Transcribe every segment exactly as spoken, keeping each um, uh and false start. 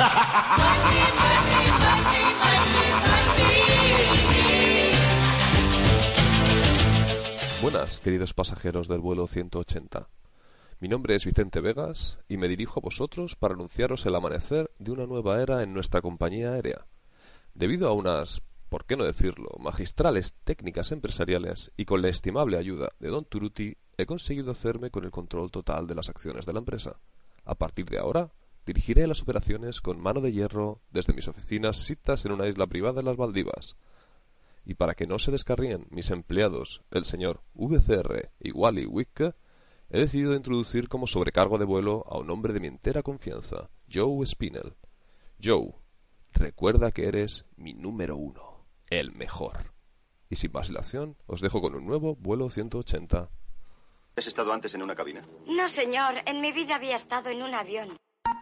Buenas, queridos pasajeros del vuelo ciento ochenta. Mi nombre es Vicente Vegas y me dirijo a vosotros para anunciaros el amanecer de una nueva era en nuestra compañía aérea. Debido a unas, por qué no decirlo, magistrales técnicas empresariales y con la estimable ayuda de Don Turuti, he conseguido hacerme con el control total de las acciones de la empresa. A partir de ahora, dirigiré las operaciones con mano de hierro desde mis oficinas sitas en una isla privada de las Maldivas. Y para que no se descarríen mis empleados, el señor V C R y Wally Wick, he decidido introducir como sobrecargo de vuelo a un hombre de mi entera confianza, Joe Spinell. Joe, recuerda que eres mi número uno, el mejor. Y sin vacilación, os dejo con un nuevo vuelo ciento ochenta. ¿Has estado antes en una cabina? No, señor. En mi vida había estado en un avión.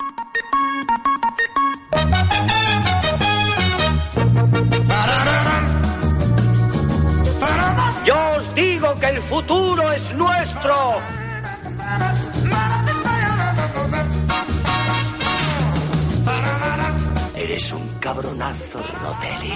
Yo os digo que el futuro es nuestro. Eres un cabronazo, Rotelli.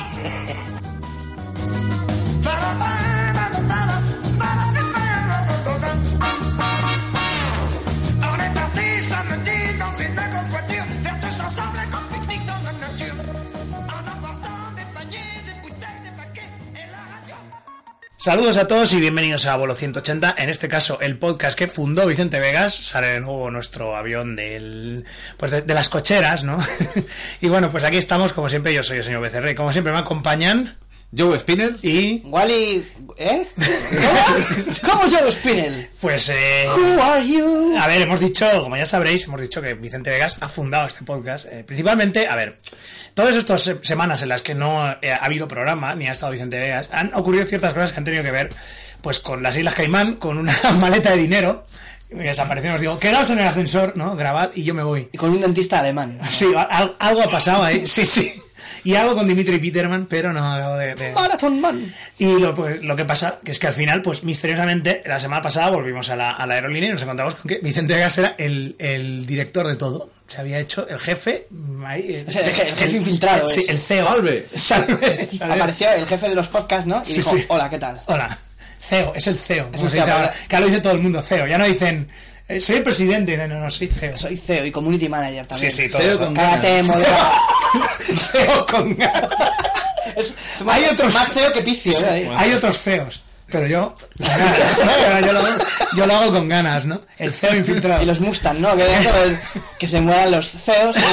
Saludos a todos y bienvenidos a Vuelo ciento ochenta, en este caso el podcast que fundó Vicente Vegas. Sale de nuevo nuestro avión del, pues de, de las cocheras, ¿no? Y bueno, pues aquí estamos, como siempre, yo soy el señor Becerra y como siempre me acompañan Joe Spinell y... Wally... ¿Eh? ¿Cómo, ¿Cómo Joe Spinell? Pues eh... Who are you? A ver, hemos dicho, como ya sabréis, hemos dicho que Vicente Vegas ha fundado este podcast, eh, principalmente, a ver... Todas estas se- semanas en las que no eh, ha habido programa, ni ha estado Vicente Vegas, han ocurrido ciertas cosas que han tenido que ver pues con las Islas Caimán, con una maleta de dinero, que desapareció, os digo, quedaos en el ascensor, ¿no? Grabad y yo me voy. Y con un dentista alemán. Sí, al- algo ha pasado ahí, sí, sí. Y algo con Dimitri Peterman, pero no acabo de... de... Marathon Man. Y lo, pues, lo que pasa que es que al final, pues misteriosamente, la semana pasada volvimos a la, a la aerolínea y nos encontramos con que Vicente Vegas era el, el director de todo. Se había hecho el jefe... Ahí, el, O sea, el, je- el jefe infiltrado. Sí, es. el C E O. ¡Salve! Salve, salve. Apareció el jefe de los podcasts, ¿no? Y Sí, dijo, sí. hola, ¿qué tal? Hola. C E O, es el C E O. Es como un se C E O, dice ahora. ¿verdad? Que ahora lo dice todo el mundo C E O. Ya no dicen, eh, soy el presidente. Dicen, no, no, soy C E O. Soy C E O y Community Manager también. Sí, sí, todo. C E O eso. con Cállate, modera. C E O con ganas. Es Hay otros- más C E O que Pizio, ¿eh? Hay otros C E Os. Pero yo, con ganas, ¿no? yo, lo hago, yo lo hago con ganas, ¿no? El C E O infiltrado. Y los Mustang, ¿no? Que, dentro del- que se mueran los C E Os.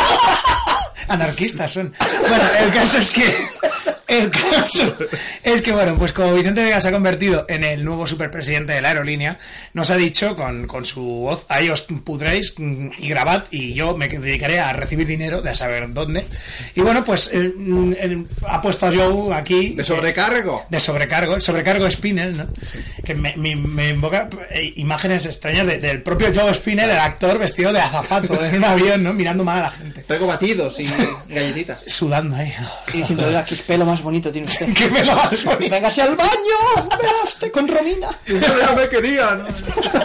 Anarquistas son. Bueno, el caso es que... El caso es que, bueno, pues como Vicente Vegas se ha convertido en el nuevo superpresidente de la aerolínea, nos ha dicho con, con su voz, ahí os pudréis mm, y grabad, y yo me dedicaré a recibir dinero de a saber dónde. Y bueno, pues eh, mm, eh, ha puesto a Joe aquí... ¿De sobrecargo? De sobrecargo, el sobrecargo Spinell, ¿no? Que me, me, me invoca eh, imágenes extrañas de- del propio Joe Spinell, el actor vestido de azafato en un avión, ¿no? Mirando mal a la gente. Traigo batidos y galletitas. Sudando ahí. Y diciendo, oiga, qué pelo más bonito tiene usted. ¿Qué me lo vas a Véngase al baño. Vea usted con Romina. Y no déjame que diga, ¿no?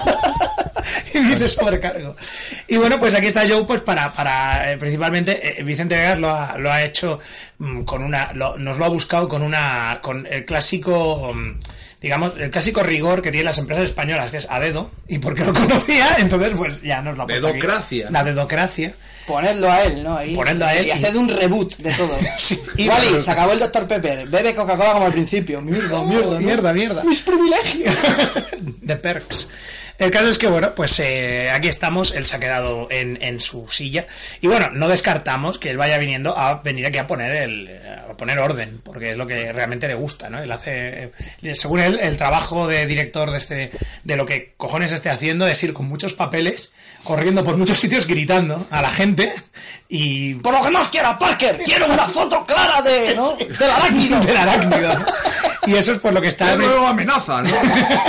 Y dice sobrecargo. Y bueno, pues aquí está Joe, pues para, para eh, principalmente, eh, Vicente Vegas lo ha, lo ha hecho mm, con una, lo- nos lo ha buscado con una, con el clásico, mm, digamos, el clásico rigor que tienen las empresas españolas, que es a dedo, y porque lo conocía, entonces pues ya nos lo ha puesto aquí. Dedocracia. La dedocracia. Ponedlo a él, ¿no? Ahí. Ponedlo a él Y y- haced un reboot de todo. Sí. Y- Wally, se acabó el doctor Pepper. Bebe Coca-Cola como al principio. Mierda, mierda, ¿no? Mierda, mierda. Mis privilegios. De perks. El caso es que, bueno, pues eh, aquí estamos, él se ha quedado en, en su silla. Y bueno, no descartamos que él vaya viniendo a venir aquí a poner el a poner orden, porque es lo que realmente le gusta, ¿no? Él hace, eh, según él, el trabajo de director de este, de lo que cojones esté haciendo es ir con muchos papeles, corriendo por muchos sitios gritando a la gente y... Por lo que más quiera, Parker. Quiero una foto clara de, ¿no? Del arácnido. del arácnido, ¿no? Y eso es por lo que está... De nuevo amenaza, ¿no?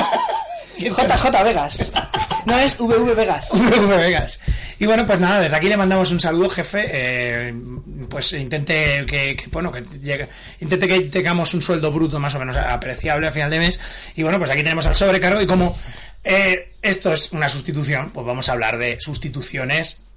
J J Vegas. No es V V Vegas. V V Vegas. Y bueno, pues nada, desde aquí le mandamos un saludo, jefe. Eh, pues intente que, que bueno, que llegue, intente que tengamos un sueldo bruto más o menos apreciable a final de mes. Y bueno, pues aquí tenemos al sobrecargo. Y como eh, esto es una sustitución, pues vamos a hablar de sustituciones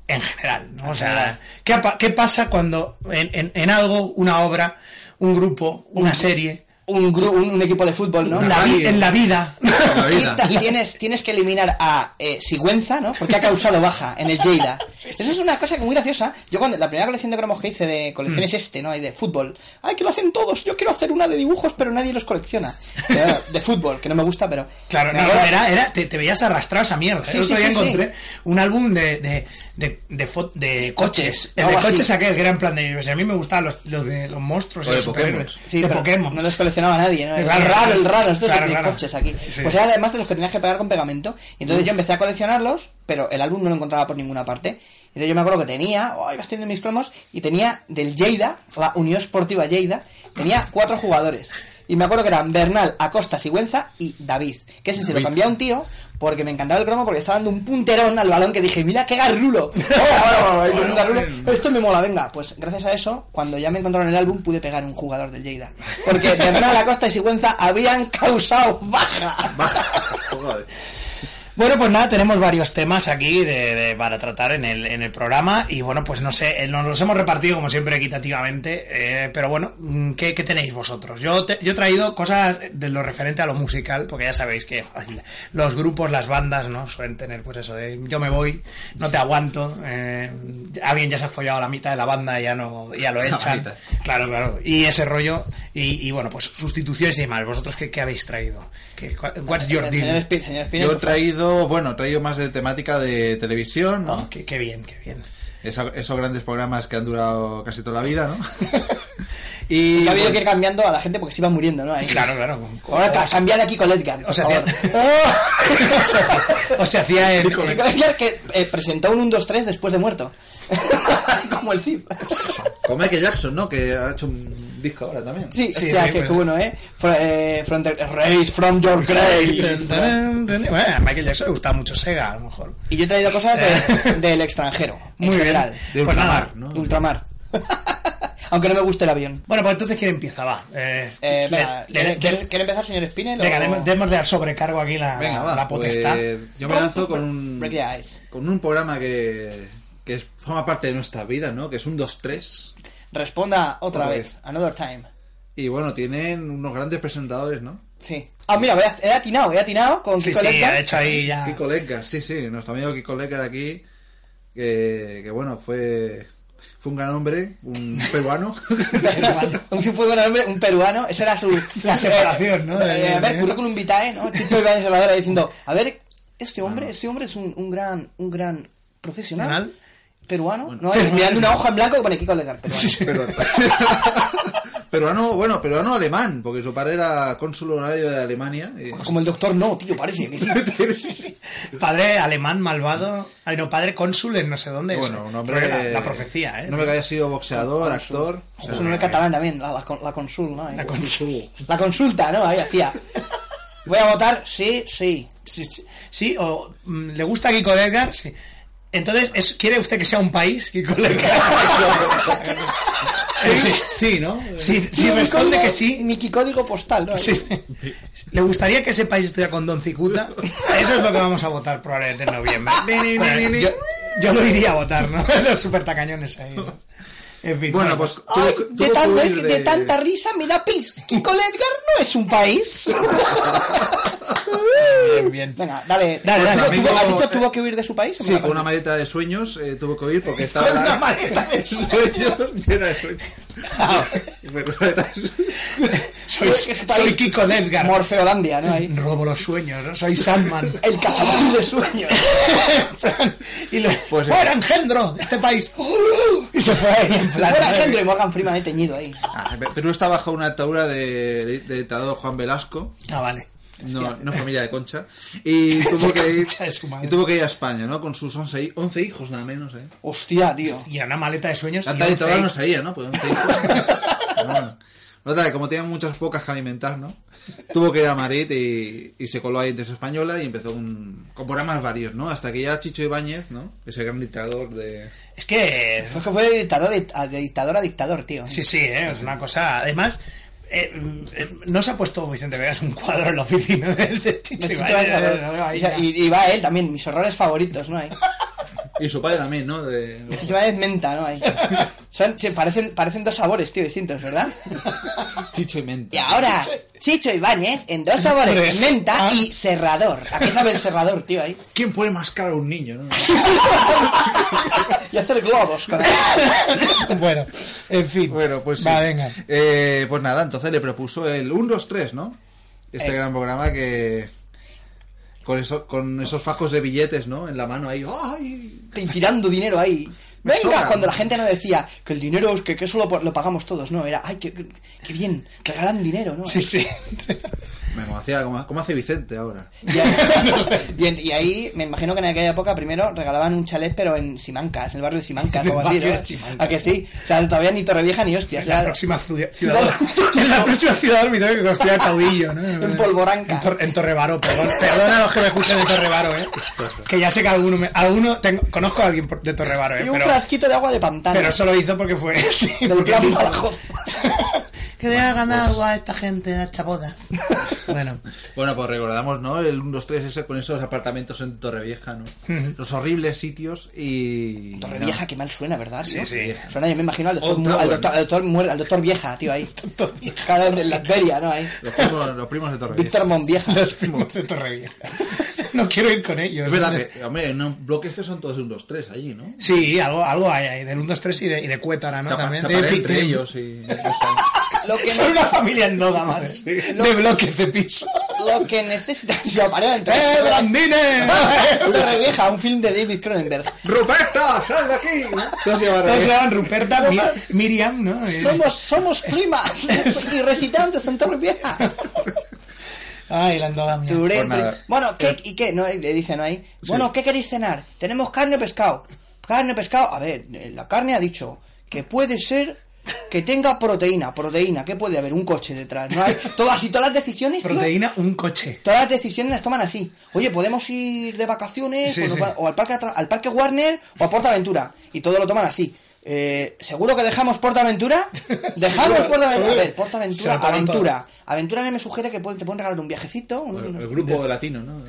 en general, ¿no? En O sea, general. ¿qué, apa- qué pasa cuando en, en, en algo, una obra, un grupo, una Un- serie, Un, gru- un, un equipo de fútbol, ¿no? en la, vi- en la vida, La vida. Y tienes, tienes que eliminar a eh, Sigüenza, ¿no? Porque ha causado baja en el Lleida. Eso es una cosa que muy graciosa. Yo cuando la primera colección de cromos que hice de colecciones este, ¿no? Hay de fútbol. Ay, que lo hacen todos. Yo quiero hacer una de dibujos, pero nadie los colecciona. Pero, de fútbol, que no me gusta, pero... claro, Me no, acuerdo- era, era, te, te veías arrastrar a esa mierda. Sí, El otro sí, día sí, encontré sí. un álbum de, de, de, de, de, fo- de coches. El de Algo así. coches aquel, que era en plan de... O sea, a mí me gustaban los, los de los monstruos O y de los superhéroes. Sí, de pero Pokémon. no los coleccionaba nadie, ¿no? Claro, el raro, el raro, esto claro, es de claro. coches aquí. Sí. Pues era además de los que tenías que pegar con pegamento. Y entonces yo empecé a coleccionarlos, pero el álbum no lo encontraba por ninguna parte. Entonces yo me acuerdo que tenía, oh, ibas teniendo mis cromos, y tenía del Lleida, la Unión Esportiva Lleida, tenía cuatro jugadores. Y me acuerdo que eran Bernal, Acosta, Sigüenza y David. Que ese se lo David. cambié a un tío, porque me encantaba el cromo, porque estaba dando un punterón al balón que dije, mira qué garrulo. Oh, bueno, bueno, un garrulo. Esto me mola, venga. Pues gracias a eso, cuando ya me encontraron el álbum, pude pegar un jugador del Lleida. Porque Bernal, Acosta y Sigüenza habían causado baja. Joder. Bueno, pues nada, tenemos varios temas aquí de, de- para tratar en el, en el programa y bueno, pues no sé, eh, nos los hemos repartido como siempre equitativamente, eh, pero bueno, mm, ¿qué, qué tenéis vosotros? Yo, te- yo he traído cosas de lo referente a lo musical, porque ya sabéis que joder, los grupos, las bandas, ¿no? Suelen tener pues eso de yo me voy, no te aguanto, eh, alguien ya se ha follado la mitad de la banda y ya no, ya lo La echan. mitad. Claro, claro, y ese rollo, y, y bueno, pues sustituciones y demás. ¿Vosotros qué, qué habéis traído? ¿Qué, what's your Señor deal? Espí- señor Espinel, Yo he por favor. traído, bueno, he traído más de temática de televisión, ¿no? Oh, qué, qué bien, qué bien. Esa- esos grandes programas que han durado casi toda la vida, ¿no? y Que ha habido pues, que ir cambiando a la gente porque se iba muriendo, ¿no? Ahí. Claro, claro. Ahora ca- cambiar aquí con Edgar. O por se favor. hacía, o se hacía en, Kiko Edgar que eh, presentó un uno dos tres después de muerto. Como el Cid. con Michael Jackson, ¿no? Que ha hecho un disco ahora también. Sí, Sí, hostia, sí, qué, pues. qué bueno, ¿eh? Fro- eh, from the, Race from your grave. Bueno, a Michael Jackson le gustaba mucho Sega, a lo mejor. Y yo he traído cosas de- del extranjero, en Muy bien. general. De Pues nada, ultramar, ¿no? De ultramar. Aunque no me guste el avión. Bueno, pues entonces, ¿quién empieza? Va. Eh, Eh, le- venga, le- ¿quiere, le- quiere- quiere empezar, señor Spinel? venga, o- demos, demos de al sobrecargo aquí la, Venga, va. la potestad. Pues, yo me lanzo con un, Break the ice. con un programa que, que es- forma parte de nuestra vida, ¿no? Que es un dos tres. Responda otra Otra vez. vez. Another time. Y bueno, tienen unos grandes presentadores, ¿no? Sí. Ah, mira, he he atinado, he atinado con Sí, Kiko sí, Ledger. ha hecho ahí ya. Kiko Ledger, sí, sí, nuestro amigo Kiko Ledger aquí, que, que bueno, fue, fue un gran hombre, un peruano. un tipo de nombre, un peruano, esa era su... La separación, ¿no? Eh, a ver, De- currículum vitae, ¿no? Chicho Ibáñez Salvador diciendo, a ver, este hombre, este hombre es un, un gran, un gran profesional. ¿Profesional? Peruano, ¿no? Es mirando una hoja en blanco que pone Kiko Ledger, peruano. Pero, peruano, bueno, peruano alemán, porque su padre era cónsul honorario de Alemania. y- Como el doctor no, tío, parece que sí. Sí, sí. Padre alemán malvado. Ay, no, padre cónsul en no sé dónde. Bueno, eso. un hombre. La, la profecía, ¿eh? Un hombre que haya sido boxeador, actor. Es un nombre catalán también, la, la, la consul, ¿no? Ahí. La consul. La consulta, ¿no? Ahí hacía. Voy a votar, sí, sí. Sí, sí, sí, o mm, le gusta Kiko Ledger, sí. Entonces, ¿es, ¿quiere usted que sea un país, Kiko Ledger? Sí, sí, ¿no? Si, si Mi responde código- que sí, Mi código postal, ¿no? sí. ¿Le gustaría que ese país estuviera con Don Cicuta? Eso es lo que vamos a votar probablemente en noviembre. Bueno, yo, yo lo iría a votar, ¿no? Los super tacañones ahí, ¿no? En fin, Bueno, pues Ay, tuvo- de, tuvo tan- que es huir que de tanta risa me da pis. Kiko Ledger no es un país. bien, bien. Venga, dale. Dale, dale. ¿Tuvo- Amigo, tuvo- ¿Has dicho eh, tuvo que huir de su país? o me Sí, la con una perdí? maleta de sueños eh, tuvo que huir porque estaba... Con una la- maleta de sueños llena de sueños. Y me maleta de sueños. Soy, Ese soy país- Kiko Ledger. Morfeolandia, ¿no? Ahí. Robo los sueños, ¿no? Soy Sandman. El cazador de sueños. y le, Pues ¡fuera engendro de este país! Y se fue ahí en plan. Fuera Engendro y Morgan Freeman ahí teñido ahí. Ah, Perú está bajo una dictadura de, de dictador Juan Velasco. Ah, vale. No, no familia de Concha. Y tuvo que ir, Concha de su madre. y tuvo que ir a España, ¿no? Con sus once, hi- once hijos, nada menos, ¿eh? Hostia, tío. Y una maleta de sueños. Tanta y un dictadura no fake. sería, ¿no? Pues once hijos. Pero bueno. Otra vez, como tenían muchas pocas que alimentar, ¿no? Tuvo que ir a Madrid y, y se coló ahí entre su española y empezó un, con programas varios, ¿no? Hasta que ya Chicho Ibáñez, ¿no? Ese gran dictador de... Es que. Fue que fue de dictador, de, de dictador a dictador, tío. Sí, sí, ¿eh? Es una cosa. Además. Eh, eh, no se ha puesto Vicente Vegas un cuadro en la oficina de, de Chicho De Chicho Ibáñez, Ibáñez, eh, ahí o sea, ya. y, y va él también, mis horrores favoritos, ¿no? Ahí. Y su padre también, ¿no? De... Chicho Ibáñez menta, ¿no? Ahí. Son, se parecen, parecen dos sabores, tío, distintos, ¿verdad? Chicho y menta. Y ahora, Chicho Ibáñez en dos sabores, Tres. menta Ah. y serrador. ¿A qué sabe el serrador, tío, ahí? ¿Quién puede mascar a un niño, no? Y hacer globos con él. Bueno, en fin. Bueno, pues sí. Va, venga. Eh, pues nada, entonces le propuso el uno, dos, tres, ¿no? Este Eh. gran programa que... Con, eso, con esos fajos de billetes, ¿no? En la mano ahí. ¡Ay! Y tirando dinero ahí. Me Venga, sobra. cuando la gente no decía que el dinero es que, que eso lo, lo pagamos todos, no, era, ay, qué, qué, qué bien, regalan dinero, ¿no? Sí, sí. Me como, hacía, como, como hace Vicente ahora. Y ahí, bien, y ahí me imagino que en aquella época primero regalaban un chalet, pero en Simancas, en el barrio de Simancas, En el o así, barrio ¿no? de Simancas. ¿A que sí? O sea, todavía ni Torrevieja ni hostias. En la era- próxima ciudad, ciudad en la próxima ciudad dormitorio que construya Caudillo, ¿no? En Polvoranca. En, Tor- en Torrebaro, perdón. Perdón a los que me escuchan de Torrebaro, eh. Que ya sé que alguno, me, alguno tengo, conozco a alguien por- de Torrebaro, eh. Y un Pero, frasquito de agua de pantano. pero eso lo hizo porque fue. Sí, del porque plan dijo, Badajoz. que le hagan algo a esta gente, a esta boda. Bueno, Bueno, pues recordamos, ¿no? El uno, dos, tres ese con esos apartamentos en Torrevieja, ¿no? Los horribles sitios y... Torrevieja, qué mal suena, ¿verdad? sí, tío? sí. Suena, yo me imagino al doctor, Old mu- al Tower. doctor, al doctor, muer- al doctor Vieja, tío, ahí. Cara de la feria, ¿no? Ahí. Los primos, los primos de Torrevieja. Víctor Monvieja. Los primos de Torrevieja. No quiero ir con ellos. Es verdad que, hombre, en un bloques que son todos un, dos, tres allí, ¿no? Sí, algo, algo hay ahí, del uno, dos, tres y de, y de Cuétara, ¿no? Se, apa- También. se De- aparean de- entre de- ellos y... no sé. Lo que, Son ne- una familia endógama de, de bloques de piso. lo que necesita... Se aparean entre... ¡Eh, Blandine! Torrevieja, un film de David Cronenberg. ¡Ruperta! ¡Sal de aquí! Todos se llaman Todos se ahí. llaman Ruperta, Mi- Miriam, ¿no? Eh, Somos, somos primas y recitantes en Torrevieja. Ay, la endogamia. Turé, Pues nada. turé. Bueno, ¿qué, ¿y qué? No, le dicen ahí. Bueno, ¿qué queréis cenar? Tenemos carne o pescado. Carne o pescado. A ver, eh, la carne ha dicho que puede ser que tenga proteína. Proteína, ¿qué puede haber? Un coche detrás. ¿No hay? Todas y todas las decisiones, tío, Proteína, un coche. todas las decisiones las toman así. Oye, podemos ir de vacaciones Sí, pues, sí. o, o al parque Atra- al parque Warner o a PortAventura. Y todo lo toman así. Eh, ¿Seguro que dejamos PortAventura? Dejamos Seguro. PortAventura. A ver, Se PortAventura, lo toman Aventura. Aventura me sugiere que pueden- te pueden regalar un viajecito. un- El grupo latino, ¿no?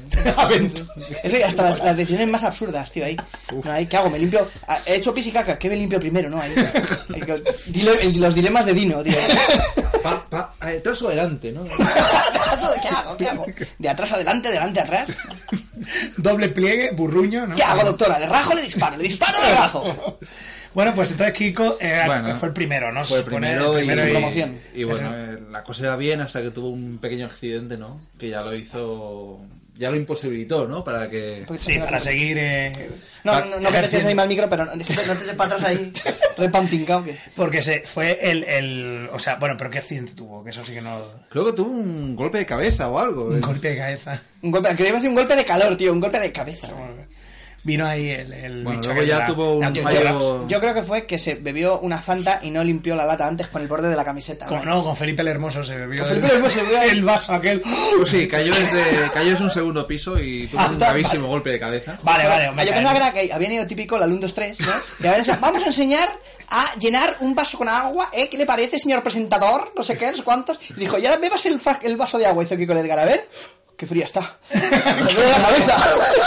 Eso y hasta las, las decisiones más absurdas, tío, ahí. No, ahí, ¿qué hago? Me limpio... ah, He hecho pis y caca, ¿qué me limpio primero, no? Ahí, ahí, que- dile- el- los dilemas de Dino, tío. Pa, pa, atrás o adelante, ¿no? ¿Qué hago? ¿Qué hago? De atrás adelante, delante atrás. Doble pliegue, burruño, ¿no? ¿Qué hago, doctora? ¿Le rajo o le disparo? ¿Le disparo o le rajo? Bueno, pues entonces Kiko eh, Bueno, fue el primero, ¿no? Fue Se el supone, primero, el y, primero su promoción. y bueno, eh, la cosa iba bien hasta que tuvo un pequeño accidente, ¿no? Que ya lo hizo... Ya lo imposibilitó, ¿no? Para que... Sí, para seguir... eh, No, no, no que te eches ahí mal micro, pero no, no te eches para atrás ahí repantincao. Que... Porque se fue el, el... O sea, bueno, pero ¿qué accidente tuvo? Que eso sí que no... Creo que tuvo un golpe de cabeza o algo. Un eh. golpe de cabeza. Un golpe, que iba a decir un golpe de calor, tío, un golpe de cabeza. Vino ahí el, el Bueno, bicho luego que ya la- tuvo la un que- fallo... Yo creo que fue que se bebió una Fanta y no limpió la lata antes con el borde de la camiseta. Con, no, con Felipe el Hermoso se bebió Con el, Felipe el Hermoso se bebió el vaso aquel. Pues sí, cayó desde, cayó desde un segundo piso y tuvo un gravísimo golpe de cabeza. Vale, vale, Ah, hombre, yo pensaba que, era que había ido típico el alumno dos tres, ¿no? Y ahora decía, vamos a enseñar a llenar un vaso con agua, ¿eh? ¿Qué le parece, señor presentador? No sé qué, no sé cuántos. Y dijo, y ahora bebas el, fa- el vaso de agua. Hizo Kiko Edgar, a ver. Qué fría está. Me duele la cabeza.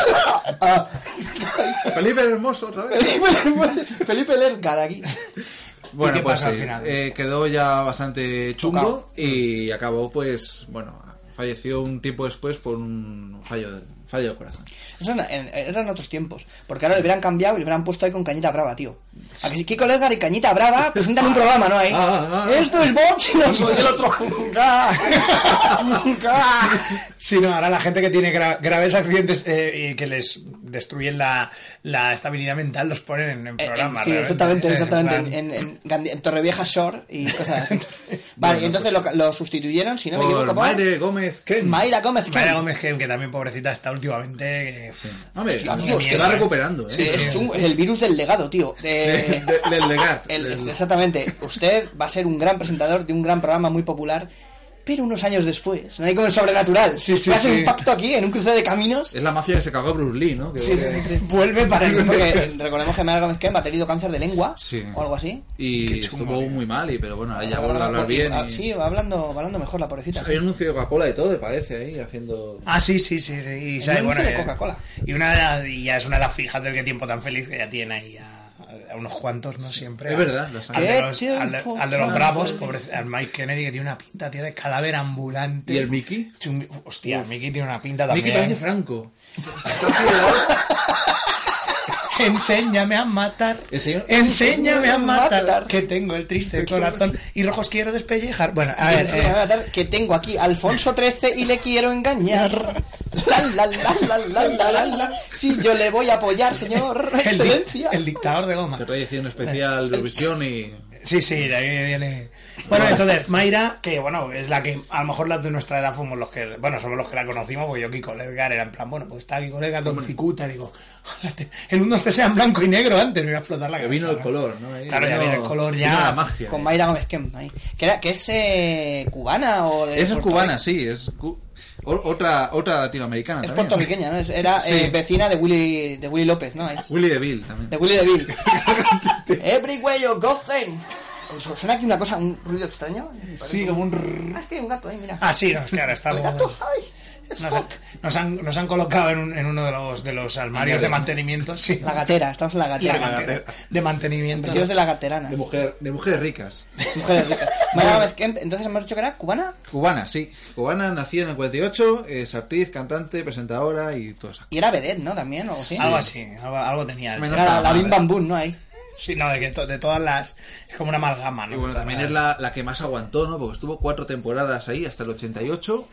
Ah. Felipe el Hermoso otra vez. Felipe, Felipe Edgar aquí. Bueno, qué pues pasó al sí, final? eh, quedó ya bastante chungo Tocado. y acabó, pues, bueno, falleció un tiempo después por un fallo de, fallo de corazón. Eso era- en- eran otros tiempos. Porque ahora le hubieran cambiado y le hubieran puesto ahí con Cañita Brava, tío. A que si Kiko Edgar y Cañita Brava presentan un programa, ¿no? Ahí. Ah, ah, ah. Esto es Box y no soy el otro. Sí, no, ahora la gente que tiene gra- graves accidentes eh, y que les destruyen la, la estabilidad mental los ponen en, en Eh, programas. sí, realmente, exactamente, ¿eh? exactamente. En En, plan- en, en, Gandhi- en Torrevieja Shore y cosas así. Vale, y entonces lo, lo sustituyeron, si no me Por equivoco, por Maire Gómez Ken. Mayra Gómez. Mayra Ken. Gómez, que, que también pobrecita está últimamente. que- Hombre, Hostia, se tío, va mierda, recuperando, ¿eh? Sí, es chungo, es el virus del legado, tío. De- De- del legar. el- Del- exactamente. Usted va a ser un gran presentador de un gran programa muy popular pero unos años después, no hay como el sobrenatural. Sí, sí, hace sí. un pacto aquí, en un cruce de caminos. Es la mafia que se cagó a Bruce Lee, ¿no? Que, Sí, sí, sí, sí. Vuelve para Sí, eso. porque recordemos que Mayra Gómez Kemp ha tenido cáncer de lengua Sí. o algo así. Y Qué chungo, estuvo tío. muy mal, y, pero bueno, ahora ya Ahora, vuelve a hablar y- bien. ah, y- Sí, va hablando, va hablando mejor la pobrecita. Hay un anuncio de Coca-Cola y todo, me parece, ahí, haciendo... Ah, sí, sí, sí. sí. Y, El sabe, anuncio bueno, de eh, Coca-Cola. Y una de las- y ya es una de las fijas del que tiempo tan feliz que ya tiene ahí a, a unos cuantos, ¿no? Siempre. Es a- verdad, lo sabe. al, de Qué los, al, de, tiempo al de los tan bravos, feliz. pobre, al Mike Kennedy, que tiene una pinta, tío, de cadáver ambulante. ¿Y el Mickey? Chum- Hostia, Mickey tiene una pinta también. Mickey parece Franco. Enséñame a matar. El señor- Enséñame a matar. matar. Que tengo el triste corazón. Y rojos quiero despellejar. Bueno, a ver. Sí, eh, me va a matar, que tengo aquí a Alfonso trece y le quiero engañar. La, la, la, la, la, la, la, la. Sí, yo le voy a apoyar, señor. el, di- Excelencia. el dictador de goma. Que trae un especial Eurovisión y... Sí, sí, de ahí viene. Bueno, entonces, Mayra, que bueno, es la que a lo mejor las de nuestra edad fuimos los que, bueno, somos los que la conocimos, porque yo Kiko Ledgar era en plan, bueno, pues está Kiko Ledgar con cicuta, digo, el uno se sea en blanco y negro antes, me iba a explotar la Que cabeza. vino el ¿no? color, ¿no? Ahí Claro, ya viene el color ya. vino la magia. Con Mayra Gómez Kemp ahí. Que, era, que es eh, cubana o de Esa es Puerto cubana, Rico. sí, es cu- o- otra otra latinoamericana Es también. puertorriqueña, ¿no? Es- Era Sí. eh, vecina de Willy, de Willy López, ¿no? Ahí. Willy DeVille también. De Willy DeVille. Everywhere you go, then. ¿Os suena aquí una cosa, un ruido extraño? Sí, como un... rrr. Ah, es que hay un gato ahí, mira. Ah, sí, no, es que ahora El estamos. gato, ay, es Nos han, Spock. nos, han, nos han colocado en, un- en uno de los, de los armarios de mantenimiento, sí. La gatera, estamos en la La gatera. gatera, de mantenimiento. Vestidos de la gaterana. De, mujer, de mujeres ricas. Mujeres ricas. Mayra Gómez Kemp, entonces hemos dicho que era cubana. Cubana, sí. Cubana, nació en el cuarenta y ocho, es actriz, cantante, presentadora y todo eso. Y era vedette, ¿no? También, o algo así. Algo así, algo, algo tenía. Menos- Era la, estaba la mal, Bim ¿eh? Bam Boom, ¿no? Ahí. Sí, no, de que to- de todas las. Es como una amalgama, ¿no? Y bueno, Todas también las- es la, la que más aguantó, ¿no? Porque estuvo cuatro temporadas ahí hasta el ochenta y ocho.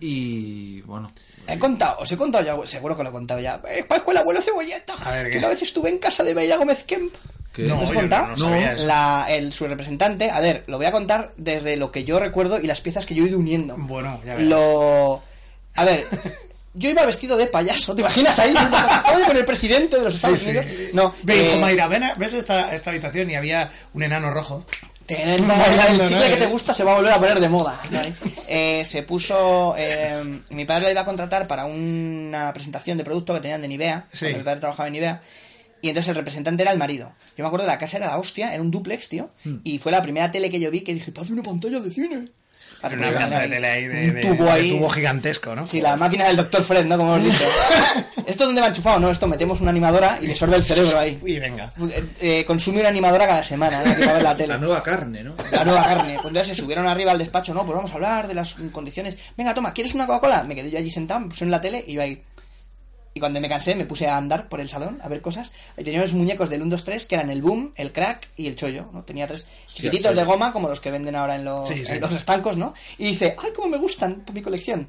Y bueno, He contado, os he contado ya, seguro que lo he contado ya. Eh, para escuela, abuelo cebolleta. A ver, ¿qué? Que una vez estuve en casa de Mayra Gómez Kemp. que No, ¿Lo has yo contado? no, no sabía eso. La, el, su representante, a ver, lo voy a contar desde lo que yo recuerdo y las piezas que yo he ido uniendo. Bueno, ya verás. Lo... A ver, yo iba vestido de payaso, ¿te imaginas ahí? Oye, con el presidente de los Estados Sí, Unidos. sí. No, Ve, eh, hijo Mayra, ven a- ves esta, esta habitación y había un enano rojo. ten- Bailando, el chicle ¿no? que te gusta se va a volver a poner de moda. ¿no? Eh, se puso... eh, mi padre le iba a contratar para una presentación de producto que tenían de Nivea. Sí. Cuando mi padre trabajaba en Nivea. Y entonces el representante era el marido. Yo me acuerdo de la casa, era la hostia, era un duplex, tío. Y fue la primera tele que yo vi que dije, padre, una pantalla de cine. Una pedazo de tele ahí, de, un de- tubo de ahí. tubo gigantesco, ¿no? Sí, la máquina del doctor Fred, ¿no? Como hemos dicho. ¿Esto dónde va enchufado? No, esto metemos una animadora y le sorbe el cerebro ahí. Y venga. Eh, eh, consume una animadora cada semana, ¿no? Que va a ver la tele. la nueva carne, ¿no? La nueva carne. Pues entonces se subieron arriba al despacho, no, pues vamos a hablar de las condiciones. Venga, toma, ¿quieres una Coca-Cola? Me quedé yo allí sentado, me puse en la tele y iba ahí. Y cuando me cansé me puse a andar por el salón a ver cosas. Y tenía unos muñecos del uno, dos, tres que eran el Boom, el Crack y el Chollo, ¿no? Tenía tres chiquititos Chollo. de goma como los que venden ahora en los, Sí, sí. en los estancos, ¿no? Y dice, ay, cómo me gustan por mi colección.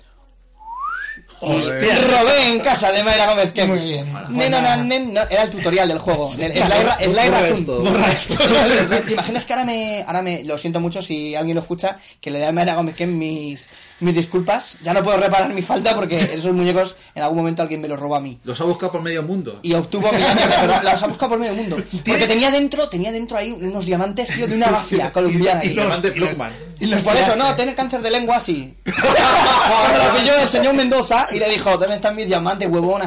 Hostia. Robé en casa de Mayra Gómez Kemp. Muy bien. Nena, na, nen, no, era el tutorial del juego. El Sly Ra- Sly Borra Raccoon. esto. Borra esto. ¿Te imaginas que ahora me, ahora me, lo siento mucho si alguien lo escucha, que le dé a Mayra Gómez Kemp mis, mis disculpas? Ya no puedo reparar mi falta porque esos muñecos en algún momento alguien me los robó a mí. Los ha buscado por medio mundo. Y obtuvo millones, pero los ha buscado por medio mundo. Porque tenía dentro, tenía dentro ahí unos diamantes, tío, de una mafia colombiana. Y ahí. los- Diamante y los- Plugman. y los Por eso, tiraste. no, tiene cáncer de lengua así. Cuando lo pilló el señor Mendoza y le dijo, ¿dónde están mis diamantes, huevona?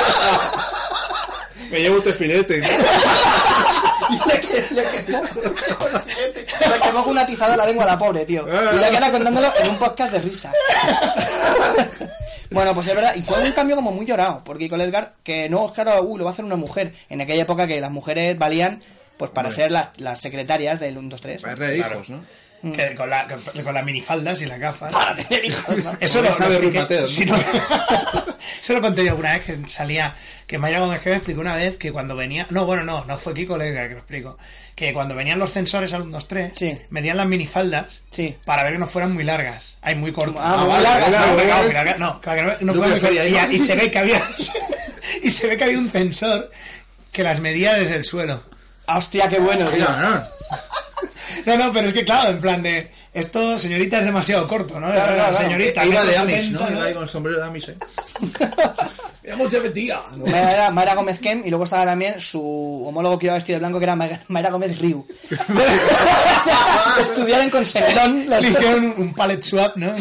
Me llevo este filete. Y le, que- le quemó, le quemó con una tizada la lengua a la pobre, tío. Y la cara contándolo en un podcast de risa. Bueno, pues es verdad, y fue un cambio como muy llorado, porque Kiko Ledgar, que no, claro, uh, lo va a hacer una mujer. En aquella época que las mujeres valían, pues para Hombre. ser las, las secretarias del uno, dos, tres. Para tener Claro. hijos, ¿no? Que con, la, que- con las minifaldas y las gafas. Para tener hijos, ¿no? Eso Como lo sabe lo Ruth expliqué- Mateo, ¿no? sí, no. Eso lo conté yo alguna vez que salía, que Mayra Gómez que me explicó una vez que cuando venía, no, bueno, no, no fue Kiko Ledgar que lo explico, que cuando venían los censores al uno, dos, tres, Sí. metían las minifaldas Sí. para ver que no fueran muy largas, hay muy cortas. Ah, muy vale, largas, claro, ¿no? claro, muy largas, no, para que no, no Lupe fueran muy Feria, cortas. ¿no? Y, y se ve que había, y se ve que había un censor que las medía desde el suelo. Hostia, qué bueno, tío. Mira, no. No, no, pero es que claro, en plan de... esto, señorita, es demasiado corto, ¿no? Claro, claro, claro. Señorita, Iba de metro Amish, setenta, ¿no? Iba ahí con el sombrero de Amish, ¿eh? Era mucha mentira. Mayra, Mayra Gómez Kem, y luego estaba también su homólogo que iba vestido de blanco, que era Mayra, Mayra Gómez Riu. Estudiaron con Sendón. Le hicieron un, un palette swap, ¿no?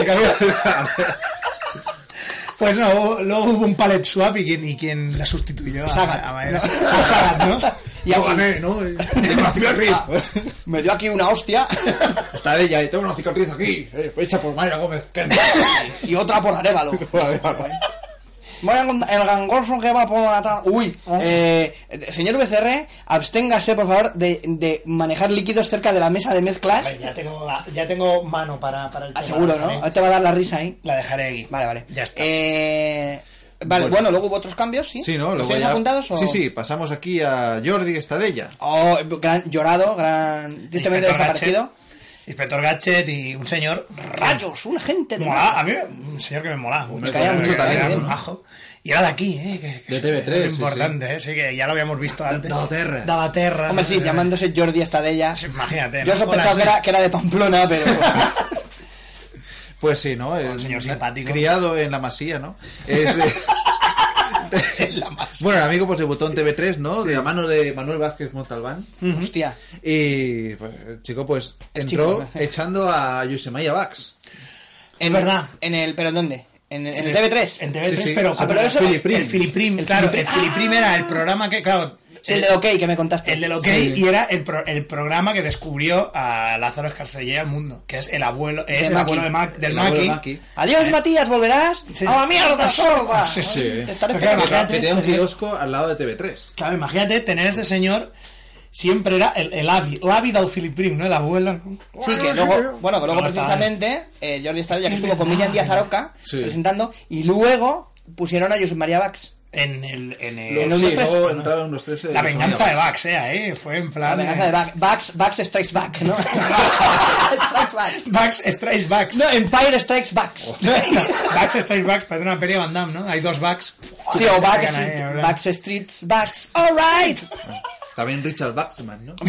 Pues no, luego hubo un palette swap y quien, y quien la sustituyó a, Sagat. a Mayra. A Sagat, ¿no? Y aquí, gané, ¿no? De conocimiento Riz. me dio aquí una hostia Está de ella y tengo una cicatriz aquí, eh, hecha por Mayra Gómez. y otra por Arévalo. Bueno, el gangoso que va por matar. Uy, eh, señor V C R, absténgase, por favor, de, de manejar líquidos cerca de la mesa de mezclas. Vale, ya tengo, ya tengo mano para, para el Ah, tema, seguro, la ¿no? dejaré- Ahora te va a dar la risa ahí. La dejaré aquí. Vale, vale. Ya está. Eh, vale, bueno. Bueno. luego hubo otros cambios, ¿sí? Sí, ¿no? ¿Los Luego tienes ya- apuntados o...? Sí, sí, pasamos aquí a Jordi Estadella. Oh, gran, llorado, gran... tristemente Inspector desaparecido. Gadget, Inspector Gadget y un señor... Rayos, un agente de... Mola, a mí un señor que me mola. Me caía mucho Era talento, muy ¿no? majo. Y era de aquí, ¿eh? Que, que De T V tres, es sí, importante, ¿eh? Sí, que ya lo habíamos visto antes. Davaterra. Davaterra. Hombre, sí, ¿no? llamándose Jordi Estadella. Sí, imagínate. Yo ¿no? sospechaba Hola, que era, que era de Pamplona, pero... Pues sí, ¿no? El señor simpático. Criado en la Masía, ¿no? Es, eh, En la masa. bueno, el amigo pues debutó en T V tres, ¿no? De la mano de Manuel Vázquez Montalbán. Hostia. Y pues, el chico pues entró Chico. echando a Yosemaya Bax. En, verdad. En el... ¿Pero dónde? En, en el T V tres. En T V tres, Sí, sí. pero, Ah, pero eso- Filiprim. el Filiprim, El claro, Filiprim. el Filiprim era el programa que, claro, Sí, el de OK que me contaste. el del OK Sí. y era el, pro- el programa que descubrió a Lázaro Escarcellé al mundo, que es el abuelo, es De el Maki. abuelo de Mac, del El abuelo de Maki. Maki. Adiós, Matías, ¿volverás? Sí. ¡A la mierda, sorda! Sí, sí. Te estaré Pero claro, esperando. imagínate, Que tenía un tener- kiosco al lado de T V tres. Claro, imagínate tener ese señor, siempre era el, el avi, l'avi del Filiprim, ¿no? El abuelo, ¿no? Sí, que luego, bueno, que luego Luego está- precisamente eh, Jordi Estadella, que Es estuvo con verdad, Miriam Díaz verdad. Aroca Sí. presentando, y luego pusieron a Josep María Bax. En el, en el, Luego, un, sí, dos, tres, luego ¿no? entraron los tres. eh, La Yosemaya venganza de Bax. Bax, eh, ¿eh? Fue en plan... La venganza de Bax. Bax, Bax Strikes Back, ¿no? Strikes Back. Bax Strikes Bax. No, Empire Strikes Back. Bax Strikes Bax, parece una peli de Van Damme, ¿no? Hay dos Bax. Sí, o Back, Sacan ahí, ¿verdad? Back Streets Backs. All right. También Richard Baxman, ¿no?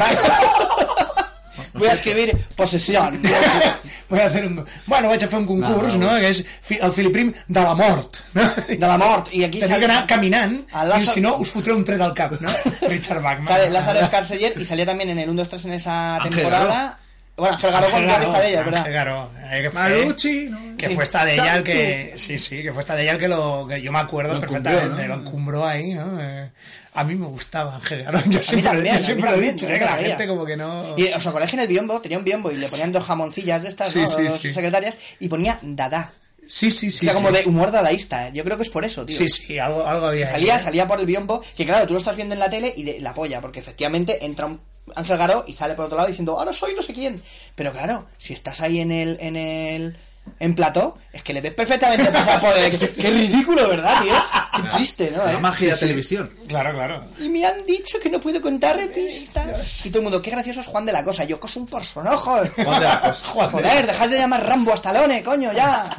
Voy a escribir posesión. Voy a hacer un... Bueno, vaig a fer un concurs, No, no? no. Que és fi- el Filiprim de la mort, no? De la mort. I aquí Teniu que anar caminant A i Lázaro- si no us fotré un tret al cap, no? Richard Bachman. Sale Lázaro Escarceller y salía también en el uno dos tres en esa Ángel temporada. Bueno, Ángel Garó con Ángel Jordi Garó, Estadella, es Ángel verdad. Garó, eh, que fue, Marucci, ¿no? que Sí. fue Estadella el Chantu. que... Sí, sí, que fue Estadella el que lo... Que yo me acuerdo Lo encumbró, perfectamente, ¿no? lo encumbró ahí, ¿no? Eh, a mí me gustaba Ángel Garó. Yo A mí siempre, también, a yo mí siempre lo he también, dicho, me eh, que la reía. gente como que no... Y os acordáis que en el biombo tenía un biombo y le ponían dos jamoncillas de estas, Sí, ¿no? sí, Dos sí. secretarias, y ponía dada. Sí, sí, sí. o sea, como sí. de humor dadaísta. Yo creo que es por eso, tío. Sí, sí, algo, algo había ahí, Salía, ¿eh? salía por el biombo, que claro, tú lo estás viendo en la tele y de la polla, porque efectivamente entra un Ángel Garó y sale por otro lado diciendo, ahora soy no sé quién. Pero claro, si estás ahí en el, en el, en plató, es que le ves perfectamente pasar por el... Qué, qué ridículo, ¿verdad, tío? Qué triste, ¿no? La ¿Eh? magia de la Sí, sí. televisión. Claro, claro. Y me han dicho que no puedo contar pistas. Y todo el mundo, qué gracioso es Juan de la Cosa. Yo, que es un personaje. Juan de la Cosa. Joder, dejad de llamar Rambo a Stallone, coño, ya.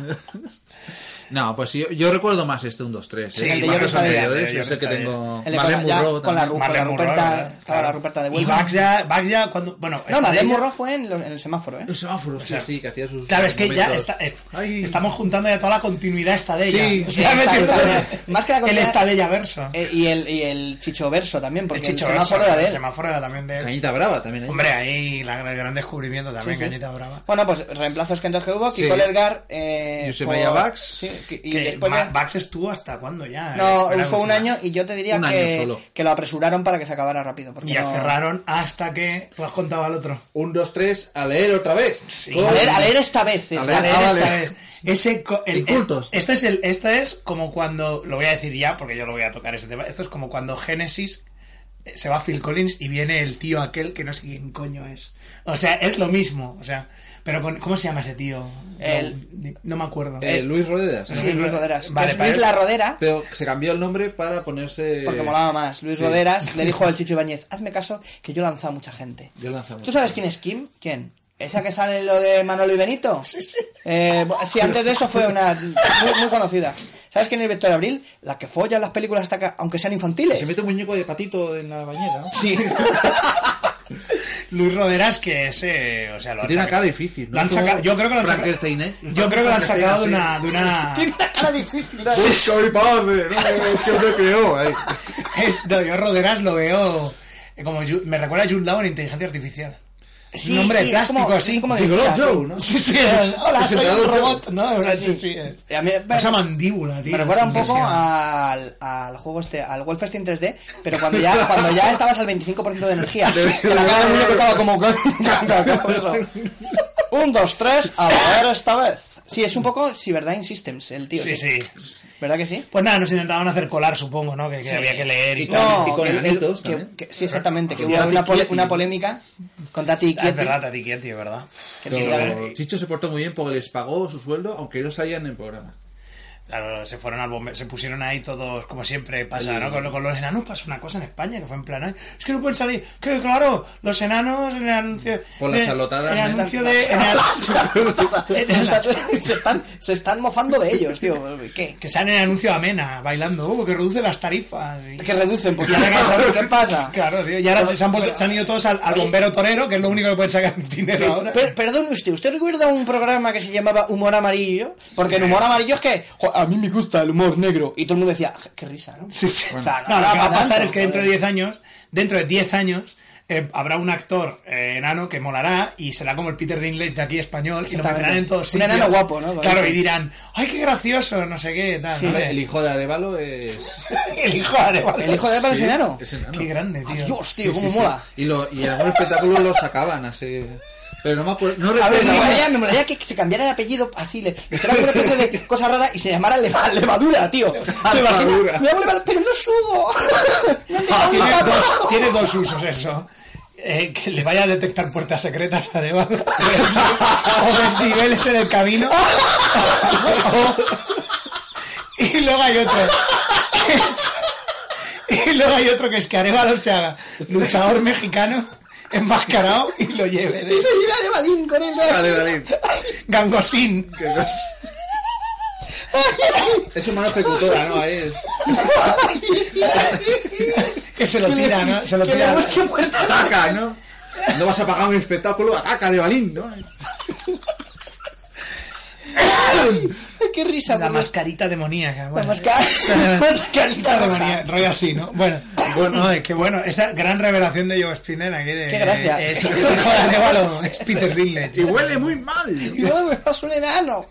No, pues yo, yo recuerdo más este un dos tres. Sí, ¿eh? el de Más Jordi los Estadella, anteriores, el de es el que Jordi tengo. El de Marlene con la- ya Murrow con la, también. Ru- con Marlene la Murrow, Ruperta, ¿verdad? estaba la Claro. Ruperta de Y vuelta. Bax ya, Bax ya cuando... Bueno, No, Estadella- Marlene Murrow fue en, los- en el semáforo, ¿eh? Los semáforos, sí, sea, sí, que hacía sus. Claro, es que ya momentos. está, es- Ay. estamos juntando ya toda la continuidad Estadella. Sí, O sí, sea, está- ¿me entiendes? está- más que la El continuidad- Estadella verso. Eh, y, el, y el Chicho Verso también, porque el el, Chicho semáforo verso, era de el él. semáforo era también de él. Cañita Brava también, ¿eh? Hombre, ahí la, el gran descubrimiento también, Sí, sí. Cañita Brava. Bueno, pues reemplazos que entonces que hubo, Sí. Kiko Lergar, eh, Yosemaya por- Bax. sí, que- y Que después Ma- de- Bax estuvo hasta cuándo ya. No, Era fue un última. año y yo te diría Un año que, solo. que lo apresuraron para que se acabara rápido. Porque Y ya no... cerraron hasta que tú has contado al otro. Un, dos, tres, a leer otra vez. Sí. Con- A leer, a leer esta vez. es A la- leer, A leer ah, esta vale. vez. Ese co- el, Incultos. el- este es el este es como cuando lo voy a decir ya porque yo lo voy a tocar ese tema. Esto es como cuando Genesis eh, se va a Phil Collins y viene el tío aquel que no sé quién coño es. O sea, es lo mismo, o sea, pero con ¿cómo se llama ese tío? El- No, no me acuerdo. Eh, Luis Roderas. Sí, Luis Roderas. Vale, Que es para Luis él- La Rodera, Pero se cambió el nombre para ponerse. porque molaba más. Luis Sí. Roderas le dijo al Chicho Ibáñez, hazme caso que yo he lanzado a mucha gente. Yo lanzamos. ¿Tú sabes quién es Kim? ¿Quién? ¿Esa que sale en lo de Manolo y Benito? Sí, sí. Eh, bu- sí, antes de eso fue una muy, muy conocida. ¿Sabes quién es Victoria Abril? La que folla en las películas hasta que, aunque sean infantiles. Se mete un muñeco de patito en la bañera, ¿no? Sí. Luis Roderas, que es, eh, o sea, lo han Tiene una sacado- cara difícil, ¿no? Lo han sacado, yo creo que lo han sacado, Frankenstein, ¿eh? yo creo que lo han sacado de una, de una, Tiene una cara difícil, ¿no? ¡Busca mi padre! ¿No? ¿Quién me creó? Ahí. es, no, yo Roderas lo veo eh, como, Ju- me recuerda a Jude Law en Inteligencia Artificial. Sí, un hombre de sí, es plástico como- así. es como de Digo, Mira, Joe, sí. ¿no? Sí, sí, el- hola, Es el soy un creador robot, ¿no? Sí, Sí, sí. sí. eh. A mí- Esa mandíbula, tío. Me recuerda un poco Impresión. al, al juego este, al Wolfenstein tres D, pero cuando ya, cuando ya estabas al veinticinco por ciento de energía, que la cara del muñeco estaba como... Un, dos, tres, a ver esta vez. Sí, es un poco Cyberdyne Systems, el tío. Sí, sí. ¿Verdad que sí? Pues nada, nos intentaban hacer colar, supongo, ¿no? Que, que Sí. había que leer y Y tal. con- No, con el- el- enanitos que- también. que- sí, exactamente, que Con hubo Tati una, pole- Chieti. una polémica con Tati Ah, es Chieti. verdad, Tati Chieti, ¿verdad? que Pero sí, claro. Chicho se portó muy bien porque les pagó su sueldo, aunque ellos salían en programa. Claro, se fueron al bombe, se pusieron ahí todos, como siempre pasa, ¿no? Con, lo- con los enanos pasó una cosa en España que fue en plan, "Ay, es que no pueden salir, que claro, los enanos en el anuncio Por las de- charlotadas, en el ¿no? anuncio de, en el- en se, el- están, se, están, se están mofando de ellos, tío. ¿Qué? que salen en el anuncio de Amena, bailando, uh, que reduce las tarifas. y- Que reducen, pues y ahora que saben ¿qué pasa? Claro, tío, y ahora se han, vuelto- se han ido todos al, al bombero torero, que es lo único que pueden sacar dinero ahora. Per- perdón usted, ¿usted recuerda un programa que se llamaba Humor Amarillo? Porque en Humor Amarillo es que jo, a mí me gusta el humor negro. Y todo el mundo decía, "Ah, qué risa, ¿no? Sí, sí. O sea, no, lo no que va a para pasar tanto, es que dentro de joder. diez años, dentro de diez años, eh, habrá un actor eh, enano que molará y será como el Peter Dinklage de aquí español y lo Exactamente. meterán en todos Un sitios. enano guapo, ¿no? Claro, y dirán, ¡ay, qué gracioso! No sé qué, tal. Sí, ¿no? El hijo de Arevalo es... El hijo de Arevalo. ¿El hijo de Álvaro es Sí, enano? es enano. Qué grande, tío. Dios, tío, Sí, cómo sí, sí. mola. Y, lo, y en algún espectáculo lo sacaban así... Pero no me acuerdo... No A ver, me recuerdo... molaría, me molaría que se cambiara el apellido así, le le hiciera una especie de cosa rara y se llamara leva- levadura, tío. ¿Te imaginas? Levadura. Me llamo levadura, pero no subo. No me Ah, tiene, subo. dos, tiene dos usos eso. Eh, que le vaya a detectar puertas secretas a Arevalo. O desniveles en el camino. O- y luego hay otro. Y luego hay otro que es que Arevalo se haga luchador mexicano enmascarado y lo lleve Y de se lleva de balín con él. Vale, vale. gangosín. Qué cosa. Es una mano ejecutora, ¿no? Ahí es... Que se lo tira, ¿no? Se lo Que le tira. busque puertas. Ataca, ¿no? No vas a pagar un espectáculo, ataca de balín, ¿no? Qué risa. La porque- mascarita demoníaca. La Bueno, masca- mascarita roja. demoníaca, rollo así, ¿no? Bueno, bueno, es que bueno, esa gran revelación de Joe Spinner aquí de, Qué gracia. es, hijo de Arevalo, es Peter Dinklage. Y huele muy mal. Y luego me pasa un enano.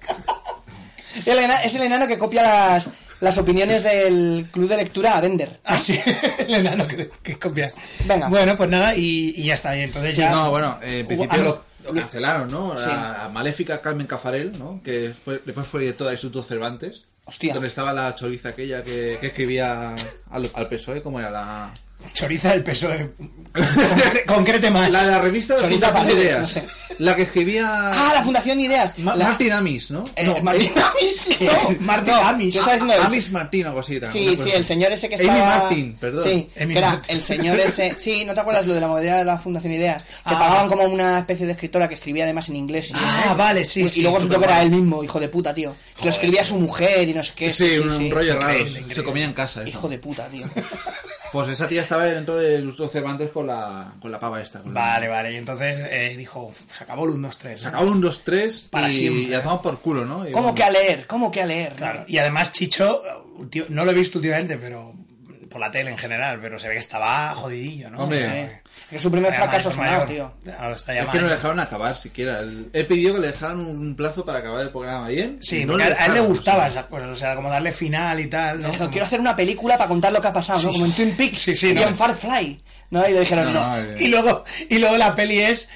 El ena- es el enano que copia las, las opiniones del club de lectura a Bender. Así, el enano que, que copia. Venga. Bueno, pues nada, y, y ya está. Y entonces ya. No, bueno, eh, en principio Ah, no. lo, lo cancelaron, ¿no? Sí. La maléfica Carmen Cafarel, ¿no? Que fue, después fue directora de Instituto Cervantes. Hostia. Donde estaba la choriza aquella que, que escribía al, al P S O E, ¿cómo era? La, Choriza del P S O E. Concre- concrete más. la de la revista de Choriza Fundación Paredes, Ideas. no sé. La que escribía... Ah, la Fundación Ideas. Ma- La- Martin Amis, ¿no? Eh, no, Martín Amis. No, Martin no, Amis. ¿qué estás diciendo? Es- Amis Martin o algo así era. Sí, una sí, cosa el así. señor ese que Amy estaba... Martin, perdón. Sí, Amy que era Martin. el señor ese... Sí, ¿no te acuerdas lo de la modalidad de la Fundación Ideas? Que Ah. pagaban como una especie de escritora que escribía además en inglés. Y, Ah, vale, sí, y sí. luego resultó que Superguay. era él mismo, hijo de puta, tío. Que lo escribía su mujer y no sé qué. Sí, un, un rollo raro. Increíble, Se increíble. comía en casa. eso. Hijo de puta, tío. Pues esa tía estaba dentro del Instituto Cervantes con la, con la pava esta. Con la- Vale, vale. Y entonces eh, dijo, se acabó el uno, dos, tres. Se acabó un dos tres Para y siempre. ya estamos por culo, ¿no? Y ¿Cómo bueno, que a leer? ¿Cómo que a leer? Claro, y además Chicho, ulti- no lo he visto últimamente, pero por la tele en general, pero se ve que estaba jodidillo, ¿no? Hombre. O sea, Es su primer ya fracaso mayor, sonado, mayor. tío. Ahora está Es ya que no le mayor. dejaron acabar siquiera. El- He pedido que le dejaran un plazo para acabar el programa bien. Sí, y no porque a, a él le dejaron, gustaba o sea. esas cosas, o sea, como darle final y tal, ¿no? Dijo, quiero hacer una película para contar lo que ha pasado, ¿no? Sí. Como en Twin Peaks Sí, sí, y no. en Firefly. ¿No? Y le dijeron, no. No, eh, Y luego, y luego la peli es...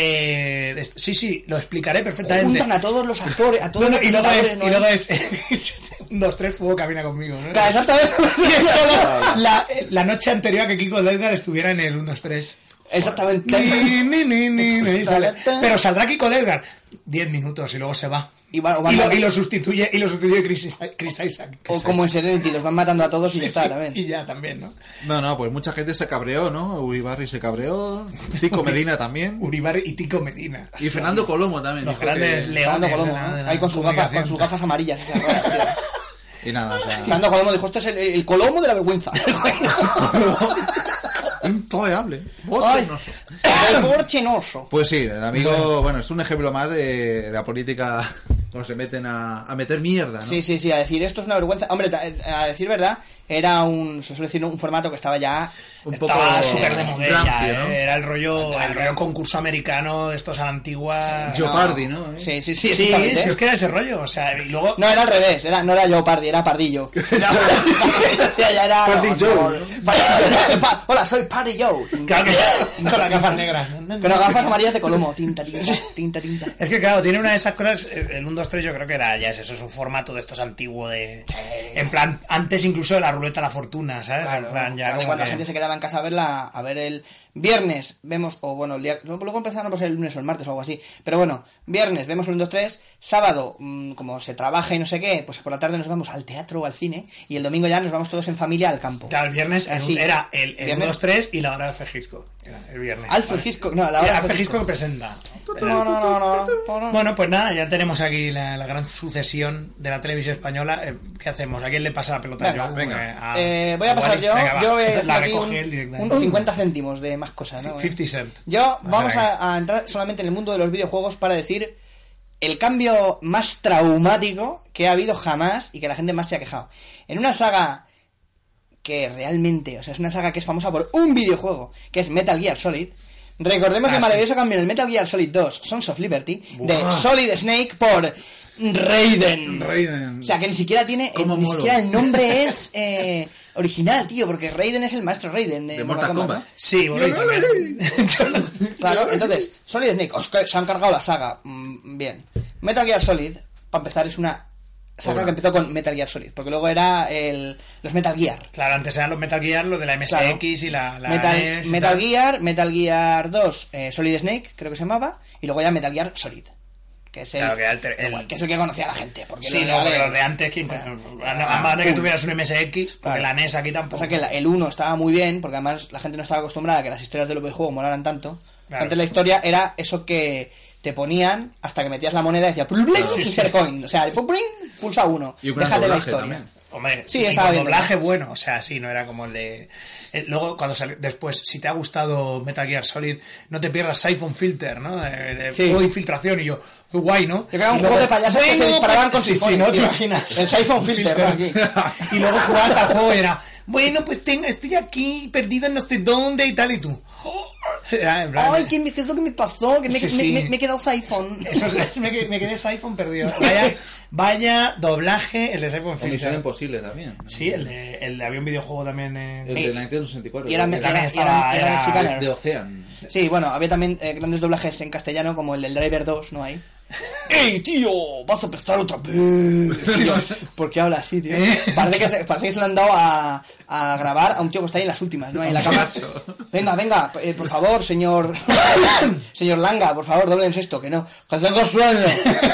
Eh, de- sí, sí, lo explicaré perfectamente. Juntan a todos los actores, a todos No, no, los y luego es, presentadores, ¿no? y luego es un, dos, tres, fuego camina conmigo, ¿no? Claro, exactamente. Y es solo la, la noche anterior a que Kiko Ledgar estuviera en el uno, dos, tres. Exactamente. Ni, ni, ni, ni, ni, y sale. Pero saldrá Kiko Ledgar diez minutos y luego se va. Y, va- o van Y lo, matando- y lo sustituye y lo sustituye Chris, Chris Isaac. o como en Serenity, los van matando a todos y Sí, ya está sí, también. y ya también, ¿no? No, no, pues mucha gente se cabreó, ¿no? Uribarri se cabreó. Tico Medina también. Uribar y Tico Medina. Y Fernando Colomo también. Los dijo grandes que- leones Fernando de Colomo, la- ¿no? de la Ahí con sus gafas, con comunicación. sus gafas amarillas esas raras, tío. Y nada, o sea... Fernando Colomo dijo, esto es el, el Colomo de la vergüenza. Intolerable. Ay, Bochenoso. el borchenoso. Pues sí, el amigo, bueno, es un ejemplo más de, de la política cuando se meten a, a meter mierda, ¿no? Sí, sí, sí, a decir esto es una vergüenza. Hombre, a decir verdad, era un, se suele decir, un formato que estaba ya... Un Estaba poco súper de moda rancio, ya, ¿no? ¿eh? Era el rollo, el rollo concurso americano de estos a la antigua. Jeopardy, ¿no? ¿Eh? Sí, sí, sí, Sí, exactamente. sí, es que era ese rollo, o sea, y luego... No, era al revés, era, no era Jeopardy, era Pardillo. O sea, ya era... Party no, Joe, no, ¿no? Party- pa- Hola, soy Party Joe. Claro que- Con las gafas negras. Con las gafas amarillas de Colomo. Tinta, tinta, tinta, tinta. Es que claro, tiene una de esas cosas, el uno, dos, tres yo creo que era ya es eso, es un formato de estos antiguos de... En plan, antes incluso de la ruleta de la fortuna, ¿sabes? Claro, en plan, ya de como cuando que- la gente se quedaba en casa a verla, a ver el viernes, vemos, o bueno, el día, luego empezaron pues el lunes o el martes o algo así, pero bueno, viernes vemos el uno, dos, tres, sábado, mmm, como se trabaja y no sé qué, pues por la tarde nos vamos al teatro o al cine, y el domingo ya nos vamos todos en familia al campo. Claro, el viernes en un- Así. era el, el Viernes. uno, dos, tres y la hora de Alfred Hitchcock. Era el viernes. Alfred Vale. Hitchcock, no, la hora Era de Alfred Alfred Hitchcock que presenta. No, no, no, no, no, no. Bueno, pues nada, ya tenemos aquí la, la gran sucesión de la televisión española. Eh, ¿Qué hacemos? ¿A quién le pasa la pelota? Venga, yo? venga. Eh, a- Eh, voy a pasar Wally. yo, Venga, va. yo voy a decir La aquí recoge él un, directamente. un cincuenta céntimos de más cosas, ¿no? cincuenta cent. Yo vamos Venga. a, a entrar solamente en el mundo de los videojuegos para decir el cambio más traumático que ha habido jamás y que la gente más se ha quejado. En una saga que realmente, o sea, es una saga que es famosa por un videojuego, que es Metal Gear Solid. Recordemos Ah, el sí. maravilloso cambio en el Metal Gear Solid dos, Sons of Liberty, de Buah. Solid Snake por Raiden. Raiden. O sea, que ni siquiera tiene, eh, Cómo ni molo. siquiera el nombre es eh, original, tío, porque Raiden es el maestro Raiden de, De Mortal Kombat. Sí, bueno, y también- Claro, entonces, Solid Snake, os que se han cargado la saga. Mm, bien. Metal Gear Solid, para empezar, es una saga Obra. que empezó con Metal Gear Solid, porque luego era el, los Metal Gear. Claro, antes eran los Metal Gear, los de la M S X y la, la Metal, N E S y Metal tal. Gear, Metal Gear dos, eh, Solid Snake, creo que se llamaba, y luego ya Metal Gear Solid. Que es el, Claro, que era el ter- el- que es el que conocía a la gente. Porque Sí, lo no, de- pero los de antes, ¿quién? Claro. Además de que Pum. tuvieras un M S X, porque Claro. la N E S aquí tampoco. Pasa que la- el uno estaba muy bien, porque además la gente no estaba acostumbrada a que las historias de los videojuegos molaran tanto. Claro. Antes la historia era eso que te ponían hasta que metías la moneda y decía "Plum, plum", Sí, sí. insert coin. O sea, pum, plum, pulsa uno. Y un gran Déjate la doblaje historia. también. Hombre, Sí, sí, estaba con bien. doblaje bueno, o sea, sí, no era como el de... eh, Luego, cuando salió, después, si te ha gustado Metal Gear Solid, no te pierdas Siphon Filter, ¿no? Eh, de Sí. juego de infiltración, y yo, qué guay, ¿no? Yo creo que era un Y juego luego, de payasos que se bueno, disparaban pues, con sí, sí, sifones, ¿no te tío. imaginas? El Siphon Filter, ¿no? Aquí. Y luego jugabas al juego y era, bueno, pues tengo, estoy aquí, perdido en no sé dónde y tal, y tú... Era en plan, Ay, ¿qué, me- qué es lo que me pasó? Que me, Sí, me- sí. me- me he quedado Siphon. Eso es, me, quedé- me quedé Siphon perdido. Vaya, vaya doblaje el de Siphon O Misión Filter. Imposible también. Sí, el de, el de había un videojuego también en... El Eh, de la Nintendo sesenta y cuatro. Y era, de, era, también era, estaba- era era- mexicano. de Ocean. Sí, bueno, había también eh, grandes doblajes en castellano como el del Driver dos, ¿no hay? ¡Ey, tío! ¡Vas a prestar otra vez! Sí, sí. ¿Por qué habla así, tío? ¿Eh? Parece que, se, parece que se le han dado a, a grabar a un tío que está ahí en las últimas, ¿no? Ahí en la cama. Venga, venga, eh, por favor, señor... señor Langa, por favor, doblen esto, que no. ¡Que tengo sueño!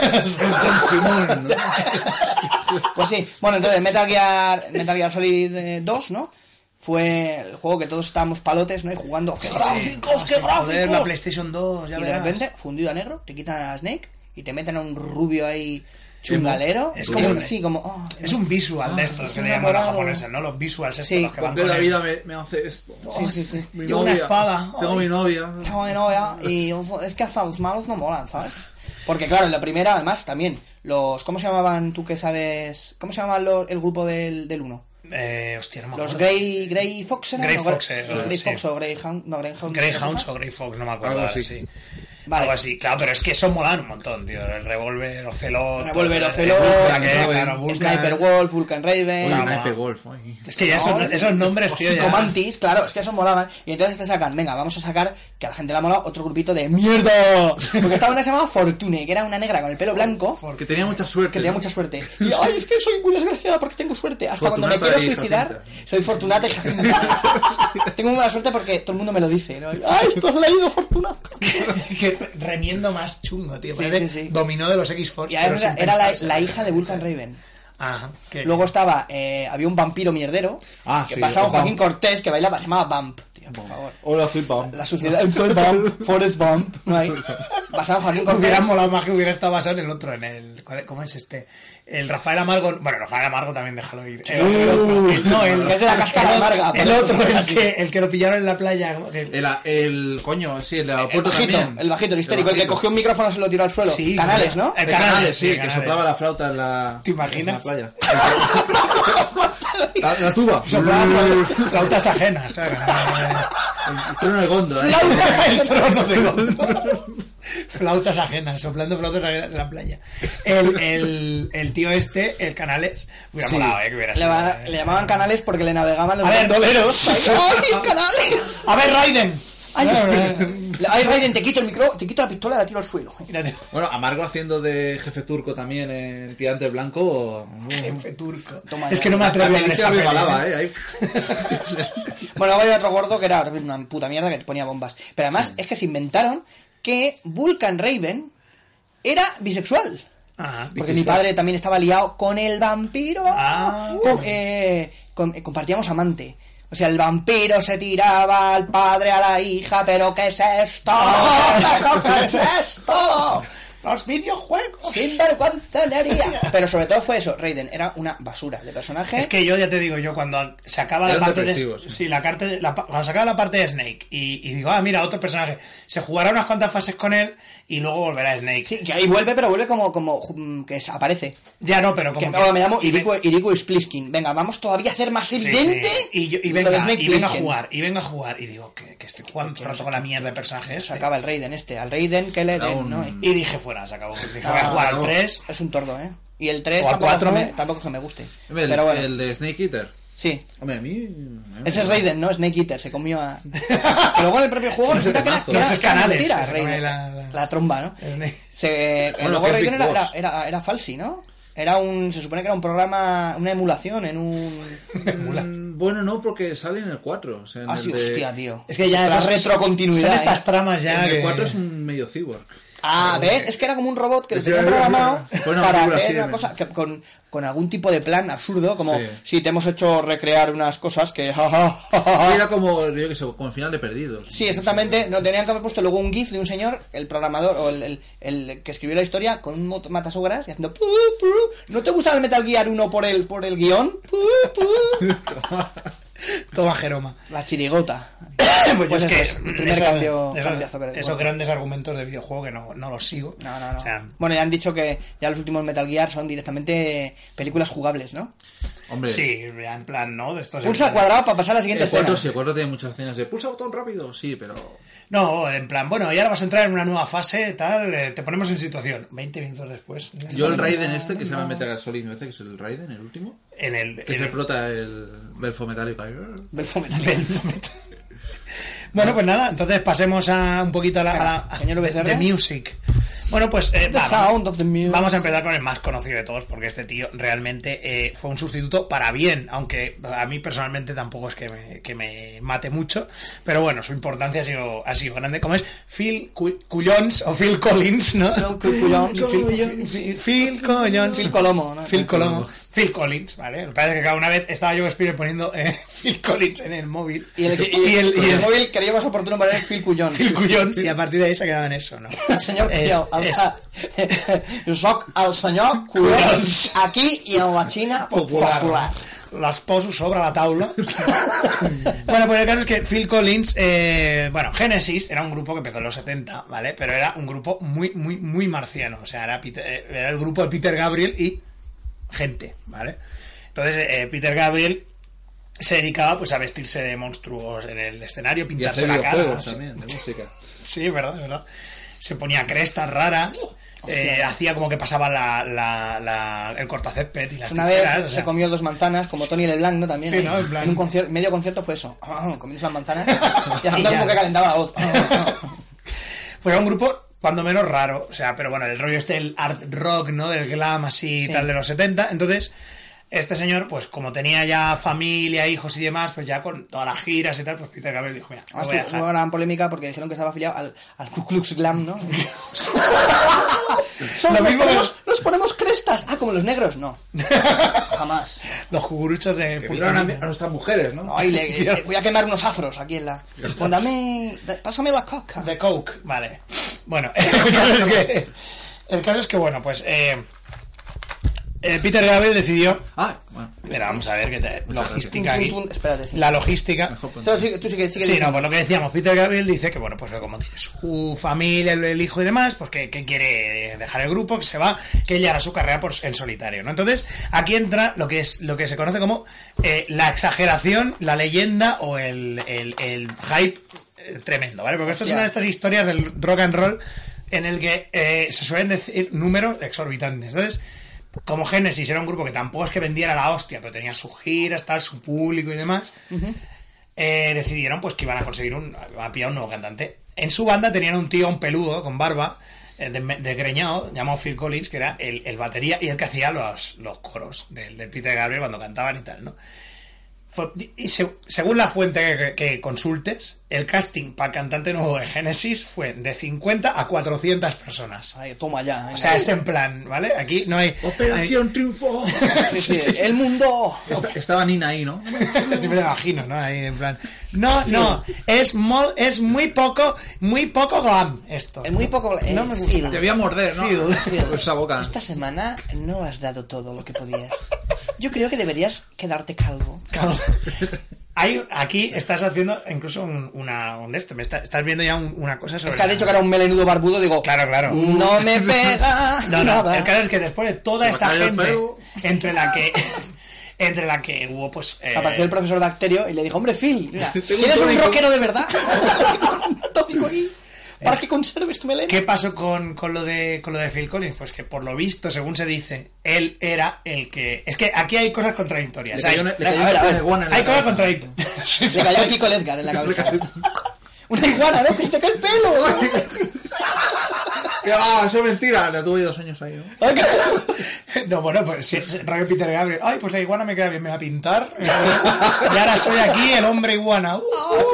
Simón, ¿no? Pues sí, bueno, entonces Metal Gear, Metal Gear Solid eh, dos, ¿no? Fue el juego que todos estábamos palotes, ¿no? Y jugando, ¡qué gráficos, qué Joder, la gráficos! PlayStation dos, ya Y de verás. repente, fundido a negro, te quitan a Snake y te meten a un rubio ahí chungalero. Es como, como- sí, como... oh, Es un visual de Ah, estos es que un le llaman los enamorado. japoneses, ¿no? Los visuals estos Sí, los que van ¿Por qué con la el- vida me, me hace esto? Sí, sí, sí. Mi Llevo una novia. espada. Tengo mi novia. Tengo mi novia y es que hasta los malos no molan, ¿sabes? Porque claro, en la primera, además, también, los... ¿Cómo se llamaban, tú que sabes? ¿Cómo se llamaban los- el grupo del, del uno? Eh, hostia, no me Los acuerdo. Grey, Grey Fox, ¿eran? Grey ¿No? Fox, eh, Los Grey sí. Fox o Greyhound, no, Greyhound. Greyhounds o Grey Fox, no me acuerdo. Algo ahora, así. sí. Vale. Algo así, claro, pero es que eso molan un montón, tío. El Revólver, Ocelot... Revolver, eh, Ocelot, Vulcan, Vulcan, eh, claro, Vulcan. Sniper Wolf, Vulcan Raven... Uy, Claro. Sniper Wolf. ay. Es que ya esos, esos nombres, tío, ya... Psicomantis, claro, es que eso molaban. Y entonces te sacan, venga, vamos a sacar, que a la gente le ha molado, otro grupito de ¡mierda! Porque estaba una que se llamaba Fortune, que era una negra con el pelo blanco, Que tenía mucha suerte. que tenía ¿no? mucha suerte. Y ay, es que soy muy desgraciada porque tengo suerte. Hasta cuando me Fortunata quiero y suicidar, Jacinta. soy Fortunata y Jacinta. Tengo muy buena suerte porque todo el mundo me lo dice, ¿no? ¡Ay, tú has leído Fortunata! que remiendo más chungo, tío. Sí, Parece sí, sí. dominó de los X-Force. Y además pero era, sin era la, pensarse. la hija de Vulcan Raven. Ajá. que- Luego estaba, eh, había un vampiro mierdero, Ah, que sí, pasaba un Bump. Joaquín Cortés que bailaba, se llamaba Bump, tío, por favor. Hola, soy Pam. La suciedad, soy Bump, Forrest Bump, no hay. basado en Joaquín Hubiera Cortés. molado más que hubiera estado basado en el otro, en el... ¿Cómo es este? El Rafael Amargo... Bueno, Rafael Amargo también déjalo ir. El otro, el otro. El- no, el, Que es de la cáscara amarga. el otro, el que, el que lo pillaron en la playa. El- El, el coño, sí, el de El aeropuerto bajito, también. el bajito, el histérico, el, que bajito. cogió un micrófono y se lo tiró al suelo. Sí, Canales, ¿no? el De Canales, Canales, sí, sí, que Canales. soplaba la flauta en la, ¿Te imaginas? en la playa. la, la tuba. Soplaba flau- flautas ajenas, claro. El trono de Gondo, ¿eh? El trono de Gondor. Flautas ajenas, soplando flautas ajenas en la playa. El, el, el tío este, el Canales, hubiera Sí. molado, ¿eh? Que hubiera Le, sido, va- eh. le llamaban Canales porque le navegaban los A ver, bandoleros. ¡Ay, Canales! A ver, Raiden. Ay, ay, Raiden, te quito el micro, te quito la pistola y la tiro al suelo. Mírate. Bueno, Amargo haciendo de jefe turco también en Tirante Blanco. uh, Jefe turco. Toma Es ya. que no me La atrevo a ver película esa me peli, balaba, ¿eh? ¿eh? Ahí. Bueno, luego había otro gordo que era una puta mierda que te ponía bombas. Pero además es que se inventaron que Vulcan Raven era bisexual. Ajá. Porque mi padre también estaba liado con el vampiro. Ah. Com- eh, com- eh, compartíamos amante. O sea, el vampiro se tiraba al padre, a la hija, pero ¿qué es esto? ¿Qué es esto? Los videojuegos. Sinvergüenzanería. Pero sobre todo fue eso, Raiden era una basura de personaje. Es que yo ya te digo, yo cuando se acaba la Eran parte de, depresivos, sí. sí, la parte de- la pa- cuando se acaba la parte de Snake y, y digo, ah, mira, otro personaje, se jugará unas cuantas fases con él y luego volverá Snake. Sí, que ahí vuelve, pero vuelve como, como mm, que es- aparece. Ya no, pero Que, como ahora me llamo y ve- Iriku, Iriku Spliskin. Venga, vamos todavía a hacer más sí, evidente. sí. Y, yo- y lo venga, de Snake y venga a Plissken. jugar, y venga a jugar y digo que, que estoy jugando todo el rato con la mierda de personaje Se este. acaba el Raiden este, al Raiden que le Era den, un- ¿no? Y dije fuera, se acabó. Dije, Ah, voy a jugar al no. tres. Es un tordo, ¿eh? Y el tres O al tampoco, cuatro es que me, me- tampoco es que me guste. El, Pero bueno, el de Snake Eater. sí. Hombre, a mí. Ese es Raiden, ¿no? Snake Eater, se comió a... Que luego en el propio juego resulta que era, que No, era, ese es que era Canales, mentira, se come Raiden. la- la- La tromba, ¿no? Snake. Se, Bueno, luego que es Raiden Big era, era, Boss. era, era falsi, ¿no? Era un... Se supone que era un programa, una emulación en un... Mm, bueno, no, porque sale en el cuatro. O sea, en Ah, el sí, de- hostia, tío. Es que ya Esta esas retrocontinuidad. Son estas ¿eh? tramas ya En el que- cuatro es un medio cyborg. Ah, ¿ves? Es que era como un robot que lo Es que tenían era- programado fue una para película hacer así, una ¿no? cosa que, con, con algún tipo de plan absurdo, como Sí. si te hemos hecho recrear unas cosas que... ja, ja, ja, ja, Sí, ja. era como, yo que sé, como el final de Perdidos. Sí, exactamente. No, tenían que haber puesto luego un GIF de un señor, el programador o el, el, el que escribió la historia, con un mot- matasogras y haciendo... pu, pu. ¿No te gusta el Metal Gear uno por el, por el guión? Pu, pu. Toma Jeroma. La chirigota. Pues, Pues es que eso, el primer eso- cambio- eso- cambiazo que- esos bueno. grandes argumentos de videojuego que no, no los sigo. No, no, no. O sea, Bueno, ya han dicho que ya los últimos Metal Gear son directamente películas jugables, ¿no? Hombre, sí, ya en plan, ¿no? De estos Pulsa cuadrado para pasar a la siguiente el cuatro escena. sí, el cuatro tiene muchas escenas de pulsa botón rápido. Sí, pero. No, en plan, bueno, y ahora vas a entrar en una nueva fase, tal, eh, te ponemos en situación. veinte minutos después. Yo el Raiden este, que se llama Metal Gear Solid, me parece que es el Raiden, el último. En el... Que en se el- explota el belfo metálico ahí. Belfo Metal. Bueno, pues nada, entonces pasemos a un poquito a la, a la Señor V C R. de music. Bueno, pues eh, The va, sound of the music. vamos a empezar con el más conocido de todos, porque este tío realmente eh, fue un sustituto para bien, aunque a mí personalmente tampoco es que me, que me mate mucho, pero bueno, su importancia ha sido, ha sido grande, como es Phil Cu- Collins o Phil Collins, ¿no? Phil Collins. Phil, Phil, Phil Collins. Phil Colomo, ¿no? Phil Colomo. Phil Collins, ¿vale? Me parece que cada una vez estaba yo Spirit poniendo eh, Phil Collins en el móvil. Y el, y, y el, y el- móvil creía más oportuno poner Phil Cullón. Phil Collins, y a partir de ahí se quedaba en eso, ¿no? El senyor Es- Cullón. El, es- jo soc el senyor Cullón aquí i en la Xina popular. popular. Las poso sobre la taula. Bueno, pues el caso es que Phil Collins, eh, bueno, Genesis era un grupo que empezó en los setenta, ¿vale? Pero era un grupo muy, muy, muy marciano. O sea, era, Peter- eh, era el grupo de Peter Gabriel y gente, ¿vale? Entonces, eh, Peter Gabriel se dedicaba pues a vestirse de monstruos en el escenario, Y pintarse hacer la cara. videojuegos Sí, también, de música. sí, es verdad, es verdad. Se ponía crestas raras. Eh, hacía como que pasaba la, la, la, el cortacésped y las Una vez tijeras, o se sea. comió dos manzanas, como Tony LeBlanc, ¿no? También. Sí, ahí. ¿no? En plan- un concierto, medio concierto fue eso. Comiendo las manzanas y Y haciendo ya. como que calentaba la voz. Pues era un grupo cuando menos raro, o sea, pero bueno, el rollo este del art rock, ¿no? Del glam así y Sí. tal de los setenta. Entonces, este señor, pues como tenía ya familia, hijos y demás, pues ya con todas las giras y tal, pues Peter Gabriel dijo, mira, lo Además, voy a que dejar. hubo una gran polémica porque dijeron que estaba afiliado al, al Ku Klux Klan, ¿no? Son Lo los, mismo que- tenemos, los nos ponemos crestas. Ah, como los negros, no. Jamás. Los cucuruchos de... Que violaron a, a nuestras mujeres, ¿no? Ay, le, le- voy a quemar unos afros aquí en la... Pues dame... da- Pásame la coca. De Coke, vale. Bueno, el caso es que... El caso es que, bueno, pues... Eh, eh, Peter Gabriel decidió... Ah, bueno. Pero vamos a ver qué te... Logística Pum, aquí. pum, pum. Espérate, sí. La logística... Mejor poner. Tú, sigue- tú sigue, sigue Sí, no, diciendo. pues lo que decíamos, Peter Gabriel dice que, bueno, pues como tiene su familia, el, el hijo y demás, pues que, que quiere dejar el grupo, que se va, que él ya hará su carrera por, en solitario, ¿no? Entonces, aquí entra lo que es lo que se conoce como eh, la exageración, la leyenda o el, el, el hype eh, tremendo, ¿vale? Porque esto es Ya. una de estas historias del rock and roll en el que eh, se suelen decir números exorbitantes. Entonces, como Genesis era un grupo que tampoco es que vendiera la hostia, pero tenía su giras, tal, su público y demás, eh, decidieron pues que iban a conseguir un, iban a pillar un nuevo cantante. En su banda tenían un tío, un peludo, con barba, eh, de, de greñado, llamado Phil Collins, que era el, el batería y el que hacía los, los coros del de Peter Gabriel cuando cantaban y tal, ¿no? Fue- y se- según la fuente que, que consultes, el casting para el cantante nuevo de Genesis fue de cincuenta a cuatrocientas personas. Ay, toma ya. venga. O sea, es en plan, ¿vale? Aquí no hay... Operación Triunfo. Sí, sí, el mundo. Esta- estaba Nina ahí, ¿no? Yo me lo imagino, ¿no? Ahí en plan... No, no, es, mo- es muy poco, muy poco glam esto. Es muy poco... eh, No me gusta. Phil, Te voy a morder, ¿no? Phil. Phil, Esa boca. Esta semana no has dado todo lo que podías. Yo creo que deberías quedarte calvo. Claro. Hay, aquí estás haciendo incluso un, una, un de esto, me está- estás viendo ya un- una cosa sobre... Es que ha la- dicho que era un melenudo barbudo, digo... Claro, claro. No me pega No, no, nada. el caso es que después de toda Se esta me cayó el gente, pelo. entre la que... Entre la que hubo, pues... eh, Apareció el profesor Dacterio y le dijo, hombre, Phil, mira, si Tengo un eres un tónico. rockero de verdad, un tópico aquí, para que conserves tu melena. ¿Qué pasó con, con lo de con lo de Phil Collins? Pues que por lo visto, según se dice, él era el que... Es que aquí hay cosas contradictorias. Le cayó Hay- una- le a cayó ver, una a ver. iguana en la hay cosas cabeza. contradictorias. Le cayó a Kiko Edgar en la cabeza. Una iguana, ¿no? Que se te cae el pelo. Que, ah, eso es mentira. La tuve dos años ahí, ¿no? No, bueno, pues si es rollo Peter Gabriel. Ay, pues la iguana me queda bien, me va a pintar. Y ahora soy aquí el hombre iguana. Uh,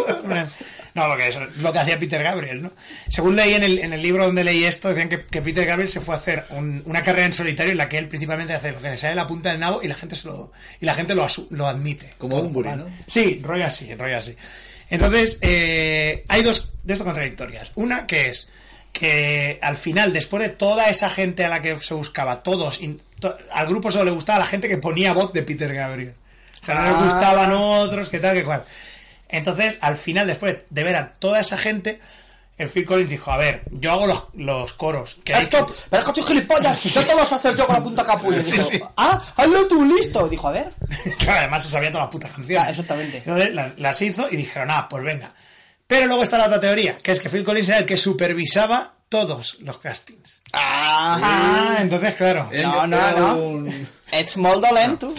no, porque eso es lo que hacía Peter Gabriel, ¿no? Según leí en el, en el libro donde leí esto, decían que, que Peter Gabriel se fue a hacer un- una carrera en solitario en la que él principalmente hace lo que le sale de la punta del nabo y la gente se lo, y la gente lo, asu- lo admite. Como Bunbury, ¿vale? ¿no? Sí, rollo así, rollo así. Entonces, eh, hay dos de estas contradictorias. Una que es que al final, después de toda esa gente a la que se buscaba, todos, in- to- al grupo solo le gustaba la gente que ponía voz de Peter Gabriel. O sea, no les Ah. gustaban otros, que tal, que cual. Entonces, al final, después de ver a toda esa gente, el Phil Collins dijo, a ver, yo hago los, los coros. Que hay Esto, pero es que soy gilipollas, si eso te lo vas a hacer yo con la punta capullo. Sí, Dijo, sí. ah, hazlo tú, listo. Dijo, a ver. que además se sabía toda la puta canción. Ah, exactamente. Entonces las, las hizo y dijeron, ah, pues venga. Pero luego está la otra teoría, que es que Phil Collins era el que supervisaba todos los castings. Ah, Ah, entonces, claro, Él No, no, era no. un- ets molt dolent, tu.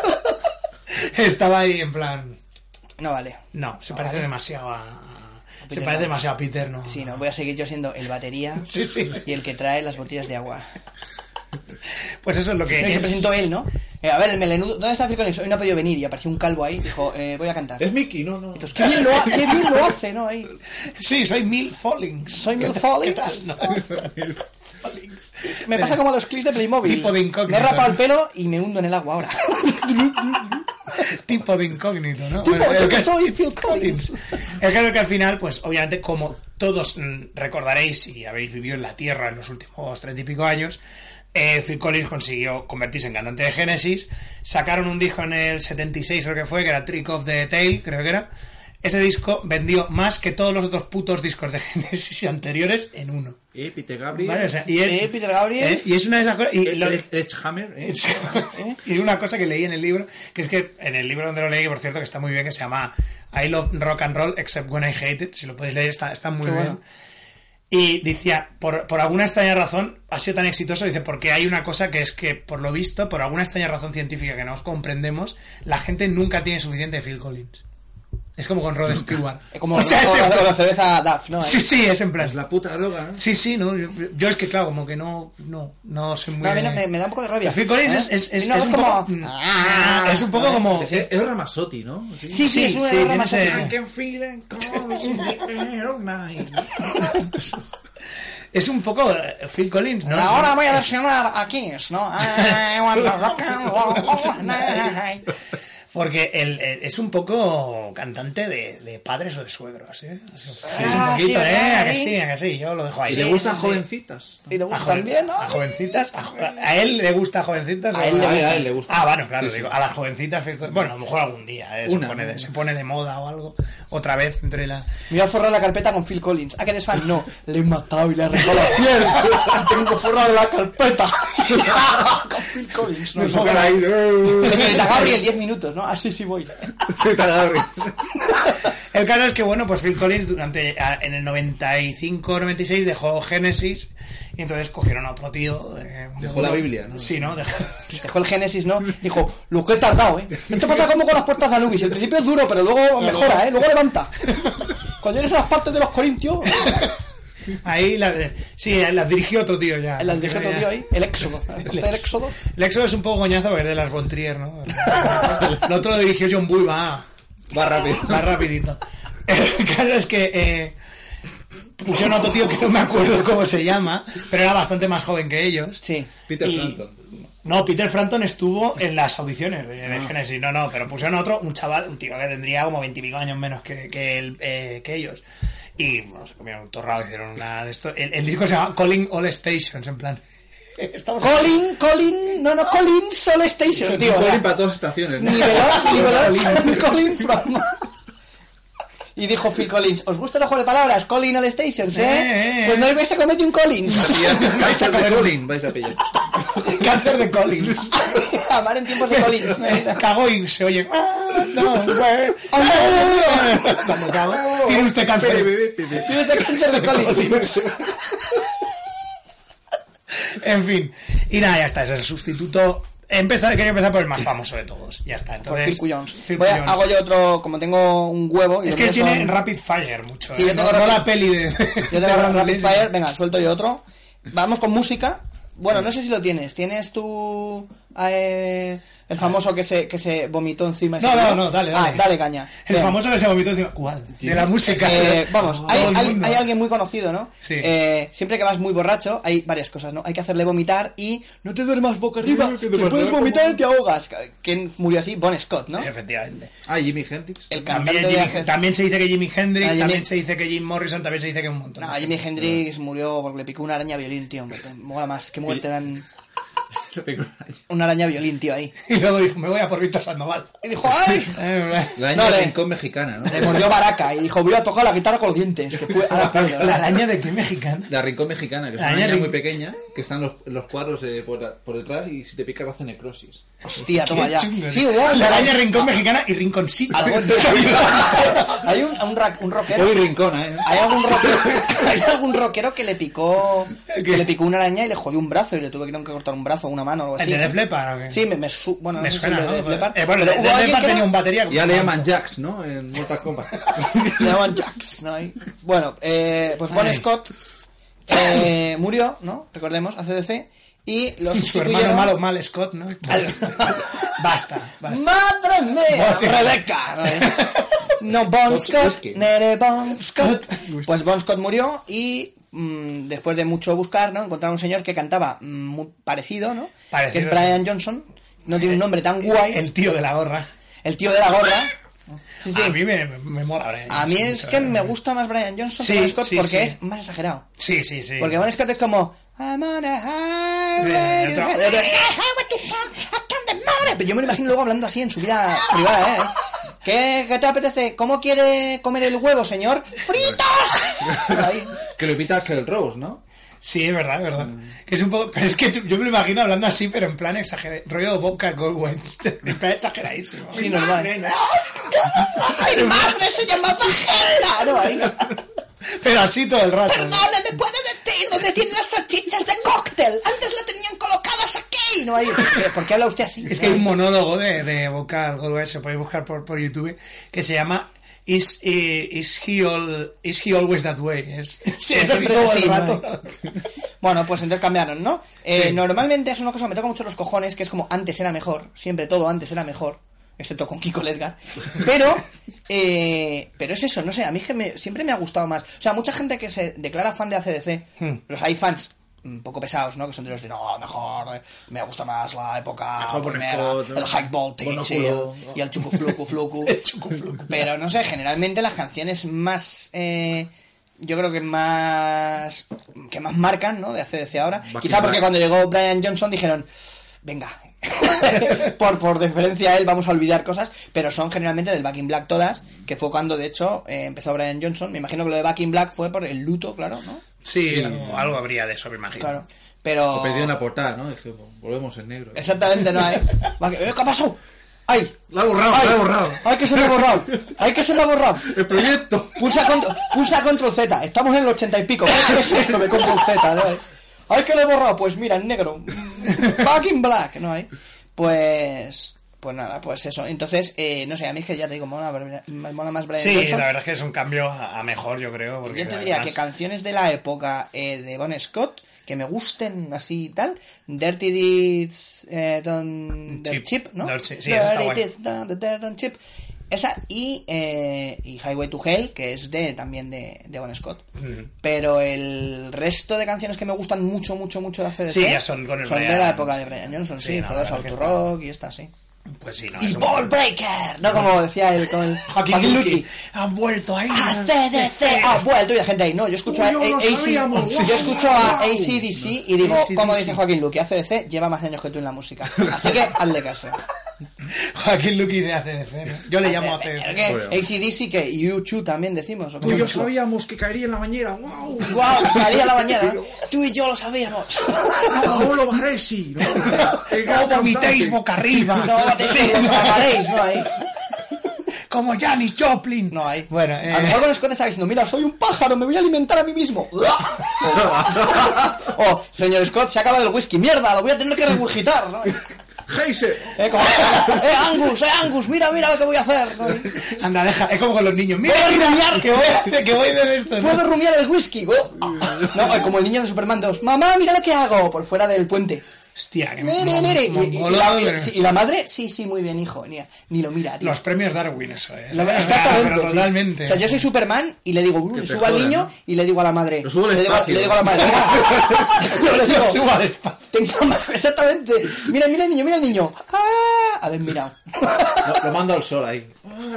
estaba ahí en plan... No vale. No, se parece demasiado a... Se Peter parece no. demasiado a Peter, ¿no? Sí, no, voy a seguir yo siendo el batería Sí, sí, sí. y el que trae las botellas de agua. Pues eso es lo que... No, y se presentó él, ¿no? Eh, a ver, el melenudo, ¿dónde está Phil Collins? Hoy no ha podido venir y apareció un calvo ahí. Dijo, eh, voy a cantar. Es Mickey, no, no. Entonces, qué bien lo, ha- qué bien lo hace, ¿no? Ahí. Sí, soy Mil Fallings. Soy Mil ¿Qué Fallings. tal? No. Fallings. Me pasa como a los clips de Playmobil. Tipo de incógnito. Me he rapado el pelo y me hundo en el agua ahora. Tipo de incógnito, ¿no? Tipo, Bueno, yo el que que- soy Phil Collins. El caso es que al final, pues obviamente, como todos mm, recordaréis y habéis vivido en la Tierra en los últimos treinta y pico años, eh, Phil Collins consiguió convertirse en cantante de Genesis. Sacaron un disco en el setenta y seis, creo que fue, que era Trick of the Tail, creo que era. Ese disco vendió más que todos los otros putos discos de Genesis anteriores en uno. Eh, Peter Gabriel. ¿Vale? O sea, y, es, Eh, Peter Gabriel. ¿eh? Y es una de esas cosas... y El- lo- el Sledgehammer, ¿eh? y una cosa que leí en el libro, que es que en el libro donde lo leí, que por cierto que está muy bien, que se llama I Love Rock and Roll Except When I Hate It, si lo podéis leer, está, está muy Qué bien. bueno. Y decía, por, por alguna extraña razón, ha sido tan exitoso, dice, porque hay una cosa que es que, por lo visto, por alguna extraña razón científica que no os comprendemos, la gente nunca tiene suficiente de Phil Collins. Es como con Rod Stewart. Eh, Como O sea, con, es en la, con la plan- cerveza Duff, ¿no? Sí, sí, es en plan. Es la puta droga, ¿no? Sí, sí, no, yo, yo es que claro, como que no, no, no soy muy... No, a mí no, me, me da un poco de rabia. Phil Collins ¿Eh? es, es, es, Y no, es es un como... poco... Ah, es un poco como... Es, es Ramazzotti, ¿no? Sí, sí, Sí, es una sí, error tiene más ese- óptima. I can feel it coming in the air of night. Es un poco eh, Phil Collins, ¿no? Ahora voy a versionar a Kiss, ¿no? I want to rock and roll all night. Porque él, él es un poco cantante de, de padres o de suegros, ¿eh? Es un Ah, poquito, sí, ¿eh? ¿verdad? A que sí, a que sí, yo lo dejo ahí. Y le Sí, gustan sí. jovencitas. Y le A, gusta joven- también, ¿no? a jovencitas, a, jo- a él le gusta a jovencitas. A o él le A él, gusta. a él le gusta. Ah, bueno, claro, Sí, sí. digo, a las jovencitas, Phil Collins- bueno, a lo mejor algún día, ¿eh? Se, Una, pone de, una. se pone de moda o algo, otra vez entre la... Me voy a forrar la carpeta con Phil Collins. ¿A que eres fan? No, le he matado y le he arrancado la piel. Tengo forrado la carpeta. Con Phil Collins. No, Me no. pongo ahí. Señorita Gabriel, diez minutos, ¿no? Así sí voy. El caso es que, bueno, pues Phil Collins durante a- en el noventa y cinco noventa y seis dejó Genesis y entonces cogieron a otro tío. eh, Dejó la Biblia, ¿no? Sí, ¿no? Dejó- Dejó el Génesis, ¿no? Dijo, lo que he tardado, ¿eh? Esto pasa como con las puertas de Anubis. El principio es duro, pero luego mejora, ¿eh? Luego levanta. Cuando llegues a las partes de los corintios, Ahí, la, sí, las dirigió otro tío ya. el dije otro tío ahí, el éxodo. El éxodo. El Éxodo es un poco coñazo porque es de las Von Trier, ¿no? El otro lo dirigió John Bull, va, Va rápido. va rapidito. El caso es que eh, pusieron a otro tío que no me acuerdo cómo se llama, pero era bastante más joven que ellos. Sí. Peter Y- Frampton. No, Peter Frampton estuvo en las audiciones de, de Genesis. No, no, pero pusieron a otro, un chaval, un tío que tendría como veintipico años menos que, que, él, eh, que ellos. Y bueno, se comieron un torrado, hicieron una de esto. El, el disco se llama Calling All Stations, en plan. Estamos Colin, Colin, no, no, Colin Sol Station, tío. Colin para todas estaciones, ¿no? Nivelar, nivelar, Colin from... Y dijo Phil Collins, ¿os gusta el juego de palabras? Colin All Stations, ¿eh? Eh, eh. Pues no os vais a cometer un Collins. Vais a comer Colin, vais a pillar. Cáncer de Collins. Amar en tiempos de Collins. ¿no? Cago y se oye. "Ah, no, where-" Cuando cago, tiene usted cáncer. Tienes de cáncer de Collins. En fin. Y nada, ya está. Ese es el sustituto. Empezar, quería empezar por el más famoso de todos. Ya está. Por Entonces, Phil Jones. Phil Voy a, Jones. hago yo otro, como tengo un huevo... Y Es los que él míos tiene son- Rapid Fire mucho. Sí, ¿eh? yo tengo no, no Rapid- la peli de. Yo tengo un Rapid Fire, venga, suelto yo otro. Vamos con música. Bueno, no sé si lo tienes. ¿Tienes tú eh, el famoso que se, que se vomitó encima? No, no, no, dale, dale. Ah, dale caña. El Bien. famoso que se vomitó encima. ¿Cuál? De la música. Eh, vamos, hay, Todo el hay- mundo. hay alguien muy conocido, ¿no? Sí. Eh, siempre que vas muy borracho, hay varias cosas, ¿no? Hay que hacerle vomitar y no te duermas boca arriba, ¿Qué te te pasa? puedes vomitar y te ahogas. ¿Quién murió así? Bon Scott, ¿no? Efectivamente. Ah, Jimi Hendrix. El cantante También, de Jimi- hace- también se dice que Jimi Hendrix, Ah, Jimi- también se dice que Jim Morrison, también se dice que un montón. No, Jimi Hendrix murió porque le picó una araña violín, tío. Me mola más. Qué muerte dan una araña violín, tío, ahí. Y luego dijo, me voy a por Víctor Sandoval. Y dijo, ¡ay! La No, año le- rincón mexicana, ¿no? Le mordió Baraca y dijo, voy a tocar la guitarra con los dientes. Que fue, ahora puedo, ¿La araña de qué mexicana? La rincón mexicana, que es La una araña araña rin- muy pequeña, que están los, los cuadros eh, por, la- por detrás y si te pica hace necrosis. Hostia, toma Qué ya. chungo, Sí, ¿no? bueno, La araña rincón mexicana y rinconcito. Algo- Hay un, un, ra- un rockero. Muy rincona, ¿eh? Hay algún rockero, hay algún rockero que le picó ¿Qué? que le picó una araña y le jodió un brazo y le tuve que cortar un brazo o una mano o algo ¿El así. de Def Leppard o qué? Sí, me, me su- bueno, Me no sé suena, si el de ¿no? Def Leppard, Eh, bueno, pero Def hubo alguien Leppard que tenía era- un batería. Ya le llaman Jax, ¿no? En Mortal Kombat. le llaman Jax, ¿no? Ahí. Bueno, eh, pues Bon Ay. Scott eh, murió, ¿no? Recordemos, A C D C y lo Su sustituyeron. hermano malo, mal Scott, ¿no? Basta, basta. ¡Madre mía! Rebeca. No, Bon Scott Scott, Whisky. Nere Bon Scott. Pues Bon Scott murió y mm, después de mucho buscar, ¿no? Encontraron un señor que cantaba mm, muy parecido, ¿no? Parecido, que es Brian Johnson. No tiene un nombre tan guay. El tío de la gorra. El tío de la gorra. Sí, sí. A mí me, me mola Brian A mí Johnson es mucho, que eh. me gusta más Brian Johnson Sí, que Bon Scott sí, porque sí. es más exagerado. Sí, sí, sí. Porque Bon Scott es como I'm on a highway Sí, to- otro- highway to some- I can't demore. Pero yo me lo imagino luego hablando así en su vida privada, ¿eh? ¿Qué, qué te apetece? ¿Cómo quiere comer el huevo, señor? ¡Fritos! Ahí. Que lo invita Axl Rose, ¿no? Sí, es verdad, es verdad. Que es un poco... Pero es que tú- yo me lo imagino hablando así, pero en plan exagerado. Rollo Bobcat Goldwyn. En plan exageradísimo. Sí, normal. ¡Mi madre se llamaba Gerda! No, ahí. Pero así todo el rato. ¿no? Perdone, ¿me puede decir dónde tiene las salchichas de cóctel? Antes la tenían colocadas aquí. No, ahí. ¿Por qué habla usted así? Es que hay un monólogo de, de Bobcat Goldwyn, se puede buscar por, por YouTube, que se llama Is, eh, is, he all, is he always that way? Es, sí, es así Siempre todo así, el ¿no? rato. Bueno, pues entonces cambiaron, ¿no? Eh, Sí. Normalmente es una cosa que me toca mucho los cojones, que es como antes era mejor. Siempre todo antes era mejor. excepto con Kiko Ledgar. Pero, eh, pero es eso, no sé, a mí es que me, siempre me ha gustado más. O sea, mucha gente que se declara fan de A C D C, hmm. los hay fans un poco pesados, ¿no? Que son de los de, no, mejor, eh, me gusta más la época mejor primera, Scott, el High Voltage y el, y el Chucuflucu Flucu. El Chucuflucu. Pero no sé, generalmente las canciones más... Eh, yo creo que más que más marcan, ¿no? De A C D C ahora. Back Quizá porque cuando llegó Brian Johnson dijeron, venga, por, por deferencia a él vamos a olvidar cosas, pero son generalmente del Back in Black todas, que fue cuando de hecho eh, empezó Brian Johnson. Me imagino que lo de Back in Black fue por el luto, claro, ¿no? Sí, sí. Algo, algo habría de eso, me imagino. Claro, pero... Lo pedí una portada, ¿no? Dije, volvemos en negro. Exactamente, no hay... ¿Qué pasó? ¡Ay! La ha borrado, ¡Ay! la ha borrado. ¡Ay, que se me ha borrado! ¡Ay, que se me ha borrado! ¡El proyecto! Pulsa, control, pulsa control Z. Estamos en el ochenta y pico. ¿Qué es eso de control Z? ¿No? ¡Ay, que le he borrado! Pues mira, en negro. Back in Black. ¿No hay? Pues... Pues nada, pues eso. Entonces, eh, no sé, a mí es que ya te digo, mola, mola más Brian Sí, Johnson. la verdad es que es un cambio a mejor, yo creo. Porque yo te diría además... que canciones de la época eh, de Bon Scott que me gusten así y tal, Dirty Deeds eh, Don't Chip, chip, ¿no? Dirty, sí, Dirty Deeds Don't Chip. Esa y, eh, y Highway to Hell, que es de también de, de Bon Scott. Mm. Pero el resto de canciones que me gustan mucho, mucho, mucho de A C D C sí, ya son, con el son Brian, de la época de Brian Johnson, sí, sí no, For the South to Rock y esta, sí. Pues sí, no, y Ball un... Breaker, no como decía el con el Joaquín Luqui. Han vuelto ahí. A C D C ha vuelto y la gente ahí, no, yo escucho Uy, a, a, a C, yo escucho a A C D C y digo, como dice Joaquín Luqui, A C D C lleva más años que tú en la música. Así que hazle caso. Joaquín Luqui de A C D C, ¿no? Yo le llamo A C D C. A C D C que U dos también decimos. Tú y yo sabíamos que caería en la bañera. Wow. Wow, caería en la bañera. Tú y yo lo sabíamos. No lo Baresi. No vomitéis boca arriba. No vomitéis boca arriba. No hay. Como Janis Joplin. No hay. Bueno, eh... a lo mejor con Scott está diciendo, mira, soy un pájaro, me voy a alimentar a mí mismo. Oh, señor Scott, se acaba el whisky, mierda, lo voy a tener que regurgitar, ¿no? Heiser. Eh, como, eh, Angus, eh, Angus, mira, mira lo que voy a hacer, ¿no? Anda, deja, es como con los niños. Mira, ¿puedo mira, rumiar? Que voy a hacer, que voy de esto, ¿no? ¿Puedo rumiar el whisky? Oh. No, como el niño de Superman dos. Mamá, mira lo que hago, por fuera del puente. Hostia, que nere, mon, nere. Mon, y, y, mon, y, la, mon, y, y la madre, sí, sí, muy bien, hijo. Ni, ni lo mira, tío. Los premios Darwin, eso, ¿eh? La, exactamente. Pero totalmente. Sí. O sea, yo soy Superman y le digo, uh, subo al niño, ¿no? Y le digo a la madre. Lo subo le, digo, le digo a la madre. No le digo, subo al espacio. Tengo más, exactamente. Mira, mira el niño, mira el niño. ¡Ah! A ver, mirado. Lo, lo mando al sol ahí.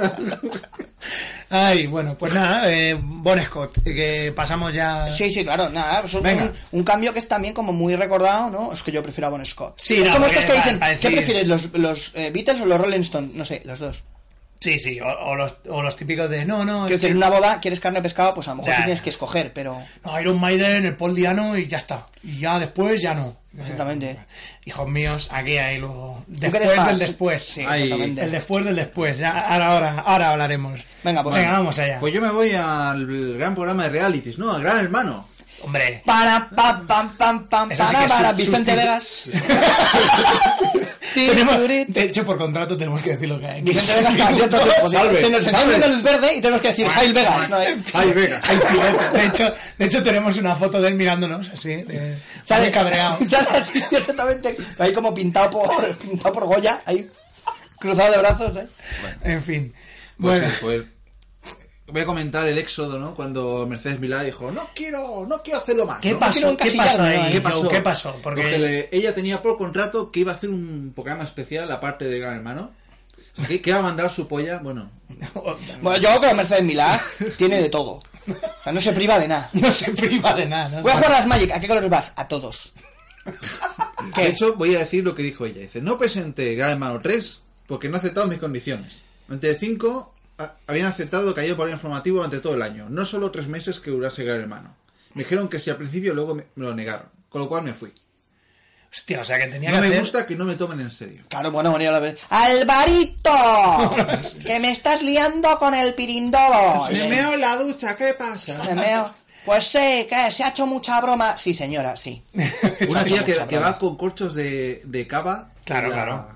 Ay, bueno, pues nada, eh, Bon Scott, que pasamos ya... Sí, sí, claro, nada, pues un, un, un cambio que es también como muy recordado, ¿no? Es que yo prefiero a Bon Scott. Sí, es no, como estos que dicen, decir... ¿qué prefieres, los, los eh, Beatles o los Rolling Stones? No sé, los dos. Sí, sí, o, o, los, o los típicos de, no, no... Quiero decir, en una boda, ¿quieres carne o pescado? Pues a lo mejor ya, sí tienes que escoger, pero... No, Iron Maiden, el Paul Diano y ya está. Y ya después, ya no. Exactamente. Hijos míos, aquí hay luego... Después del después. Sí, exactamente. El después del después. Ya, ahora, ahora, ahora hablaremos. Venga, pues... Venga, vamos allá. Pues yo me voy al gran programa de realities, ¿no? Al Gran Hermano. Hombre. Para, pam, pam, pam, pam, para, sí para, para, Vicente Vegas. Tenemos, de hecho, por contrato tenemos que decir lo que hay. Vicente Vegas cierto tiempo. Se nos enciende una luz verde y tenemos que decir Jail Vegas. ¿No? Jail Vegas. De hecho, de hecho, tenemos una foto de él mirándonos así, de, sale cabreado. Sale así, exactamente. Ahí como pintado por, pintado por Goya, ahí cruzado de brazos. ¿eh? Bueno. En fin. Pues bueno. Sí, pues voy a comentar el éxodo, ¿no? Cuando Mercedes Milá dijo, no quiero, no quiero hacerlo más. ¿Qué ¿no? pasó? No ¿Qué pasó ahí? ¿Qué pasó? ¿Qué pasó? Porque, Porque le, ella tenía por contrato que iba a hacer un programa especial aparte de Gran Hermano. Que, que iba a mandar su polla, bueno. Bueno, yo creo que Mercedes Milá tiene de todo. O sea, no se priva de nada. No se priva de nada. ¿no? Voy a jugar a las Magic. ¿A qué colores vas? A todos. De hecho, voy a decir lo que dijo ella. Dice, no presenté Gran Hermano tres porque no he aceptado mis condiciones. Entre cinco... habían aceptado que haya por informativo durante todo el año, no solo tres meses que durase Gran Hermano. Me dijeron que sí al principio, luego me, me lo negaron, con lo cual me fui. Hostia, o sea que tenía no que me hacer... gusta que no me tomen en serio. Claro, bueno, bueno, ya lo ves. ¡Alvarito! Que me estás liando con el pirindolo. Me meo en la ducha, ¿qué pasa? Me meo. Pues sí, que se ha hecho mucha broma. Sí, señora, sí. Una tía que, que va con corchos de, de cava. Claro, la... claro.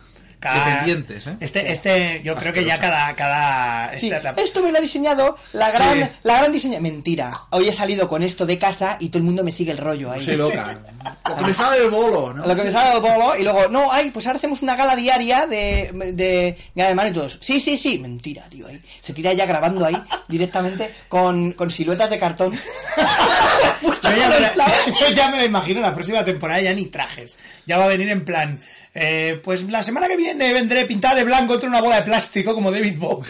cada... Dependientes, ¿eh? Este, este, yo creo que ya cada... cada Sí, esta- esto me lo ha diseñado la gran, Sí. la gran diseña. Mentira. Hoy he salido con esto de casa y todo el mundo me sigue el rollo ahí. Sí, loca. Lo que me sale el bolo, ¿no? Lo que me sale el bolo y luego, no, ay, pues ahora hacemos una gala diaria de, de Gran Hermano y todos. Sí, sí, sí. Mentira, tío. Ahí. Se tira ya grabando ahí directamente con, con siluetas de cartón. Yo ya, me la, yo ya me la imagino la próxima temporada ya ni trajes. Ya va a venir en plan... Eh, pues la semana que viene vendré pintada de blanco contra una bola de plástico como David Bowie.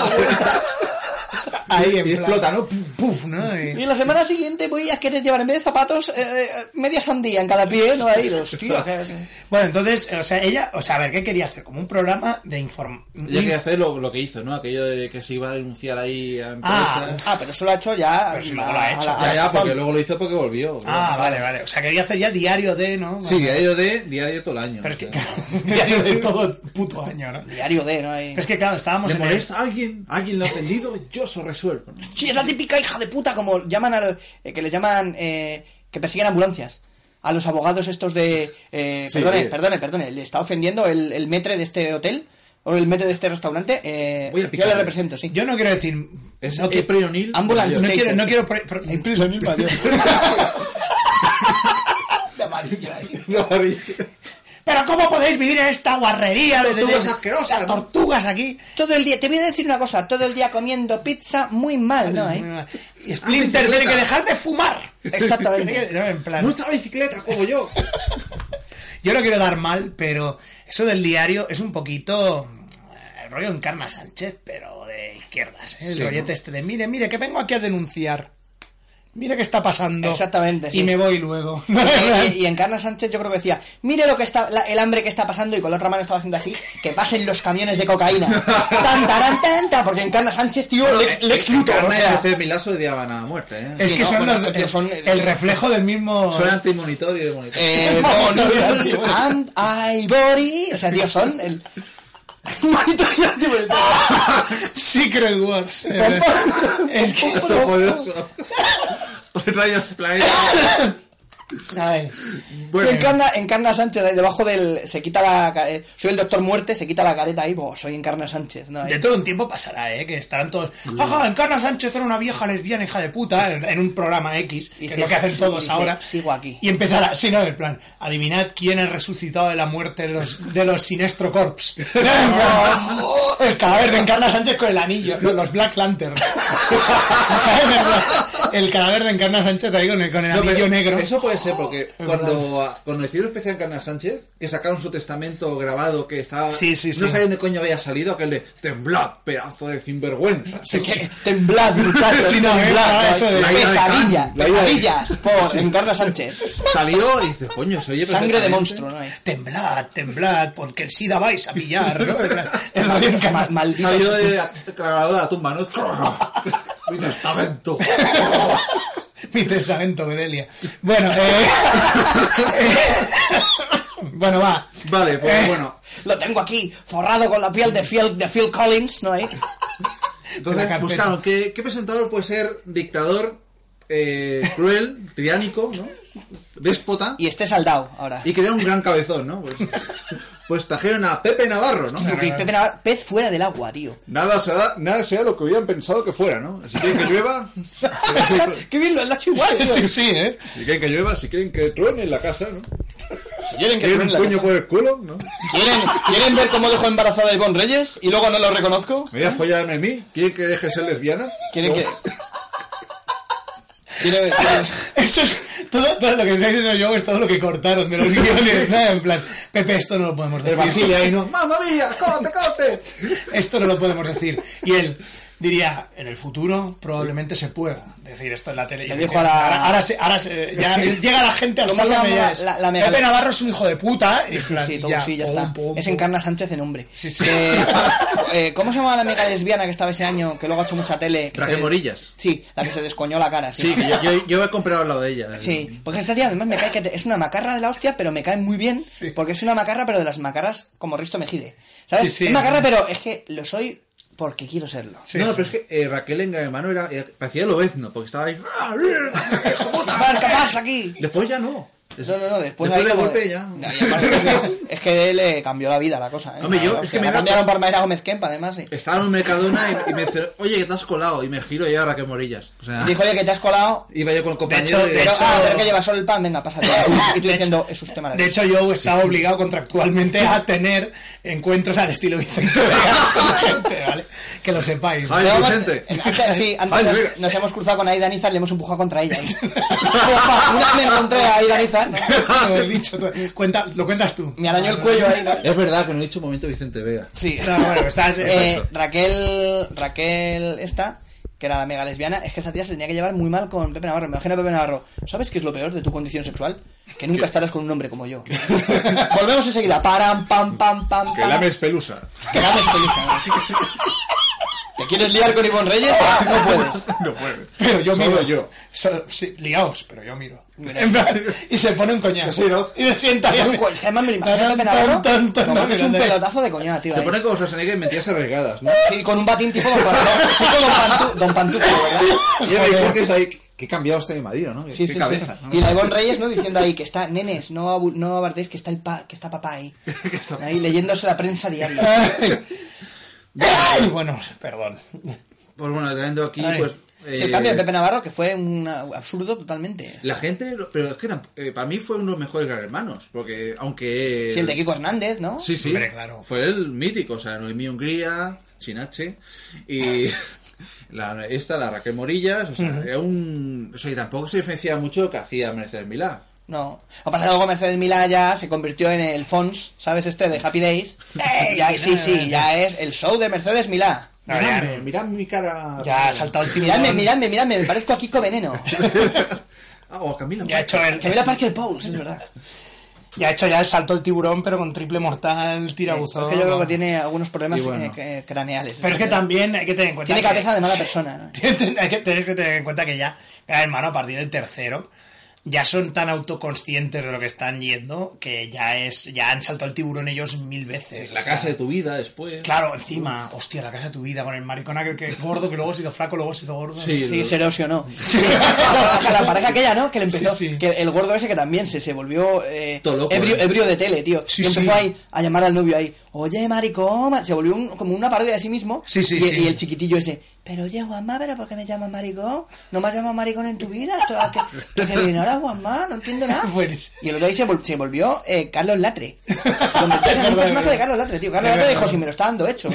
Ahí en Y plan, explota, ¿no? Puf, ¿no? Y- Y la semana siguiente voy a querer llevar en vez de zapatos eh, media sandía en cada pie, ¿no? Ahí, hostia, que- que- Bueno, entonces, o sea, ella, o sea, a ver, ¿qué quería hacer? Como un programa de inform... Ella quería hacer lo, lo que hizo, ¿no? Aquello de que se iba a denunciar ahí a empresas. Ah, pero eso lo ha hecho ya. Pero si luego lo ha hecho. a ya, la ya, sazón. porque luego lo hizo porque volvió. Ah, vale, vale. O sea, quería hacer ya diario de, ¿no? Sí, diario de, diario todo el año. Pero es que, o sea. diario de todo el puto año, ¿no? Diario de, ¿no? Ahí. Pero es que, claro, estábamos ¿Le en el... molesta a alguien? ¿Alguien le ha ofendido? Yo se resuelvo, ¿no? Sí, es la típica hija de puta, como llaman a los, eh, que les llaman, eh, que persiguen ambulancias. A los abogados estos de... Eh, Sí, perdone, sí. perdone, perdone, le está ofendiendo el, el metre de este hotel, o el metre de este restaurante. Eh, Voy a yo picarle. le represento, sí. Yo no quiero decir... Es no, que- April O'Neil. Ambulance. no Sí, quiero, sí, no sí. quiero... pro- pro- April O'Neil, adiós. De amarillo ahí. No, Pero ¿cómo podéis vivir en esta guarrería de, de- Tortugas de- asquerosas, de ¿no? tortugas aquí? Todo el día, te voy a decir una cosa, todo el día comiendo pizza muy mal, ¿no? ¿Eh? Y Splinter Ah, tiene que dejar de fumar. Exactamente. Tiene que- no, en plan, Mucha bicicleta como yo. yo no quiero dar mal, pero eso del diario es un poquito eh, el rollo Encarna Sánchez, pero de izquierdas, ¿eh? El Sí, rollete ¿no? este de, mire, mire, que vengo aquí a denunciar. Mira qué está pasando. Exactamente, Y sí. me voy luego. Y, y Encarna Sánchez yo creo que decía, mire lo que está, la- el hambre que está pasando, y con la otra mano estaba haciendo así, que pasen los camiones de cocaína. Tan, tarán, tan, tan, porque Encarna Sánchez, tío, Lex, Lex Luthor, o Carne sea, y C. Milaso odiaban a muerte, ¿eh? Es Sí, que no, son bueno, los, estos tíos el, son- el reflejo del mismo... Son anti-monitor y de monitor. eh, Bonnie and Ivory, o sea, tío, son el... Secret Wars. Es que... Todopoderoso. Rayos planeta. Ay. Bueno, Encarna, Encarna Sánchez, ahí debajo del... Se quita la... ca- eh, soy el Doctor Muerte, se quita la careta ahí, pues soy Encarna Sánchez, ¿no? Ahí. De todo un tiempo pasará, ¿eh? Que estarán todos... Ajá, Encarna Sánchez era una vieja lesbiana hija de puta en, en un programa X, que Y es lo que hacen dice, todos sí, ahora. dice, sigo aquí. Y empezará... Sí, no, en plan... Adivinad quién ha resucitado de la muerte de los, de los Sinestro Corps. El cadáver de Encarna Sánchez con el anillo. No, los Black Lanterns. ¿Sabes? El cadáver de Encarna Sánchez ahí con el, con el no, anillo pero negro. Eso puede ser porque Es cuando, cuando hicieron especial Encarna Sánchez, que sacaron su testamento grabado que estaba. Sí, sí, sí. No sabían de coño había salido aquel de temblad, pedazo de sinvergüenza. Sí, sí. Que- Temblad, muchachos, Sí, no, temblad. eso de- La ira de Pesadilla, Khan, la ira de- pesadillas por Encarna Sánchez. Salió y dice, coño, se oye Sangre de perfectamente. monstruo, ¿no? Ahí. Temblad, temblad, porque el SIDA vais a pillar, ¿no? En plan, el rollo Encarna- Ma- Maldito. Salió de la grabadora de la tumba, ¿no? Mi testamento. Mi testamento, Bedelia. Bueno, eh... eh, bueno, va. Vale, pues Eh, bueno. Lo tengo aquí, forrado con la piel de Phil, de Phil Collins, ¿no? Ahí. de la Entonces carpeta. buscaron ¿qué, qué presentador puede ser dictador, eh, cruel, tiránico, ¿no? Déspota. Y esté saldado ahora. Y que tenga un gran cabezón, ¿no? Pues, pues trajeron a Pepe Navarro, ¿no? Porque Pepe Navarro, pez fuera del agua, tío. Nada será, nada sea lo que hubieran pensado que fuera, ¿no? Si quieren que llueva, Qué bien lo has hecho igual, tío. Sí, sí, ¿eh? si quieren que llueva, si quieren que truene en la casa, ¿no? Si quieren que ¿Quieren un truene la puño casa. por el culo, no? ¿Quieren, ¿Quieren ver cómo dejo embarazada a Ivonne Reyes y luego no lo reconozco? ¿Me voy a follarme a mí? ¿Quieren que deje de ser lesbiana? ¿Quieren No. que...? ¿Quieren, quieren- Eso es todo, todo lo que está diciendo yo, es todo lo que cortaron de los guiones, ¿no? En plan, Pepe, esto no lo podemos El decir. Basile ahí, ¿no? ¡Mamma mía! ¡Corte, corte! Esto no lo podemos decir. Y él diría, en el futuro probablemente se pueda decir esto en la tele. Le Yo dijo creo que a la- Ahora, ahora, se- ahora se- ya llega la gente al ¿Cómo se Sálvame llama ya la- es, la- la mega- Pepe Navarro es un hijo de puta. Y en Sí, plan, sí, todo ya, sí, ya pum, está. pum, Es pum. Encarna Sánchez en hombre. Sí, sí. Eh, eh, ¿Cómo se llama la amiga lesbiana que estaba ese año, que luego ha hecho mucha tele? que Raquel se- Morillas. Sí, la que se descoñó la cara. Sí, que yo, yo, yo he comprado al lado de ella. Sí, porque esta tía además me cae que es una macarra de la hostia, pero me cae muy bien, Sí. porque es una macarra, pero de las macarras como Risto Mejide. ¿Sabes? Sí, sí. es macarra, pero es que lo soy porque quiero serlo. Sí, no, sí. pero es que eh, Raquel en Gran Hermano era, era- parecía Lobezno, porque estaba ahí... ¡Marca más aquí! Después ya no. No, no, no, después, Después ahí de como golpe de- ya. No, y aparte, es que le cambió la vida la cosa, ¿eh? Hombre, yo- Claro, es que me me da- cambiaron por Mayra Gómez Kemp, además, sí. Estaba en un Mercadona y, y me dice, oye, que te has colado. Y me giro y ahora Raquel Morillas. O sea, Y dijo, oye, que te has colado. iba yo con el compañero hecho, y- de Pero, hecho- ah, pero que lleva solo el pan, venga, pásate. Y tú diciendo, es usted De maravilloso. hecho, yo estaba obligado contractualmente a tener encuentros al estilo Vicente Vegas con la gente, ¿vale? Que lo sepáis. Ay, Pero vamos, Vicente. eh, antes, sí, antes Ay, nos, venga. nos hemos cruzado con Aida Nizar y le hemos empujado contra ella. Una vez me encontré a Aida Nizar, ¿no? Lo he dicho, tú- cuenta, lo cuentas tú. Me arañó el cuello ahí, ¿no? Es verdad que no he dicho momento Vicente Vega. Sí. No, bueno, estás... Eh, Raquel, Raquel esta, que era la mega lesbiana, es que esta tía se tenía que llevar muy mal con Pepe Navarro. Me imagino a Pepe Navarro. ¿Sabes qué es lo peor de tu condición sexual? Que nunca estarás con un hombre como yo. Volvemos enseguida. Param, pam, pam, pam, pam. pelusa. Que lames pelusa, ¿no? ¿Te quieres liar con Ivonne Reyes? No puedes. No puede. Pero yo Solo miro. yo. So- sí, liaos, pero yo miro. En plan, y se pone un coñazo. Sí, ¿no? Y se sienta ahí. Con un co- es que además me lo imagino a Pepe Tan, tan, Navarro tan, tan, como que es un grande. pelotazo de coñazo, tío. Se ahí. pone como Schwarzenegger en mentiras arriesgadas, ¿no? Sí, con un batín tipo Don, tipo don, Pantu, don Pantufo, ¿verdad? Y el Vicente es ahí, qué cambiado está mi marido, ¿no? Qué, Sí, qué sí, cabeza. sí. ¿no? Y la Ivonne Reyes, ¿no? Diciendo ahí que está, nenes, no, abu- no abardéis, que está el pa, que está papá ahí. Ahí leyéndose la prensa diaria. Ay, bueno, perdón. Pues bueno, teniendo aquí, Ay. pues... Sí, eh, el cambio de Pepe Navarro, que fue un absurdo totalmente. La gente, pero es que eran- eh, para mí fue uno de los mejores Gran Hermanos, porque aunque... Sí, el de Kiko Hernández, ¿no? Sí, sí. Hombre, claro. Fue el mítico, o sea, Noemí Hungría, sin H, y la, esta, la Raquel Morillas, o sea, era un... O sea, y tampoco se diferenciaba mucho lo que hacía Mercedes Milá. No. O pasa luego Mercedes Milá ya se convirtió en el Fons, ¿sabes? Este de Happy Days. Ya, sí, sí, ya es el show de Mercedes Milá. No, ya, Miradme, mirad mi cara... ya ha saltado el tiburón. Miradme, miradme, miradme, me parezco a Kiko Veneno. Ah, o a Camila. Ya ha hecho el, Camila Parker Bowles, es verdad. ya ha hecho ya el salto el tiburón, pero con triple mortal, tirabuzón. Es que yo creo que tiene algunos problemas Y bueno. eh, que- craneales. Pero es que también hay que tener en cuenta Tiene que- cabeza de mala persona, ¿no? Hay que tener que tener en cuenta que ya, ya, hermano, a partir del tercero, ya son tan autoconscientes de lo que están yendo que ya es ya han saltado el tiburón ellos mil veces. La o sea, casa de tu vida después. Claro, encima, hostia, la casa de tu vida con el maricón aquel que es gordo, que luego se hizo flaco, luego se hizo gordo. Sí, Sí, lo- se erosionó. Sí. La pareja aquella, ¿no? Que le empezó. Sí, sí. Que el gordo ese que también se, se volvió eh, Todo loco, ebrio, ¿eh? ebrio de tele, tío. Sí, y empezó sí. ahí a llamar al novio ahí. Oye, maricón. ma-". Se volvió un- como una parodia de sí mismo. Sí, sí, y, sí. y el chiquitillo ese. Pero oye, Juanma, ¿pero por qué me llamas maricón? ¿No me has llamado maricón en tu vida? ¿Esto a qué, ¿Tú qué viene ahora, Juanma? No entiendo nada. Buenísimo. Y el otro ahí se, vol- se volvió eh, Carlos Latre. Se convirtió en un personaje de Carlos Latre, tío. Carlos Es Latre verdad. dijo, si me lo está dando hecho.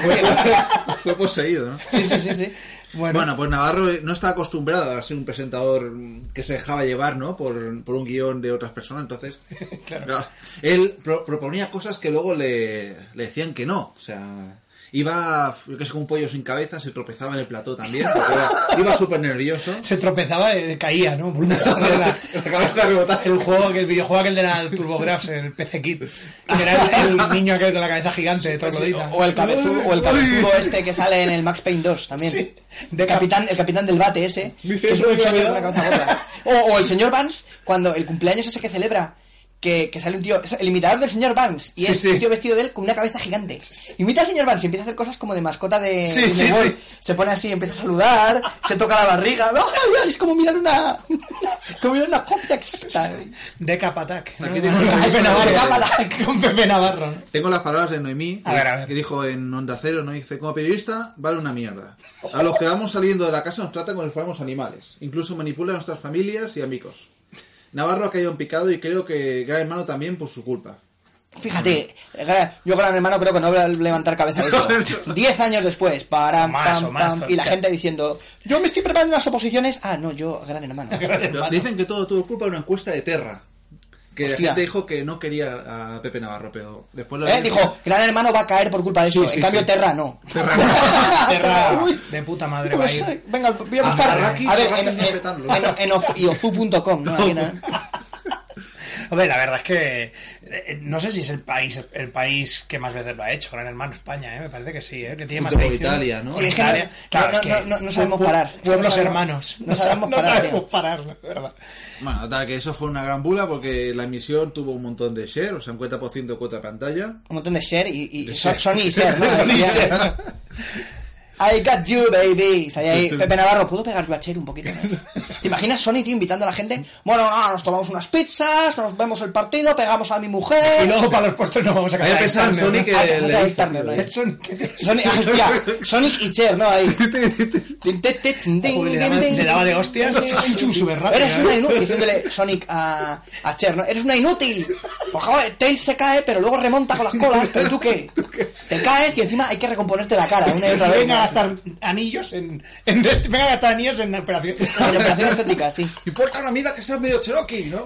Fue poseído, ¿no? Sí, sí, sí, sí. Bueno, Bueno, pues Navarro no está acostumbrado a ser un presentador que se dejaba llevar, ¿no? Por, por un guión de otras personas, entonces... Claro. Él pro- proponía cosas que luego le, le decían que no, o sea... Iba, yo que sé, con un pollo sin cabeza, se tropezaba en el plató también, porque era- iba súper nervioso. se tropezaba y caía, ¿no? Por una de la- La cabeza rebotaba. el juego, que el videojuego aquel de la TurboGrafx, el P C Kit, que era el, el niño aquel con la cabeza gigante, troglodita. O el cabezudo, o el cabezudo este que sale en el Max Payne dos también. Sí. De capitán, el capitán del bate ese. Sí, que es eso un me había señor con la olvidado. cabeza gorda. O, o el señor Vance, cuando el cumpleaños ese que celebra, que, que sale un tío, es el imitador del señor Vance, y Sí, es sí. un tío vestido de él con una cabeza gigante. Imita al señor Vance y empieza a hacer cosas como de mascota de Sí, de sí, World. sí. Se pone así, empieza a saludar, se toca la barriga. ¡No, es como mirar una. como mirar una complex. Decap Attack, ¿no? Aquí tengo- Con Pepe Navarro. Decap Attack. Con Pepe Navarro, ¿no? Tengo las palabras de Noemí, A ver, a ver. que dijo en Onda Cero, ¿no? Dice, como periodista, vale una mierda. A los que vamos saliendo de la casa nos tratan como si fuéramos animales. Incluso manipula a nuestras familias y amigos. Navarro ha caído en picado y creo que Gran Hermano también por su culpa. Fíjate, yo Gran Hermano creo que no voy a levantar cabeza de eso. Diez años después, para O más, pam, o más, pam, y la que- gente diciendo, yo me estoy preparando las oposiciones. Ah, no, yo, Gran Hermano. Pero dicen que todo tuvo culpa de una encuesta de Terra. Que Hostia. la gente dijo que no quería a Pepe Navarro, pero después lo ¿Eh? Dijo, Gran Hermano va a caer por culpa de eso. Sí, sí, en cambio, sí. Terra no. Terra. Terra Uy, de puta madre no va a sé. ir. Venga, voy a buscar. Arrakis, A ver, en, Arrakis en, respetando. en, en oz- iozu punto com, ¿no? Aquí, ¿no? Hombre, la verdad es que eh, no sé si es el país el país que más veces lo ha hecho, Gran Hermano España, ¿eh? Me parece que sí, ¿eh? Que tiene más Junto con ediciones. Italia, ¿no? Con Sí, es que no- Italia. Claro, no- es que no- no- no sabemos pue- parar. Pueblos No sabemos- hermanos. no sabemos parar, No sabemos tío. parar, la verdad. Bueno, tal que eso fue una gran bula porque la emisión tuvo un montón de share, o sea, un cincuenta por ciento de cuota de pantalla. Un montón de share y, y De Son- share. Sony y share, ¿no? Sony y Sería- share. I got you, baby. Salía ahí Pepe Navarro, ¿puedo pegar yo a Cher un poquito? ¿Te imaginas Sony, tío, invitando a la gente? Bueno, no, nos tomamos unas pizzas, nos vemos el partido, pegamos a mi mujer. Y luego para los postres nos vamos a Había casar. pensado en Sonic que Ah, le Sonic Turner, ¿no? Sonic. Sonic, ah, hostia, Sonic y Cher, ¿no? Ahí. Joder, le daba, le daba de hostias súper rápido. Eres una inútil, diciéndole Sonic a, a Cher, ¿no? Eres una inútil. Por favor, Tails se cae, pero luego remonta con las colas. ¿Pero tú qué? Te caes y encima hay que recomponerte la cara una y otra vez. Venga a gastar anillos en, en venga a gastar anillos en operación. En operación estética, sí. Y por una mira que seas medio Cherokee, ¿no?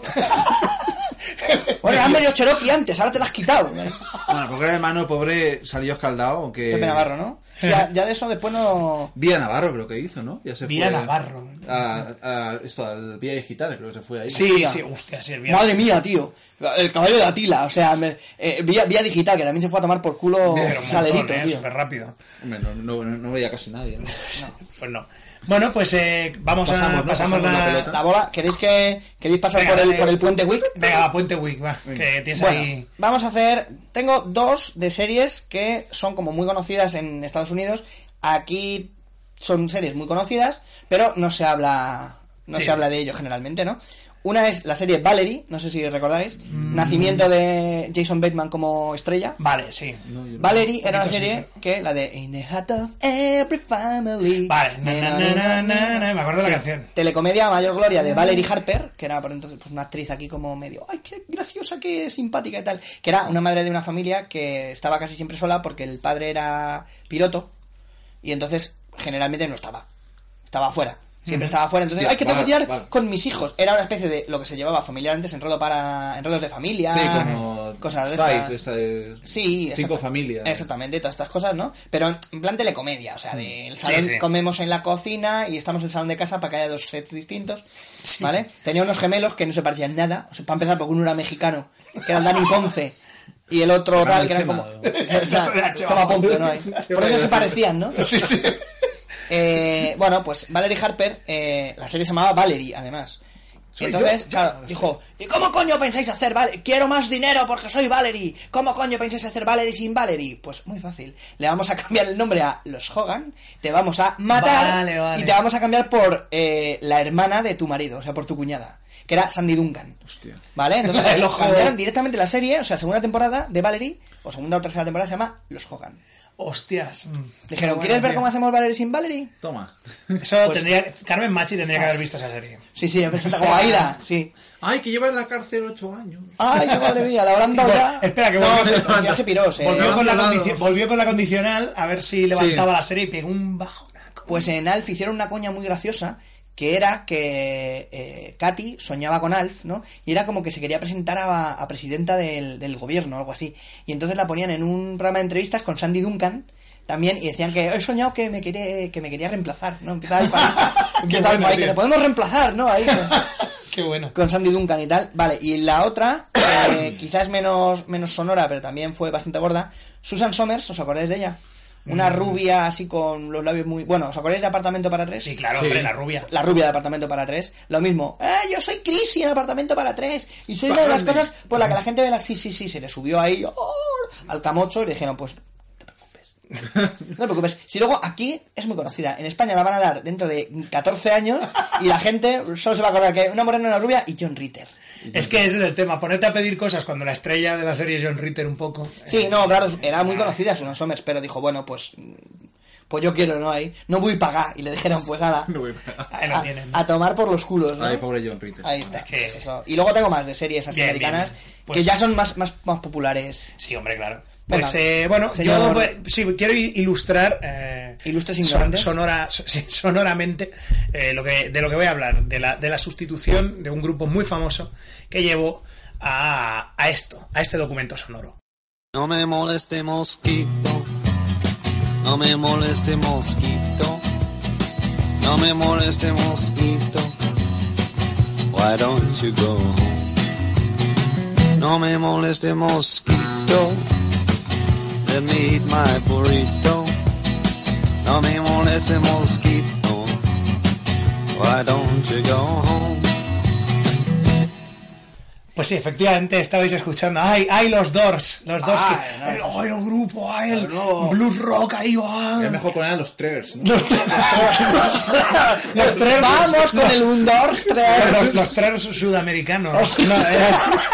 Bueno, eran medio Cherokee antes, ahora te la has quitado. Bueno, porque el hermano pobre salió escaldado, aunque... Pepe Navarro, ¿no? Ya, ya de eso después no... Vía Navarro creo que hizo, ¿no? Ya se Vía fue Navarro. A, a, esto, al Vía Digital, creo que se fue ahí. Sí, Hostia. sí, hostia, sí, el Vía. Madre mía, tío. El caballo de Atila, o sea, me, eh, vía, vía digital, que también se fue a tomar por culo Pero un salerito, montón, eh, tío. súper rápido. Hombre, no, no, no veía casi nadie, ¿no? Pues no. Bueno, pues eh, vamos Pasamos, a ¿no? pasamos Pasamos la la, pelota. La bola, ¿queréis que queréis pasar Venga, por el dale. por el puente Wick? Venga, va, Puente Week, va. Que tienes Bueno, ahí. vamos a hacer... Tengo dos de series que son como muy conocidas en Estados Unidos. Aquí son series muy conocidas, pero no se habla no Sí. se habla de ello generalmente, ¿no? Una es la serie Valerie, no sé si recordáis. Mm. Nacimiento de Jason Bateman como estrella. Vale, sí. No, yo no. Valerie era una poquito, serie que, la de In the Heart of Every Family. Vale, na, na, na, na, na, na, me acuerdo de la canción. Telecomedia mayor gloria de Valerie Harper, que era por entonces pues, una actriz aquí como medio, ay, qué graciosa, qué simpática y tal. Que era una madre de una familia que estaba casi siempre sola porque el padre era piloto y entonces generalmente no estaba. Estaba afuera. Siempre estaba afuera, entonces, Hostia, ay, que tengo que vale, tirar vale. con mis hijos. Era una especie de lo que se llevaba familiarmente, enredo para enredos de familia, Sí, como... cosas de Five, estas. esta de- Sí, Cinco exacta- familias. Exactamente, todas estas cosas, ¿no? Pero en plan telecomedia, o sea, del salón Sí, sí. comemos en la cocina y estamos en el salón de casa para que haya dos sets distintos, ¿vale? Tenía unos gemelos que no se parecían nada, o sea, para empezar, porque uno era mexicano, que era el Dani Ponce, y el otro Era tal, el que era Chema. como... O sea, Era Chema Chema Ponce, ¿no? Ahí. Por eso se parecían, ¿no? Sí, sí. Eh, bueno, pues Valerie Harper, eh, la serie se llamaba Valerie, además. Y Soy entonces, yo, claro, dijo, ¿y cómo coño pensáis hacer Valerie? Quiero más dinero porque soy Valerie. ¿Cómo coño pensáis hacer Valerie sin Valerie? Pues muy fácil. Le vamos a cambiar el nombre a Los Hogan, te vamos a matar Vale, vale. y te vamos a cambiar por eh, la hermana de tu marido, o sea, por tu cuñada, que era Sandy Duncan. Hostia. ¿Vale? Entonces El lo ojo. cambiaron directamente la serie, o sea, segunda temporada de Valerie, o segunda o tercera temporada se llama Los Hogan. Hostias. mm. Dijeron, Qué ¿quieres bueno, ver tío. cómo hacemos Valerie sin Valerie? Toma. Eso Pues- tendría. Carmen Machi tendría que haber visto esa serie. Sí, sí, me O sea, como Aida, sí. Ay, que lleva en la cárcel ocho años. Ay, qué madre mía, la habrán dado ya. Espera, que no, volvió- se, ya se piró, se- Volvió con, la han violado. condici- volvió con la condicional a ver si levantaba la serie y pegó un bajonaco. Pues en Alf hicieron una coña muy graciosa, que era que eh, Katy soñaba con Alf, ¿no? Y era como que se quería presentar a, a presidenta del, del gobierno o algo así. Y entonces la ponían en un programa de entrevistas con Sandy Duncan también y decían que he soñado que me quería, que me quería reemplazar, ¿no? Empieza Alf ahí, empieza Alf bueno, ahí, tío. que te podemos reemplazar, ¿no? Ahí con, Qué bueno. con Sandy Duncan y tal. Vale, y la otra, eh, quizás menos, menos sonora, pero también fue bastante gorda, Susan Somers, ¿os acordáis de ella? Una rubia así con los labios muy... Bueno, ¿os acordáis de Apartamento para tres? Sí, claro, Sí. hombre, la rubia. La rubia de Apartamento para tres. Lo mismo. Eh, yo soy Chrissy en Apartamento para tres. Y soy una de las Bajadme. cosas por la que la gente ve las... Sí, sí, sí. Se le subió ahí ¡oh! al camocho y le dijeron, pues... No te preocupes. No te preocupes. Si luego aquí es muy conocida. En España la van a dar dentro de catorce años y la gente solo se va a acordar que una morena, una rubia y John Ritter. Es que ese es el tema, ponerte a pedir cosas cuando la estrella de la serie es John Ritter un poco. Sí, no, claro, era muy conocida Susan Somers, pero dijo, bueno, pues... Pues yo quiero, ¿no? Ahí. No voy a pagar. Y le dijeron, pues nada. No voy a- Ahí lo a, tienen. a tomar por los culos, ¿no? Ay, pobre John Ritter. Ahí está. Es que- pues eso. Y luego tengo más de series así Bien, americanas bien, bien. Pues- que ya son más, más, más populares. Sí, hombre, claro. Pues Venga, eh, bueno, señor- yo pues, sí, quiero i- ilustrar eh, Ilustres son- ignorantes. sonora, so- sí, sonoramente eh, lo que, de lo que voy a hablar, de la, de la sustitución de un grupo muy famoso que llevó a, a esto, a este documento sonoro. No me moleste mosquito, no me moleste mosquito, no me moleste mosquito, why don't you go home? No me moleste mosquito, let me eat my burrito, no me moleste mosquito, why don't you go home? Pues sí, efectivamente estabais escuchando. ¡Ay, ay los Doors! Los Doors. Ay, que, no, el, no. ¡ay, el grupo! ¡Ay, el no. blues rock! ¡Ay, ay! Es mejor poner a los Treggers, ¿no? Los tres. Los tres. Vamos con el un Doors tres. Los, los tres sudamericanos. No, eh,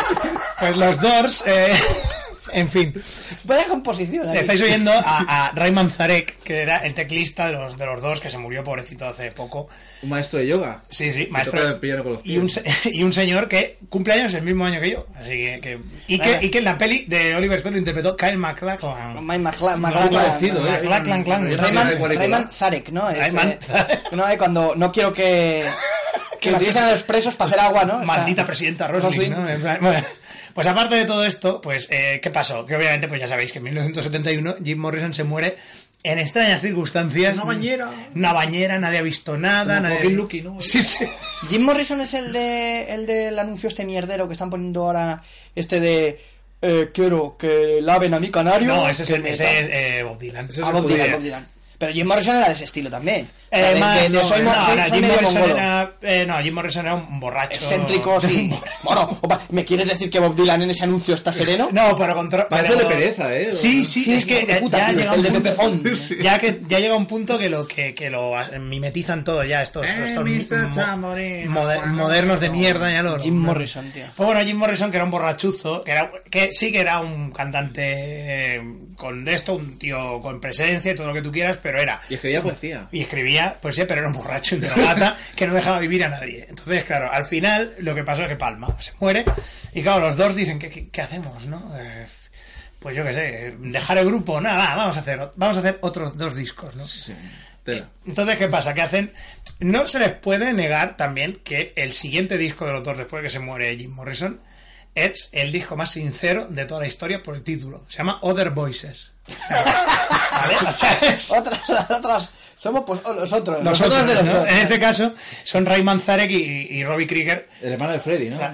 pues los Doors. Eh, en fin. Vaya composición. ahí. Estáis oyendo a, a Ray Manzarek, que era el teclista de los, de los Doors, que se murió pobrecito hace poco. Un maestro de yoga. Sí, sí, Que maestro. toca el piano con los Y un, pies. se- y un señor que cumple años el mismo año que yo. Así que. que- y, que Vale. y que en la peli de Oliver Stone lo interpretó Kyle MacLachlan. Mike McLa- Muy McLachlan. parecido, ¿eh? McLachlan, clan. Yo no sé Rayman, si cuál es Rayman cuál. Zarek, ¿no? Es, Rayman eh, Zarek. no, eh, cuando no quiero que, que utilicen a los presos para hacer agua, ¿no? Maldita Está- presidenta Rosling, ¿no? En plan, bueno, pues aparte de todo esto, pues, eh, ¿qué pasó? Que obviamente, pues ya sabéis que en mil novecientos setenta y uno Jim Morrison se muere en extrañas circunstancias. Una bañera. Una bañera, nadie ha visto nada. Como Nadie... Joaquin Luqui, ¿no? Sí, sí. Jim Morrison es el de el del anuncio este mierdero que están poniendo ahora, este de eh, quiero que laven a mi canario. No, ese es, que el, me ese tal. es eh, Bob Dylan. Ese es Ah, el Bob Dylan, judío. Bob Dylan. Pero Jim Morrison era de ese estilo también. Eh, O sea, de- más, de- de no, soy, mo- no, soy- no, soy Jim medio Morrison mongolo. era, eh, no, Jim Morrison era un borracho. Excéntrico, sí. Bueno, opa, ¿me quieres decir que Bob Dylan en ese anuncio está sereno? No, pero contra... Parece pero- de pereza, ¿eh? Sí, sí, Sí, es que hijo de puta, ya tío, llega el un de punto, Pepe Fon. ya que ya llega un punto que lo que, que lo mimetizan todo ya estos, Eh, estos mister mo- Tamborino, moder- bueno, modernos de bueno. mierda ya los Jim Morrison, tío. Fue bueno Jim Morrison, que era un borrachuzo, que era que sí que era un cantante eh, con de esto, un tío con presencia y todo lo que tú quieras, pero era Y escribía poesía. y escribía, pues sí, pero era un borracho, un drogata que no dejaba vivir a nadie. Entonces, claro, al final lo que pasó es que Palma se muere y claro, los dos dicen, ¿qué, qué, qué hacemos, no? Eh, pues yo qué sé, dejar el grupo, nada, nada, vamos a hacer, vamos a hacer otros dos discos, ¿no? Sí. Tela. Entonces, ¿qué pasa? ¿Qué hacen? No se les puede negar también que el siguiente disco de los dos, después de que se muere Jim Morrison, es el disco más sincero de toda la historia por el título. Se llama Other Voices. O sea, ¿vale? O sea, es- Otras, otras, somos pues oh, los otros. los Los otros otros, de los ¿no? dos. En este caso, son Ray Manzarek y, y Robbie Krieger. El hermano de Freddy, ¿no? O sea,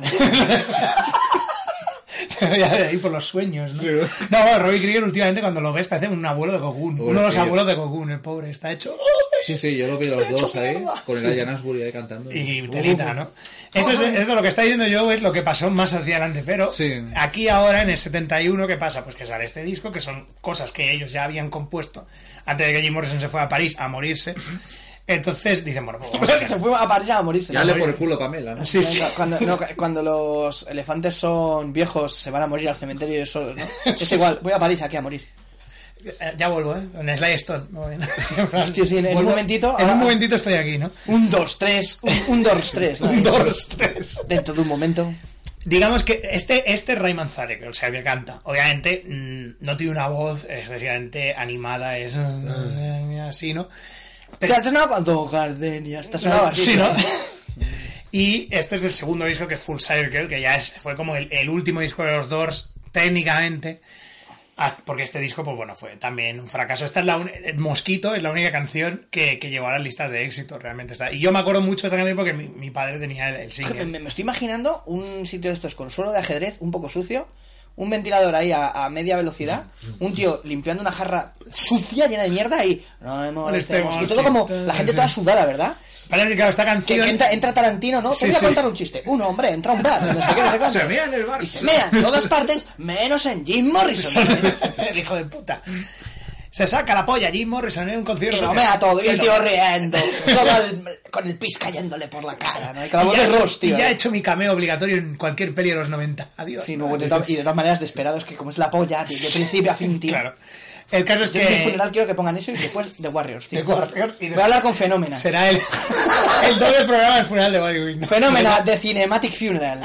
ya de ahí por los sueños, ¿no? Sí. No, bueno, Robbie Krieger últimamente cuando lo ves parece un abuelo de Cocoon. Uno de los Pobrecillo. abuelos de Cocoon, el pobre, está hecho... Sí, sí, yo lo vi los dos ahí, mierda. con el Ian Astbury ahí cantando. Y telita, ¿no? Eso es, es de lo que está diciendo yo, es lo que pasó más hacia adelante, pero Sí. aquí ahora en el setenta y uno, ¿qué pasa? Pues que sale este disco, que son cosas que ellos ya habían compuesto antes de que Jim Morrison se fuera a París a morirse. Entonces dicen, bueno, pues vamos a hacer- Se fue a París a morirse. Ya ¿no? le por el culo Pamela, ¿no? Sí, sí. Cuando, no, cuando los elefantes son viejos, se van a morir al cementerio solos, ¿no? Es igual, voy a París aquí a morir. Eh, Ya vuelvo, ¿eh? En Sly Stone. Muy bien. Hostia, sí, en- en un Vuelvo- momentito, En un ahora- momentito estoy aquí, ¿no? Un, dos, tres, un, un dos, tres. ¿no? Un, dos, tres. Dentro de un momento. Digamos que este, este Ray Manzarek, o sea, que canta, obviamente mm, no tiene una voz excesivamente animada, es así, ¿no? Te has sonado cuando Gardenia. Te has sonado así. Sí, ¿no? Y este es el segundo disco, que es Full Circle, que ya es, fue como el, el último disco de los Doors, técnicamente, hasta- porque este disco, pues bueno, fue también un fracaso. Esta es la un- el Mosquito es la única canción que, que llegó a las listas de éxito, realmente está. Y yo me acuerdo mucho de esta canción porque mi, mi padre tenía el, el Me, single. me- me estoy imaginando un sitio de estos con suelo de ajedrez un poco sucio, un ventilador ahí a, a media velocidad, un tío limpiando una jarra sucia llena de mierda y no me molestemos. Y todo como la gente toda sudada, ¿verdad? Parece que, claro, esta Que, canción... que entra, entra Tarantino, ¿no? Sí, Te voy a sí. contar un chiste. Un hombre entra a un bar, no sé qué, no sé cuánto. Se mea en el bar. Y se mea en todas partes, menos en Jim Morrison. El hijo de puta. Se saca la polla Jim Morrison en un concierto. Y lo mea todo, y el lo- tío riendo, todo el- con el pis cayéndole por la cara, ¿no? Y cada Y voz ya, de he hecho, Ross, tío. y ya he hecho mi cameo obligatorio en cualquier peli de los noventa. Adiós. Sí, luego de to- y de todas maneras desesperados, que como es la polla, tío, de principio a fin, tío. Claro. El caso es Yo en mi que... funeral quiero que pongan eso y después The Warriors, tío. The Warriors y Voy a hablar con Fenómena. será el, el doble programa del funeral de Bobby Wing. Fenómena de Cinematic Funeral.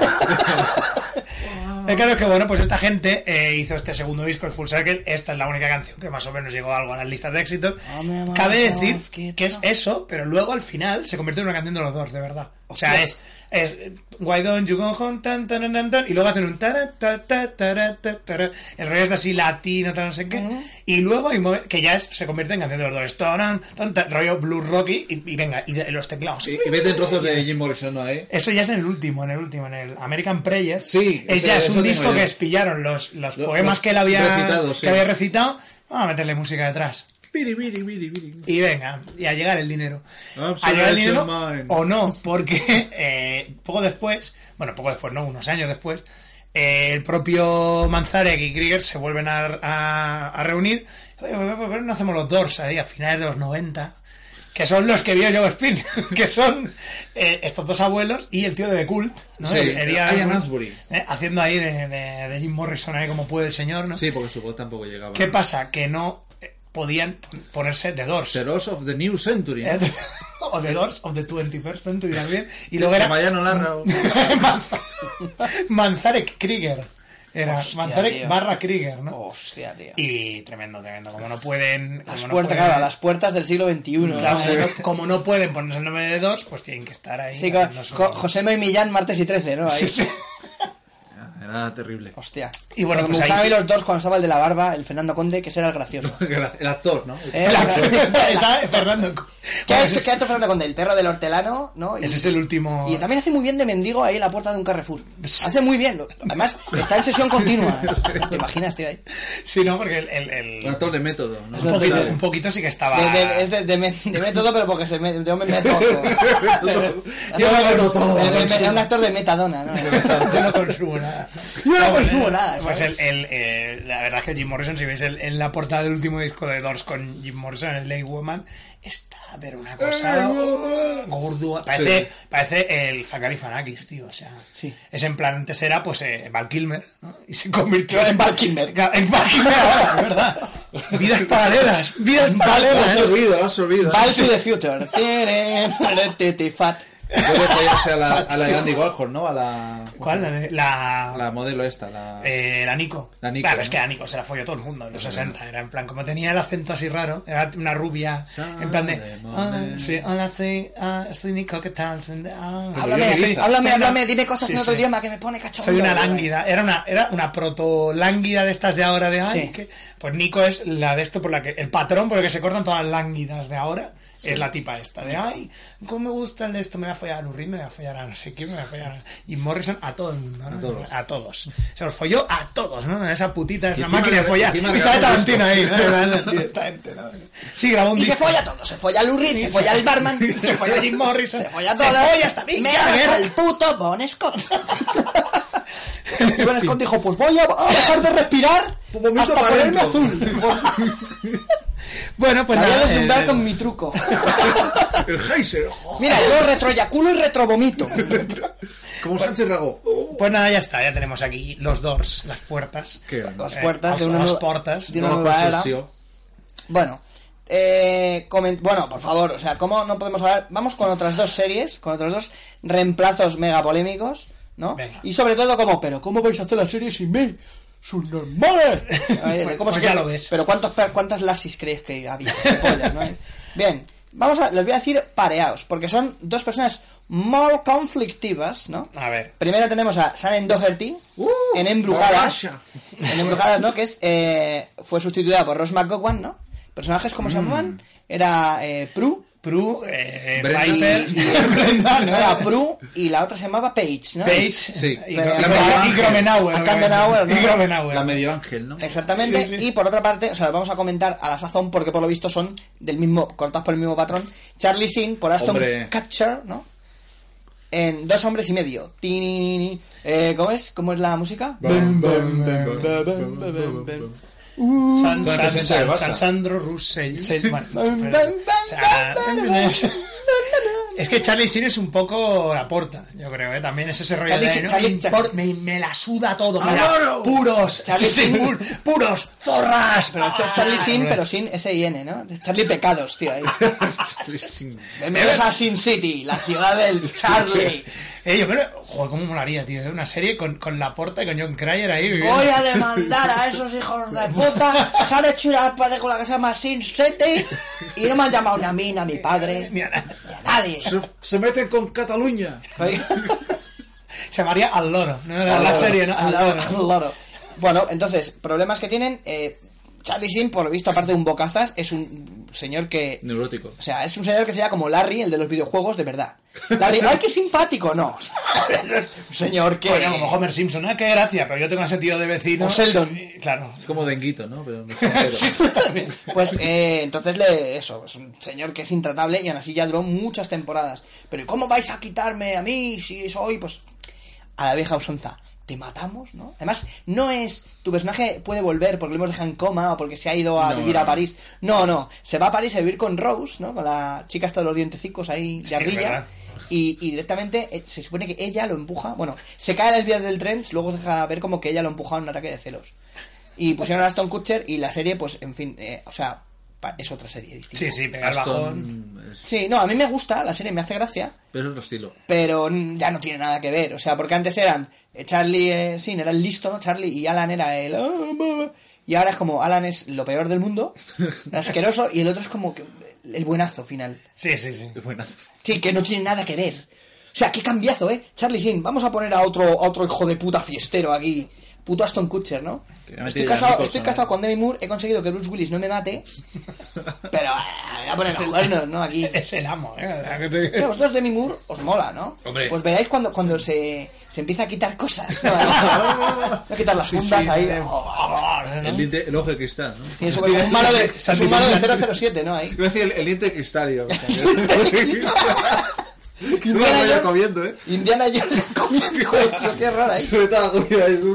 El caso es que, bueno, pues esta gente eh, hizo este segundo disco, el Full Circle. Esta es la única canción que más o menos llegó algo a las listas de éxito. Cabe decir que es eso, pero luego al final se convirtió en una canción de los dos, de verdad. O sea, es, es Why don't you go home, tan, tan, tan, tan, y luego hacen un tara, ta, ta, tara, ta, tara. El rollo es así latino, tal, no sé qué. Uh-huh. Y luego hay un momen- que ya es- se convierte en canción de los dos. Tan, tan, tan, rollo blues rocky y, y venga, y de, los teclados. Y, y meten trozos de Jim Morrison ahí. Eso ya es en el último, en el último, en el American Prayers. Sí, es ese- ya es eso un tengo disco yo. que es pillaron los, los Lo- poemas los que él había recitados, sí. que había recitado. Vamos a meterle música detrás. Biri, biri, biri, biri. Y venga, y a llegar el dinero. Absolute A llegar el dinero mine. o no, porque eh, poco después, bueno, poco después, no, unos años después, eh, el propio Manzarek y Krieger se vuelven a, a, a reunir. Oye, ¿por qué no hacemos los Doors ahí a finales de los noventa? Que son los que vio Joe Spin, que son eh, estos dos abuelos y el tío de The Cult, ¿no? Sí, El- el- Ian Astbury. eh, haciendo ahí de, de, de Jim Morrison ahí como puede el señor, ¿no? Sí, porque su voz tampoco llegaba. ¿Qué pasa? Que no eh, podían ponerse The Doors. The Doors of the New Century. Eh, o The Doors of the twenty-first Century también. Y luego era Mariano Larra. Manzarek Krieger. Era Hostia, Manzarek tío. barra Krieger, ¿no? Hostia, tío. Y tremendo, tremendo. Como no pueden... Las como no puertas, pueden- claro, las puertas del siglo veintiuno. Claro, ¿no? como no- como no pueden ponerse el nombre de Doors, pues tienen que estar ahí. Sí, con haciendo su- Jo- José y Millán, martes y trece, ¿no? Ahí. Sí, sí. Era terrible. Hostia. Y bueno, Porque pues me ahí gustaban a mí sí. los dos cuando estaba el de la barba, el Fernando Conde, que ese era el gracioso. El actor, ¿no? Eh, Está Fernando. ¿Qué ha, Bueno, hecho, ese, ¿Qué ha hecho Fernando Conde? El perro del hortelano, ¿no? Y, ese es el último... y también hace muy bien de mendigo ahí en la puerta de un Carrefour. Hace muy bien. lo- Además, está en sesión continua. ¿Te imaginas, tío? Ahí? Sí, no, porque el... el, el- Un actor de método, ¿no? un, poquito, un poquito sí que estaba... De- de- es de, de, me- de método, pero porque se me, yo me meto todo. Yo no meto todo. Es de- de- es un actor de metadona, ¿no? Yo no consumo nada. Yo no pues, consumo eh, nada, Pues ¿sabes? el, el, eh, la verdad es que Jim Morrison, si veis el, en la portada del último disco de Doors con Jim Morrison, en el Late Woman, está, pero una cosa gordua. Parece, Sí. parece el Zachary Fanakis, tío. O sea, Sí. es en plan, antes era pues eh, Val Kilmer, ¿no? Y se convirtió En Val Kilmer. Claro, En Val Kilmer ahora, es verdad. Vidas paralelas, vidas Lo has paralelas. olvidado, lo has olvidado. Back to the Future. Titi fat. Puede follarse a la, a la de Andy Warhol, ¿no? A la... ¿Cuál? La, de, la, La modelo esta, la... Eh, la Nico. La Nico, claro, ¿no? es que a Nico se la folló todo el mundo en los sesenta. Era en plan, como tenía el acento así raro, era una rubia. En plan de. Hola, sí, hola, sí, ah, soy Nico, ¿qué tal? Ah, Háblame, sí, háblame, soy una- háblame, dime cosas sí, en otro sí. idioma que me pone cachondo. Soy una lánguida. Era una, era una proto lánguida de estas de ahora de ay, Sí. que- pues Nico es la de esto por la que. El patrón por el que se cortan todas las lánguidas de ahora. Es la tipa esta de, ay, cómo me gusta el de esto, me voy a follar a Lurid, me voy a follar a no sé quién, me voy a follar a... Y Morrison a todo el mundo, ¿no? A todos. A todos. Se los folló a todos, ¿no? Esa putita es Y la encima máquina de le- follar. encima Y le sale grabó un Tarantino ahí, ¿no? Directamente, ¿no? Sí, grabó un Y se disco. folla todo, se folla a Lou Reed, se folla al barman, Se folla a Jim Morrison. se folla Se todo. folla hasta Mick Me Jagger. das al puto Bon Scott. Y Bon Scott dijo, pues voy a, a dejar de respirar Vomito hasta para ponerme adentro. azul. Bueno, pues La voy a nada, deslumbrar eh, con mi truco. El Heiser. Mira, yo retroyaculo y retrovomito. Como Sánchez Dragó. Pues nada, ya está, ya tenemos aquí los doors, las puertas. Qué Las Eh, puertas de os- una os nueva- portas. de una nueva era. Bueno, eh, coment- bueno, por favor, o sea, ¿cómo no podemos hablar? Vamos con otras dos series, con otros dos reemplazos mega polémicos, ¿no? Venga. Y sobre todo como, pero ¿cómo vais a hacer la serie sin mí? ¡Sus normales! Pues- pues ya lo ves. Pero ¿cuántos, per- ¿cuántas lasis creéis que había? Qué pollas, ¿no? Bien, vamos a, les voy a decir pareados, porque son dos personas muy conflictivas, ¿no? A ver. Primero tenemos a Shannon Doherty en Embrujadas. borracha. En Embrujadas, ¿no? Que es eh, fue sustituida por Ross McGowan, ¿no? Personajes como se llamaban era eh, Prue Prue, eh, Brenda. Piper, y, Brenda, no, ¿no? era Prue y la otra se llamaba Paige, ¿no? Paige, Sí. y, La- y- la- y Gromenauer. a Kandenauer, ¿no? Y Gromenauer. La medio ángel, ¿no? Exactamente, Sí, sí. y por otra parte, o sea, vamos a comentar a la sazón porque por lo visto son del mismo, cortados por el mismo patrón. Charlie Sheen por Aston Hombre. Kutcher, ¿no? En Dos hombres y medio. Tinini. Eh, ¿Cómo es? ¿Cómo es la música? Bum, bum, bum, bum, bum, bum. San, Con el San, presidente San, del Barça. San Sandro Russell. Bueno, Bum, pero- bum, o sea, es que Charlie Sheen es un poco la porta, yo creo, ¿eh? También es ese rollo Charlie de, Sheen- ¿no? Charlie- me, impor- me, me la suda todo, mira, ¡Adoro! puros, Charlie sí, sí, Sheen. pu- puros, zorras. Pero es Charlie Sheen, pero sin S I N, ¿no? Charlie Pecados, tío, ahí. Bienvenidos a Sin City, la ciudad del Charlie. Eh, yo creo, joder, cómo molaría, tío, ¿eh? Una serie con, con la porta y con John Cryer ahí viviendo. Voy a demandar a esos hijos de puta que han hecho una película que se llama Sin City y no me han llamado ni a mí, ni a mi padre, Ni a nada. ni a nadie. Se, se meten con Cataluña. Se llamaría Al Loro, ¿no? La, Al la loro, serie, ¿no? al loro, al loro. Bueno, entonces, problemas que tienen, eh, Charlie Sheen, por lo visto, aparte de un bocazas, es un señor que... Neurótico. O sea, es un señor que se llama como Larry, el de los videojuegos, de verdad. Larry, ¡ay, qué simpático! No. Un señor que... Bueno, como Homer Simpson, ¡ah, qué gracia! Pero yo tengo sentido de vecino. O Sheldon. Y, claro. Es como Denguito, ¿no? Pero Sí, sí, también. Pues, eh, entonces, le, eso, es un señor que es intratable y aún así ya duró muchas temporadas. Pero ¿y cómo vais a quitarme a mí si soy, pues... A la vieja usanza. Te matamos, ¿no? Además, no es... Tu personaje puede volver porque lo hemos dejado en coma o porque se ha ido a No, vivir no. a París. No, no. Se va a París a vivir con Rose, ¿no? Con la chica hasta de los dientecicos ahí de Sí, ardilla. ¿verdad? Y, y directamente eh, se supone que ella lo empuja. Bueno, se cae a las vías del tren, luego se deja ver como que ella lo empuja en un ataque de celos. Y pusieron a Aston Kutcher y la serie, pues, en fin, eh, o sea, pa- es otra serie distinta. Sí, sí, pegar bajón. Aston es- Sí, no, a mí me gusta, la serie me hace gracia, Pero es otro estilo. pero mm, ya no tiene nada que ver. O sea, porque antes eran eh, Charlie, eh, sí, era el listo, ¿no? Charlie, y Alan era el... "Ah, mamá". Y ahora es como Alan es lo peor del mundo, asqueroso, y el otro es como que el buenazo final. Sí, sí, sí. Es buena. Sí, que no tiene nada que ver. O sea, qué cambiazo, ¿eh? Charlie Sheen, vamos a poner a otro, a otro hijo de puta fiestero aquí. Puto Aston Kutcher, ¿no? Que me Estoy tire casado, Nicholson, estoy ¿no? casado con Demi Moore, he conseguido que Bruce Willis no me mate. Pero, eh, voy a poner los cuernos, ¿no? Aquí. Es el amo, ¿eh? O sea, que te- Sí, a vosotros Demi Moore os mola, ¿no? Hombre. Pues veráis cuando, cuando se, se empieza a quitar cosas. ¿no? a quitar las Sí, fundas sí, ahí. ¿no? El, diente, el ojo de cristal, ¿no? Y eso como un malo de, es un malo de cero cero siete, ¿no? Ahí. Iba a decir el, el diente de cristal, yo. No me Indiana lo vaya Jones- comiendo, ¿eh? Indiana Jones comiendo, tío, qué raro ahí. Sobre toda la comida ahí.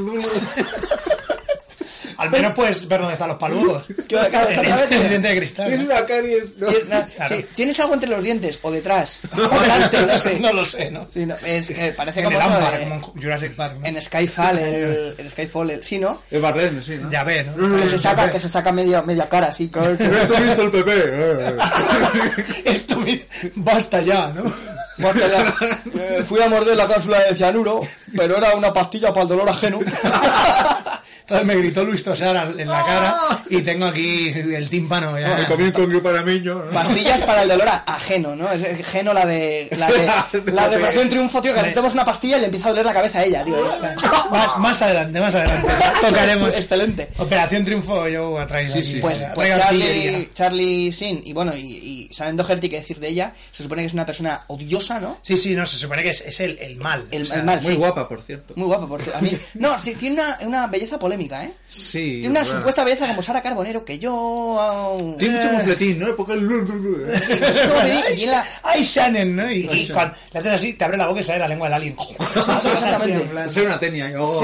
Al menos puedes ver dónde están los paludos. Claro, claro, exactamente. El diente de cristal. Es ¿no? una caries. No. Tienes- no, Claro. sí, ¿tienes algo entre los dientes o detrás? O delante, no sé. No lo sé, ¿no? Sí, no, es que parece En como el eso ámbar, de- como en Jurassic Park, ¿no? en Skyfall, el, el Skyfall, el, sí, ¿no? Es Bardem, sí, ¿no? Ya ve, ¿no? Que se saca, que se saca media, media cara así. que- Esto me hizo el P P. Esto me... Basta ya, ¿no? Porque la- eh, fui a morder la cápsula de cianuro, pero era una pastilla para el dolor ajeno. Entonces me gritó Luis Tosar al- en la cara y tengo aquí el tímpano Me ya. comí un conguio para niño. ¿no? Pastillas para el dolor a- ajeno, ¿no? Es ajeno la de la de, la de Operación Triunfo, tío, que le metemos una pastilla y le empieza a doler la cabeza a ella, tío. Más, más adelante, más adelante. Tocaremos. Excelente. Operación Triunfo yo ha traído Sí, aquí. sí. Pues, Traigo pues artillería. Charlie, Charlie Sheen y bueno, y, y Shannon Doherty, que decir de ella, se supone que es una persona odiosa, ¿no? Sí, sí, no, se supone que es, es el, el mal. El, o sea, el mal, Muy sí. guapa, por cierto. Muy guapa, porque a mí... No, sí, tiene una, una belleza polémica, ¿eh? Sí. Tiene una rara. supuesta belleza como Sara Carbonero que yo... Tiene mucho mofletín, ¿no? Porque el... Sí, como me di- y en la- ¡Ay, Shannon! ¿no? Y, Ay, y Shannon. cuando le haces así, te abre la boca y sale la lengua del alien. exactamente. Así, en plan. Hacer una tenia. Oh.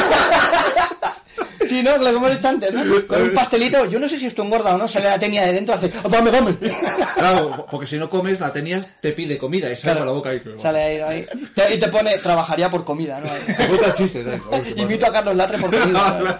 Sí, ¿no? Lo que hemos dicho antes, ¿no? Con un pastelito, yo no sé si esto engorda o no, sale la tenia de dentro, hace, "Oh, dame, dame". Claro, porque si no comes, la tenias, te pide comida y sale Claro. por la boca ahí. Sale ahí, ahí. Te- Y te pone, trabajaría por comida, ¿no? Me gusta chistes, ¿eh? Joder, qué Invito a Carlos Latre por comida. ¿no? Claro.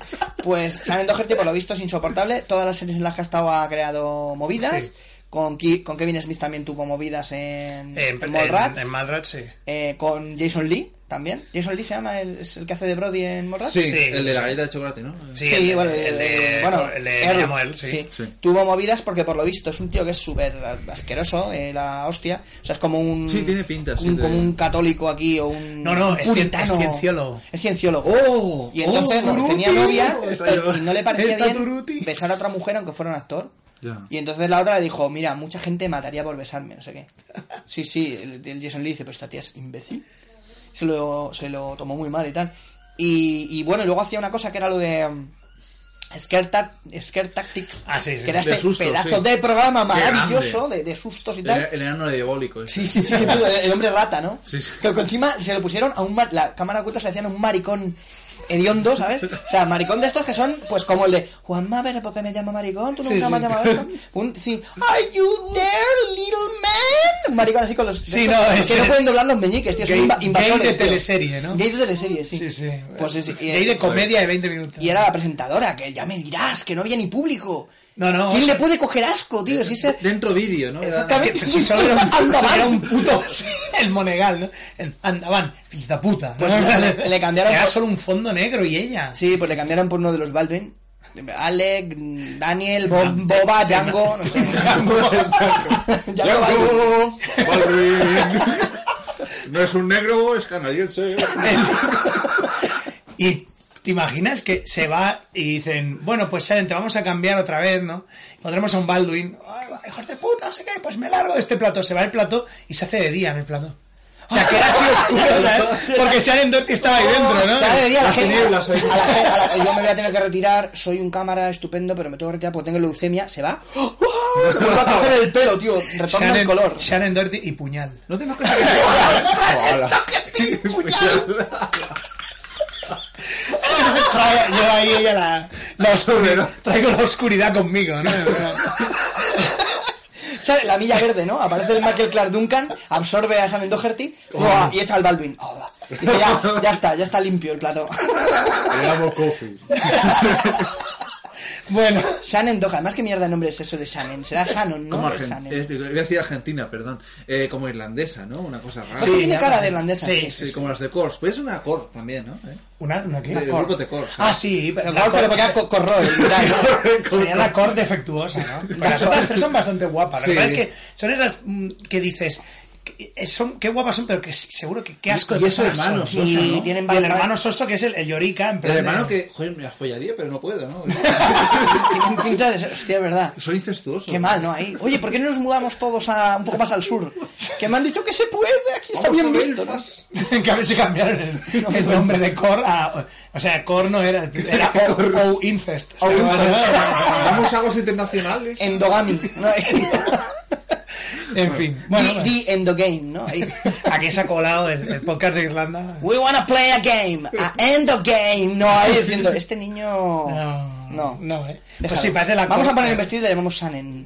Pues Shannon Doherty, por lo visto, es insoportable. Todas las series en las que ha estado ha creado movidas. Sí. Con, Ki- con Kevin Smith también tuvo movidas en, En, en Mallrats. en, en Mallrats, sí. Eh, con Jason Lee también. Jason Lee se llama, el, es el que hace de Brody en Mallrats. Sí, Sí, el de sí. la galleta de chocolate, ¿no? Sí, Sí, el, de- bueno, el de, bueno, el de Earl, me llamo él, sí. sí. Sí. Tuvo movidas porque por lo visto es un tío que es súper asqueroso, eh, la hostia. O sea, es como un... Sí, tiene pinta, sí, un- de- como un católico aquí o un No, no, es cien- puritano. es cienciólogo. Es cienciólogo. ¡Oh! Y entonces ¡Oh, no, Turuti! tenía novia Está yo- y no le parecía Está bien Turuti. besar a otra mujer aunque fuera un actor. Ya. Y entonces la otra le dijo, mira, mucha gente mataría por besarme, no sé qué. Sí, sí, el, el Jason Lee dice, pero esta tía es imbécil. Se lo, se lo tomó muy mal y tal. Y, y bueno, y luego hacía una cosa que era lo de um, Scare, Ta- Scare Tactics, Ah, sí, sí. que era De este sustos, pedazo sí. de programa Qué maravilloso grande. de, de sustos y El, tal. el enano diabólico. ese. Sí, sí, sí, el, el hombre rata, ¿no? Sí, sí. Pero que encima se lo pusieron a un... mar- La cámara oculta se le hacían a un maricón hediondo, ¿sabes? O sea, maricón de estos que son, pues, como el de Juanma, pero ¿por qué me llama maricón? ¿Tú nunca Sí, me has sí. llamado eso? Un, sí. ¿Are you there, little man? Un maricón así con los... Sí, estos no, que ese- no pueden doblar los meñiques, tío. Son Gay- inva- invasores, gay de tío. teleserie, ¿no? Gay de teleserie, sí. Sí, sí. Pues es, y, Gay de comedia de veinte minutos. y era la presentadora, que ya me dirás, que no había ni público. No, no. ¿Quién le puede coger asco, tío? Si ese... Dentro vídeo, ¿no? Era- Exactamente. Es que si solo era un, Andaban. era un puto el Monegal, ¿no? El Andaban, fills de puta. ¿no? Pues le- le cambiaron Era por- solo un fondo negro y ella. Sí, pues le cambiaron por uno de los Baldwin. Alec, Daniel, Bo- Boba, Django, no sé. Django, Django Baldwin. Django Baldwin. No es un negro, es canadiense. Y ¿Te imaginas que se va y dicen, bueno, pues Sharon, te vamos a cambiar otra vez, ¿no? Pondremos a un Baldwin, ay, hijos de puta, no sé qué, pues me largo de este plato. Se va el plato y se hace de día en el plato. O sea, que era así oscuro, ¿sabes? Porque Sharon Doherty estaba ahí dentro, ¿no? Se hace de día, la Las gente, tinieblas ahí. a la gente- a la- yo me voy a tener que retirar, soy un cámara estupendo, pero me tengo que retirar porque tengo leucemia, se va. ¡Oh! Me va a coger el pelo, tío, retorna el color. Sharon Doherty y puñal. No te imaginas que... Hola. Trae- Lleva ahí ella la, la oscuridad. Traigo la oscuridad conmigo, ¿no? ¿Sabes? La milla verde, ¿no? Aparece el Michael Clark Duncan, absorbe a Shannon Doherty ¡buah! Y echa al Baldwin. ¡Oh! Dice, ya, ya está, ya está limpio el plato. Le damos coffee. Bueno, Shannon Doherty, además que mierda de nombre es eso de Shannon, será Shannon, ¿no? Como Es argen- Shannon. eh, digo, iba a decir argentina, perdón. Eh, como irlandesa, ¿no? Una cosa rara. Sí, tiene ya, cara ya. de irlandesa. Sí, Sí, como las de Kors. Pues es una Kors también, ¿no? ¿Eh? ¿una, una qué? El grupo de Kors. Ah, sí, Pero la claro, pero cor- porque co- corroe, ¿verdad? sería la cor defectuosa, ¿no? Pero las otras tres son bastante guapas. Lo Sí. que pasa es que son esas mm, que dices, que son, qué guapas son, pero que sí, seguro que qué asco de Y esos personas hermanos, son. Sosa, Y ¿no? tienen Y el barba- hermano Soso, que es el, el Yorika, en plan El hermano de- que, joder, me las follaría, pero no puedo, ¿no? tienen pinta de ser, hostia, es verdad. Soy incestuoso. Qué mal, ¿no? Ahí. Oye, ¿por qué no nos mudamos todos a un poco más al sur? Que me han dicho que se puede, aquí está Vamos bien a visto, ¿no? Belfast. Dicen que a ver si cambiaron el, el nombre de Cor a... O sea, Cor no era, el- era O, o Incest. O sea, O Incest. Vamos a aguas internacionales. Endogamy, ¿no? en fin, bueno, The, the Endogame, ¿no? Ahí. aquí se ha colado el, el podcast de Irlanda. We wanna play a game, a endogame, no, ahí diciendo, este niño... No, No. no, eh. Pues Déjalo. sí, parece la Vamos Cor- a poner el vestido y le llamamos Shannon.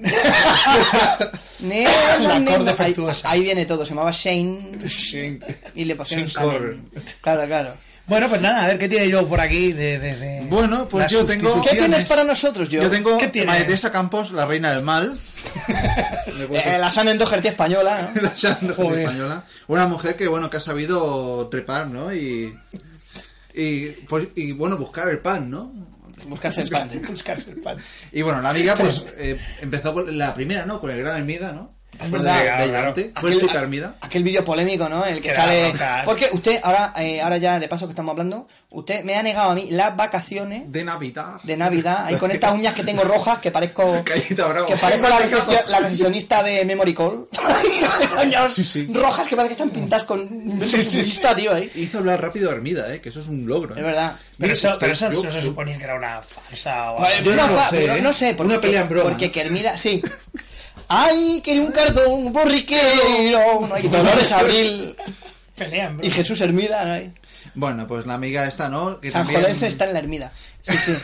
La Cor Ahí, defectuosa. ahí viene todo, se llamaba Shane y le pusieron Shane Shannon. Claro, claro. Bueno, pues nada, a ver qué tiene yo por aquí de... de, de Bueno, pues las yo tengo- ¿Qué sustituciones. tienes para nosotros, yo? Yo tengo ¿Qué tiene? Maetesa Campos, la reina del mal. Le puse- Eh, la Shannon Doherty española, ¿no? la Shannon Joder. española. Una mujer que, bueno, que ha sabido trepar, ¿no? Y, y, pues, y bueno, buscar el pan, ¿no? Buscarse el pan. Buscarse el pan. Y bueno, la amiga, pues, eh, empezó con la primera, ¿no? Con el gran Hermida, ¿no? Es Después verdad, de, claro, de claro. Dante. Fue el Aquel- chica Hermida. Aquel vídeo polémico, ¿no? El que Que sale... da bronca. Porque usted, ahora eh, ahora ya de paso que estamos hablando, usted me ha negado a mí las vacaciones De Navidad. de Navidad, ahí con estas uñas que tengo rojas, que parezco... Callita Bravo. Que parezco la, recepcio- la recepcionista de Memory Call. Uñas Sí, sí. rojas que parece que están pintadas con... Sí, sí, sí. tío, ahí. Hizo hablar rápido a Hermida, ¿eh? Que eso es un logro. ¿eh? Es verdad. Pero eso, Usted- pero eso yo- no se suponía que era una farsa o Vale, algo yo una no lo fa- sé, pero ¿eh? no sé, porque, Una pelea en broma, porque ¿no? que Hermida, sí. Ay, que un cardón borriquero, ¿no? Y Dolores Abril pelean, bro. y Jesús Hermida, ¿no? Ahí. Bueno, pues la amiga esta, ¿no? Que San también... Jodense está en la Hermida. Sí, sí.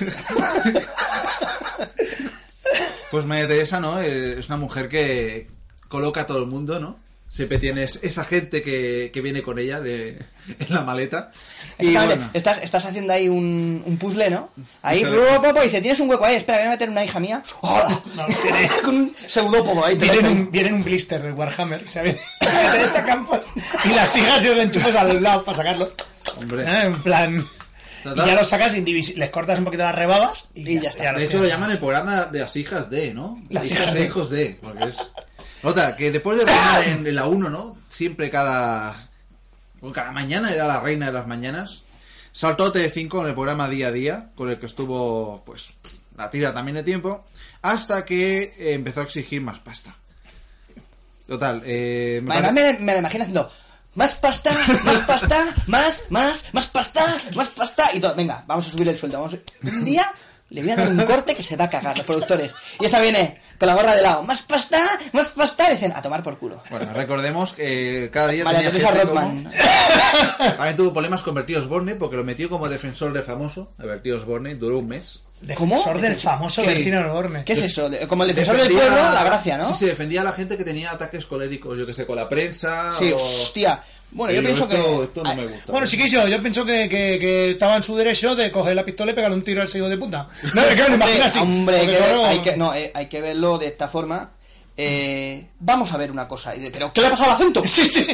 Pues María Teresa, ¿no? Eh, Es una mujer que coloca a todo el mundo, ¿no? Siempre tienes esa gente que, que viene con ella de, en la maleta. Y Exactamente. bueno, estás, estás haciendo ahí un, un puzzle, ¿no? Ahí, Eso ru- ru- ru- y dice, tienes un hueco ahí, espera, voy a meter una hija mía. ¡Hola! No, tiene- Con un pseudópodo ahí. te lo Viene en, echan. un, viene en un blister del Warhammer, ¿sabes? Teresa Campos y las hijas y los enchufes al lado para sacarlo. hombre. Ah, en plan... Y ya lo sacas indivisible, les cortas un poquito las rebabas y, Y ya está. lo De hecho, lo tienes. llaman el programa de las hijas de, ¿no? Las hijas hijas de de. hijos de. Porque es... Nota, que después de reinar en, en la uno, ¿no? Siempre cada... bueno, cada mañana era la reina de las mañanas. Saltó a T V cinco en el programa Día a Día, con el que estuvo, pues, la tira también de tiempo, hasta que eh, empezó a exigir más pasta. Total, eh... me Además pare- me, me la imagino haciendo más pasta, más pasta, más, más, más pasta, más pasta y todo. Venga, vamos a subir el sueldo. Vamos a... Un día le voy a dar un corte que se va a cagar los productores. Y esta viene con la gorra de lado. Más pasta, más pasta. Y dicen, a tomar por culo. Bueno, recordemos que cada día María tenía Teresa gente Rothman. como- También tuvo problemas con Bertie Osborne porque lo metió como defensor de famoso. A Bertie Osborne duró un mes. ¿Cómo? Defensor del famoso Sí. Bertino Osborne. ¿Qué es eso? De- Como el defensor del Defendía- pueblo, la gracia, ¿no? Sí, sí, defendía a la gente que tenía ataques coléricos, yo que sé, con la prensa. Sí, o... hostia. Bueno, Y yo pienso esto, que... Esto no me gusta. Bueno, sí que yo, yo pienso que, que, que estaba en su derecho de coger la pistola y pegarle un tiro al hijo de puta. No, es que me lo imagino así. Hombre, hay Porque que, ver- claro, hay que- no, eh, hay que verlo de esta forma. Eh, vamos a ver una cosa. Y de, ¿pero qué le ha pasado al acento? Sí, sí.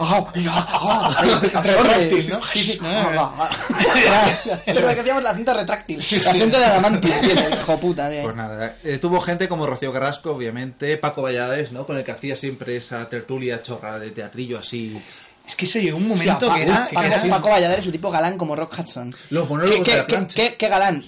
Retráctil, ¿no? Sí, sí. Ah, Pero lo que hacíamos la cinta retráctil. Sí, El sí. acento de adamantium, tío, el hijo puta. tío. Pues nada, eh, tuvo gente como Rocío Carrasco, obviamente, Paco Valladares, ¿no? Con el que hacía siempre esa tertulia chorra de teatrillo así Es que se llegó un momento Hostia, que Pa- era... que Paco, era- Paco Valladares, su tipo galán como Rock Hudson. Los ¿Qué, monólogos de qué, la qué, plancha. qué- qué galán?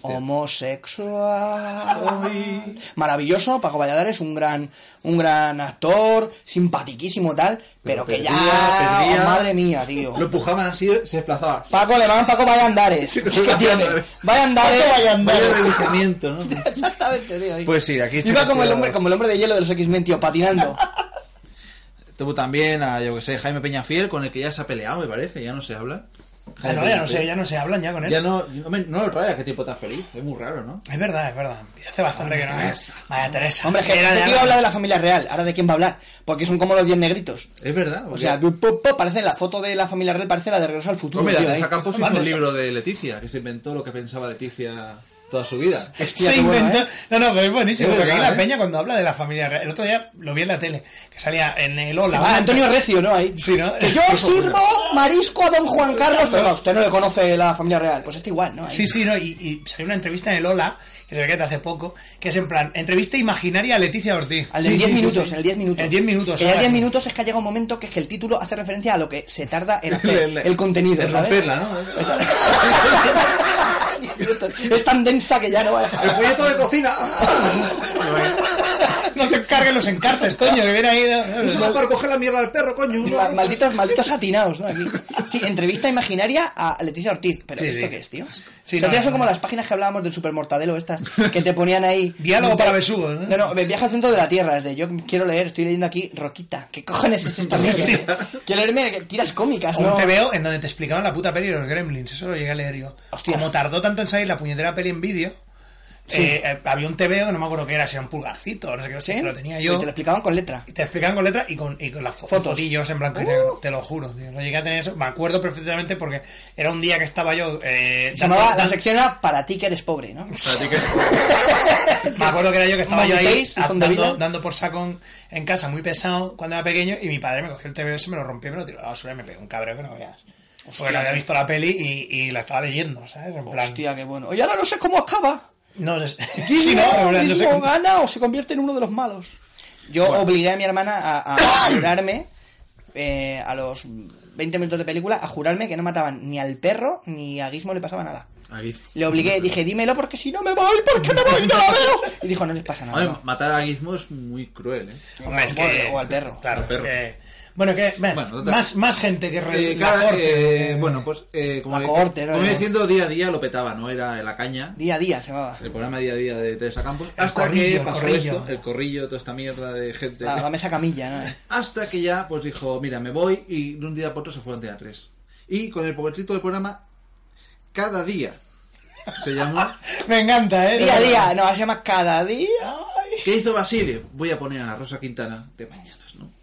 Homosexual. Maravilloso, Paco Valladares, un gran, un gran actor, simpatiquísimo tal, pero, que ya... perdía, perdía. oh, madre mía, tío. Lo empujaban así, se desplazaba. Paco, le llaman Paco Vallandares. ¿Qué tiene? Vallandares. Vaya deslizamiento, ¿no? Exactamente, tío. Pues sí, aquí se Iba como el, queda- hombre, como el hombre de hielo de los X-Men, tío, patinando. Tuvo también a, yo que sé, Jaime Peñafiel, con el que ya se ha peleado, me parece, ya no se habla. Ah, Jaime no, ya no Peñafiel. sé, ya no se hablan ya con él. Ya no, no, me- no lo trae a qué tipo tan feliz, es muy raro, ¿no? Es verdad, es verdad. Hace bastante que no es. Vaya Teresa. Hombre, es que Era este de tío algo. habla de la familia real. Ahora, ¿de quién va a hablar? Porque son como los diez negritos. Es verdad. O sea, pu- pu- pu- parece la foto de la familia real, parece la de Regreso al Futuro. no, mira, tío, Teresa ahí. Campos hizo Vale, un eso. libro de Leticia, que se inventó lo que pensaba Leticia toda su vida. Hostia, Se qué bueno, inventó... ¿eh? No, no, pero es buenísimo. Es porque verdad, aquí la ¿eh? peña cuando habla de la familia real... El otro día lo vi en la tele, que salía en el Hola. Se llama Antonio Recio, ¿no? Ahí. Sí, ¿no? Que yo sirvo marisco a don Juan Carlos, pero no, usted no le conoce la familia real. Pues está igual, ¿no? Ahí. Sí, sí, no, y, y salió una entrevista en el Hola, que se ve que te hace poco, que es en plan, entrevista imaginaria a Leticia Ortiz. Al del Sí, diez sí, sí, minutos, sí. en el diez minutos. El diez minutos. Que ya el ahora diez sí. minutos es que ha llegado un momento que es que el título hace referencia a lo que se tarda en hacer Le- le- el contenido, Es ¿sabes? romperla, ¿no? diez minutos. Es tan densa que ya no va a dejar. ¡El folleto de cocina! No te carguen los encartes, coño, que viene ahí... ¿no? Eso va para coger la mierda al perro, coño. Ma- malditos, malditos atinados, ¿no? Aquí. Sí, entrevista imaginaria a Leticia Ortiz. ¿Pero Sí, esto sí. qué es, tío? Sí, o sea, no, tío, no, son como no. las páginas que hablábamos del supermortadelo estas, que te ponían ahí... Diálogo para besugos, ¿no? No, no, viaja al centro de la Tierra, es de yo quiero leer, estoy leyendo aquí Roquita. ¿Qué cojones es esta mierda? Sí. Quiero leerme tiras cómicas, O ¿no? un T V O en donde te explicaban la puta peli de los Gremlins, eso lo llegué a leer yo. Hostia. Como tardó tanto en salir la puñetera peli en vídeo, Sí. eh, eh, había un T V O que no me acuerdo qué era, si era un pulgarcito, no sé qué, hostia, ¿Sí? que lo tenía Y yo. te lo explicaban con letra. Y te explicaban con letra y con, y con las fo- Fotos. fotillos en blanco y Uh. negro, te lo juro, tío. No llegué a tener eso, me acuerdo perfectamente porque era un día que estaba yo... Eh, Se llamaba, dando- la sección era para ti que eres pobre, ¿no? Para ti que- Me acuerdo que era yo que estaba yo ahí Montéis, Hijón de dando, Vida. dando por saco en, en casa muy pesado cuando era pequeño y mi padre me cogió el T V O, se me lo rompió y me lo tiró a la basura y me pegó un cabreo que no veas. Porque no había visto la peli y, y la estaba leyendo, ¿sabes? En plan... Hostia, qué bueno. Oye, ahora no sé cómo acaba. No sé. ¿Quién Sí, no, en plan, no sé mismo cómo- gana o se convierte en uno de los malos? Yo obligué a mi hermana a, a jurarme, eh, a los veinte minutos de película, a jurarme que no mataban ni al perro ni a Gizmo le pasaba nada. Aquí. Le obligué, dije, dímelo porque si no me voy, porque me voy y no la veo. Y dijo, no les pasa nada. Oye, no. matar a Gizmo es muy cruel, ¿eh? Hombre, es que- O al perro. Claro, Al perro. que- bueno, que ven, Bueno, total. más, más gente que re- Eh, la cada- corte. eh, bueno, pues eh, como, La le- corte, ¿no? como iba diciendo, día a día lo petaba, ¿no? Era la caña, Día a día se llamaba. el programa día a día de Teresa Campos, El hasta corrillo, que el pasó corrillo. esto, el corrillo, toda esta mierda de gente. La, la mesa camilla, ¿no? Hasta que ya, pues dijo, mira, me voy, y de un día por otro se fue a Antena tres. Y con el poquitito del programa, Cada Día, se llamó. Me encanta, ¿eh? Día a día, no, se llama cada día. ¿Qué hizo Basile? Voy a poner a la Rosa Quintana de mañanas, ¿no?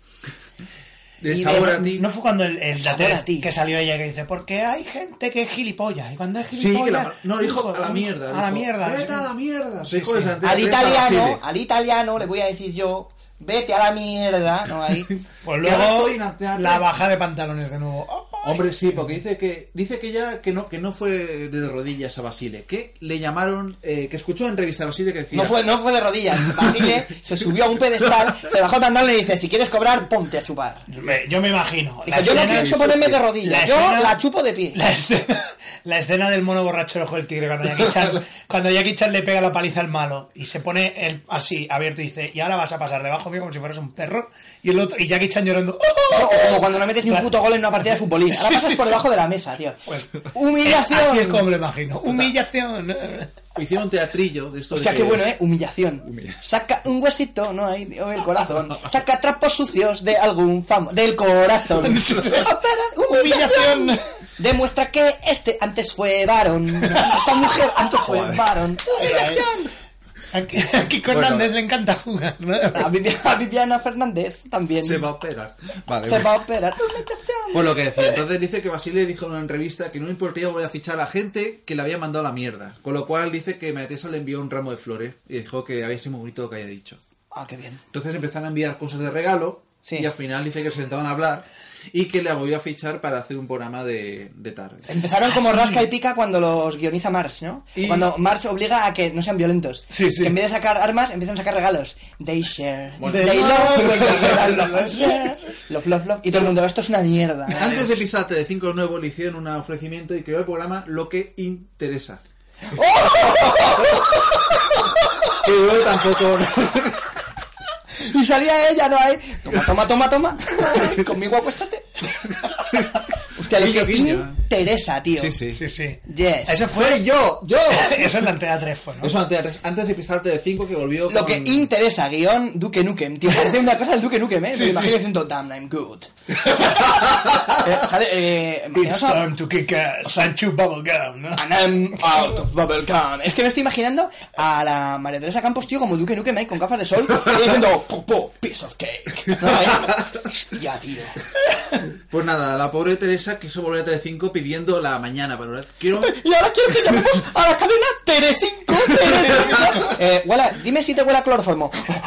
De Y sabor de- a ti. No fue cuando el, el Sabor Dater a ti. que salió ella que dice, porque hay gente que es gilipollas. Y cuando es Sí, gilipollas... que la, no, dijo hijo, a la mierda. A la dijo, mierda. Vete sí. a la mierda. Sí, Dijo sí. esa Antena Al tres a italiano, Basile. al italiano le voy a decir yo, vete a la mierda, ¿no? Ahí. Pues Y ahora luego estoy en Antena la tres. baja de pantalones de nuevo. ¡Ay! Hombre, sí, porque dice que dice que ya que no que no fue de rodillas a Basile, que le llamaron, eh, que escuchó en entrevista a Basile que decía, No fue, no fue de rodillas. Basile se subió a un pedestal, se bajó andando y le dice, si quieres cobrar, ponte a chupar. Me- Yo me imagino. Dijo, yo no escena- pienso ponerme de rodillas, la yo escena- la chupo de pie. La escena, la escena del mono borracho del ojo del tigre cuando Jackie Chan, cuando Jackie Chan le pega la paliza al malo y se pone el- así abierto y dice, y ahora vas a pasar debajo mío como si fueras un perro, y el otro y Jackie Chan llorando. O como cuando no metes ni un puto gol en una partida de futbolín. Ahora Sí, pasas sí, por sí. debajo de la mesa, tío. Pues, Humillación. Así es como me lo imagino. Humillación. hicieron un teatrillo de esto. Hostia, de qué que- bueno, ¿eh? Humillación. Humillación. Saca un huesito, ¿no? Ahí, o el corazón. Saca trapos sucios de algún famoso. Del corazón. Opera, humillación. Humillación. Demuestra que este antes fue varón. Esta mujer antes fue Joder. varón. Humillación. Aquí, aquí con Bueno. Hernández le encanta jugar, ¿no? A Viviana, a Viviana Fernández también. Se va a operar. Vale, Se bueno. va a operar. Humillación. Pues lo que decía. Entonces dice que Basile dijo en una entrevista que no importaría volver a fichar a gente que le había mandado a la mierda. Con lo cual dice que Maetesa le envió un ramo de flores y dijo que había sido muy bonito lo que haya dicho. Ah, qué bien. Entonces empezaron a enviar cosas de regalo Sí. y al final dice que se sentaban a hablar y que la volvió a fichar para hacer un programa de, de tarde. Empezaron como Ah, sí. rasca y pica cuando los guioniza Marx, ¿no? Y- Cuando Marx obliga a que no sean violentos. Sí, sí. Que en vez de sacar armas, empiezan a sacar regalos. They share, Bueno. they They love, love, they share, love, love, share, love, love, love. Y todo el mundo, esto es una mierda. Antes de pisar Telecinco de nuevo le hicieron un ofrecimiento y creó el programa Lo que interesa. Que luego tampoco... Y salía ella, ¿no? Ahí, toma, toma, toma, toma. Conmigo acuéstate. Hostia, lo Guiño, que guiño. interesa, tío. Sí, sí. Sí, sí. Yes. Eso fue... ¡Soy yo! ¡Yo! Eso en la Antena tres fue, ¿no? Eso antes, antes de pisar Telecinco que volvió Lo con... que interesa, guión Duke Nukem. Tío, parece una cosa del Duke Nukem, ¿eh? Sí, Me imagino sí. diciendo, damn, I'm good. eh, sale, eh, It's no sab- time to kick ass and chew bubble gum, ¿no? And I'm out of bubblegum. Es que me estoy imaginando a la María Teresa Campos, tío, como Duke Nukem ahí con gafas de sol y diciendo, popo, piece of cake. ¿No? Ahí. Hostia, tío. Pues nada, la pobre Teresa quiso volver a Telecinco pidiendo la mañana, pero quiero... Y ahora quiero que llamemos a la cadena Telecinco. Telecinco. Eh, huela, dime si te huele a cloroformo.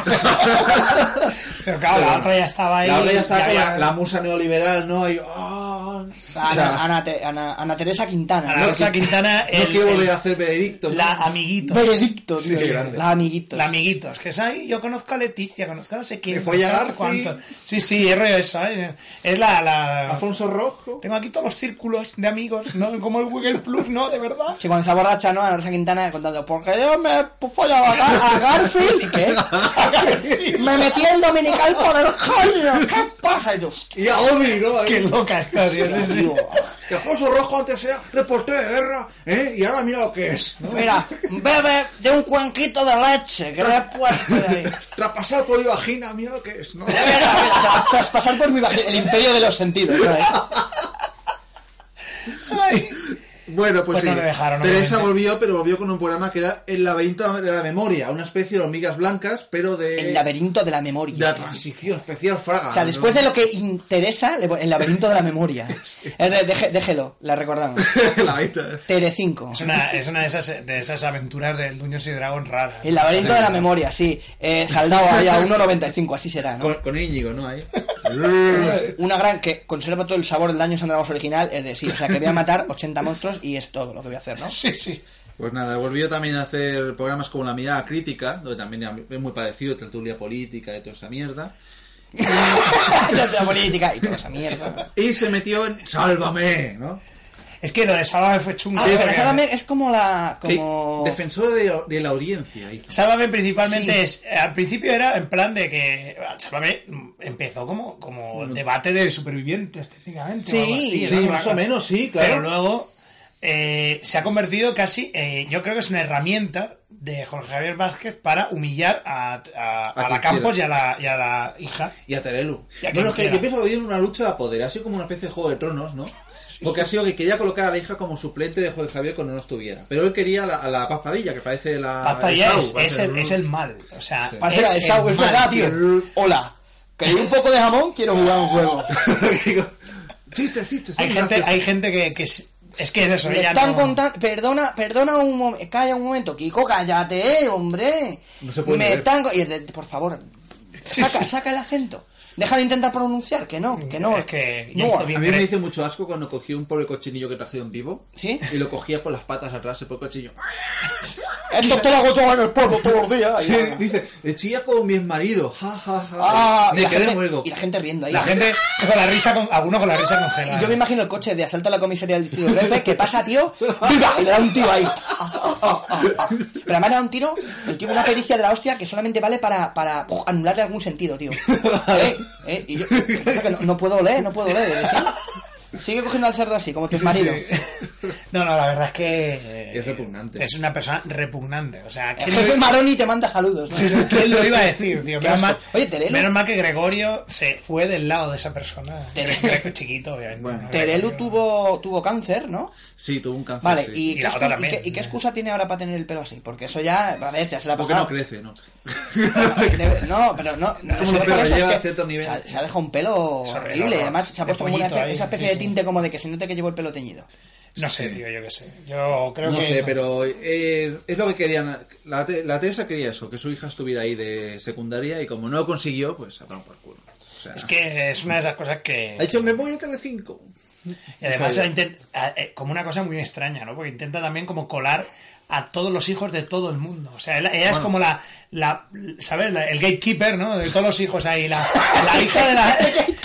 Pero claro, la otra ya estaba ahí. La otra ya estaba con había- la, la musa neoliberal, ¿no? Y, oh, Ana, Ana, Te- Ana- Ana Teresa Quintana. Ana ¿no? Rosa Quintana, no el, quiero volver el- a hacer Benedicto, ¿no? la amiguitos. Veredicto, Sí, tío. sí, grande. La amiguitos. La amiguitos, que es ahí, yo conozco a Leticia, conozco a no sé quién. Me fue a conozco a no sé Garci. cuánto. Sí, sí, es rollo eso, ¿eh? Es la, la... Alfonso Rojo. Tengo aquí todos los círculos de amigos, ¿no? Como el Google Plus, ¿no? De verdad. Sí, cuando está borracha, ¿no? Ana Rosa Quintana contando, porque yo me follaba a, Gar- a Garfield. ¿Y qué? Me metí el dominical por el coño. ¿Qué pasa? Y yo, hostia, Y a Odri, ¿no? Ahí. Qué loca está, tío. Sí, sí. tío. Que Alfonso Rojo antes era reportero de guerra, ¿eh? Y ahora mira lo que es, ¿no? Mira, bebe de un cuenquito de leche que le he puesto de ahí. Tras pasar por mi vagina, mira lo que es, ¿no? Mira, mira, tras pasar por mi vagina, el imperio de los sentidos, ¿sabes? Ay. Bueno, pues, Pues no sí. le dejaron, Teresa obviamente. volvió, pero volvió con un programa que era El laberinto de la memoria, una especie de hormigas blancas, pero de... El laberinto de la de memoria. la transición, especial fraga. O sea, después ¿no? de lo que interesa, le pon- el laberinto de la memoria. Es de- deje- déjelo, la recordamos. La vista. Telecinco. Es una, es una de, esas, de esas aventuras del Duños y Dragón raras. El laberinto Sí. de la memoria, sí. Eh, saldado ahí a uno noventa y cinco, así será, ¿no? Con, con Íñigo, ¿no? Ahí. Una gran que conserva todo el sabor del Daños and Dragons original, es de sí. O sea, que voy a matar ochenta monstruos y es todo lo que voy a hacer, ¿no? Sí, sí. Pues nada, volvió también a hacer programas como La Mirada Crítica, donde también es muy parecido, tertulia política y toda esa mierda. La política y toda esa mierda. Y se metió en Sálvame, ¿no? Es que lo de Sálvame fue chungo. Ah, porque- pero Sálvame es como la... Que- como... defensor de, de la audiencia. hizo. Sálvame principalmente Sí. es... Al principio era en plan de que... Sálvame empezó como, como debate de supervivientes, técnicamente. Sí, o algo así, Sí, ¿no? más o menos, sí, claro. Pero luego eh, se ha convertido casi... eh, yo creo que es una herramienta de Jorge Javier Vázquez para humillar a, a, a quien la Campos y quiera. a la, y a la hija. Y a Terelu. Y a Bueno, quien es que quiera. yo pienso que hoy es una lucha de poder, ha sido como una especie de Juego de Tronos, ¿no? Porque ha sido que quería colocar a la hija como suplente de Jorge Javier cuando no estuviera. Pero él quería a la, a la Paz Padilla, que parece la... Paz Padilla el es, Sau, es parece el, es el mal. O sea, Sí. Parece la de es Sau, el es mal, verdad, tío. Hola. ¿Queréis un poco de jamón? Quiero jugar un juego. Chistes, chistes. Hay son gente, graciosos. hay gente que, que es, es que es eso. Me ella están no- contando... Perdona, perdona un momento. Calla un momento. Kiko, cállate, hombre. No se puede Me ver. están... co- y es de- por favor, Sí, saca, sí. saca el acento. Deja de intentar pronunciar, que no, que no. Es que ya no. hizo A bien. mí me hizo mucho asco cuando cogí un pobre cochinillo que trajeron vivo. ¿Sí? Y lo cogía por las patas atrás, el pobre cochinillo. Esto te lo hago yo en el pueblo todos los días. Sí, dice, chilla con mi marido. Ja, ja, ja. Ah, y, Me la quedé gente, muerto. y la gente riendo ahí. La gente con la risa, con, algunos con la risa congelada. Y yo me imagino el coche de asalto a la comisaría del distrito trece, que pasa, tío, ¡viva! Y le da un tiro ahí. Ah, ah, ah, ah. Pero además le da un tiro, el tío con una pericia de la hostia que solamente vale para, para uf, anularle algún sentido, tío. ¿Eh? ¿Eh? Y yo, ¿qué pasa? Que no, no puedo oler, no puedo oler. ¿Sí? Sigue cogiendo al cerdo así, como tu Sí, marido. sí. No, no, la verdad es que... eh, Es repugnante. Es una persona repugnante. O sea, El ¿quién jefe lo- Maroni te manda saludos. ¿no? Sí, sí, ¿quién lo iba a decir, tío? Qué Menos asco. mal, Oye, Terelu. menos mal que Gregorio se fue del lado de esa persona. Terelu. Gregorio chiquito, obviamente. Bueno. ¿no? Terelu Gregorio- tuvo, tuvo cáncer, ¿no? Sí, tuvo un cáncer. Vale, sí. ¿y, Y qué la otra excusa, también. y qué- y qué excusa tiene ahora para tener el pelo así? Porque eso ya, a ver, ya se la ha Porque pasado. no crece, ¿no? Debe- No, pero no, no Como sé los por perros, eso, es llega que a cierto nivel. Se ha, se ha dejado un pelo Es horrible, horrible. horror. Además, se ha De puesto como una pollito espe- ahí, esa especie sí, de sí. tinte como de que se note que llevo el pelo teñido. No sé, Sí. tío, yo qué sé. Yo creo No que... sé, pero eh, es lo que querían. La, te- la Teresa quería eso, que su hija estuviera ahí de secundaria y como no lo consiguió, pues a tomar por culo. O sea, Es que es una de esas cosas que... ha dicho, me voy a Telecinco. Y además, O sea, intent- a- eh, como una cosa muy extraña, ¿no? Porque intenta también como colar a todos los hijos de todo el mundo. O sea, ella, ella es Bueno. como la, la ¿sabes? La- el gatekeeper, ¿no? De todos los hijos ahí. La, la hija de la...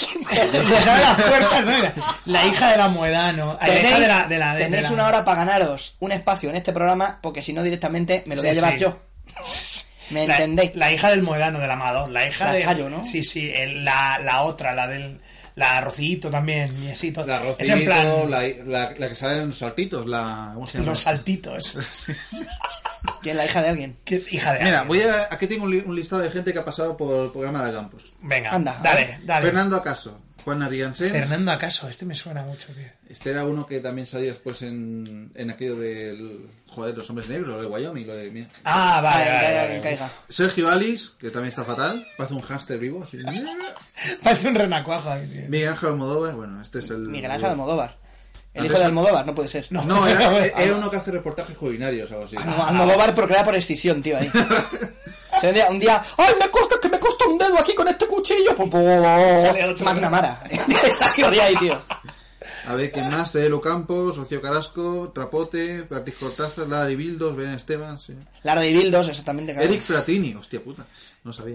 Le sabe las fuerzas, ¿no? La, la hija de la Moedano. La hija de la... De la de- tenéis de la- una hora para ganaros un espacio en este programa, porque si no directamente me lo voy a Sí, llevar sí. yo. ¿Me la, entendéis? La hija del Moedano, del Amador. La hija La de... Chayo, ¿no? Sí, sí. el- la, la otra, la del... La Rocito también, y así todo. La es Rocito, en plan... la, la, la que sale en los saltitos, la... ¿Cómo se llama? Los saltitos. ¿Quién es la hija de alguien? ¿Qué hija de Mira, alguien? voy a, aquí tengo un, li- un listado de gente que ha pasado por el programa de Campos. Venga, Anda, a dale, ver. dale. Fernando Acaso, Juan Ariansens. Fernando Acaso, este me suena mucho, tío. Este era uno que también salió después en, en aquello del... Joder, los hombres negros, lo de Wyoming, lo de... Ah, vale, Caiga, vale, caiga, vale. caiga. Sergio Alice, que también está fatal, parece un hámster vivo. Así. Parece un renacuajo ahí, tío. Miguel Ángel Almodóvar, bueno, este es el... Miguel Ángel Almodóvar. El Antes- hijo de Almodóvar, no puede ser. No. No, era, era uno que hace reportajes culinarios o algo así. Almo- Almodóvar procrea por escisión, tío, ahí. O sea, un día, un día, ¡ay, me corta que me corta un dedo aquí con este cuchillo! Pues, Sale otro. Magnamara. Salió de ahí, tío. A ver, ¿quién más? Telo Campos, Rocío Carrasco, Trapote, Beatriz Cortázar, Lara Bildos, Belén Esteban, sí. Lara de Bildos, exactamente. claro. Eric Fratini, hostia puta, no sabía.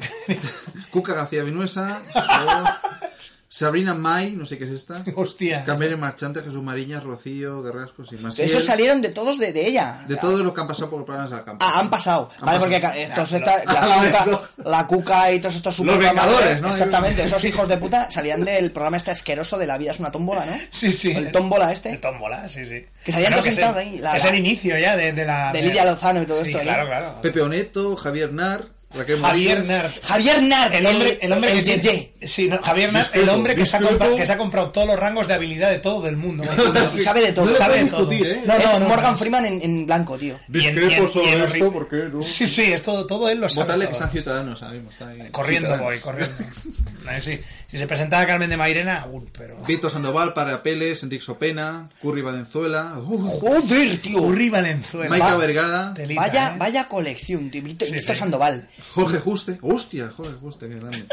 Cuca García Vinuesa, oh, Sabrina May, no sé qué es esta. Hostia. Camille Marchante, Jesús Mariñas, Rocío, Carrasco, y De Maciel. esos salieron de todos de, de ella. De todos los que han pasado por los programas de Campos. Ah, han pasado. Han vale, pasado. porque ca- estos Ya, esta- no. la, A la cuca, vez, la Cuca y todos estos Los superprogramadores, Vengadores, ¿no? Exactamente, esos hijos de puta salían del programa este asqueroso de La vida es una tómbola, ¿no? Sí, sí. El tómbola este. El tómbola, sí, sí. Que salían Claro, todos es el- sentados ahí, la- es la- el inicio ya de, de la... de Lidia Lozano y todo Sí, esto, ¿eh? claro, claro. Pepe Oneto, Javier Nar, Raquel Javier Morillas. Nard. Javier Nard, El hombre, el hombre el que tiene- Yeye. Sí, no, Javier Nard, el Discrepo, hombre que se, ha discrepo. compra- que se ha comprado todos los rangos de habilidad de todo el mundo. Y sabe de todo. No le sabe puedes de todo. discutir, ¿eh? No, es no, no, Morgan no. Freeman en, en blanco, tío. Y en- y en- Discrepo sobre y en esto, horri- ¿por qué no? Sí, sí, es todo, todo él lo sabe. Votale que todo. están ciudadanos ahora mismo. Está ahí. Corriendo Ciudadanos. voy, corriendo. No, sí. Si se presentaba Carmen de Mairena, aún, pero... Víctor Sandoval, Para Peles, Enrique Sopena, Curry Valenzuela, uh, Joder, tío. Urri Valenzuela. Maika Va- Vergara, Telita, Vaya, ¿eh? vaya colección, tío. Víctor, Sí, Víctor sí. Sandoval. Jorge Juste. Hostia, Jorge Juste, que también.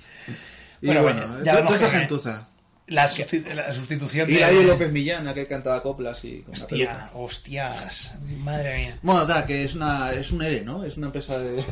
Y Bueno, bueno, bueno, ya toda vemos toda esa que- gentuza. La, susti- la sustitución Y de... Laio López Millán, que cantaba coplas y con la peluca. Hostia, hostias. Madre mía. Bueno, tal, que es una es un E R E, ¿no? Es una empresa de...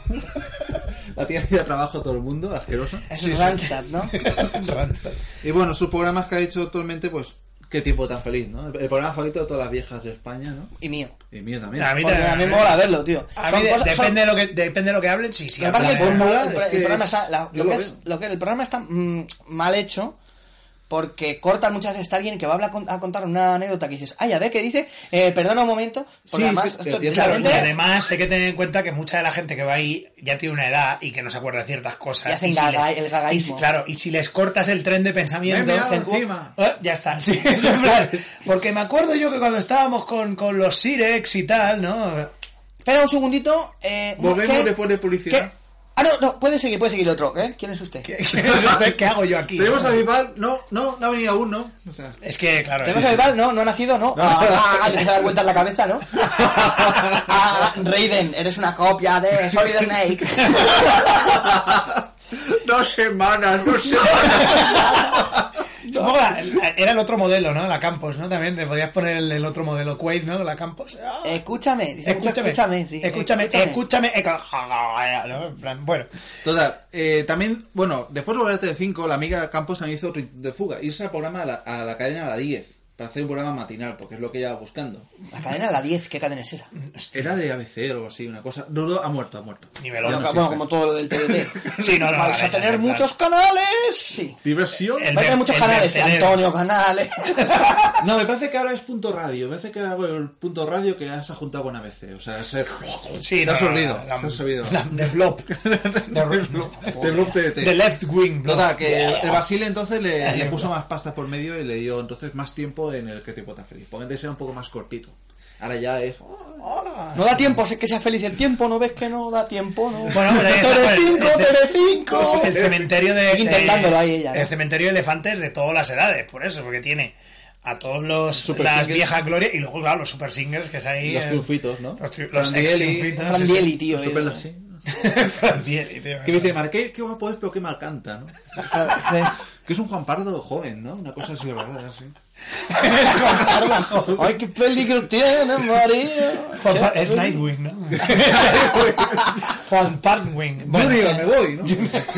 La tía hacía trabajo a todo el mundo, asquerosa. Es Sí, sí. Randstad, ¿no? Randstad. Y bueno, sus programas que ha hecho actualmente, pues, qué tiempo tan feliz, ¿no? El programa favorito de todas las viejas de España, ¿no? Y mío. Y mío también. A mí Porque a mí me mola verlo, tío. A Son mí de- cosas- son- depende, de lo que, depende de lo que hablen, sí, sí. Lo que pasa es que el, hablan, mola, el- es el que programa es- está, la- yo lo lo que es, veo. lo que el programa está mm, mal hecho porque corta muchas veces está alguien que va a, hablar con- a contar una anécdota que dices, ay, a ver qué dice, eh, perdona un momento, porque Sí, además sí, esto, pero tienes Claro, Realmente- y además hay que tener en cuenta que mucha de la gente que va ahí ya tiene una edad y que no se acuerda de ciertas cosas. Y hacen si gaga- les- el gagaísmo. y si- claro, y si les cortas el tren de pensamiento... Me he meado dicen, encima. "Oh, ya está, sí, es en plan, porque me acuerdo yo que cuando estábamos con, con los Sirex y tal, ¿no? Espera un segundito. Eh, Volvemos ¿qué? después de publicidad. ¿Qué? Ah, no, no, puede seguir, puede seguir el otro. ¿eh? ¿Quién es usted? ¿Qué, qué- qué hago yo aquí? Tenemos no? a Bisbal, no, no, no ha venido aún, ¿no? O sea, Es que, claro... ¿Tenemos sí, a sí. Vival? No, no ha nacido, ¿no? Ah, ah, ah, le empieza a dar vueltas la cabeza, ¿no? Ah, Raiden, eres una copia de Solid Snake. dos semanas, dos semanas. Supongo la- la- era el otro modelo, ¿no? La Campos, ¿no? También te podías poner el, el otro modelo, Quaid, ¿no? La Campos. Ah. Escúchame, dice, Escúchame, escúchame, sí, escúchame, escúchame. escúchame, eca- ¿no? En plan, bueno, Total, eh, también, bueno, después de volver a Telecinco, la amiga Campos también hizo otro intento de fuga, irse al programa a la, a la cadena a la diez, para hacer un programa matinal, porque es lo que ella va buscando. La cadena la diez, ¿qué cadena es esa? Era de A B C o algo así, una cosa. No, no, ha muerto, ha muerto. ni me Ya lo... no Bueno, existe. como todo lo del T V T. Sí, no, no, Vais vale, a tener en plan- muchos canales, sí. Diversión. El- Vais a tener muchos el canales, Mercedes. Antonio Canales. No, me parece que ahora es punto radio. Me parece que ahora el punto radio que ya se ha juntado con A B C. O sea, se, Sí, se no, ha absorbido. la- la- se ha absorbido. la- De Blob. De Blob T V T. De Left Wing Blob. Total, que el Basile entonces le, le puso más pasta por medio y le dio entonces más tiempo en el que tiempo tan feliz. Porque antes era un poco más cortito. Ahora ya es... No da tiempo, sé que sea feliz el tiempo, ¿no ves que no da tiempo? ¿no? Bueno, pues ahí está, Telecinco, pues, el- Telecinco. El cementerio de... Sigue intentándolo ahí ella, ¿no? El cementerio de elefantes de todas las edades, por eso, porque tiene a todos los Super las singers. viejas glorias y luego, claro, los super singers que es ahí... Los eh, triunfitos, ¿no? Los, tri- los Fran ex Bieli, triunfitos. Fran sí, sí. Bieli, tío. Super eh. sí. Fran Dieli, tío. Que me dice, Marqués, qué guapo es, pero qué mal canta, ¿no? Sí. Que es un Juan Pardo joven, ¿no? Una cosa así rara, así. Ay, qué peligro tiene, María. Juan Par- es Nightwing, ¿no? Juan Parkwing. Yo digo, me voy, ¿no?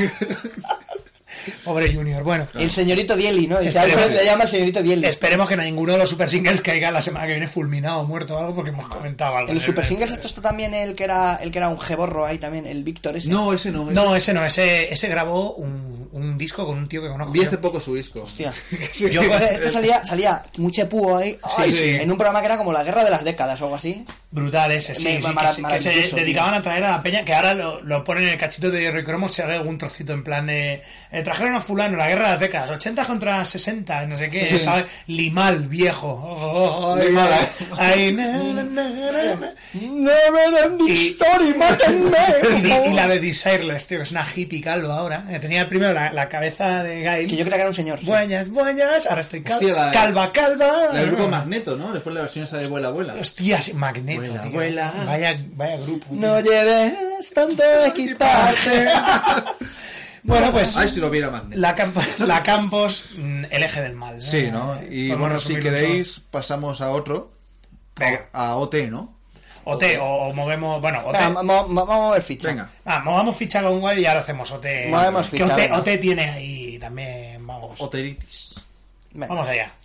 Pobre Junior. Bueno, El señorito Dieli, ¿no? Dice, Esperemos. Alfred le llama el señorito Dieli. esperemos que ninguno de los Super Singles caiga la semana que viene fulminado o muerto o algo, porque hemos comentado algo. En los de- Super Singles esto está también el que era el que era un geborro ahí también, el Víctor ese. No, ese no. Ese. No, ese no. Ese, ese grabó un, un disco con un tío que conozco. Vi hace poco su disco. Hostia. Sí. Yo, pues, este salía, salía muy chepúo ahí, ay, sí. en un programa que era como la guerra de las décadas o algo así. Brutal ese, sí. Me- sí, que mara- se- que, maravilloso, se dedicaban a traer a la peña, que ahora lo, lo ponen en el cachito de Roy Cromo, se hace algún trocito en plan de... Eh, trajeron a fulano, la guerra de las décadas, ochenta contra sesenta, no sé qué, Sí. estaba Limal, viejo. Oh, oh, Limal, ay, ¿eh? ay, na, na, na, na, na. Never ending Y- story, mátenme. Y, di- y la de Desireless, tío, que es una hippie calva ahora. Eh, Tenía primero la, la cabeza de Gail. Que yo creía que era un señor. Buenas, buenas, ahora estoy cal- Hostia, la- calva, calva. El grupo Magneto, ¿no? Después la versión esa de Vuela, Vuela. Hostia, sí, Magneto. Vuela, tío. vuela. Vaya, vaya grupo. tío. No lleves tanto equiparte. Bueno, pues Ay, si lo viera Magneto. la, Campos, la Campos, mm, el eje del mal. Sí, ¿no? Y Podemos bueno, si resumirlo queréis, pasamos a otro. Venga. A O T, ¿no? todo. O T, o, o movemos. Bueno, O T. Venga, vamos, vamos a mover ficha. Venga. Ah, movamos ficha con Wild y ahora hacemos O T. Movemos Que ficha, O T, venga. O T tiene ahí también. Vamos. Oteritis. Venga. Vamos allá.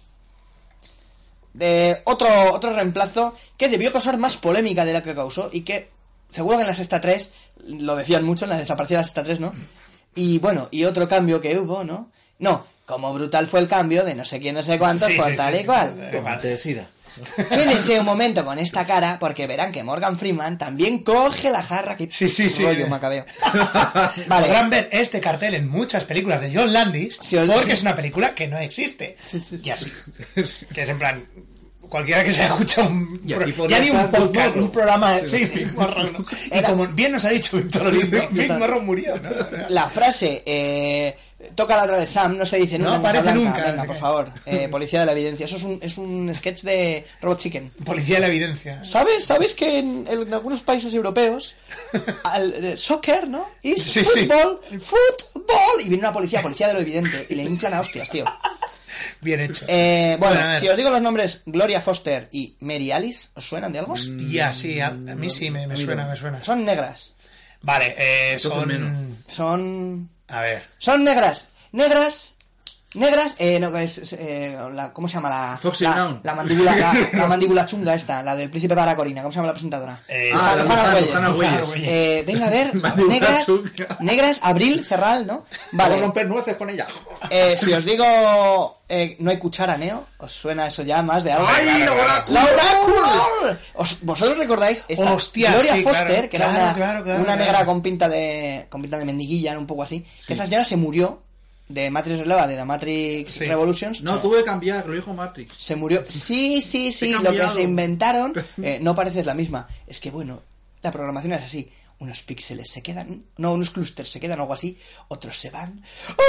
De otro, otro reemplazo que debió causar más polémica de la que causó y que seguro que en la sexta tres lo decían mucho, en la desaparición de la sexta tres, ¿no? Y bueno, y otro cambio que hubo, ¿no? No, como brutal fue el cambio de no sé quién, no sé cuántos, Sí, por sí, tal sí. y cual. Eh, vale. De SIDA. Quédense un momento con esta cara porque verán que Morgan Freeman también coge la jarra que Sí, sí, sí. rollo macabeo. Vale. Podrán ver este cartel en muchas películas de John Landis Sí, os- porque sí. es una película que no existe. Sí, sí, sí. Y así. Que es en plan. Cualquiera que se haya escuchado un Y pro- aquí ya podría ni un estar Big podcast, Morrow. un programa sí, Big Morrow, ¿no? Y Era- como bien nos ha dicho Víctor Olindo, Big Total. Morrow murió, ¿no? La frase eh, toca la otra vez Sam no se dice nunca. No en Casa aparece Blanca. nunca, Venga, no sé por qué. favor. Eh, Policía de la evidencia. Eso es un, es un sketch de Robot Chicken. Policía de la evidencia. ¿Sabes? ¿Sabes que en, en algunos países europeos al, eh, soccer, ¿no? Es Sí, sí. fútbol, fútbol. Y viene una policía, policía de lo evidente. Y le inflan a hostias, tío. Bien hecho. Eh, bueno, Bueno, a ver. si os digo los nombres Gloria Foster y Mary Alice, ¿os suenan de algo? Hostia, sí, a, a mí sí me, me suena, me suena. Son negras. Vale, eh, Entonces son... menos. Son... A ver. Son negras. Negras. Negras. Eh, no, es, es, eh, la, ¿cómo se llama la... Foxy la, Brown. la mandíbula, la, la mandíbula chunga esta, la del príncipe para Corina. ¿Cómo se llama la presentadora? Eh, Ah, la Lujana Lujana, Reyes. Lujana Lujana Reyes. Reyes. Eh, venga, a ver, Mandíbula negras, chunga. negras, Abril, Cerral, ¿no? Vale. Vale, romper nueces con ella. eh, si os digo eh, no hay cuchara, Neo, ¿os suena eso ya más de algo? ¡Ay, la oráculo! ¡La oráculo! ¿Os- ¿Vosotros recordáis esta Hostia, Gloria sí, Foster, claro, que era claro, una, claro, claro, una claro. negra con pinta de con pinta de mendiguilla, un poco así? Que esta señora se murió de Matrix Releva, de The Matrix Sí. Revolutions. No, tuve que cambiar, lo dijo Matrix. Se murió. Sí, sí, sí. He Lo que cambiado. se inventaron eh, no parece la misma. Es que, bueno, la programación es así. Unos píxeles se quedan. No, unos clústeres se quedan, algo así. Otros se van.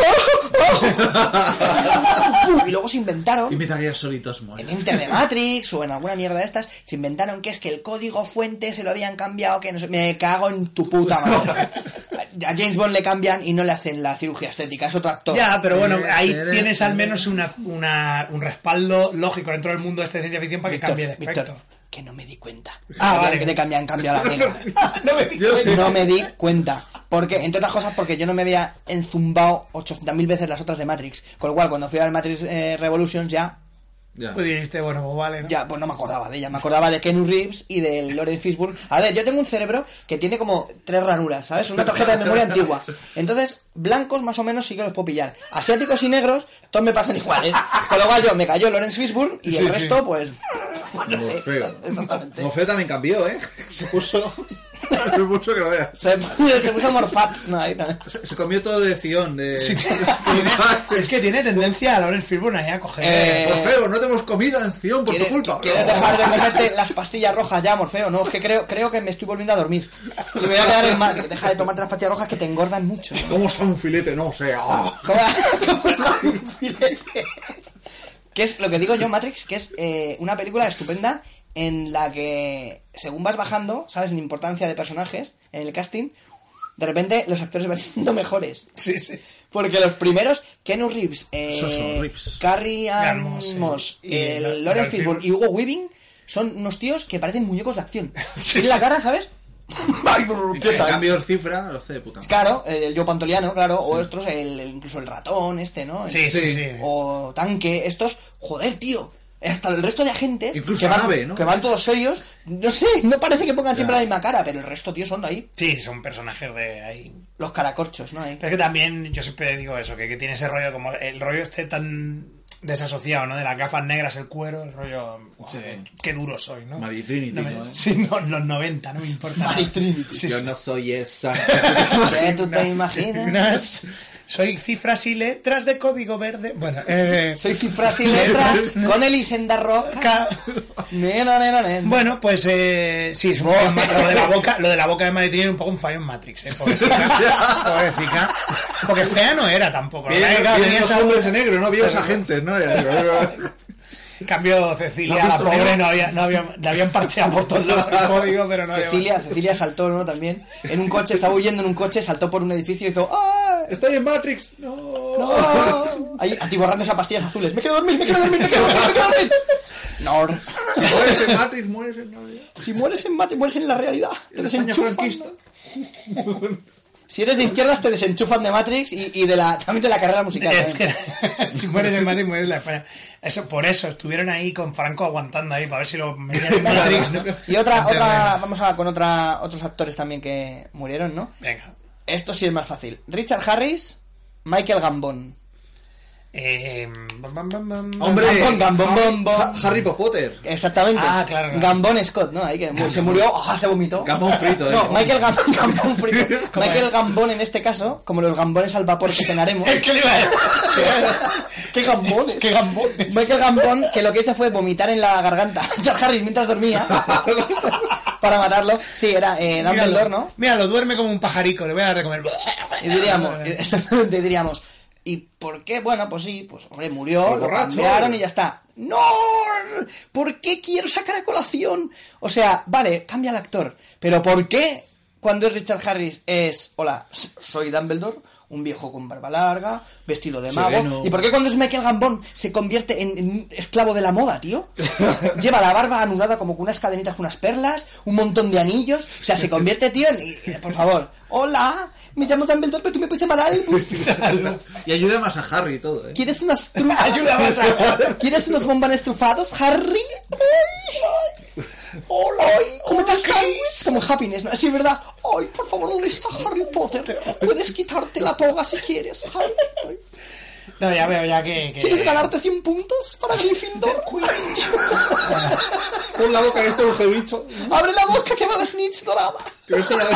Y luego se inventaron. Y me daría solitos muertos. En Enter de Matrix o en alguna mierda de estas, se inventaron que es que el código fuente se lo habían cambiado, que no sé, me cago en tu puta madre. A James Bond le cambian y no le hacen la cirugía estética, es otro actor. Ya, pero bueno, ahí Eres- tienes al menos una, una, un respaldo lógico dentro del mundo de esta ciencia ficción para que Víctor, cambie de aspecto. Víctor, que no me di cuenta. Ah, Que vale. Que te cambian, cambio a la negra. No me di Yo cuenta. sí. No me di cuenta. Porque, entre otras cosas, porque yo no me había enzumbado ochocientas mil veces las otras de Matrix. Con lo cual, cuando fui a ver Matrix eh, Revolutions ya, Ya. Pues dijiste, bueno, pues vale, ¿no? ya, pues no me acordaba de ella. Me acordaba de Keanu Reeves y del Lawrence Fishburne. A ver, yo tengo un cerebro que tiene como tres ranuras, ¿sabes? Una tarjeta de memoria antigua. Entonces, blancos más o menos sí que los puedo pillar. Asiáticos y negros, todos me parecen iguales. Con lo cual yo me cayó Lawrence Fishburne y Sí, el sí. resto, pues... no sé. Morfeo. Exactamente. Morfeo también cambió, ¿eh? Se puso... Se puso que lo veas. Se, se puso morfat. No, ahí también. Se, se comió todo de Zion, de... Sí, tiene- es que tiene tendencia a Lawrence Fishburne ahí a coger... Eh, Morfeo, no te hemos comido en Zion por tu ¿Quieres, culpa. ¿Quieres dejar de comerte las pastillas rojas ya, Morfeo? No, es que creo, creo que me estoy volviendo a dormir. Y me voy a quedar en mal. Deja de tomarte las pastillas rojas que te engordan mucho. ¿Cómo está un filete? No sé. ¡Ah! ¿Cómo, cómo está un filete? Que es lo que digo yo, Matrix, que es eh, una película estupenda en la que, según vas bajando, ¿sabes? En importancia de personajes, en el casting, de repente los actores van siendo mejores. Sí, sí. Porque los primeros, Keanu Reeves, eh, Soso Reeves. Carrie Ann Moss, Moss, y el Lo- Lawrence Lawrence Fishburne y Fishburne. Hugo Weaving son unos tíos que parecen muñecos de acción. Sí, Tiene la sí. cara, ¿sabes? Ay, ¿qué En tal? cambio, el cifra lo hace de puta. Claro, el Joe Pantoliano, claro, o estos, el, el- incluso el ratón este, ¿no? El- Sí, sí, Sí. sí. O Tanque, estos, joder, tío. Hasta el resto de agentes Incluso que, van, Nave, ¿no? que van todos serios, no sé, no parece que pongan siempre Ya. la misma cara, pero el resto, tío, son ahí Sí, son personajes de ahí. los caracorchos, ¿no? Ahí. Pero es que también yo siempre digo eso, que, que tiene ese rollo como el rollo este tan desasociado, ¿no? De las gafas negras, el cuero, el rollo... Sí. Joder, qué duro soy, ¿no? Mary Trinity, No me- ¿no? Sí, no, los noventa, no me importa. Mary nada. Trinity. Sí, Yo sí. no soy esa. ¿Qué tú te imaginas? Unas- Soy cifras y letras de código verde. Bueno, eh... Soy cifras y letras con Elisenda Roca. Ca- Nena, nena, nena. Bueno, pues eh, sí, es un fallo en Ma- lo de la boca, lo de la boca de Madrid tiene un poco un fallo en Matrix, eh, pobrecita, pobrecita. Porque fea no era tampoco. Lo que pasa es que, claro, Vienen tenía los esa- hombres en negro, ¿no? Viejos agentes, ¿no? En cambio, Cecilia, ¿No has la visto pobre, nada? no había, no había, le habían parcheado por todos lados el código, pero no había... Cecilia, Cecilia saltó, ¿no? También. En un coche, estaba huyendo en un coche, saltó por un edificio y hizo ¡ah! Estoy en Matrix. No. ¡No! Ahí atiborrándose a pastillas azules. ¡Me quiero dormir, me quiero dormir, me quiero dormir, me quiero dormir! No, Si mueres en Matrix, mueres en realidad. si mueres en mate, mueres en la realidad. Te En España desenchufan. franquista. Si eres de izquierdas, te desenchufan de Matrix y, y de la, también de la carrera musical. Es también. que si mueres en Madrid, mueres en la España. Eso, por eso, estuvieron ahí con Franco aguantando ahí, para ver si lo metían en Matrix, ¿no? Y otra, En terreno. otra, vamos a con otra, otros actores también que murieron, ¿no? Venga. Esto sí es más fácil. Richard Harris, Michael Gambon. Eh, bam, bam, bam, bam. Hombre, Gambon, Gambon, Harry, Gambon. Ha- Harry Potter. Exactamente. Ah, claro, claro. Gambon Scott, ¿no? Ahí que mu- se murió, ¡ah! Se vomitó. Gambón frito, ¿eh? No, Michael Gambon, Gambon frito. ¿Cómo Michael es? Gambon en este caso, como los gambones al vapor que cenaremos. ¿Qué le iba a decir? ¡Qué gambones! ¿Qué gambones? Michael Gambon, que lo que hizo fue vomitar en la garganta a Richard Harris mientras dormía para matarlo. Sí, era eh, Dumbledore, ¿no? Míralo, duerme como un pajarico, le voy a dar de comer. Y diríamos, exactamente, diríamos, ¿y por qué? Bueno, pues sí, pues hombre, murió, Por lo borracho. cambiaron y ya está. ¡No! ¿Por qué quiero sacar a colación? O sea, vale, cambia el actor, pero ¿por qué cuando es Richard Harris es, hola, soy Dumbledore, un viejo con barba larga, vestido de mago? Sereno. ¿Y por qué cuando es Michael Gambon se convierte en, en un esclavo de la moda, tío? Lleva la barba anudada como con unas cadenitas con unas perlas, un montón de anillos, o sea, se convierte, tío, en... Por favor, hola, me llamo Dumbledore, pero tú me puedes llamar Albus. Y ayuda más a Harry y todo, ¿eh? ¿Quieres unas trufas? Ayuda más a- ¿Quieres unos bombones trufados, Harry? Ay, ay. Hola, ¿cómo estás, Happiness? Como Happiness, ¿no? Sí, ¿verdad? Ay, por favor, ¿dónde está Harry Potter? Puedes quitarte la toga si quieres, Harry. Ay. No, ya veo, ya que... que... ¿Quieres ganarte cien puntos para Gryffindor? Pon la boca en este agujerito. ¡Abre la boca que va la snitch dorada! Que no se la...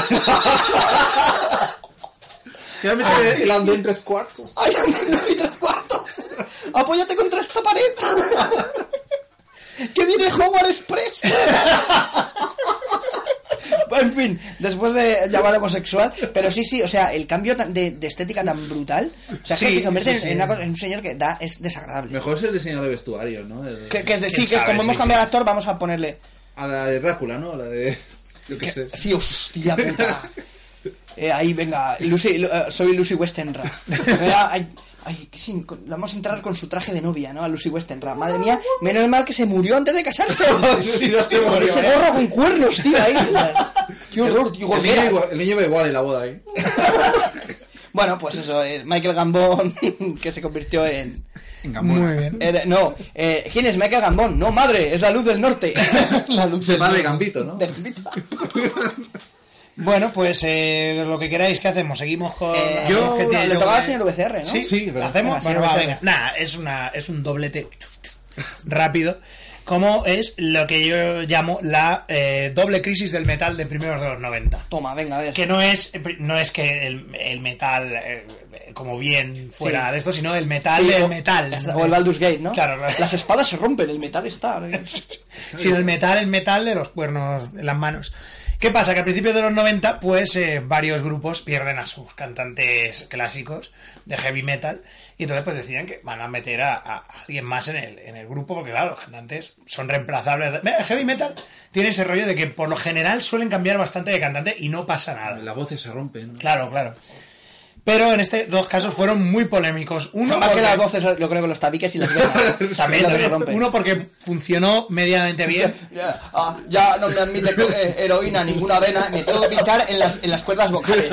Te voy a meter el ando en tres cuartos. ¡Ay, no hay tres cuartos! ¡Apóyate contra esta pared! ¡Que viene Hogwarts Express! En fin, después de llamar homosexual, pero sí, sí, o sea, el cambio tan- de, de estética tan brutal, o sea, Sí, que se convierte sí, en, sí. en una cosa- en un señor que da, es desagradable. Mejor es el diseñador de vestuario, ¿no? El- Que, que es de, ¿Quién sí, que es sabe? como hemos Sí, cambiado sí. de actor, vamos a ponerle... A la de Drácula, ¿no? A la de... Yo qué sé. Sí, hostia puta. Eh, ahí, venga, Lucy, Lu- eh, soy Lucy Westenra. Venga, ay, ay, que sí, con- vamos a entrar con su traje de novia, ¿no? A Lucy Westenra. Madre mía, menos mal que se murió antes de casarse. Sí, ya se Con murió, ese ¿eh? gorro con cuernos, tío, ahí. Qué horror, tío. El niño, Gordera. igual- el niño va igual en la boda ahí. Bueno, pues eso, es Michael Gambon, que se convirtió en... En Gamora. Muy bien. era- no, eh, ¿quién es Michael Gambon? No, madre, es la luz del norte. La luz Se del va de norte. Gambito, ¿no? De Gambito. Bueno, pues eh, lo que queráis, ¿qué hacemos? Seguimos con... Eh, yo- ¿qué tiene le yo tocaba que- al señor V C R, ¿no? Sí, Sí, ¿lo pero- hacemos? venga, Bueno, va, señor venga. Nada, es, una, es un doblete rápido. Como es lo que yo llamo la eh, doble crisis del metal de primeros de los noventa. Toma, venga, a ver. Que no es no es que el, el metal eh, como bien fuera Sí. de esto, sino el metal Sí, del o- metal. O el Baldur's Gate, ¿no? Claro, claro. Las espadas se rompen, el metal está. Sino el metal, el metal de los cuernos en las manos. ¿Qué pasa? Que a principios de los noventa, pues eh, varios grupos pierden a sus cantantes clásicos de heavy metal y entonces pues deciden que van a meter a, a alguien más en el, en el grupo porque claro, los cantantes son reemplazables. El heavy metal tiene ese rollo de que por lo general suelen cambiar bastante de cantante y no pasa nada. Las voces se rompen, ¿no? Claro, claro. Pero en estos dos casos fueron muy polémicos. Uno Más que porque- las voces, yo creo que los tabiques y las venas. También, Es lo que se también. rompe. Uno porque funcionó medianamente bien. Ya, ah, ya no me admite co- eh, heroína ninguna vena, me tengo que pinchar en las, en las cuerdas vocales.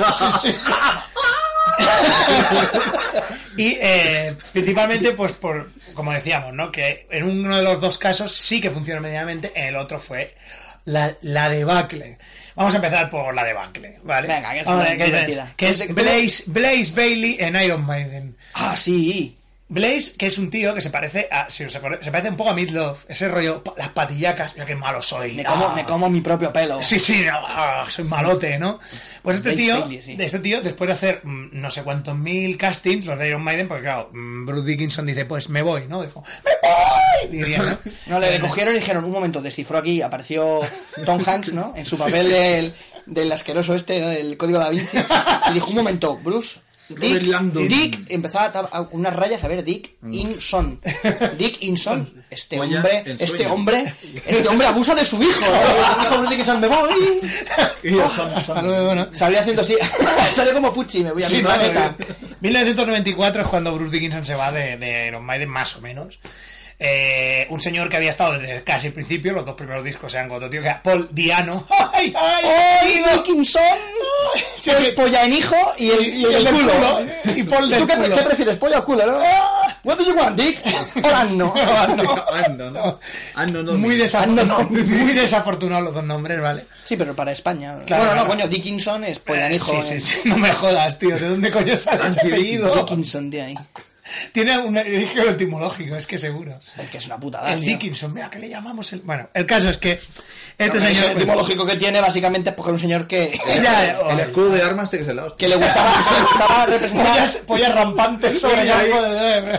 Y eh, principalmente, pues por como decíamos, ¿no? Que en uno de los dos casos sí que funcionó medianamente, en el otro fue la, la debacle. Vamos a empezar por la debacle, ¿vale? Venga, que es Vamos a una ver, ¿qué divertida. es? Que es Blaze, Blaze Bailey en Iron Maiden. Ah, sí. Blaze, que es un tío que se parece a, si os acordáis, se parece un poco a Meatloaf, ese rollo, pa- las patillacas, mira qué malo soy. Me como, ah. me como mi propio pelo. Sí, sí, no, ah, soy malote, ¿no? Pues este Blaze tío, Bailey, sí. este tío, después de hacer mm, no sé cuántos mil castings, los de Iron Maiden, porque claro, mm, Bruce Dickinson dice, pues me voy, ¿no? Dijo, ¡me voy! Diría, ¿no? No, le, le cogieron y dijeron, un momento, descifró aquí, apareció Tom Hanks, ¿no? En su papel del, del asqueroso este, ¿no? Del Código Da Vinci. Y dijo, un momento, Bruce, Robert Dick, Langdon. Dick, empezaba a, a unas rayas a ver, Dick Inson. Dick Inson, este Vaya hombre, ensueño. este hombre, este hombre abusa de su hijo. ¿no? Dijo Bruce Dickinson, me voy. Y ya son- Hasta luego, ¿no? Salió haciendo así, salió como Pucci, me voy a Sí, mi claro, planeta. mil novecientos noventa y cuatro es cuando Bruce Dickinson se va de, de Iron Maiden, más o menos. Eh, un señor que había estado desde casi el principio, los dos primeros discos sean con otro tío que era Paul Diano. ¡Ay, ay! ¡Ay, tío! Dickinson! Sí, El que- polla en hijo y el, y el, el del culo. culo. Y Paul del ¿Tú qué, culo. qué prefieres, polla o culo? ¿No? What do you want, Dick? Hola, no. Ah, no. Ah, no, no. Ah, no, no. Muy, Ah, desafortunado, no, no. muy desafortunados los dos nombres, ¿vale? Sí, pero para España. Claro, bueno, no, claro. coño, Dickinson es polla en hijo. Sí, sí, eh. sí, no me jodas, tío. ¿De dónde coño sale ese Anti- apellido? Dickinson, tío, ahí. Tiene un origen etimológico, es que seguro. Es que es una putada. El tío. Dickinson, mira, ¿qué le llamamos? El... Bueno, el caso es que este No, el señor... origen etimológico que tiene básicamente es porque era un señor que, Ya, El escudo de armas tiene que ser la hostia. que le gustaba, que le gustaba representar. pollas, pollas rampantes sobre el ahí. campo de...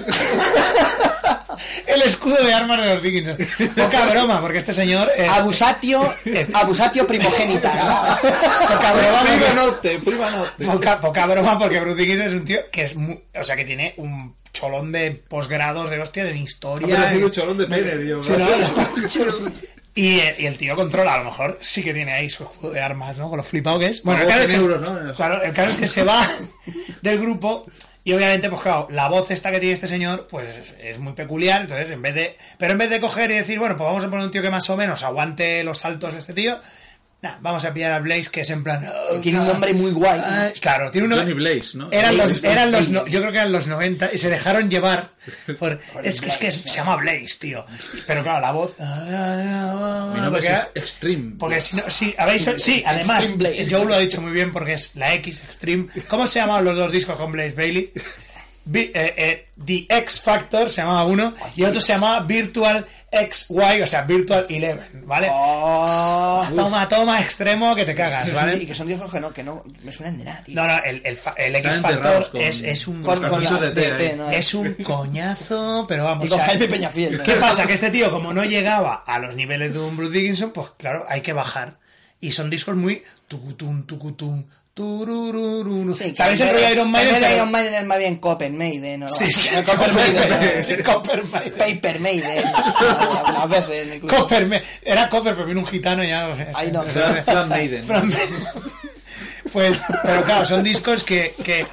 El escudo de armas de los Dickinson. Poca broma, porque este señor... Es... Abusatio, abusatio primogénita. ¿no? Poca broma, Prima porque- norte, prima norte. Poca, poca broma, porque Bruce Dickinson es un tío que es muy... O sea, que tiene un cholón de posgrados de hostia en historia. Habría sido en- un cholón de Penner, yo. Sí, ¿no? Y, eh, y el tío controla, a lo mejor sí que tiene ahí su escudo de armas, ¿no? Con lo flipado que es. Bueno, el Luego caso, es cien que, euros, ¿no? claro, el caso es que se va del grupo y obviamente, pues claro, la voz esta que tiene este señor, pues es, es muy peculiar, entonces en vez de... Pero en vez de coger y decir, bueno, pues vamos a poner un tío que más o menos aguante los saltos de este tío, nah, vamos a pillar a Blaze, que es en plan... oh, Tiene un no. nombre muy guay. ¿no? Ah, claro, tiene un Johnny Blaze, ¿no? Eran Blaze, los, ¿no? eran los no- yo creo que eran los noventa y se dejaron llevar por, es que es que es- Blaze, se llama Blaze, tío. Pero claro, la voz Mi nombre porque, es Extreme. porque si no, sí, habéis sí, además Extreme Blaze. Joe lo ha dicho muy bien porque es la X Extreme. ¿Cómo se llamaban los dos discos con Blaze Bailey? Vi- eh, eh, The X Factor se llamaba uno y otro se llamaba Virtual X Y, o sea, Virtual Eleven, ¿vale? Oh, Toma, toma, extremo que te cagas, y ¿vale? que son discos que no, que no me suenan de nada, tío. No, no, el, el, fa- el X Están Factor enterrados con- es, es un Con, con cartuchos la- de té ahí. ¿no? es un coñazo, pero vamos. Y con o sea, Jaime Peñafiel, ¿no? ¿Qué pasa? Que este tío, como no llegaba a los niveles de un Bruce Dickinson, pues claro, hay que bajar. Y son discos muy tucutum, tucutum, tururururu. Sí, ¿Sabéis el en rollo vez- de Iron Maiden? En vez de Pero- Iron Maiden es más bien Copenhagen, ¿no? Sí, sí, Copper Maiden. sí, Copper Maiden. Paper Maiden. Algunas veces. incluso. Copper, me- era Copper, pero vino un gitano y ya. Ahí no. Fran- Fran Maiden. Fran Maiden. Pues, pero claro, son discos que, que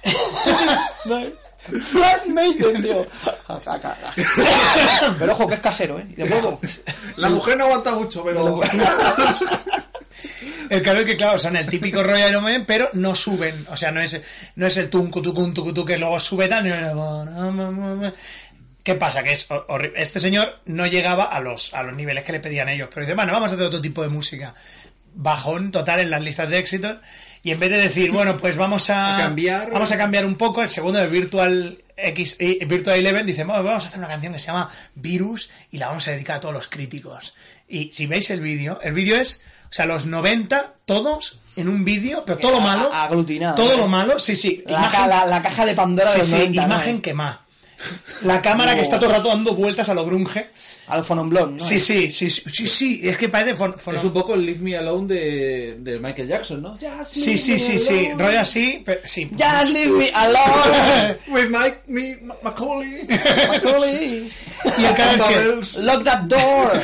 Fran Maiden, tío. Pero ojo, que es casero, ¿eh? Y de nuevo. La mujer no aguanta mucho, pero... el caso es que, claro, son el típico rollo de Iron Maiden, pero no suben. O sea, no es, no es el tuncu, tucun, tucu, que luego sube tan. ¿Qué pasa? Que es horrible. Este señor no llegaba a los, a los niveles que le pedían ellos. Pero dice, bueno, vamos a hacer otro tipo de música. Bajón total en las listas de éxitos. Y en vez de decir, bueno, pues vamos a, A cambiar. vamos a cambiar un poco, el segundo de Virtual X, y Virtua Eleven dice, bueno, vamos a hacer una canción que se llama Virus y la vamos a dedicar a todos los críticos. Y si veis el vídeo, el vídeo es, o sea, los noventa, todos en un vídeo, pero todo lo malo, aglutinado, todo ¿eh? lo malo, sí, sí. La, imagen, la, la caja de Pandora sí, de los sí, noventa, imagen ¿no? quemada. La cámara oh. que está todo el rato dando vueltas a lo grunge. A lo Fononblon, ¿no? Sí, sí, sí, sí, sí, sí, es que parece fon, fon... Es un poco el Leave Me Alone de, de Michael Jackson, ¿no? Just Sí, sí, sí, sí, rollo así, pero sí. Just leave me alone with Mike, me, Macaulay. Macaulay. Y el caso es que... Lock that door.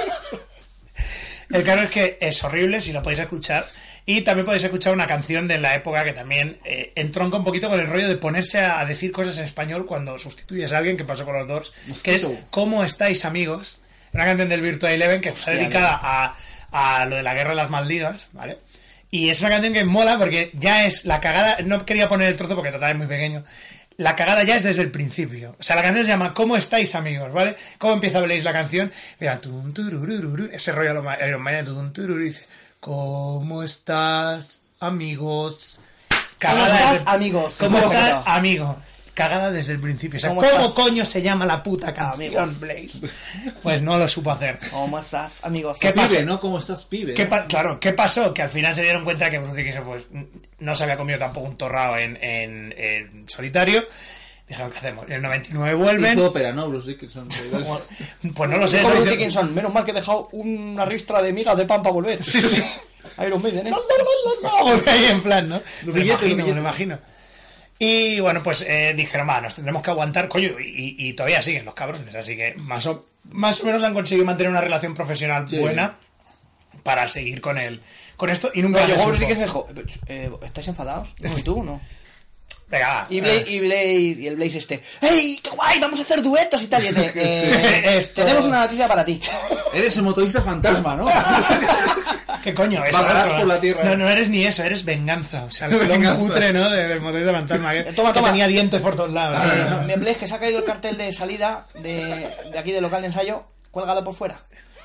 El caso es que es horrible, si lo podéis escuchar. Y también podéis escuchar una canción de la época que también eh, entronca un poquito con el rollo de ponerse a, a decir cosas en español cuando sustituyes a alguien, que pasó con los Doors, que es ¿Cómo estáis, amigos? Una canción del Virtua Eleven que está dedicada a, a lo de la guerra de las Maldivas, ¿vale? Y es una canción que mola porque ya es la cagada. No quería poner el trozo porque total es muy pequeño. La cagada ya es desde el principio. O sea, la canción se llama ¿Cómo estáis, amigos? ¿Vale? ¿Cómo empieza Blaze la canción? Mira, tum, turururu, ese rollo de Iron Maiden, tum, tururu, dice ¿Cómo estás, amigos? Cagada ¿Cómo estás, desde... amigos? ¿Cómo estás, amigo? Cagada desde el principio. O sea, ¿cómo, ¿cómo coño se llama la puta canción, amigos? Blaze? Pues no lo supo hacer. ¿Cómo estás, amigos? ¿Qué pasó? Pibe, ¿no? ¿Cómo estás, pibe? ¿Qué pa- claro, ¿qué pasó? Que al final se dieron cuenta que Bruce Dickinson pues, no se había comido tampoco un torrao en, en, en solitario. Dijeron, ¿qué hacemos? En el noventa y nueve vuelven. Hizo ópera, ¿no? Bruce Dickinson. Pues no lo sé. Bruce Dickinson, menos mal que he dejado una ristra de migas de pan para volver. Sí, sí. Iron Maiden, ¿eh? Porque ahí en plan, ¿no? Lo me, billete, imagino, me lo imagino. Y bueno, pues eh, dijeron, va, nos tendremos que aguantar, coño, y, y todavía siguen los cabrones. Así que más o, más o menos han conseguido mantener una relación profesional sí. buena para seguir con él. Con esto, y nunca llegó Bruce Dickinson y dijo, eh, ¿estáis enfadados? ¿Y tú no? Venga, va. Y Blaze, y Blaze, y el Blaze este, ¡hey, qué guay! Vamos a hacer duetos y tal. Y este, eh, Esto... Tenemos una noticia para ti. Eres el motorista fantasma, ¿no? ¿Qué coño? Eso Vagarás otro, por la tierra. No, no eres ni eso, eres venganza. O sea, el clon putre, ¿no? Del de motorista fantasma. Que, toma, que toma. tenía dientes por todos lados. Eh, mi Blaze, que se ha caído el cartel de salida de, de aquí del local de ensayo. Cuélgalo por fuera.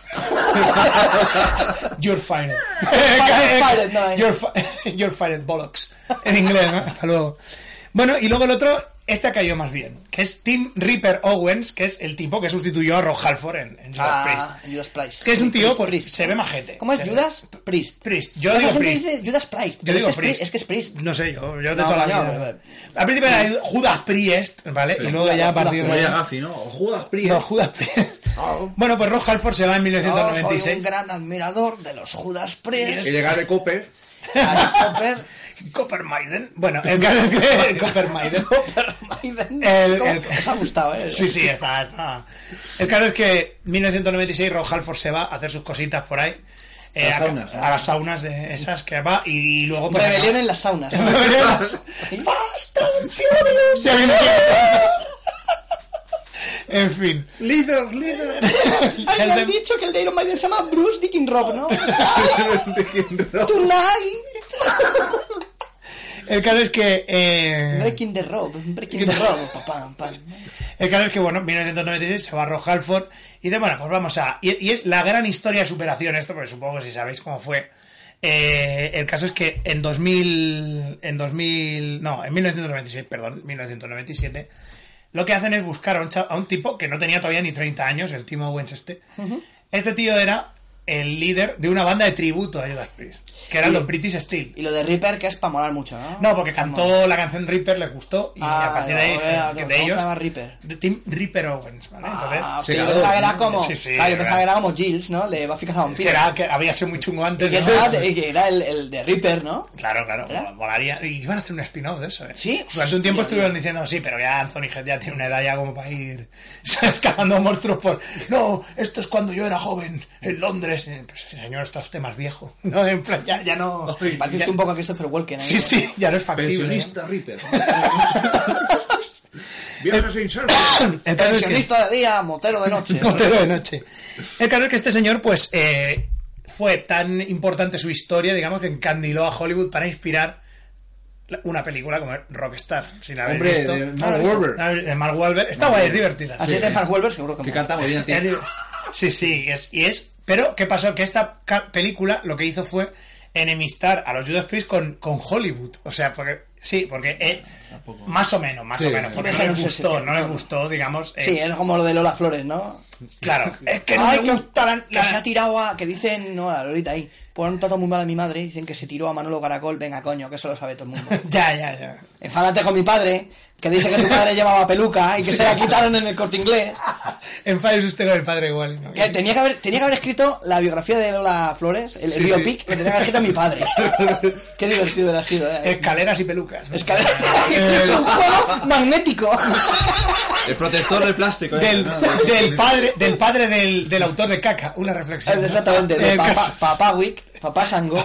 You're fired. fired no, you're, fi- you're fired, bollocks. En inglés, ¿no? Hasta luego. Bueno, y luego el otro, este ha caído más bien, que es Tim Ripper Owens, que es el tipo que sustituyó a Rob Halford en, en Judas ah, Priest. Judas Priest. Que es un tío, Priest, pues, Priest. se ve majete. ¿Cómo es? ¿Judas? Ve... Priest. Priest. Yo Pero digo la gente Priest. dice Judas Priest. Yo digo es que Priest. Es que es Priest. No sé, yo, yo de no, toda no, la no, vida. No, Al principio era Judas Priest, ¿vale? Sí, y luego Judas, ya a partir de... de... Gafi, ¿no? O Judas Priest. No, Judas Priest. Oh. Bueno, pues Rob Halford se va en mil novecientos noventa y seis. Yo soy un gran admirador de los Judas Priest. Y llega de Copper. Copper... Copper Maiden. Bueno, el caso es que... Copper Maiden. Copper Maiden. El, el... Os ha gustado, ¿eh? Sí, sí, está, está. El caso es que en mil novecientos noventa y seis Rob Halford se va a hacer sus cositas por ahí. Eh, las saunas, a, a las saunas de esas que va y, y luego... Pues, rebelión en las saunas. Rebelión en las... Fast and Furious. En fin. Líder, líder. Ay, me han dicho que el de Iron Maiden se llama Bruce Dickinson, ¿no? Tonight. El caso es que... Eh... Breaking the Rob, Breaking the Rob. Pa, pa, pa. El caso es que, bueno, en mil novecientos noventa y seis se va Rob Halford y de, bueno, pues vamos a... Y, y es la gran historia de superación esto, porque supongo que si sabéis cómo fue. Eh, el caso es que en dos mil... En dos mil... No, en mil novecientos noventa y seis, perdón, mil novecientos noventa y siete... Lo que hacen es buscar a un, a un tipo que no tenía todavía ni treinta años, el Tim Owens este. Uh-huh. Este tío era el líder de una banda de tributo a Judas Priest, que eran y, los British Steel. Y lo de Ripper, que es para molar mucho, ¿no? No, porque cantó Vamos. la canción Ripper, le gustó, y ah, a partir no, de, no, de, no, de ellos... se llama Ripper? De Tim Ripper Owens, ¿vale? Entonces... Ah, sí, yo pensaba que era como... Sí, sí, claro, yo pensaba que era como Giles, ¿no? De Buffy Cazavampiros. Que, era, que había sido muy chungo antes, y ¿no? Era, de, que era el, el de Ripper, ¿no? Claro, claro, ¿Era? Molaría. Y iban a hacer un spin-off de eso, ¿eh? Sí. Durante un tiempo estuvieron diciendo, sí, pero ya Anthony Head ya tiene una edad ya como para ir, ¿sabes? Cazando monstruos por... No, esto es cuando yo era joven, en Londres. Pues señor, está usted más viejo. No, en plan, ya, ya no... Pareciste un poco a Christopher Walken. Ahí, sí, ¿no? sí, ya no es factible. Pensionista, ¿no? Ripper. Viajes sin ser. Pensionista de día, motero de noche. Motero de noche. El caso es que este señor, pues, eh, fue tan importante su historia, digamos, que encandiló a Hollywood para inspirar una película como Rockstar. Si la habéis Hombre, visto. de Mark Wahlberg. De Mark Wahlberg. Está guay, es divertida. Así es de Mark Wahlberg, seguro que, que canta muy bien, tío. Sí, sí, es, y es... Pero, ¿qué pasó? Que esta película lo que hizo fue enemistar a los Judas Priest con, con Hollywood. O sea, porque Sí, porque eh, más o menos, más Sí, o menos, porque sí, no les sí, gustó, sí, no sí. les gustó, digamos. eh, Sí, es como lo de Lola Flores, ¿no? Claro, es que no Ay, me que, gusta la, que la- se ha tirado a... Que dicen... No, la Lolita ahí. Ponen un trato muy mal a mi madre. Dicen que se tiró a Manolo Caracol. Venga, coño, que eso lo sabe todo el mundo. Ya, ya, ya. Enfádate con mi padre, que dice que tu padre llevaba peluca y que Sí. se la quitaron en el Corte Inglés. Enfades usted con el padre igual. ¿No? Que tenía que haber, tenía que haber escrito la biografía de Lola Flores, el, el Sí, biopic, sí. lo tenía que haber escrito mi padre. Qué divertido era sido, eh. Escaleras y pelucas. ¿no? Escalera. Un juego magnético. El protector de plástico. ¿eh? Del, ¿no? del padre, del padre del, del autor de Caca, una reflexión. ¿no? Exactamente, de El papá, caso- papá Wick, papá Sango.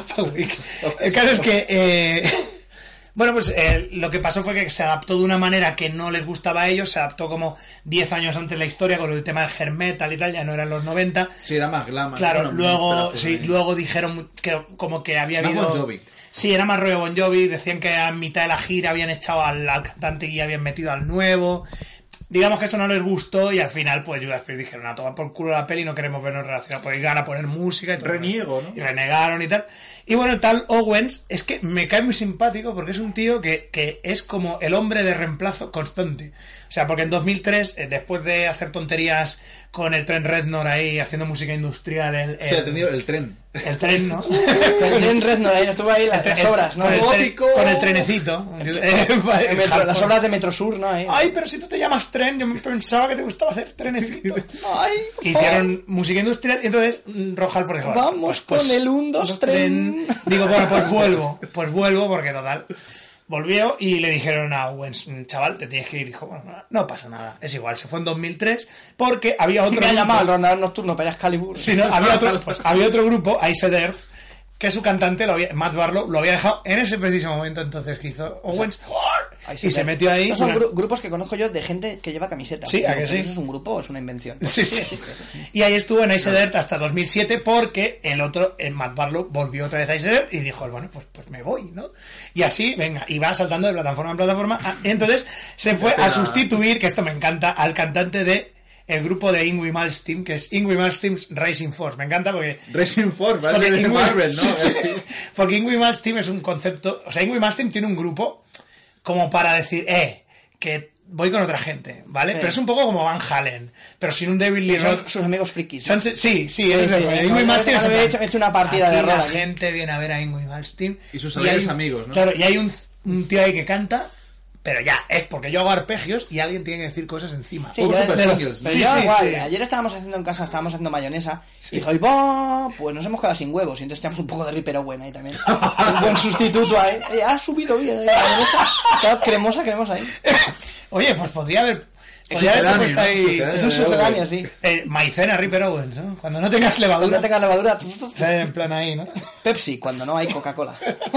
El caso es que, eh, bueno, pues eh, lo que pasó fue que se adaptó de una manera que no les gustaba a ellos, se adaptó como diez años antes la historia con el tema del hair metal y tal, ya no eran los noventa. Sí, era más glam. Claro, bueno, luego, más sí, pedazos, luego dijeron que como que había Más habido... Bon Jovi. Sí, era más rollo Bon Jovi, decían que a mitad de la gira habían echado al, al cantante y habían metido al nuevo. Digamos que eso no les gustó y al final pues Judas Priest dijeron a tomar por culo la peli, no queremos vernos relacionados, porque iban a poner música y todo. Reniego, ¿no? Y renegaron y tal. Y bueno, el tal Owens es que me cae muy simpático porque es un tío que, que es como el hombre de reemplazo constante. O sea, porque en dos mil tres, eh, después de hacer tonterías con el Trent Reznor ahí haciendo música industrial, el, Sí, he el, tenido el tren. el tren, ¿no? El Tren Reznor ahí, estuvo ahí las, El- las obras, ¿no? Con el, tren- Gótico. con el trenecito. El metro- las obras de Metrosur, ¿no? Ahí. Ay, pero si tú te llamas tren, yo pensaba que te gustaba hacer trenecito. Ay, por favor. Hicieron música industrial y entonces mm, Rojal por ejemplo. Vamos con el un, dos, tren. Digo, bueno, pues vuelvo. Pues vuelvo porque total. Volvió y le dijeron a Owens, chaval, te tienes que ir. Dijo, bueno, no, no pasa nada, es igual. Se fue en dos mil tres porque había otro Me ha grupo- llamado el rondador nocturno para Excalibur. Sí, no, había otro, pues, había otro grupo, Iced Earth, que su cantante, lo había, Matt Barlow, lo había dejado en ese preciso momento. Entonces que hizo Owens Ahí y se metió ahí. Estos son una- gru- grupos que conozco yo de gente que lleva camisetas. Sí, ¿a que Pero sí? ¿eso es un grupo o es una invención? Sí, sí. existe, sí. Y ahí estuvo en Iced Earth hasta dos mil siete porque el otro, el Matt Barlow, volvió otra vez a Iced Earth y dijo, bueno, pues, pues me voy, ¿no? Y así, venga, y va saltando de plataforma en plataforma. Ah, y entonces se fue a sustituir, que esto me encanta, al cantante de el grupo de Yngwie Malmsteen, que es Yngwie Malmsteen's Racing Force. Me encanta porque... Racing Force, porque ¿vale? De Yngwie- Marvel, ¿no? Sí, sí. Porque Yngwie Malmsteen es un concepto... O sea, Yngwie Malmsteen tiene un grupo como para decir, eh, que voy con otra gente, ¿vale? Sí. Pero es un poco como Van Halen, pero sin un David Lee Son Roth. sus amigos frikis. Son- sí, sí, Sí, es sí, eso. sí. Yngwie Malmsteen es Había en hecho- plan, hecho una partida aquí de rol la aquí. gente viene a ver a Yngwie Malmsteen Y sus hay alegres un- amigos, ¿no? Claro, y hay un, un tío ahí que canta, pero ya, es porque yo hago arpegios y alguien tiene que decir cosas encima. Sí, Poco yo- super pero, singles. pero Sí, yo sí, igual, sí. ayer estábamos haciendo en casa, estábamos haciendo mayonesa, Sí. y dijo, y va, pues nos hemos quedado sin huevos, y entonces teníamos un poco de Ripper Owen ahí también. Un buen sustituto ahí. Eh, ha subido bien ahí la mayonesa, queda cremosa, cremosa ahí. Oye, pues podría haber... Es Podría haberse sucedáneo, puesto ¿no? ahí... Sucedáneo. Es un sucedáneo, sí. Eh, maicena Ripper Owens, ¿no? Cuando no tengas Cuando levadura... no tengas levadura, ¿sabes? En plan ahí, ¿no? Pepsi, cuando no hay Coca-Cola.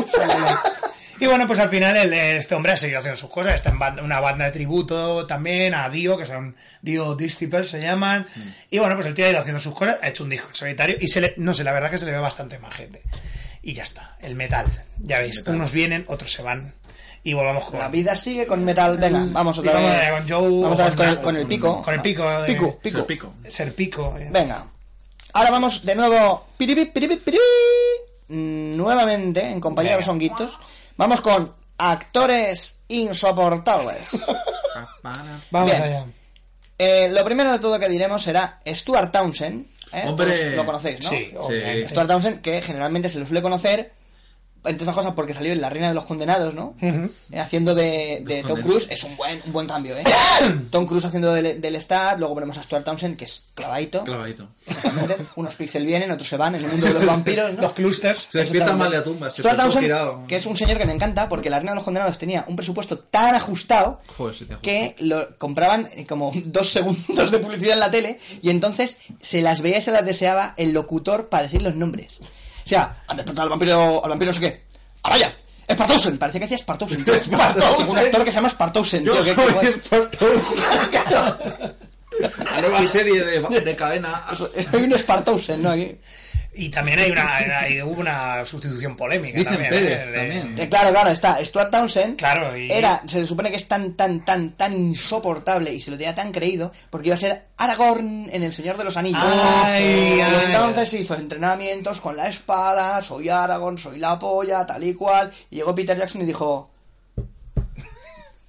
Y bueno, pues al final el- este hombre ha seguido haciendo sus cosas. Está en banda- una banda de tributo también a Dio, que son Dio Disciples se llaman. Y bueno, pues el tío ha ido haciendo sus cosas, ha hecho un disco en solitario y se le, no sé, la verdad que se le ve bastante más gente. Y ya está, el metal. Ya veis, unos vienen, otros se van. Y volvamos con... La vida sigue con metal. Venga, vamos otra Y vamos vez. con Joe, Vamos otra vez con- con el, con el pico. con el pico de- Pico, Pico. pico. pico. Ser pico. eh. Venga. Ahora vamos de nuevo. Piripi, piripi, piri, mm, nuevamente, en compañía de los Venga. honguitos. Vamos con actores insoportables. Vamos Bien. allá. Eh, lo primero de todo que diremos será Stuart Townsend. ¿eh? Hombre. Todos lo conocéis, ¿no? Sí, obviamente. Stuart Townsend, que generalmente se lo suele conocer, entre otras cosas, porque salió en La Reina de los Condenados, ¿no? Ujú. Eh, haciendo de, de Tom condenados. Cruise. Es un buen, un buen cambio, ¿eh? Tom Cruise haciendo del, del Stat, luego ponemos a Stuart Townsend, que es clavadito. Clavadito. Exactamente. Unos píxeles vienen, otros se van en el mundo de los vampiros, ¿no? Los clusters. Se despierta Exactamente. mal de la tumba. Se Stuart quedó Townsend, girado. que es un señor que me encanta, porque La Reina de los Condenados tenía un presupuesto tan ajustado Joder, se te ajusta. que lo compraban como dos segundos de publicidad en la tele y entonces se las veía y se las deseaba el locutor para decir los nombres. O sea, han despertado al vampiro, al vampiro no sé qué. ¡Ah, vaya! ¡Spartowsen! Parece que decía Spartowsen. tío. Spartowsen. Un actor que se llama Spartowsen. Yo tío, que- soy que guay. Spartowsen. La nueva serie de, de cadena. Soy un Spartowsen, ¿no? Aquí. Y también hay una, hay- hubo una sustitución polémica. Dicen también, Pérez, ¿eh? De- también. Eh, claro, claro, está Stuart Townsend. Claro, y- Era, se le supone que es tan, tan, tan, tan insoportable y se lo tenía tan creído porque iba a ser Aragorn en El Señor de los Anillos. Ay, y ay. entonces hizo entrenamientos con la espada, soy Aragorn, soy la polla, tal y cual. Y llegó Peter Jackson y dijo,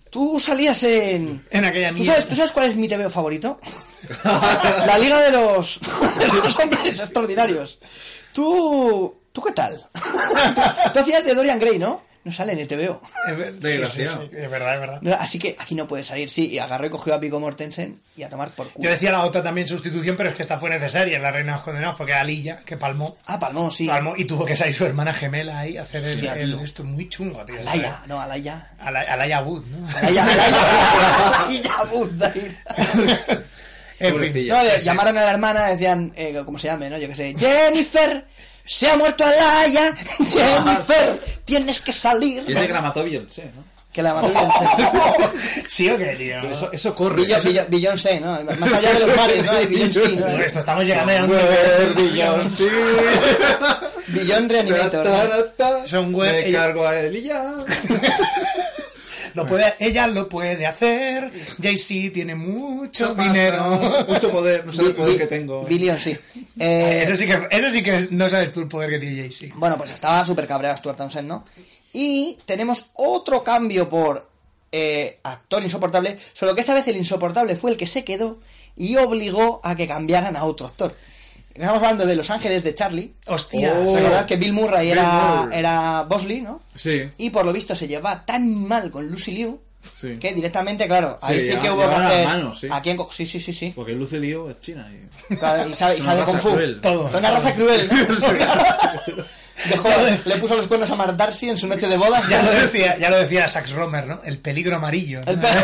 tú salías en... En aquella ¿Tú mierda. sabes, ¿Tú sabes cuál es mi T V O favorito? La Liga de los, de los Hombres Extraordinarios. Tú... ¿Tú qué tal? Tú hacías de Dorian Gray, ¿no? No sale en el T V O. Es ver- sí, Desgraciado. sí, sí, es verdad, es verdad. No, así que aquí no puede salir, sí. Y agarró y cogió a Viggo Mortensen y a tomar por culo. Yo decía la otra también sustitución, pero es que esta fue necesaria en La Reina de los Condenados, porque Alilla, que palmó, Ah, Palmó, sí. palmó y tuvo que salir su hermana gemela ahí a hacer el, Hostia, el- tío. esto muy chungo, tío. Alaya, no, Alaya. Alaya, Alaya Wood, ¿no? Alaya, Alaya. Alaya Wood, David. En fin. Pobrecilla. No, le Sí, sí. llamaron a la hermana, decían, eh, ¿cómo se llame, no? Yo qué sé. Jennifer, se ha muerto Alaya. Jennifer, tienes que salir. Y ese gramató Beyoncé, ¿no? Que la mató Beyoncé. ¿Sí o qué, tío? Pero eso, eso corre. Billo- eso- Billo- Beyoncé, ¿no? Más allá de los mares, ¿no? Hay Beyoncé, ¿no? Joder, esto estamos llegando ya a un Somewhere nivel- Beyoncé. Billón Reanimator, Ta, ¿no? ta, ta. Son web- Me ella- cargo a él y ya. Lo puede, ella lo puede hacer. Jay-Z tiene mucho dinero. Mucho poder, no sabes el poder Bi- que tengo. Billion, sí. Eh, Eso sí que, eso sí que no sabes tú el poder que tiene Jay-Z. Bueno, pues estaba súper cabreado Stuart Townsend, ¿no? Y tenemos otro cambio por eh, actor insoportable, solo que esta vez el insoportable fue el que se quedó y obligó a que cambiaran a otro actor. Estamos hablando de Los Ángeles de Charlie. Hostia. Oh. Recordad que Bill Murray Bill era, Murray. era Bosley, ¿no? Sí, Y por lo visto se llevaba tan mal con Lucy Liu sí. que directamente, claro, ahí Sí, sí ya- que hubo que llevaban las hacer... manos, sí. ¿A quién co- Sí, sí, sí, sí. Porque Lucy Liu es china. Y... Claro, y sabe, y Es sabe una Kung raza Fu. cruel. Todo. Son una raza cruel, ¿no? Dejó, le puso los cuernos a Mark Darcy en su noche de bodas. Ya lo decía, ya lo decía Sax Romer, ¿no? El peligro amarillo. ¿no? El pe-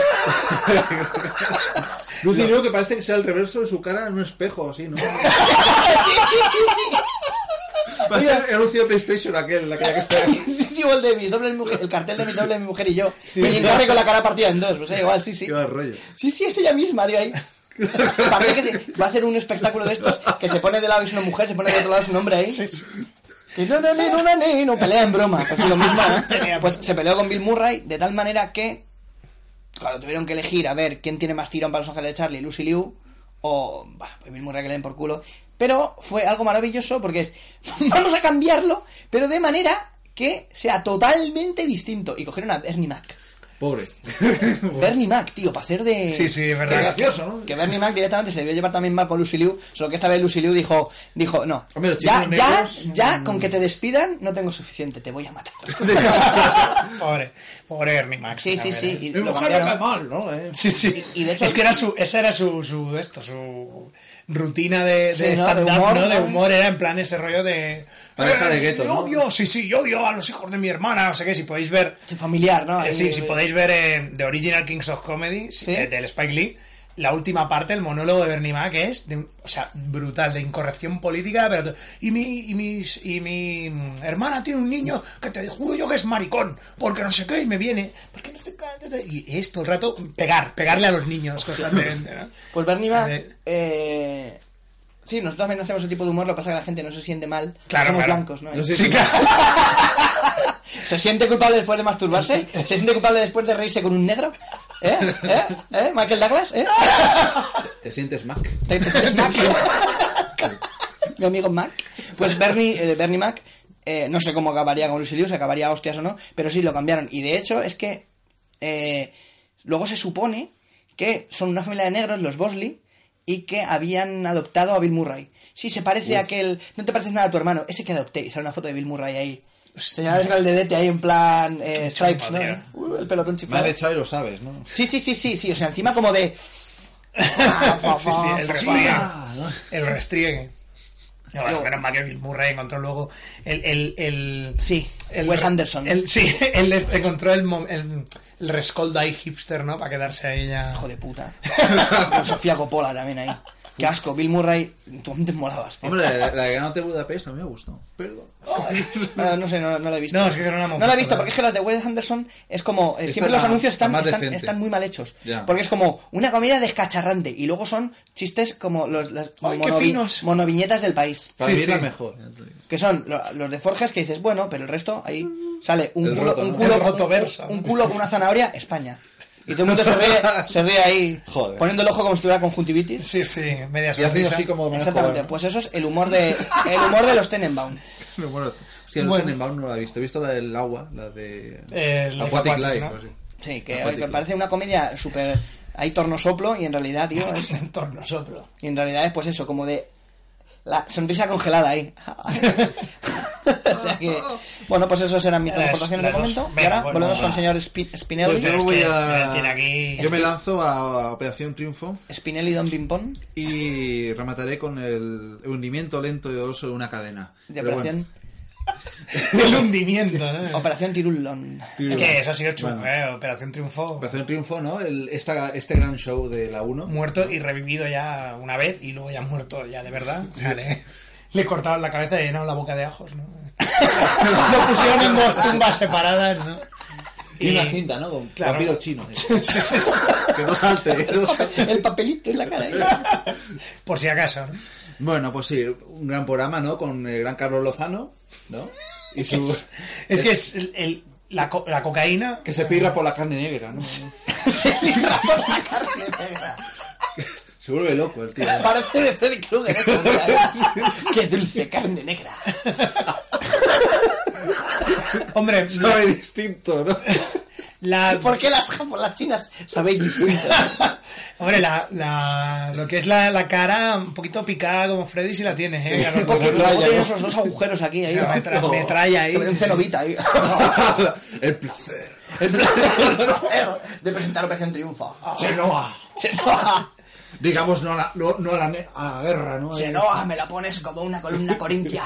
Lucy Liu que parece que sea el reverso de su cara en un espejo, así, ¿no? Parece el anuncio de PlayStation aquel, la que que está ahí. Sí, sí, o el de mi doble mi mujer, el cartel de mi doble mi mujer y yo. Y Jim Carrey con la cara partida en dos, pues eh, igual, sí, sí. Qué mal rollo. Sí, sí, es ella misma, tío, ahí. Parece que se- va a hacer un espectáculo de estos que se pone de lado es una mujer, se pone de otro lado es un hombre ahí. Sí, sí. Y no, no, no, no, no, no, no, pelea en broma, pues sí, lo mismo, ¿no? Pelea en Pues broma. se peleó con Bill Murray de tal manera que cuando tuvieron que elegir a ver quién tiene más tirón para Los Ángeles de Charlie, Lucy Liu o bah, pues Bill Murray que le den por culo, pero fue algo maravilloso porque es vamos a cambiarlo, pero de manera que sea totalmente distinto, y cogieron a Bernie Mac. Pobre. Bernie Mac, tío, para hacer de... Sí, sí, es Qué verdad. gracioso, ¿no? Que Bernie Mac directamente se debió llevar también mal con Lucy Liu, solo que esta vez Lucy Liu dijo, dijo no, Hombre, los ya, chicos ya, negros- ya, con que te despidan no tengo suficiente, te voy a matar. Pobre, pobre Ernie Max. Sí, a sí, ver, sí, ¿eh? y Mi lo mujer me cae cambiaron. mal, ¿no? Eh. Sí, sí. Y- y de hecho- es que era su, esa era su, su, de esto, su rutina de, de Sí, ¿no? De stand-up, humor, ¿no? De ¿no? humor, era en plan ese rollo de... Pareja de gueto, yo ¿no? odio, sí, sí, yo odio a los hijos de mi hermana, no sé qué, si podéis ver... Sí, familiar, ¿no? Eh, Ahí- sí, si podéis ver eh, The Original Kings of Comedy, ¿Sí? eh, del Spike Lee, la última parte, el monólogo de Bernie Mac, es de, o sea, brutal, de incorrección política, pero y mi, y mis, y mi hermana tiene un niño que te juro yo que es maricón, porque no sé qué, y me viene, porque no sé qué, y es todo el rato pegar, pegarle a los niños constantemente, ¿no? Pues Bernie Mac, Eh, eh... sí, nosotros también hacemos ese tipo de humor, lo que pasa es que la gente no se siente mal, Claro, somos claro. blancos, ¿no? No sé Sí, si- claro. ¿Se siente culpable después de masturbarse? ¿Se siente culpable después de reírse con un negro? ¿Eh? ¿Eh? ¿Eh? ¿Michael Douglas? ¿Eh? Te sientes Mac. ¿Te- te- te- Mac? Mi amigo Mac. Pues Bernie, eh, Bernie Mac, eh, no sé cómo acabaría con Lucy Liu, si acabaría a hostias o no, pero sí lo cambiaron. Y de hecho es que eh, luego se supone que son una familia de negros, los Bosley, y que habían adoptado a Bill Murray. Sí, se parece a aquel... No te pareces nada a tu hermano, ese que adopté. Y sale una foto de Bill Murray ahí. Señales con el dedete ahí en plan eh, Stripes, ¿no? tío. Uh, el pelotón chiflado. Mal echado y lo sabes, ¿no? Sí, sí, sí, sí, sí. O sea, encima como de... Sí, sí, el restriegue. Ah, ¿no? El restriegue. No, bueno, menos mal que Bill Murray encontró luego el... el, el Sí, el Wes Anderson. el- sí, él encontró el, mo- el, el rescoldo ahí hipster, ¿no? Para quedarse ahí ya... Hijo de puta. Con Sofía Coppola también ahí. Qué asco, Bill Murray, tú antes molabas, tío. Hombre, la, la de Gran Hotel Budapest a mí me ha gustado. Perdón. Ah, no sé, no, no la he visto. No, es que era una No la he visto, porque es que las de Wes Anderson es como... eh, Esta siempre la- los anuncios están, la más están, decente. están muy mal hechos. Ya. Porque es como una comedia descacharrante. Y luego son chistes como los, las Ay, qué monovi- finos. monoviñetas del país. Para Sí, mí es la sí. mejor. ya te digo. Que son lo- los de Forges que dices, bueno, pero el resto ahí sale un El culo, roto, un ¿no? culo, El rotoverso, un, ¿no? un culo con una zanahoria, España. Y todo el mundo se ríe, se ríe ahí, Joder. poniendo el ojo como si tuviera conjuntivitis. Sí, sí, media Y haciendo sonrisa. así como... me Exactamente, joder, pues eso es el humor de el humor de los Tenenbaum. ¿no? Bueno, sí, el Bueno. Tenenbaum no la he visto. He visto la del agua, la de... El Aquatic Aquatic, Life, ¿no? o así. Sí, que, Apático. que parece una comedia súper... Hay tornosoplo y en realidad, tío, es... Tornosoplo. Y en realidad es pues eso, como de... La sonrisa congelada ahí. O sea que... Bueno, pues esos eran mis dos Las- aportaciones de las dos. momento. Y Venga, ahora bueno, volvemos va. con el señor Spi- Spinelli. Pues Pero yo es voy que a... tiene aquí- Yo me lanzo a Operación Triunfo Spinelli Don Pimpón. y remataré con el hundimiento lento y doloroso de una cadena. De Pero Operación... El hundimiento, ¿no? Operación Tirulón. Es bueno. que eso ha sido chungo, Bueno. ¿eh? Operación Triunfo. Operación Triunfo, ¿no? El, esta, este gran show de la uno. Muerto y revivido ya una vez y luego ya muerto ya de verdad. O sea, le, le cortaron la cabeza y le llenaron la boca de ajos, ¿no? Lo pusieron en dos tumbas separadas, ¿no? Y una cinta, ¿no? Con Claro. vampiro chino. Sí, sí, sí. Que no salte. que no salte. El papelito en la cara. Por si acaso, ¿no? Bueno, pues sí, un gran programa, ¿no? Con el gran Carlos Lozano, ¿no? Y su... Es, es que es el, el- la, co- la cocaína... Que se pirra por la carne negra, ¿no? Se libra por la carne negra. Se vuelve loco el tío. Parece de Freddy Krueger eso, tío. Qué dulce carne negra. Hombre, Sabe distinto, ¿no? la, ¿Por qué las, por las chinas sabéis distinto? hombre, la, la, lo que es la, la cara un poquito picada como Freddy si la tienes, ¿eh? Carlos Porque Lozano. luego raya, tiene ¿no? esos dos agujeros aquí. Ahí, O sea, metra- metralla ahí, Un sí, cenobita ahí. El placer. El plan de presentar Operación Triunfo. Chenoa. Chenoa. Digamos, no a la, no, no a la, ne- a la guerra, ¿no? Chenoa, me la pones como una columna corintia.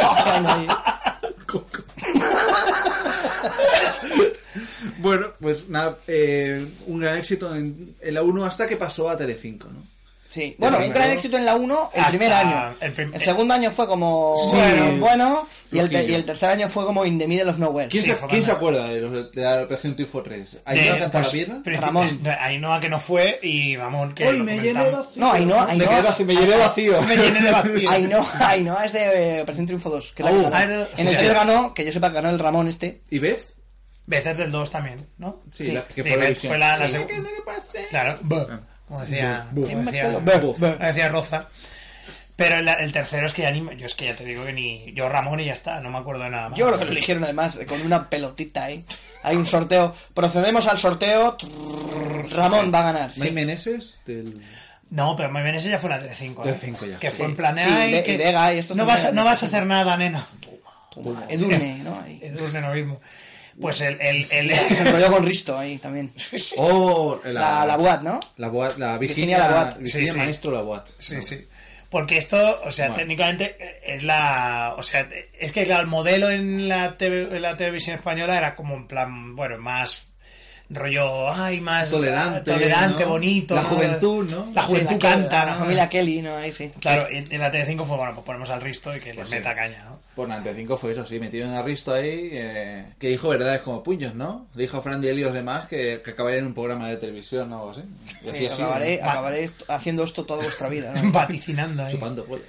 Bueno, pues nada, eh, un gran éxito en, en la uno hasta que pasó a Telecinco, ¿no? Sí, bueno, un primero- gran éxito en la uno el Hasta primer año. el El, prim- segundo año fue como Sí. bueno, bueno y, el te- Flojillo. y el tercer año fue como In the Middle of Nowhere. ¿Quién, Sí, se, fue ¿quién se cuando- acuerda de, los, de la Operación Triunfo tres? ¿Ahí De- no canta pues, la pierna? princip- Ramón. Ainhoa que no fue y Ramón que Hoy lo me comentamos. llené vacío. No, Ainhoa- me, Ainhoa- quedé vacío, me llené vacío. Me llené de vacío. Ainhoa, Ainhoa es de eh, Operación Triunfo dos. Que la Oh. que ganó. Ah, no. En el Sí. tres ganó, que yo sepa, ganó el Ramón este. ¿Y Beth? Veces del dos también, ¿no? Sí, Sí. la, que Sí, fue la Beth visión. fue la, la Sí. seg- ¿Qué- qué pasa? Claro, buh, como decía, Buh, buh. como decía, Buh. como decía Roza. Pero el, el tercero es que ya ni, yo es que ya te digo que ni yo Ramón y ya está, no me acuerdo de nada más. Yo creo que lo eligieron además con una pelotita ahí. Hay un sorteo. Procedemos al sorteo. Trrr, Ramón va a ganar. ¿No hay Sí. Meneses? Del... No, pero Muy bien, ese ya fue la Telecinco. ¿eh? Telecinco ya. Que Sí. fue en plan, Sí, ay, de- que y Vega y estos no también vas, a- eran no de vas a hacer nada, nena. Toma, Edurne, ¿no? Ahí. Edurne no mismo. Pues el... el, el, Se enrolló con Risto ahí también. Oh, La, la Boat, ¿no? La, Boat- la Virginia Virginia, Laboat. Virginia Sí, sí. Maestro Laboat. Sí, sí. Porque esto, o sea, Bueno. técnicamente es la... O sea, es que claro, el modelo en la, T V en la televisión española era como en plan, bueno, más rollo, ay, más Tolerante, tolerante ¿no? bonito. La ¿no? juventud, ¿no? La Sí, juventud la, canta, La, ¿no? familia Kelly, ¿no? Ahí sí. Claro, en, en la Telecinco fue, bueno, pues ponemos al Risto y que Pues le sí. meta caña, ¿no? Pues nada, en cinco fue eso, sí, metieron a Risto ahí, eh, que dijo verdades como puños, ¿no? Le dijo a Fran Diel y los demás que, que acabaría en un programa de televisión o algo así. Y así Sí, ha sido, acabaré, ¿no? acabaré esto- haciendo esto toda vuestra vida, ¿no? Vaticinando ahí. Chupando pollas.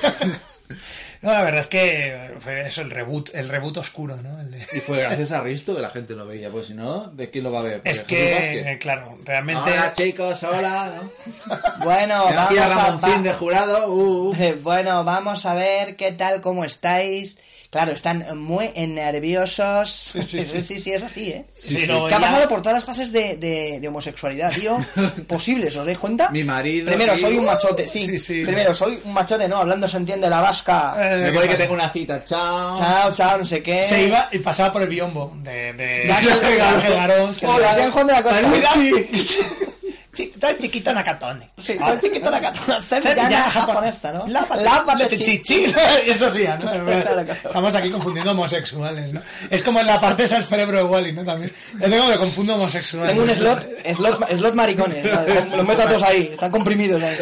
No, la verdad es que fue eso, el reboot, el reboot oscuro, ¿no? El de- Y fue gracias a Risto que la gente lo veía, pues si no, ¿de quién lo va a ver? Porque Es Jesús que, Vázquez. eh, claro, realmente... Hola chicos, hola, ¿no? Bueno, Aquí vamos a a, Ramoncín de va- jurado, uh, uh. Eh, bueno, vamos a ver qué tal, cómo estáis. Claro, están muy nerviosos. Sí, sí, sí, sí. sí, es así, ¿eh? Sí, luego Que ha ya- pasado por todas las fases de, de, de homosexualidad, tío. Posibles, ¿os dais cuenta? Mi marido. Primero, sí. soy un machote, sí. Sí, sí. Primero, soy un machote, no, hablando se entiende la vasca. Eh, Me ¿qué voy que pasa? tengo una cita, chao. Chao, chao, no sé qué. Se iba y pasaba por el biombo de, de, De Ángel de Ángel Garón. se Hola, iba- bien, Juan de la Costa. Chi- Todo chiquito Nakatone. Sí, soy chiquito la catona sevillana japonesa, ¿no? Lávate, Lávate, lávate, chi- chichi. Y esos días, ¿no? Claro, claro. Estamos aquí confundiendo homosexuales, ¿no? Es como en la parte esa del cerebro de Wally, ¿no? También. Yo tengo que confundo homosexuales. Tengo un slot, slot, slot maricones. ¿no? Los meto a todos ahí, están comprimidos ahí.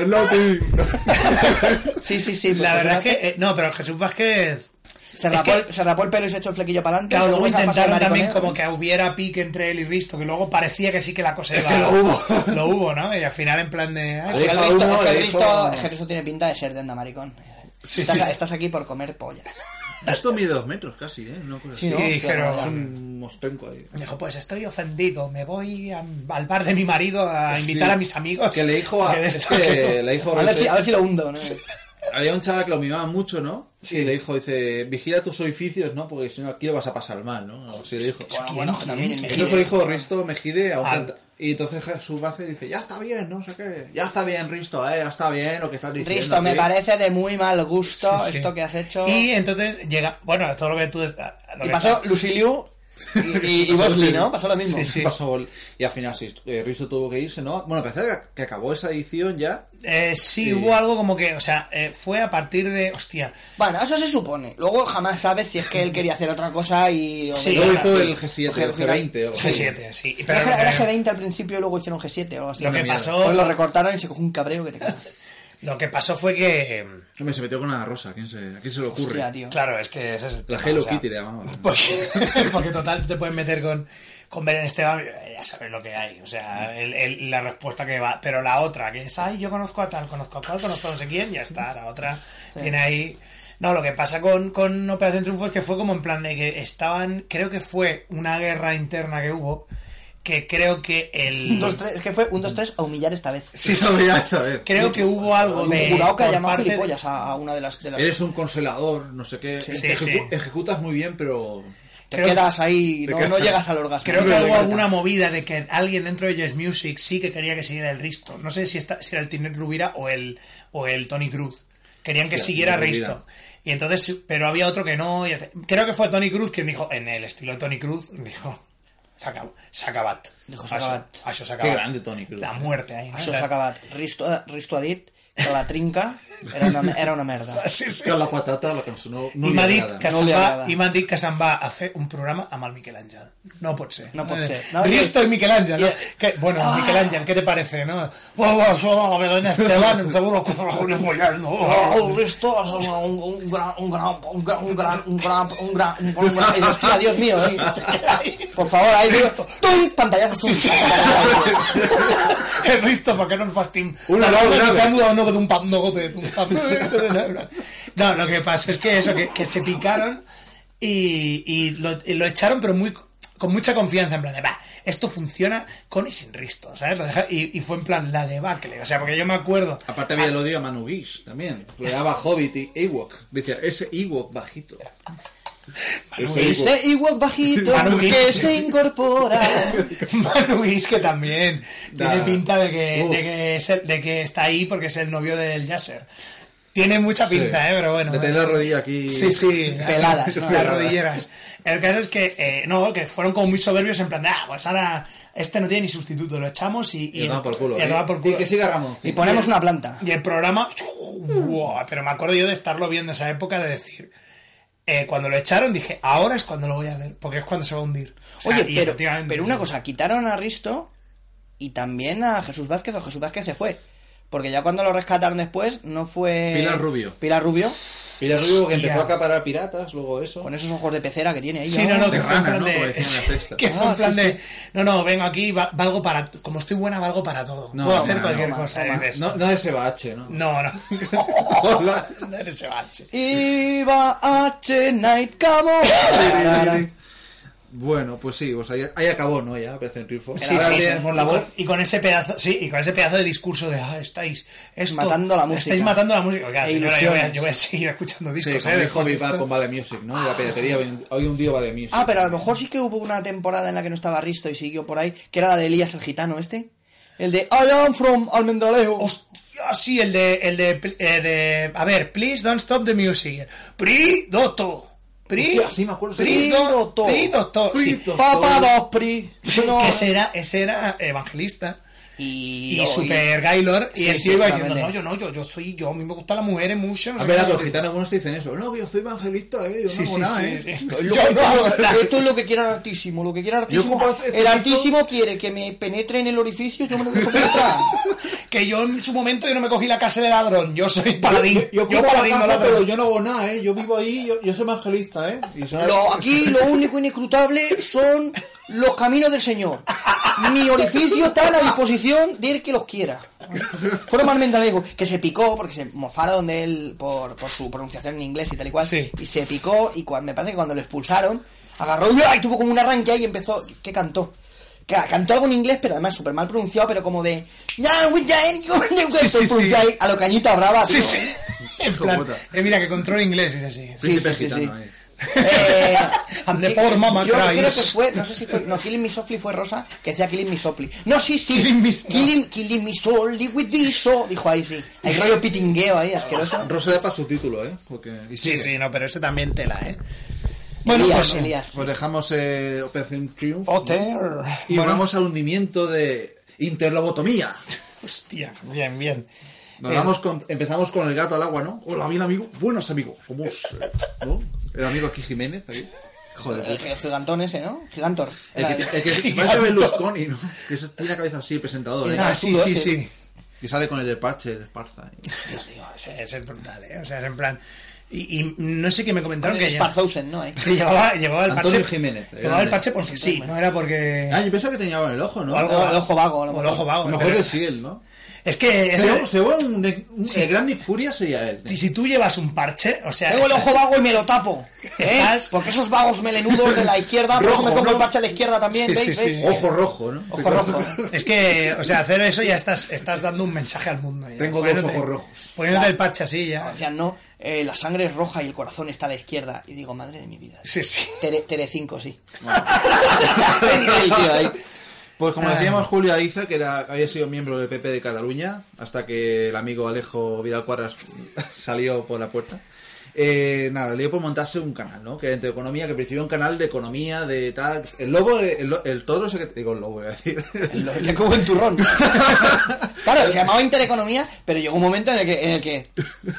Sí, sí, sí. La pues, verdad es fíjate, que... eh, no, pero Jesús Vázquez... Se es rapó, que- el, se rapó el pelo y se echó el flequillo para adelante. Claro, se luego tuvo esa fase de intentaron también mariconeo. como que hubiera pique entre él y Risto, que luego parecía que sí que la cosa iba... que lo hubo. Lo hubo, ¿no? Y al final en plan de... ay, Es que el Deja Risto, uno, es que el le Risto, dijo- es que el Risto tiene pinta de ser de anda maricón. Sí, estás, sí. estás aquí por comer pollas. Esto mide dos metros casi, ¿eh? No, creo Sí, así. ¿no? Sí, Hostia, pero- no, Es ya. un mostrenco ahí. Me dijo, pues estoy ofendido, me voy a- al bar de mi marido a invitar Sí. a mis amigos. Que le dijo a... Que de Es esto que que- le dijo A ver, si, Risto- a ver si lo hundo, ¿no? Había un chaval que lo mimaba mucho, ¿no? Sí. Y le dijo, dice, vigila tus orificios, ¿no? Porque si no aquí lo vas a pasar mal, ¿no? Algo así le dijo. Bueno, bueno, también en Entonces lo dijo Risto Mejide a un Al- canta- Y entonces Jesús Vázquez dice, ya está bien, no sé qué. Ya está bien, Risto, eh, ya está bien lo que estás diciendo. Risto, me aquí". parece de muy mal gusto Sí, sí. esto que has hecho. Y entonces llega, bueno, todo lo que tú... lo Y que pasó está- Lucy Liu y, y, y Bosley, ¿no? Pasó lo mismo. Sí, sí. Pasó el- Y al final sí, eh, Risto tuvo que irse, ¿no? Bueno, parece que- que acabó esa edición ya. Eh, sí, Sí. hubo algo como que, o sea, eh, fue a partir de... Hostia, Bueno, eso se supone. Luego jamás sabes si es que él quería hacer otra cosa y... o Sí, que- Luego claro, hizo sí. el G siete, Porque el al final- G veinte. o algo G así. siete, sí. Pero Pero era, lo era que- G veinte al principio y luego hicieron G siete o algo así. Lo que mierda. pasó, Pues lo recortaron y se cogió un cabreo que te cagas. lo que pasó fue que... Hombre, se metió con Ana Rosa, ¿a quién se, a quién se le ocurre? Hostia, tío. Claro, es que ese es el La tema, Hello o sea, Kitty le llamaba. Porque, porque total te puedes meter con, con Belén Esteban, ya sabes lo que hay. O sea, el, el- la respuesta que va. Pero la otra, que es, ay, yo conozco a tal, conozco a cual, conozco a no sé quién, ya está. La otra Sí. tiene ahí. No, lo que pasa con, con Operación Triunfo es que fue como en plan de que estaban. Creo que fue una guerra interna que hubo. Que creo que el. Un, dos, tres, es que fue un, dos, tres a humillar esta vez. Sí, sí. Eso ya esta vez. Creo que hubo algo Un de. jurado que ha por llamado parte de- gilipollas a, a una de las... De las... Eres un consolador, no sé qué. Sí, Ejecu- sí. Ejecutas muy bien, pero... Te creo- quedas ahí, te no, quedas- no llegas al orgasmo. Creo que No hubo llegas. alguna movida de que alguien dentro de Yes Music sí que quería que siguiera el Risto. No sé si, está, si era el Tinet Rubira o el, o el Tony Cruz. Querían que Hostia, siguiera Tinet Risto. Rubira. Y entonces, pero había otro que no. Y hace- creo que fue Tony Cruz quien dijo, en el estilo de Tony Cruz, dijo, "S'acabó, s'acabat". Dijo, Això- "S'acabat". això s'ha Qué acabat. grande Tony Cruz. La muerte ahí. ¿no? Això s'ha acabat. Risto, Risto ha dit que la trinca era una, era una merda. Sí, sí, Que la sí. patata, la cançó no, no I li m'ha dit, agrada. que No se'n li va, agrada. i m'han dit que se'n va a fer un programa amb el Miquel Àngel. No pot ser. No pot Eh, ser. No, Risto y Miquel Ángel, ¿no? y- Que- bueno, Ah. Miquel Ángel, ¿qué te parece, no? Bueno, eso, Belén Esteban, seguro que Julio Follar, ¿no? Oh, el Risto es un, un, un gran, un gran, un gran, un gran, un gran, un gran, un gran, un gran... Y hostia, Dios mío, ¿eh? Por favor, ahí digo, ¡tum! Pantallazo, tum. El Risto, ¿por qué no el fastim? Una no, voz grave. se ha mudado no de un pap, no de un pap. No, lo que pasa es que eso, que, que se picaron y, y, lo, y lo echaron, pero muy con mucha confianza, en plan de, va, esto funciona con y sin Risto, ¿sabes? Lo deja- y, y fue en plan la debacle, o sea, porque yo me acuerdo... Aparte había el odio a Manu Guix también. Lo llamaba Hobbit y Ewok. Decía, ese Ewok bajito. Ese Ese igual bajito Manu que Guix. se incorpora. Manu Guix, que también Da. tiene pinta de que, Uf. de, que es el- de que está ahí porque es el novio del Yasser. Tiene mucha Sí. pinta, ¿eh? Pero bueno. De tener la rodilla aquí. Sí, sí. Peladas, ¿no? Las rodilleras. El caso es que, eh, no, que fueron como muy soberbios en plan, de, ah, pues ahora este no tiene ni sustituto, lo echamos y... Y a tomar por culo. y a tomar por Y culo. que siga Ramón. Y ponemos una planta. Y el programa, ¡buah! Pero me acuerdo yo de estarlo viendo en esa época, de decir, eh, cuando lo echaron dije, ahora es cuando lo voy a ver, porque es cuando se va a hundir. O sea, Oye, y pero, efectivamente- pero una cosa, quitaron a Risto y también a Jesús Vázquez, o Jesús Vázquez se fue. Porque ya cuando lo rescataron después, no fue... Pilar Rubio. Pilar Rubio, Pilar Rubio que Hostia. empezó a acaparar piratas, luego eso. con esos ojos de pecera que tiene ahí. Sí, no, no, que De fue en rana, plan ¿no? de... Como decían en la sexta. que fue Ah, en plan sí, de... sí. No, no, vengo aquí, va- valgo para... Como estoy buena, valgo para todo. No, Puedo no, hacer no, cualquier no, cosa. no, y dices, No, no ese bache, ¿no? no, no. Hola. No eres ese bache. Iba H Night Camo. Bueno, pues sí, pues ahí, ahí acabó, ¿no? Ya, parece en Triunfo. Sí, Ahora sí, tenemos sí. la Y con- voz. Y con ese pedazo, sí, y con ese pedazo de discurso de, ah, estáis esto- Matando la música. Estáis matando la música. Oiga, E señora, yo, voy a, ilusiones. yo voy a seguir escuchando Sí, discos, como eh. dijo porque Vivar esto- con Vale Music, ¿no? Y la piratería, hoy, hoy un día Vale Music. Ah, pero a lo mejor sí que hubo una temporada en la que no estaba Risto y siguió por ahí, que era la de Elías el Gitano este. El de I am from Almendralejo. Hostia, sí, el de, el de, el de, a ver, please don't stop the music. Pri, doctor. Pri, Hostia, sí, me acuerdo. Pri, Pri, do- doctor. Pri, doctor. Pri, Sí. doctor. Papa dos Pri. No. Que ese era, ese era evangelista. Y, Y, y- super Gaylor. Y Sí, el sí, tío iba diciendo, no, exactamente. yo no, yo, yo soy, yo, a mí me gustan las mujeres mucho. no A sé ver, qué. a los gitanos algunos te dicen eso. No, que yo soy evangelista, ¿eh? Yo no Sí, hago sí, nada, sí, ¿eh? sí. Lo Yo que- no hago nada. esto es lo que quiere el Altísimo, lo que quiere el Altísimo. como hace- El esto- Altísimo quiere que me penetre en el orificio, yo me lo dejo penetrar. Que yo en su momento yo no me cogí la casa de ladrón, yo soy paladín. Yo, yo, ocupo paladín, la no casa, pero ladrón. yo no hago nada, ¿eh? Yo vivo ahí, yo, yo soy evangelista, ¿eh? Y son- Lo, aquí lo único inescrutable son los caminos del Señor. Mi orificio está a la disposición de el que los quiera. Fueron más mentalego, que se picó porque se mofaron de él por, por su pronunciación en inglés y tal y cual. Sí. Y se picó y cuando, me parece que cuando lo expulsaron, agarró y tuvo como un arranque ahí y empezó. ¿Qué cantó? Que cantó algo en inglés, pero además súper mal pronunciado, pero como de. Sí, sí, sí. A lo cañita brava, tío. Sí, sí. En plan, eh, mira, que controlo inglés, dice así. Sí, sí, sí, sí. ahí. Eh, And the poor mama yo creo cries. que fue, no sé si fue, no, Killing Me Softly fue Rosa, que decía Killing Me Softly. No, sí, sí, Killing me- Killing, killing Me Softly with this, so, dijo ahí, sí. Hay rollo pitingueo ahí, asqueroso. Rosa le para su título, ¿eh? Porque... y Sí, sigue. sí, no, pero ese también tela, ¿eh? Bueno, Elías, pues, Elías. Pues dejamos eh, Operación Triumph. Hotel. Y Bueno, vamos al hundimiento de Interlobotomía. hostia, bien, bien. Nos Eh, vamos con, empezamos con el gato al agua, ¿no? Hola, bien amigo. Buenos amigos. Somos, eh, ¿no? El amigo aquí Jiménez, aquí. Joder. El, el gigantón ese, ¿no? Gigantor. El Era que, el- el que se parece a Berlusconi, ¿no? Que es- tiene la cabeza así, el presentador, Sí, ¿eh? nada. Ah, sí, Todo sí, ese. sí. Que sale con el parche, el Esparza. y- Ese, ese es brutal, ¿eh? O sea, es en plan... Y, y no sé qué me comentaron Con el que, Sparzhausen, ¿no? Ahí. que llevaba, llevaba el Antonio parche... Jiménez, Llevaba grande. el parche porque sí, no era porque... Ah, yo pensaba que tenía algo en el ojo, ¿no? o algo, No, el ojo vago, a lo o el mejor. ojo vago. A lo mejor pero- es él, ¿no? Es que... Se se ve un, un- Sí. el gran Nick Furia sería él. Si, si tú llevas un parche, o sea... Tengo el ojo vago y me lo tapo. ¿eh? Estás- Porque esos vagos melenudos de la izquierda, por eso me Rojo, pongo ¿no? el parche a la izquierda también, Sí, ¿veis? sí, ¿Veis? sí. Ojo rojo, ¿no? Ojo rojo. Es que, o sea, hacer eso ya estás, estás dando un mensaje al mundo. Ya. Tengo dos Poniéndote- ojos rojos. Poniéndote Claro. el parche así ya. Decían, no, eh, la sangre es roja y el corazón está a la izquierda. Y digo, madre de mi vida. Sí, sí. Tere, Tere cinco, sí. Qué nivel, tío, ahí. Pues como Ay. decíamos, Julio Aiza, que era, había sido miembro del P P de Cataluña, hasta que el amigo Alejo Vidal Cuadras salió por la puerta. Eh, nada, le dio por montarse un canal, ¿no? Que era entre economía, que principio un canal de economía, de tal... El lobo, el, lo- el toro ese que... Digo, el lobo, voy a decir. Lo que como en turrón. Claro, se llamaba Intereconomía, pero llegó un momento en el que... En el que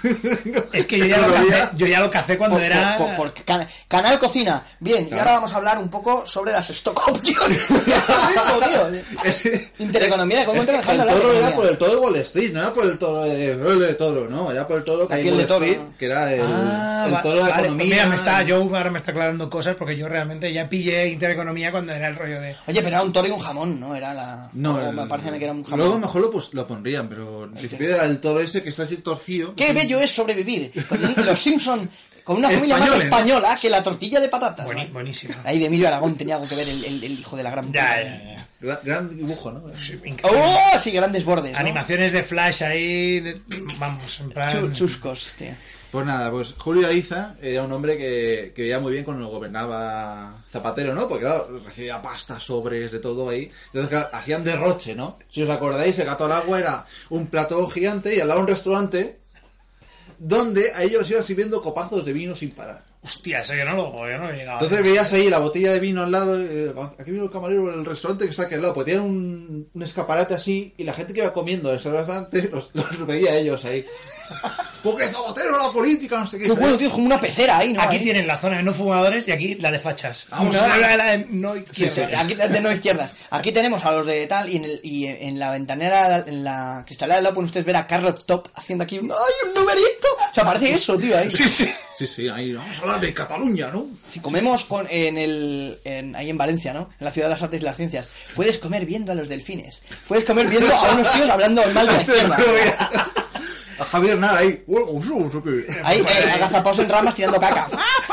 Es que yo ya lo cacé, yo ya lo cacé cuando por, era... por- por- por can- Canal Cocina. Bien, y Claro. ahora vamos a hablar un poco sobre las stock options. Tío, Ese- Intereconomía, ¿cómo te el dejando hablar de toro era economía? por el toro de Wall Street, no era por el toro de, el de toro, no, era por el toro que La hay en piel Wall de toro, Street, ¿no? que era el, Ah, el va- toro de vale, pues economía. mira, me está, yo ahora me está aclarando cosas porque yo realmente ya pillé Intereconomía cuando era el rollo de... Oye, pero era un toro y un jamón, ¿no? Era la... No, o el- me parece que era un jamón. Luego mejor lo, pues, lo pondrían, pero en principio era el toro ese que está así torcido. Qué bello es sobrevivir. Con los Simpson, con una familia más Españoles, ¿no? española que la tortilla de patatas. Bueni- ¿no? buenísimo. Ahí de Emilio Aragón tenía algo que ver el, el- el hijo de la gran... Ya, puta. ya, ya. Gran, gran dibujo, ¿no? Sí, increíble. ¡Oh! Sí, grandes bordes, ¿no? Animaciones de Flash ahí, de- vamos, en plan... Chu- chuscos, tío. Pues nada, pues Julio Ariza era un hombre que, que veía muy bien cuando gobernaba Zapatero, ¿no? Porque claro, recibía pasta, sobres, de todo ahí. Entonces, claro, hacían derroche, ¿no? Si os acordáis, el gato al agua era un plato gigante y al lado un restaurante donde a ellos iban sirviendo copazos de vino sin parar. Hostia, eso yo no lo, yo no lo he llegado. Entonces veías ahí la botella de vino al lado, eh, aquí vino el camarero del restaurante que está aquí al lado, pues tenían un, un escaparate así y la gente que iba comiendo en ese restaurante los, los veía a ellos ahí. Porque Zapatero, la política, no sé qué. Qué ¿sabes? bueno, tío, es como una pecera ahí, ¿no? Aquí Ahí. tienen la zona de no fumadores y aquí la de fachas. Vamos no, a ver. la, la de no izquierda. Sí, aquí de no izquierdas. Aquí tenemos a los de tal y en, el, y en la ventanera, en la cristalera del lado pueden ustedes ver a Carrot Top haciendo aquí un, ¡ay, un numerito! O sea, parece eso, tío, ahí. Sí, sí. Sí, sí, ahí vamos a hablar de Cataluña, ¿no? Si comemos con, en el, en, ahí en Valencia, ¿no? En la ciudad de las artes y las ciencias, puedes comer viendo a los delfines. Puedes comer viendo a unos tíos hablando mal de la izquierda. A Javier nada ahí. No Ahí, eh, agazapados en ramas tirando caca.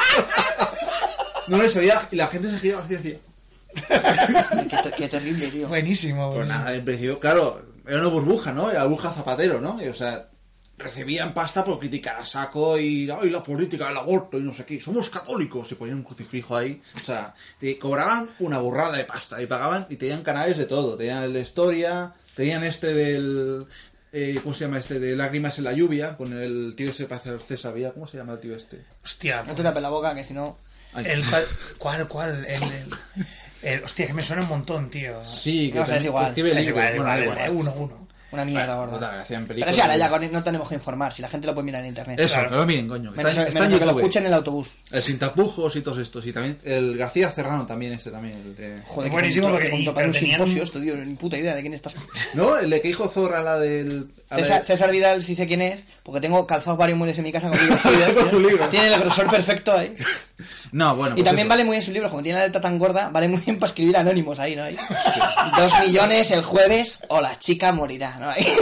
le sabía y la gente se giraba así decía. Qué, ter- qué terrible, tío. Buenísimo. Pues buenísimo. nada, en principio, claro, era una burbuja, ¿no? Era la burbuja Zapatero, ¿no? Y, o sea, recibían pasta por criticar a saco y, ay, la política, el aborto y no sé qué. Somos católicos. Se ponían un crucifijo ahí. O sea, te cobraban una burrada de pasta y pagaban y tenían canales de todo. Tenían el de historia, tenían este del... Eh, ¿Cómo se llama este? De Lágrimas en la lluvia, con el tío ese para hacer César Villa. ¿Cómo se llama el tío este? Hostia. No te tapes la boca, que si no... Ay. El, cual, ¿Cuál, cuál? El, el- el- hostia, que me suena un montón, tío. Sí, que No, o sea, es también igual. escribe Es libros. igual, Bueno, da igual, igual. eh, uno, uno. Una mierda, Bueno, gorda. total, hacían Pero películas sí, ahora y- ya con- no tenemos que informar, si la gente lo puede mirar en internet. Eso, Claro. que lo miren, coño. que Menos, Está, en- está menos en que lo YouTube. escuchen en el autobús. El sin tapujos y todos estos. Y también el García Serrano también, este también. El de... Joder, Buenísimo, que porque- porque y- para pero un tenían simposio un- esto, tío, ni puta idea de quién estás. No, el de que dijo Zorra, la del... a la César, de- César Vidal, sí sé quién es, porque tengo calzados varios muebles en mi casa con libros suyos. Con su libro. Tiene el grosor perfecto ahí. No, bueno. Y pues también eso. vale muy bien su libro, como tiene la letra tan gorda, vale muy bien para escribir anónimos ahí, ¿no? Ahí. Dos millones el jueves o la chica morirá, ¿no? Ahí.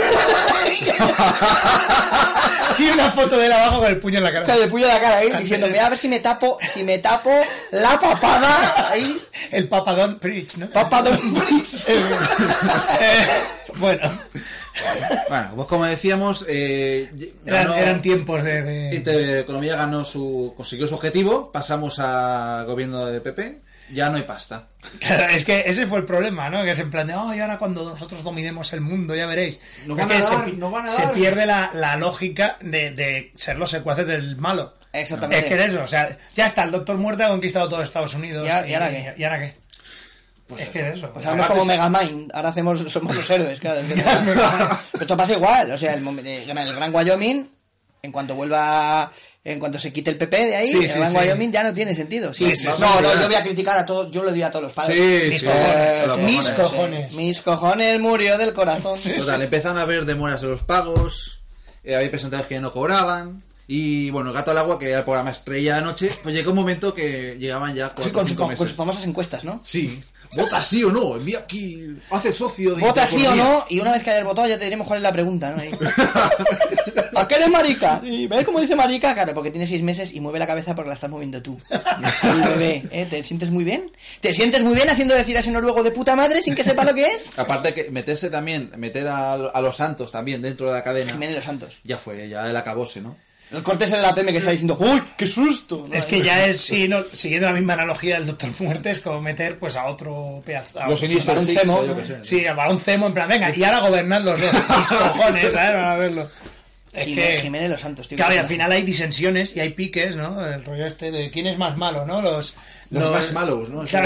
Y una foto de él abajo con el puño en la cara. Con el puño de la cara ahí, diciendo, mira a ver si me tapo, si me tapo la papada ahí. El papadón Preach, ¿no? Papadón Pris. Bueno. Bueno, pues como decíamos, eh, eran, ganó, eran tiempos de, de... Intereconomía ganó su, consiguió su objetivo, pasamos al gobierno del P P, ya no hay pasta. Claro, es que ese fue el problema, ¿no? Que es en plan de, oh, y ahora cuando nosotros dominemos el mundo, ya veréis. Nos Pero van es a que dar, se, nos van a se dar. pierde la, la lógica de, de ser los secuaces del malo. Exactamente. Es que es eso, o sea, ya está, el Doctor Muerte ha conquistado todo Estados Unidos. ¿Y ahora- y ahora qué? ¿Y ahora qué? Pues es eso. que es eso. Pues hacemos como Megamind, ahora hacemos, somos los héroes, claro. Es que- Pero esto pasa igual, o sea, el, momen- eh, el Gran Wyoming, en cuanto vuelva, en cuanto se quite el P P de ahí, Sí, el sí, Gran sí. Wyoming ya no tiene sentido. Sí, Sí, sí, no, sí, no, sí, no, sí. yo voy a criticar a todos, yo lo digo a todos los padres. Sí, Mis sí, cojones, a los mis cojones. cojones. Mis cojones murió del corazón. Total, empezaron a haber demoras en los pagos, eh, había presentadores que no cobraban, y bueno, el Gato al Agua, que era el programa estrella de noche, pues llegó un momento que llegaban ya cuatro Sí, o con, su- cinco con- con meses. sus famosas encuestas, ¿no? Sí, vota sí o no, envía aquí, hace socio de Vota sí o Intereconomía. no, y una vez que hayas votado ya te diremos cuál es la pregunta, ¿no? Ahí. ¿A qué eres marica? Y ¿ves cómo dice marica? Claro, porque tiene seis meses y mueve la cabeza porque la estás moviendo tú. El bebé, ¿eh? ¿Te sientes muy bien? ¿Te sientes muy bien haciendo decir a ese noruego de puta madre sin que sepa lo que es? Aparte que meterse también, meter a, a los santos también dentro de la cadena, Jiménez Los Santos. ya fue, ya el acabose, ¿no? El corte ese de la P M que está diciendo ¡uy, qué susto! ¿no? Es que ya es, sí, no, siguiendo la misma analogía del Doctor Muerte, es como meter pues a otro pedazo. a Los otro- Sinister Barón Six, Zemo, o yo ¿no? qué sé. Sí, a un cemo, en plan, venga, y ahora gobernad los dos. Mis cojones, ¿sabes? Van a verlo. Es Jiménez, que, Jiménez Los Santos, tío. claro, y que- al final hay disensiones y hay piques, ¿no? El rollo este de quién es más malo, ¿no? Los, Los marshmallows, ¿no? Claro.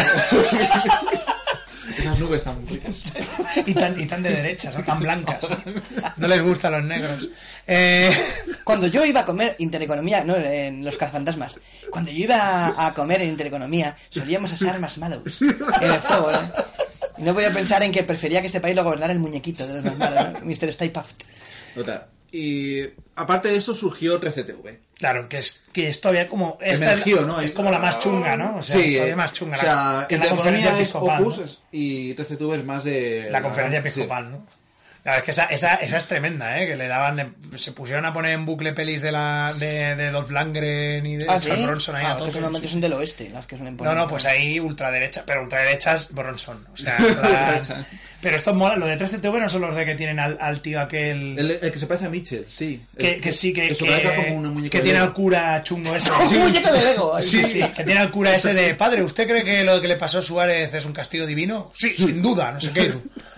Esas nubes tan ricas. y, tan, y tan de derechas, ¿no? Tan blancas. No les gustan los negros. Eh... Cuando yo iba a comer Intereconomía, no, en Los Cazafantasmas, cuando yo iba a comer en Intereconomía, solíamos asar marshmallows en el fuego, ¿no? Y no podía pensar en que prefería que este país lo gobernara el muñequito de los marshmallows, ¿no? mister Stay Puft. Total. Y aparte de eso surgió trece T V. Claro, que es, que es todavía como... Esta Emergió, es, ¿no? es como la más chunga, ¿no? O sea, Sí, todavía eh, más chunga. O sea, la, que es la conferencia Intereconomía es episcopal, Opus ¿no? es- y trece T V es más de... La conferencia sí. episcopal, ¿no? Claro, es que esa, esa, esa es tremenda, ¿eh? Que le daban... Se pusieron a poner en bucle pelis de la de, de Dolph Lundgren y de Ah, ¿sí? Charles Bronson ahí Ah, a otros tope. normalmente son del oeste, las que suelen poner. No, no, pues ahí ultraderecha, pero ultraderechas Bronson. O sea, en plan- pero esto mola, lo de trece T V no son los de que tienen al, al tío aquel... El, el que se parece a Mitchell, sí. que, El- que sí, que, se que, parece como un muñeco que de tiene Lego. al cura chungo ese. Un muñeco de Lego. ahí. Sí, sí, que tiene al cura ese de padre. ¿Usted cree que lo que le pasó a Suárez es un castigo divino? Sí, sin duda, no sé qué.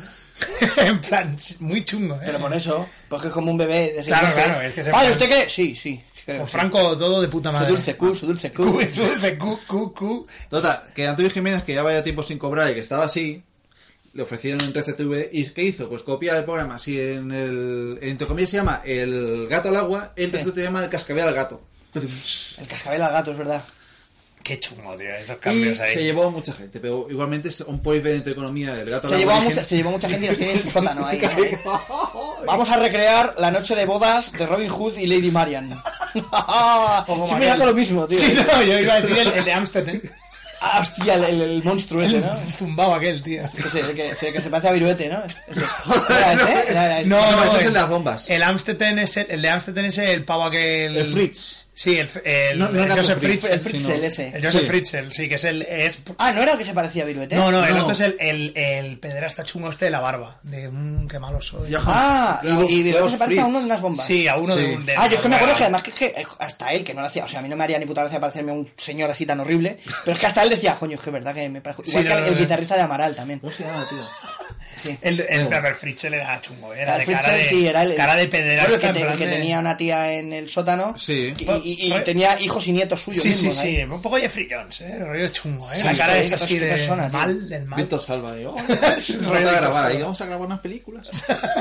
En plan, muy chungo, ¿eh? Pero por eso, porque es como un bebé de seis Claro, meses. claro, es que se- Vale, ¿usted cree? Sí, sí. creo Con que sí. Franco todo de puta Su madre. dulce Q, su dulce Q. Q, su dulce Q, Q, Q. Total, que Antonio Jiménez, que ya vaya tiempo sin cobrar y que estaba así, le ofrecieron en trece T V. ¿Y qué hizo? Pues copiar el programa. Si en el. Entre comillas se llama El Gato al Agua, en trece T V se llama El Cascabel al Gato. El cascabel al gato, es verdad. Qué chungo, tío, esos Y cambios ahí. se llevó a mucha gente, pero igualmente un podéis ver entre economía El Gato al Se Agua. llevó, a origen- mucha, se llevó mucha gente y los tiene en su sótano ahí. ¿no? Vamos a recrear la noche de bodas de Robin Hood y Lady Marian. Siempre hago lo mismo, tío. Sí, no, yo iba a decir el, el de Amsterdam. Ah, hostia, el, el, el monstruo ese, ¿no? Zumbado aquel, tío. Ese, el que, el que se parece a Viruete, ¿no? Ese. ¿Era ese? Era- era ese. No, No, no, ese es el, el de las bombas. el Amsterdam es el, el de Amsterdam es el pavo aquel... El Fritz. Sí, el, el, No, no el el gato Joseph Fritz, Fritzl. el Fritzl sino- ese. El Joseph Sí. Fritzl, sí, que es el... Es, Ah, ¿no era el que se parecía a Viruete? no, no, el No. otro es el, el, el pederasta chungo este de la barba. De un qué malo soy. Ya, Ah, Klaus- y, y Viruete Klaus se parece a Fritz. uno de unas bombas. Sí, a uno Sí. de un... de- Ah, yo es que me acuerdo que bueno, además que, es que hasta él, que no lo hacía, o sea, a mí no me haría ni puta gracia parecerme a un señor así tan horrible, pero es que hasta él decía, coño, es que es verdad que me parece... Sí, Igual no, que el, no, el no. guitarrista de Amaral también. ¿Cómo se llama, tío? Sí. El, el, Bueno. pero el Fritzl era chungo, era El de Fritzl, cara de, sí, era el, cara de bueno, pederasta. el que, en te- plan que de- tenía una tía en el sótano Sí. y, y- y Re- tenía hijos y nietos suyos Sí, sí, mismos, sí, ¿eh? un poco Jeffrey Jones, ¿eh? Rollo chungo, ¿eh? Sí, la cara sí, es qué así qué de persona, tío. mal, del mal. Víctor Salva. Y, oh, Rollo vamos a Víctor grabar Salva. ahí, vamos a grabar unas películas.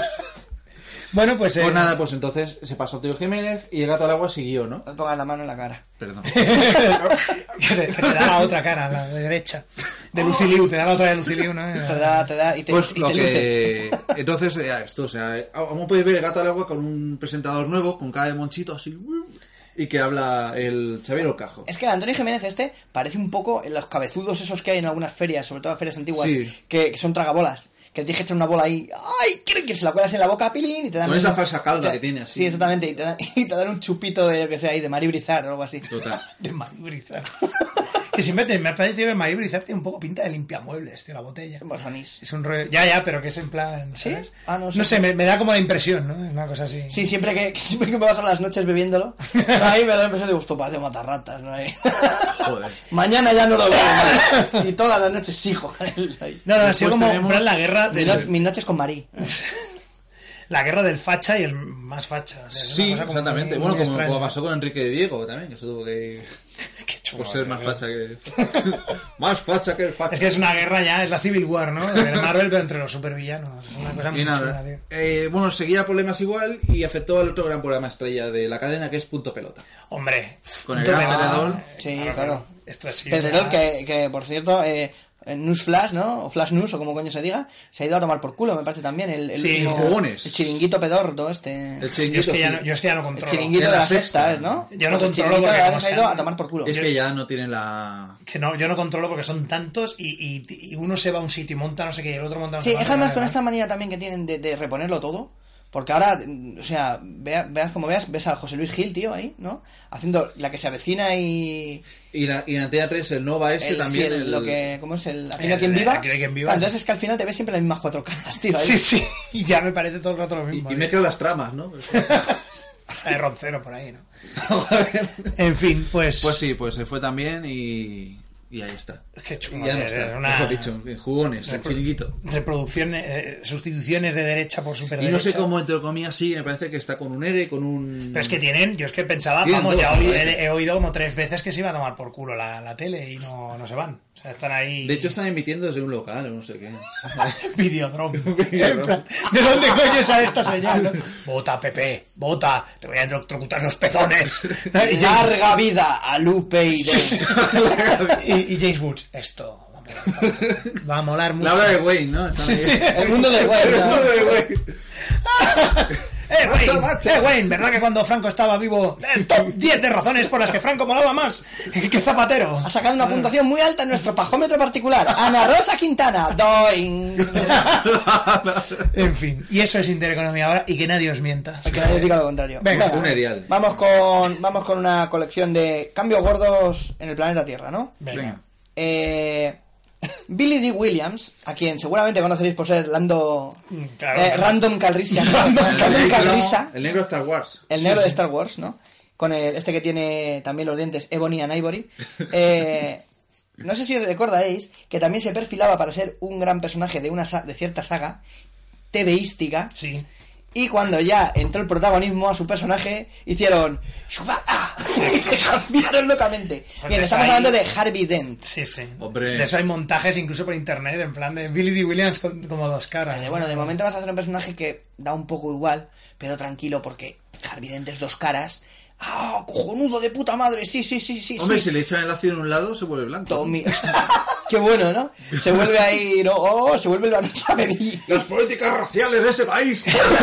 Bueno, pues... eh, Pues nada, pues entonces se pasó Antonio Jiménez y El Gato al Agua siguió, ¿no? No te pongas la mano en la cara. Perdón. que, te, que te da la otra cara, la de derecha. De Luciliu, te da la otra de Luciliu, ¿no? Te da, te da y te, Pues y lo te luces. que... Entonces, ya, esto, o sea, aún podéis ver El Gato al Agua con un presentador nuevo, con cara de monchito así, y que habla el Xavier Ocajo. Es que el Antonio Jiménez este parece un poco en los cabezudos esos que hay en algunas ferias, sobre todo ferias antiguas, Sí. que, que son tragabolas. Que te tienes que echar una bola ahí, ¡ay! quieren que se la cuelas en la boca, pilín, y te dan... Con un- esa falsa calda te- que tiene, así. Sí, exactamente, y te, dan, y te dan un chupito de, lo que sea, ahí, de Mari Brizar o algo así. Total. De Mari Brizar. Que siempre te, me ha parecido que el Marie Brizard tiene un poco pinta de limpiamuebles, tío, la botella. Pues sonís. Es un rollo... Ya, ya, pero que es en plan... ¿sabes? ¿Sí? Ah, no sé. No sé, me, me da como la impresión, ¿no? Es una cosa así. Sí, siempre que, que siempre que me paso las noches bebiéndolo, ahí me da la impresión de gusto, parece matarratas, ¿no? Ahí. Joder. Mañana ya no lo veo más. Y todas las noches sigo con él ahí. No, no, ha sido Después como tenemos en plan la guerra Mis, del... no- mis noches con Marí. La guerra del facha y el más facha. O sea, es una Sí, cosa como exactamente. muy- bueno, muy como, extraña. como pasó con Enrique de Diego también, que se tuvo que ir Qué chulo, por ser tío. más facha que... más facha que el facha. Es que es una guerra ya, es la Civil War, ¿no? De Marvel, pero entre los supervillanos. Es una cosa muy Y nada, chula, tío. eh, bueno, seguía problemas igual y afectó al otro gran programa estrella de la cadena, que es Punto Pelota. Hombre, Con el punto gran pelota. Pedrerol. Sí, claro. Esto sí. Pedrerol, ya- que, que por cierto, eh, en News Flash, ¿no? O Flash News, o como coño se diga, se ha ido a tomar por culo, me parece también. El, el Sí, último- jugones. El chiringuito pedordo, este. El Yo es, chiringuito, que ya sí. no, yo es que ya no El controlo. chiringuito En de la la sexta, sexta. ¿es, ¿no? Yo no Pues el controlo chiringuito porque de la como sexta se ha ido sean- a tomar por culo. Es que ya no tienen la... Que no, yo no controlo porque son tantos y, y, y uno se va a un sitio y monta no sé qué y el otro monta no sé Sí, qué. es además con esta manía también que tienen de, de reponerlo todo. Porque ahora, o sea, vea- veas como veas, ves al José Luis Gil, tío, ahí, ¿no? Haciendo la que se avecina y... Y, la, y en Antena tres el Nova ese el- también... sí, el- el- lo que... ¿Cómo es? El Haciendo El- quien viva. Aquí no hay quien viva, Ah, entonces sí. es que al final te ves siempre las mismas cuatro caras, tío. Ahí. Sí, sí. Y ya me parece todo el rato lo Y, mismo. y ¿eh? mezcla las tramas, ¿no? Hasta de roncero por ahí, ¿no? En fin, pues... Pues sí, pues se fue también y... Y ahí está. Qué chulo, Y ya no es está. una- Mejor dicho, jugones, el chiringuito. Reproducciones, eh, sustituciones de derecha por Y superderecha. no sé cómo, entre comillas, sí, me parece que está con un R, con un... Pero es que tienen, yo es que pensaba, Tienen vamos, dos, ya oí- joder. he, he oído como tres veces que se iba a tomar por culo la, la tele y no, no se van. O sea, están ahí... De hecho, están emitiendo desde un local, o no sé qué. Videodrome. Videodrome. En plan, ¿de dónde coño sale esta señal? no? Vota, Pepe, vota, te voy a electrocutar los pezones. Y James, Larga vida a Lupe y de... y, y James Woods, esto va a molar, va a molar mucho. La hora de Wayne, ¿no? Están Sí, ahí. sí. El mundo de Wayne, El ¿no? mundo de Wayne. Eh, Marcha, Wayne, marcha. eh, Wayne, ¿verdad que cuando Franco estaba vivo, el top diez de razones por las que Franco molaba más que Zapatero? Ha sacado una puntuación muy alta en nuestro pajómetro particular. Ana Rosa Quintana. Doing. En fin, y eso es Intereconomía ahora y que nadie os mienta. Que nadie os diga lo contrario. Venga, un erial. Vamos con, vamos con una colección de cambios gordos en el planeta Tierra, ¿no? Venga. Venga. Eh, Billy D. Williams, a quien seguramente conoceréis por ser Lando Claro, eh, claro. Random Calrissian, El Random negro, Calrissa, el negro Star Wars. el negro de Star Wars, ¿no? Con el, este que tiene también los dientes Ebony and Ivory. Eh, no sé si recordaréis que también se perfilaba para ser un gran personaje de una sa- de cierta saga TVística. Sí. Y cuando ya entró el protagonismo a su personaje, hicieron ¡Shubá! Cambiaron locamente. Pues Bien, ves estamos ahí- hablando de Harvey Dent. Sí, sí. Hombre. De eso hay montajes incluso por internet, en plan de Billy D. Williams con como dos caras. Vale, bueno, de momento vas a hacer un personaje que da un poco igual, pero tranquilo, porque Harvey Dent es dos caras. ¡Ah, cojonudo de puta madre! Sí, sí, sí, sí. Hombre, sí. si le echan el ácido en un lado, se vuelve blanco. Tommy. Qué bueno, ¿no? Se vuelve ahí, ¿no? Oh, se vuelve la noche a medir. Las políticas raciales de ese país.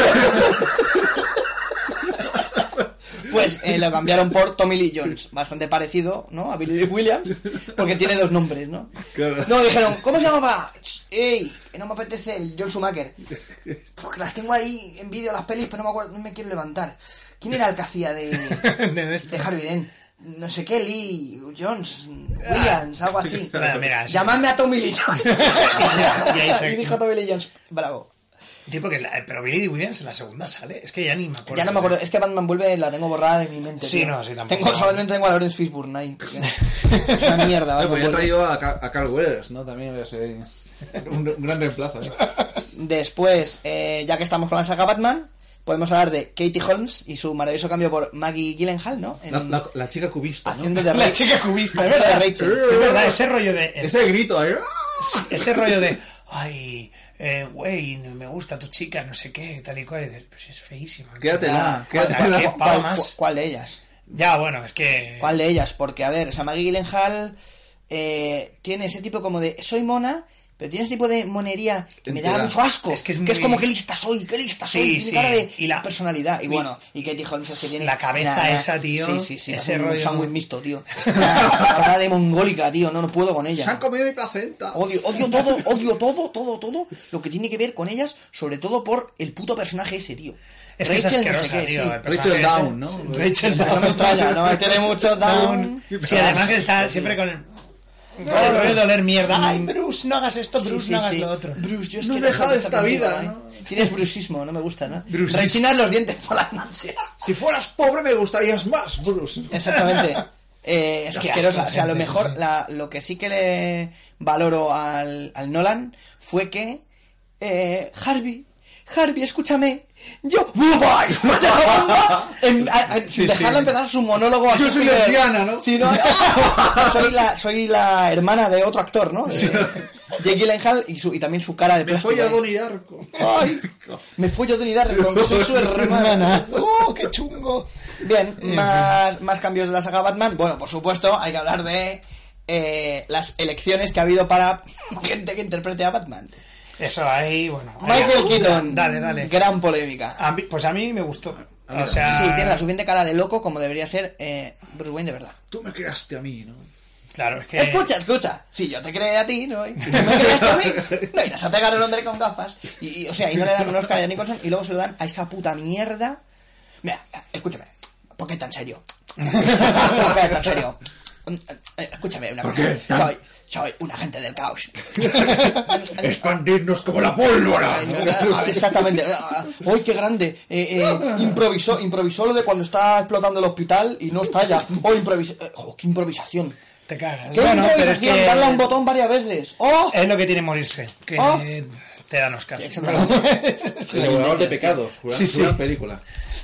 Pues eh, lo cambiaron por Tommy Lee Jones, bastante parecido, ¿no? A Billy D. Williams, porque tiene dos nombres, ¿no? Claro. No, dijeron, ¿cómo se llamaba? ¡Ey! Que no me apetece el John Schumacher. Porque las tengo ahí en vídeo las pelis, pero no me acuerdo, no me quiero levantar. ¿Quién era el que hacía de, De esto. de Harvey Dent? No sé qué, Lee Jones, Williams, algo así. Mira, mira, sí. Llamadme a Tommy Lee Jones. Y ahí se- Y dijo Tommy Lee Jones, bravo. Sí, porque la- pero Billy D. Williams en la segunda sale. Es que ya ni me acuerdo. Ya no me acuerdo, es que Batman vuelve, la tengo borrada de mi mente. Sí, tío. no, sí, tampoco. Tengo, solamente tengo a Lawrence Fishburne ahí. Es una mierda, Eh, Batman pues ya han vuelve. traído a, Ca- a Carl Weathers, ¿no? También voy a ser un, un gran reemplazo. ¿eh? Después, eh, ya que estamos con la saga Batman, podemos hablar de Katie Holmes y su maravilloso cambio por Maggie Gyllenhaal, ¿no? En- La, la- la chica cubista, ¿no? haciendo de La Rachel. chica cubista, es Haciendo de verdad. Rachel. Es verdad, ese rollo de. Ese grito ahí. Ese rollo de. Ay, eh, Wayne, me gusta tu chica, no sé qué, tal y cual. Y dices, pues es feísima. Quédatela, O sea, quédatela. ¿qué ¿Cuál, pava cuál- más? cuál de ellas? Ya, bueno, es que. ¿Cuál de ellas? Porque, a ver, esa Maggie Gyllenhaal eh, tiene ese tipo como de soy mona, pero tiene ese tipo de monería que me da Entera. mucho asco. Es que es es muy- como que lista soy, que lista soy. Sí, tiene sí. cara de Y la- personalidad. Y y- bueno, y Katie Holmes es que tiene La cabeza nada, esa, tío, Sí, sí, sí. ese hace un rollo- sándwich mixto, tío. La cara de mongólica, tío. No, no puedo con ella. Se han comido mi placenta. Odio, odio todo, odio todo, todo, todo lo que tiene que ver con ellas, sobre todo por el puto personaje ese, tío. Es que es Rachel, no sé asquerosa, qué, tío. sí. el personaje Rachel ese. Down, ¿no? Rachel No Down. me extraña, no, tiene mucho down. Sí, además que está siempre con el... Claro, el rollo de oler mierda. Ay, Bruce, no hagas esto, Bruce, Sí, sí, no hagas sí. lo otro. Bruce, yo es No que he dejado me gusta esta contigo, vida, ¿eh? ¿no? Tienes bruxismo, no me gusta, ¿no? Bruxismo. Rechinar los dientes por las noches. Si fueras pobre me gustarías más, Bruce. Exactamente. Eh, es Qué asquerosa. asco, O sea, a lo gente, mejor sí. la, lo que sí que le valoro al, al Nolan fue que eh, Harvey, Harvey, escúchame. Yo, en, a, a, sin Sí, dejarla sí. empezar su monólogo. Yo aquí soy súper- lesbiana, ¿no? Sí, ¿no? soy, la, soy la hermana de otro actor, ¿no? De Jake Gyllenhaal y, su, y también su cara de Me plástico. fui a ¿eh? Donnie Darko. Ay, me fui yo de unidad, soy su hermana. ¡Oh, qué chungo! Bien, más, más cambios de la saga Batman. Bueno, por supuesto, hay que hablar de eh, las elecciones que ha habido para gente que interprete a Batman. Eso ahí, bueno. Michael ahí- Keaton, Dale, dale. gran polémica. A mí- pues a mí me gustó. A mí O sea, Sí, tiene la suficiente cara de loco como debería ser eh, Bruce Wayne de verdad. Tú me creaste a mí, ¿no? Claro, es que. Escucha, escucha. Si yo te creé a ti, ¿no? Y tú me creaste a mí. No irás a pegar a un hombre con gafas. Y, y, o sea, y no le dan un Oscar a Nicholson y luego se lo dan a esa puta mierda. Mira, escúchame. ¿Por qué tan serio? ¿Por qué tan serio? Escúchame una cosa. Soy, soy un agente del caos. Expandirnos como la pólvora. Exactamente. ¡Ay, qué grande! Eh, eh, improvisó, improvisó lo de cuando está explotando el hospital y no estalla. ¡Oh, improvisó! ¡Oh, qué improvisación! Te cagas. ¡Qué Bueno, pero es improvisación! que Darle a un botón varias veces. ¡Oh! es lo que tiene morirse. Que Oh. te dan Oscar. Exactamente. El devorador de pecados. Una, Sí, sí. una película.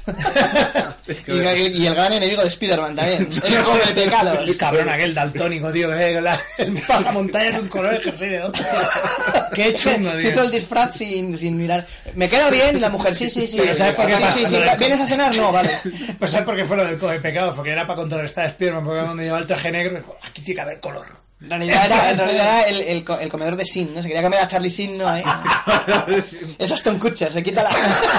Y, y el gran enemigo de Spider-Man también. El come pecados. El cabrón aquel daltónico, tío, que eh, la- el pasamontañas de un color, el jersey de otro. Qué chungo, Se tío. hizo el disfraz sin, sin mirar. Me queda bien y la mujer, sí, sí, sí. Pero ¿sabes por qué Sí, pasa? sí, sí. Lo del- ¿Vienes a cenar? No, vale. Pues ¿sabes por qué fue lo del come pecados? Porque era para contrarrestar a Spiderman, porque cuando llevaba el traje negro, dijo, aquí tiene que haber color. En realidad era, en realidad era el, el, co- el comedor de Sin, ¿no? Se quería cambiar a Charlie Sin, ¿no? ¿Eh? Eso es Tom Kutcher, se quita la...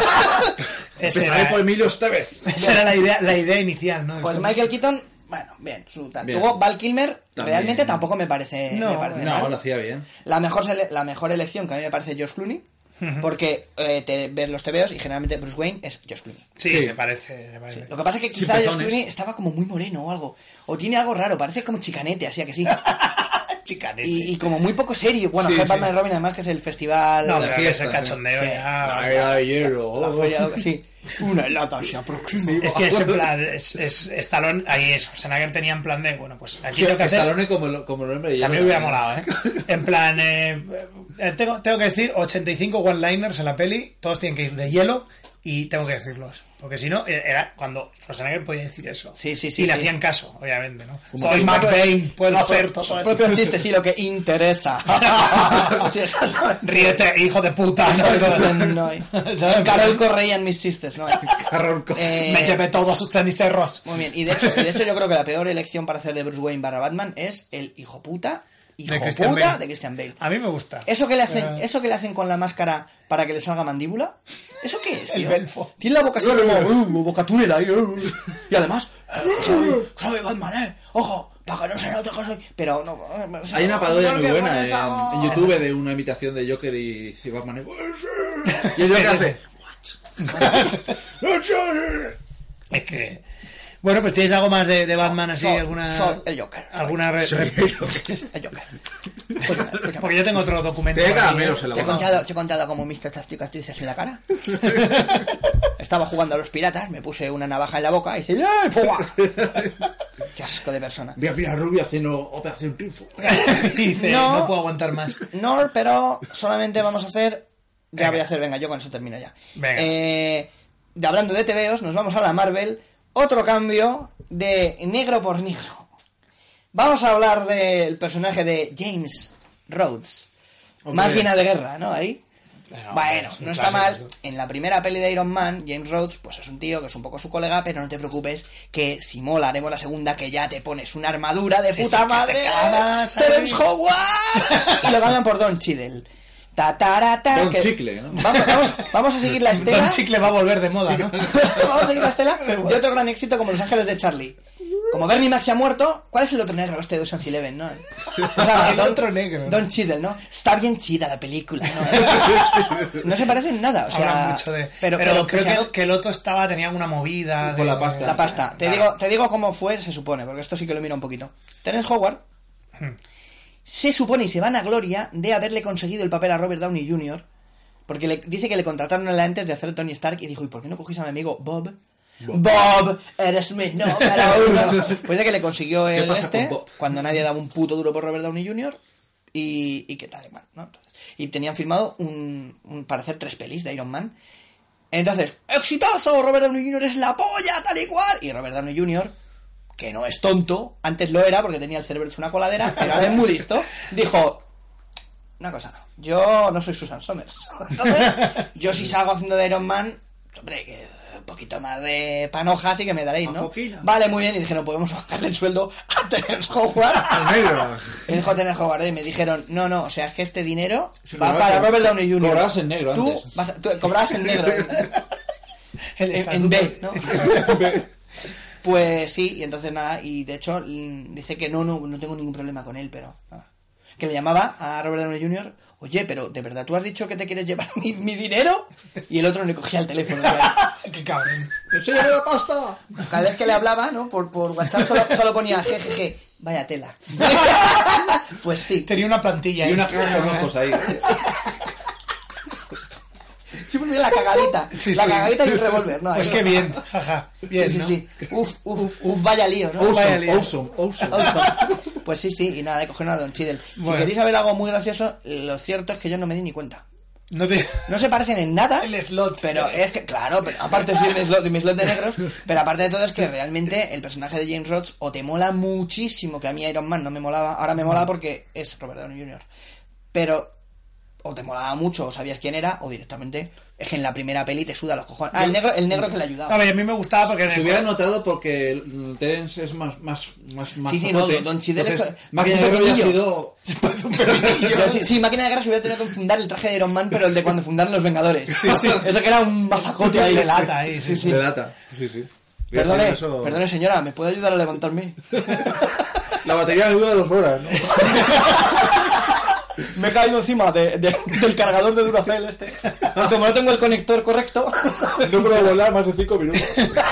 Esa Empezaré era, por Emilio Estevez. esa era la idea, la idea inicial, ¿no? Pues Michael Keaton, bueno, bien, su tal. Bien. Luego Val Kilmer, También. realmente tampoco me parece, No, me parece No, mal. lo hacía bien. La mejor, sele- la mejor elección que a mí me parece George Clooney, porque eh, te ves los tebeos y generalmente Bruce Wayne es George Clooney. Sí, Sí. se parece, se parece. Lo que pasa es que Sin quizá George pezones. Clooney estaba como muy moreno o algo. O tiene algo raro, parece como chicanete, así a que sí. Chicanete. Y, y como muy poco serio. Bueno, Sí, Hyde sí. Batman y Robin además que es el festival... No, de pero que es el fiesta, cachondeo sí. ya. La era de hielo. La feria, sí. Una helada se aproxima. Es que ese plan, es, es, Stallone, ahí eso, Schwarzenegger tenía en plan de, bueno, pues aquí tengo que hacer... Stallone como, el- como el hombre de hielo. También hubiera molado, ¿eh? En plan, eh, eh, tengo, tengo que decir ochenta y cinco one-liners en la peli, todos tienen que ir de hielo y tengo que decirlos. Porque si no, era cuando Schwarzenegger podía decir eso. Sí, sí, sí, Y le sí. hacían caso, obviamente, ¿no? Como Soy sus McBain, puedo sus hacer pro- todo sus esto. propios chistes, sí, lo que interesa. Sí, exactamente. Ríete, hijo de puta, ¿no? No, no. Carol correían mis chistes, ¿no? Carrón con- Eh, Me llevé todos sus ceniceros. Muy bien, y de, hecho, y de hecho yo creo que la peor elección para hacer de Bruce Wayne barra Batman es el hijo puta, hijo De Christian puta Bale. de Christian Bale. A mí me gusta. Eso que le hacen, Eh, eso que le hacen con la máscara para que le salga mandíbula, ¿eso qué es, El tío? belfo. Tiene la boca así como, uh, boca túnel ahí, uh, y además, eh, soy, soy Batman, eh, ojo, para que no se note que soy, pero no, eh, o sea, Hay una parodia no, muy que buena pones en, algo- en YouTube de una imitación de Joker y, y Batman. Y el Joker hace... Es que... Bueno, pues ¿tienes algo más de, de Batman así? Soy- ¿Alguna... soy el Joker. ¿Alguna... re- Soy re- el Joker. El Joker. Escúchame, escúchame. Porque yo tengo otro documento. Tiene aquí, caramelos en la ¿Te he boca. contado, te he contado cómo me hice estas cicatrices en la cara? Estaba jugando a los piratas, me puse una navaja en la boca y dice ¡ay, pua! ¡Qué asco de persona! Vi a Pilar Rubio haciendo Operación Triunfo. Y dice, No. no. puedo aguantar más. No, pero solamente vamos a hacer... Ya voy a hacer, venga, yo con eso termino ya. Venga. Eh, de, hablando de tebeos, nos vamos a la Marvel. Otro cambio de negro por negro. Vamos a hablar del personaje de James Rhodes. Hombre. Máquina de guerra, ¿no? Ahí. No, Bueno, es un no está clásico. mal. En la primera peli de Iron Man, James Rhodes, pues es un tío que es un poco su colega, pero no te preocupes, que si mola, haremos la segunda, que ya te pones una armadura de Sí, puta sí, que te madre. cagas, ¡Terence ¿sabes? Howard! Y lo cambian por Don Cheadle. Ta, ta, ta, Don que- Chicle, ¿no? Vamos, vamos, vamos a seguir la estela. Don Chicle va a volver de moda, ¿no? Vamos a seguir la estela de otro gran éxito como Los Ángeles de Charlie. Como Bernie Mac se ha muerto, ¿cuál es el otro negro? Este de Ocean's Eleven, ¿no? O sea, El otro negro. Don Cheadle, ¿no? Está bien chida la película, ¿no? No se parecen nada, o sea... Hablan mucho de... Pero, Pero, pero creo sea, que, que el otro estaba, tenía una movida... Con de- la pasta. la pasta. Te Claro. digo, te digo cómo fue, se supone, porque esto sí que lo miro un poquito. Terence Howard se supone y se van a gloria de haberle conseguido el papel a Robert Downey junior, porque le dice que le contrataron a él antes de hacer Tony Stark y dijo, ¿y por qué no cogéis a mi amigo Bob? Bob, Bob eres mi no para uno. Pues de que le consiguió el este, cuando nadie daba un puto duro por Robert Downey junior y, y qué tal, man, ¿no? Entonces, y tenían firmado un, un, para hacer tres pelis de Iron Man. Entonces, ¡exitazo! Robert Downey junior es la polla, tal y cual. Y Robert Downey junior, que no es tonto, antes lo era porque tenía el cerebro hecho una coladera, pero ahora es muy listo, dijo, una cosa, yo no soy Susan Somers. Entonces, yo si salgo haciendo de Iron Man, hombre, que un poquito más de panoja sí que me daréis, ¿no? Vale, muy bien, y dijeron, podemos bajarle el sueldo a Terence Howard. Al negro. Y dijo Terence Howard, y me dijeron, no, no, o sea, es que este dinero sí, va para Robert Downey junior Cobrabas en negro tú antes. Vas a, tú cobrabas en negro. El en, en B, ¿no? Pues sí, y entonces nada, y de hecho dice que no, no, no tengo ningún problema con él, pero nada. Que le llamaba a Robert Downey junior, oye, pero ¿de verdad tú has dicho que te quieres llevar mi, mi dinero? Y el otro le cogía el teléfono. ¡Qué cabrón! ¡Enséñame la pasta! Cada vez que le hablaba, ¿no? Por, por WhatsApp solo, solo ponía jejeje, vaya tela. Pues sí. Tenía una plantilla y ahí. una caja con ojos ahí. Siempre la cagadita, sí, la sí. cagadita y un revólver, ¿no? Pues ahí, qué ¿no? bien, jaja. Bien, sí, ¿no? sí, sí. Uf, uf, uf, vaya lío, ¿no? Awesome, Vaya lío. awesome, awesome. Awesome. Pues sí, sí, y nada, de coger a Don Cheadle. Bueno. Si queréis saber algo muy gracioso, lo cierto es que yo no me di ni cuenta. No, te... no se parecen en nada. El slot. Pero es que, claro, pero aparte sí, mi slot y mi slot de negros, pero aparte de todo es que realmente el personaje de James Rhodes o te mola muchísimo, que a mí Iron Man no me molaba, ahora me mola porque es Robert Downey junior Pero o te molaba mucho o sabías quién era, o directamente es que en la primera peli te suda los cojones. Ah, el negro, el negro que le ayudaba. A ver, a mí me gustaba porque... Se hubiera notado porque el Terence es más más más más sí, sí, no, Don Cheadle es... Máquina de Guerra había sido... sí, sí, Máquina de Guerra se hubiera tenido que fundar el traje de Iron Man, pero el de cuando fundaron los Vengadores. Sí, sí. Eso que era un mazacote ahí. De lata ahí, sí, sí. De lata, sí, sí. Perdone, eso... perdone señora, ¿me puede ayudar a levantarme? La batería me dura dos horas, ¿no? Me he caído encima de, de, del cargador de Duracell este. Y como no tengo el conector correcto... No puedo volar más de cinco minutos.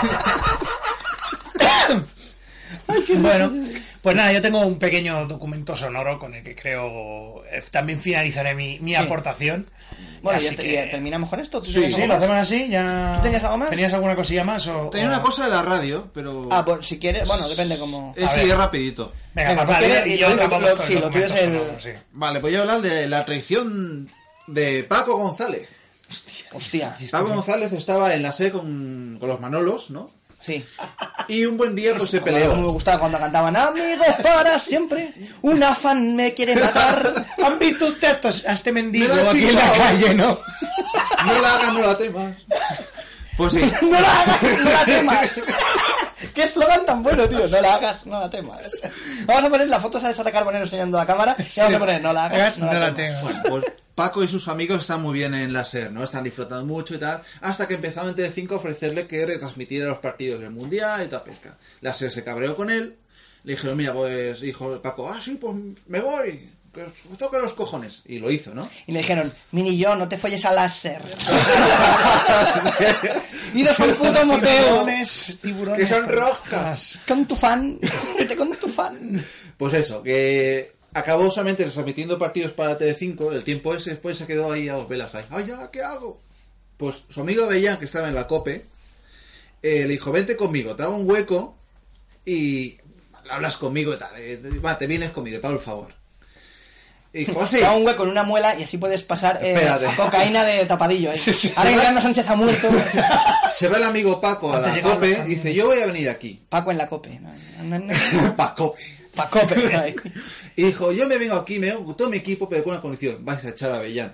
Ay, qué bueno, pues nada, yo tengo un pequeño documento sonoro con el que creo eh, también finalizaré mi, mi sí. aportación. Bueno, ya, que... ya terminamos con esto. ¿Tú sí, sí, lo hacemos así. Ya... ¿Tú tenías algo más? ¿Tenías alguna cosilla más? O, Tenía o... una cosa de la radio, pero... Ah, pues si quieres, bueno, depende como... Eh, sí, es rapidito. Venga, Venga pues vale, y yo lo, lo, sí, lo tuyo es el... sonoro, sí. Vale, pues yo voy a hablar de la traición de Paco González. Hostia. Hostia. Paco González estaba en la SER con, con los Manolos, ¿no? Sí. Y un buen día pues se peleó. Me gustaba cuando cantaban amigos para siempre, una fan me quiere matar. ¿Han visto ustedes a este mendigo aquí en la calle, no? No la hagas, no la temas. Pues sí. No la hagas, no la temas. Qué eslogan tan bueno, tío. No la hagas, no la temas. Vamos a poner la foto esa de Carbonero enseñando a cámara y vamos a poner no la hagas, no, no la, la temas. Bueno, pues Paco y sus amigos están muy bien en la SER, ¿no? Están disfrutando mucho y tal, hasta que empezaron en Telecinco a ofrecerle que retransmitiera los partidos del Mundial y toda pesca. La SER se cabreó con él, le dijeron, mira, pues, dijo Paco, ah, sí, pues me voy, que os toque los cojones. Y lo hizo, ¿no? Y le dijeron, Mini yo, no te folles a la SER. Iros a un puto moteo. Tiburones, tiburones. Que son roscas. Con tu fan, vete con tu fan. Pues eso, que... acabó solamente transmitiendo partidos para Telecinco, el tiempo ese, después se quedó ahí a dos velas. Ahí. Ay, ¿ahora qué hago? Pues su amigo Bellán, que estaba en la COPE, eh, le dijo, vente conmigo, te hago un hueco y hablas conmigo y tal. Eh, va, te vienes conmigo, te hago el favor. Y dijo, sí. Te hago un hueco en una muela y así puedes pasar eh, cocaína de tapadillo. ¿eh? Sí, sí. Ahora que Carlos Sánchez ha muerto. Se va el amigo Paco a la COPE y dice, yo voy a venir aquí. Paco en la COPE. No, no, no. Paco. Paco. Y dijo, yo me vengo aquí, me vengo con todo mi equipo, pero con una condición, vais a echar a Bellán.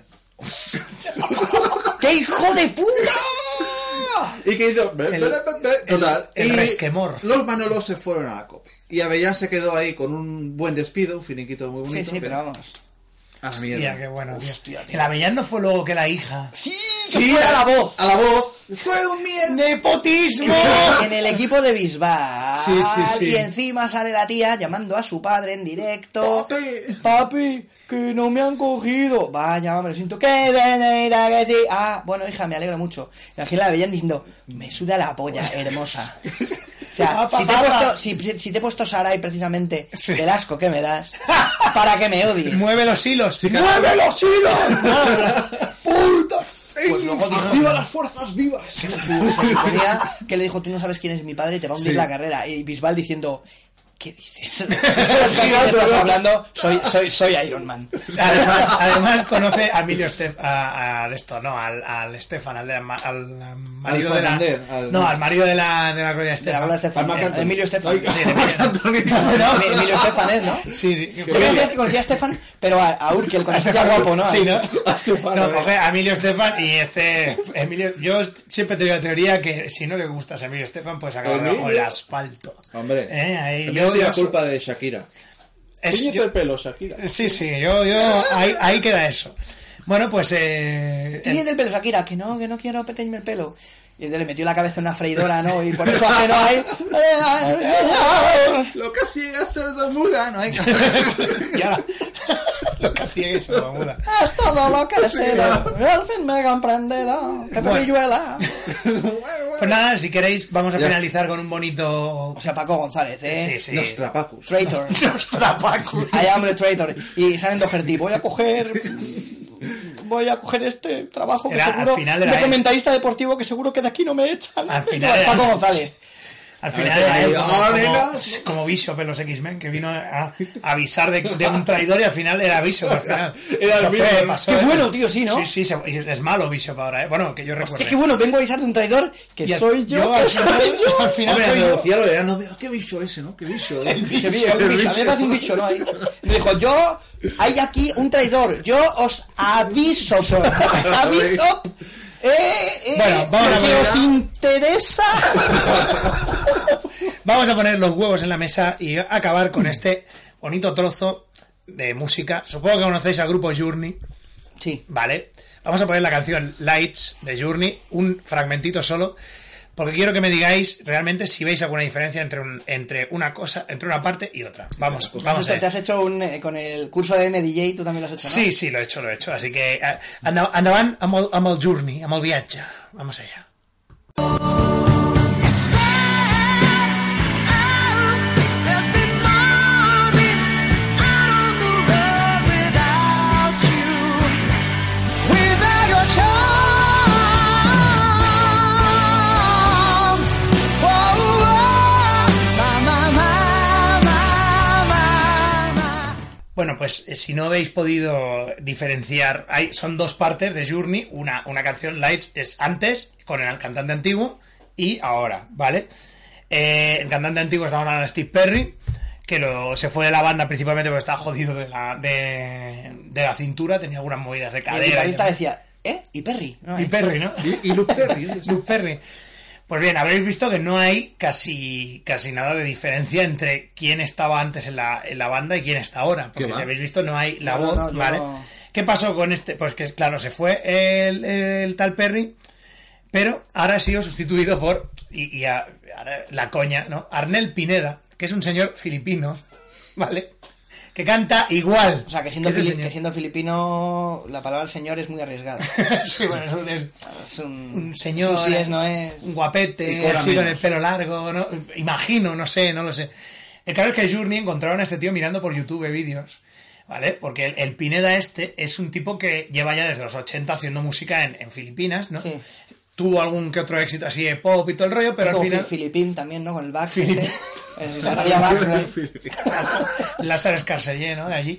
¡Qué hijo de puta! Y que hizo, el, total, el, el y resquemor. Los Manolos se fueron a la COPE. Y Avellán se quedó ahí con un buen despido, un finiquito muy bonito. Sí, sí, pero vamos. A la Hostia, mierda. qué bueno, tío. Hostia, tío. El Avellán no fue luego que la hija. Sí, sí, fue a la voz. A la voz. Fue un mierda. ¡Nepotismo! En el equipo de Bisbal. Sí, sí, sí. Y encima sale la tía llamando a su padre en directo. Papi. Papi, que no me han cogido. Vaya, me lo siento. Que venir a que te... Ah, bueno, hija, me alegro mucho. Imagina la Avellán diciendo, me suda la polla, hermosa. sea, Papa, si te, he papa. puesto, si, si te he puesto Sarai precisamente Sí. del asco que me das, para que me odies. Mueve los hilos. ¡Mueve los hilos! ¡Puta! Pues luego dijo, ¡Viva las fuerzas vivas! su, su sinfonía, que le dijo, tú no sabes quién es mi padre y te va a hundir Sí. la carrera. Y Bisbal diciendo, ¿qué dices? Estás hablando, soy, soy, soy Iron Man. Además, además conoce a Emilio Estef a, a esto, no, al, al Estefan, al, de- al, al marido de la, Santander, al- no, al marido de la de la Gloria De la Estefan. Gloria Estefan. Al Marc Anthony. Emilio Estefan. Ay, Sí, Marc Anthony. no, Emilio Estefan es, ¿no? Sí, Yo conocía, conocía a Estefan, pero a, a Urkel, cuando Este ya guapo, ¿no? Sí, ¿no? Estefan, No, a ver. coge a Emilio Estefan y este Emilio, yo siempre tengo la teoría que si no le gustas a Emilio Estefan pues acabar ¿Emilio? bajo el asfalto. Hombre, Eh, ahí, también yo- tiene yo la so- culpa de Shakira. Es- Tiñete yo- el pelo, Shakira. Sí, sí, yo, yo, ahí, ahí queda eso. Bueno, pues eh, Tiene del pelo, Shakira, que no, que no quiero teñirme el pelo. Y entonces le metió la cabeza en una freidora, ¿no? Y por eso ajeno hay... Lo que ciega es muda, ¿no? Hay ya, lo que hacía eso, la muda. Es todo lo que sé, al fin me comprenderá. Que Bueno. pilluela. Pues nada, si queréis, vamos a Ya. finalizar con un bonito... O sea, Paco González, ¿eh? Sí, sí. Nostrapacus. Traitor. Nostrapacus. I am the traitor. Y salen Doherty, voy a coger... Voy a coger este trabajo que Era- al seguro... final era de él. comentarista deportivo que seguro que de aquí no me echan. Al final era- Paco González. Al final A ver, era ahí, él como, ah, como, nena. como Bishop en los X-Men, que vino a, a avisar de, de un traidor y al final era Bishop. Al final. Era el Eso fue, mismo, ¿no? pasó Qué eso. bueno, tío, sí, ¿no? Sí, sí, se- es malo Bishop ahora, ¿eh? Bueno, que yo recuerdo. Hostia, qué bueno, vengo a avisar de un traidor que Y al- soy yo, yo que al soy final- yo. al final Hombre, soy me yo. decía lo de, no veo, qué bicho ese, ¿no? Qué bicho. Que vi- un bicho, a mí me parece un bicho, ¿no? Ahí. Me dijo, yo, hay aquí un traidor, yo os aviso, os aviso, eh, eh, Bueno, vamos a que poner- os interesa. Vamos a poner los huevos en la mesa y acabar con este bonito trozo de música. Supongo que conocéis al grupo Journey, Sí. ¿vale? Vamos a poner la canción Lights de Journey, un fragmentito solo, porque quiero que me digáis realmente si veis alguna diferencia entre un, entre una cosa, entre una parte y otra. Vamos, vamos a Te, ver. te has hecho un, eh, con el curso de M D J, tú también lo has hecho, ¿no? Sí, sí, lo he hecho, lo he hecho. Así que eh, anda- endavant amb el, amb el Journey, amb el viatge. Vamos allá. Bueno, pues eh, si no habéis podido diferenciar, hay, son dos partes de Journey. Una, una canción, Lights, es antes, con el cantante antiguo, y ahora, ¿vale? Eh, el cantante antiguo estaba hablando de Steve Perry, que lo, se fue de la banda principalmente porque estaba jodido de la, de, de la cintura, tenía algunas movidas de Y el cadera. y guitarrista demás. decía, ¿eh? ¿Y Perry? No, Y eh. Perry, ¿no? Y, y Luke Perry. ¿dónde está? Luke Perry. Pues bien, habréis visto que no hay casi, casi nada de diferencia entre quién estaba antes en la, en la banda y quién está ahora. Porque ¿Qué va? si habéis visto, no hay la No, no, voz, no, yo ¿vale? no- ¿Qué pasó con este? Pues que, claro, se fue el, el tal Perry, pero ahora ha sido sustituido por, y, y a- ahora la coña, ¿no? Arnel Pineda, que es un señor filipino, ¿vale? Que canta igual. O sea, que siendo, es el fili- señor. que siendo filipino, la palabra señor es muy arriesgada. Sí, bueno, es un, el- Es un, un señor, es un sí es, no es. un guapete, Y cobra así con el menos. pelo largo, ¿no? Imagino, no sé, no lo sé. El caso es que Journey encontraron a este tío mirando por YouTube vídeos, ¿vale? Porque el, el Pineda este es un tipo que lleva ya desde los ochenta haciendo música en, en Filipinas, ¿no? Sí. Tuvo algún que otro éxito así de pop y todo el rollo, pero al Como final... Fi- Filipín también, ¿no? Con el Bax. Filipín. Este. Eh, se llamaría Bax, ¿no? Lázaro Escarcellé, ¿no? De allí.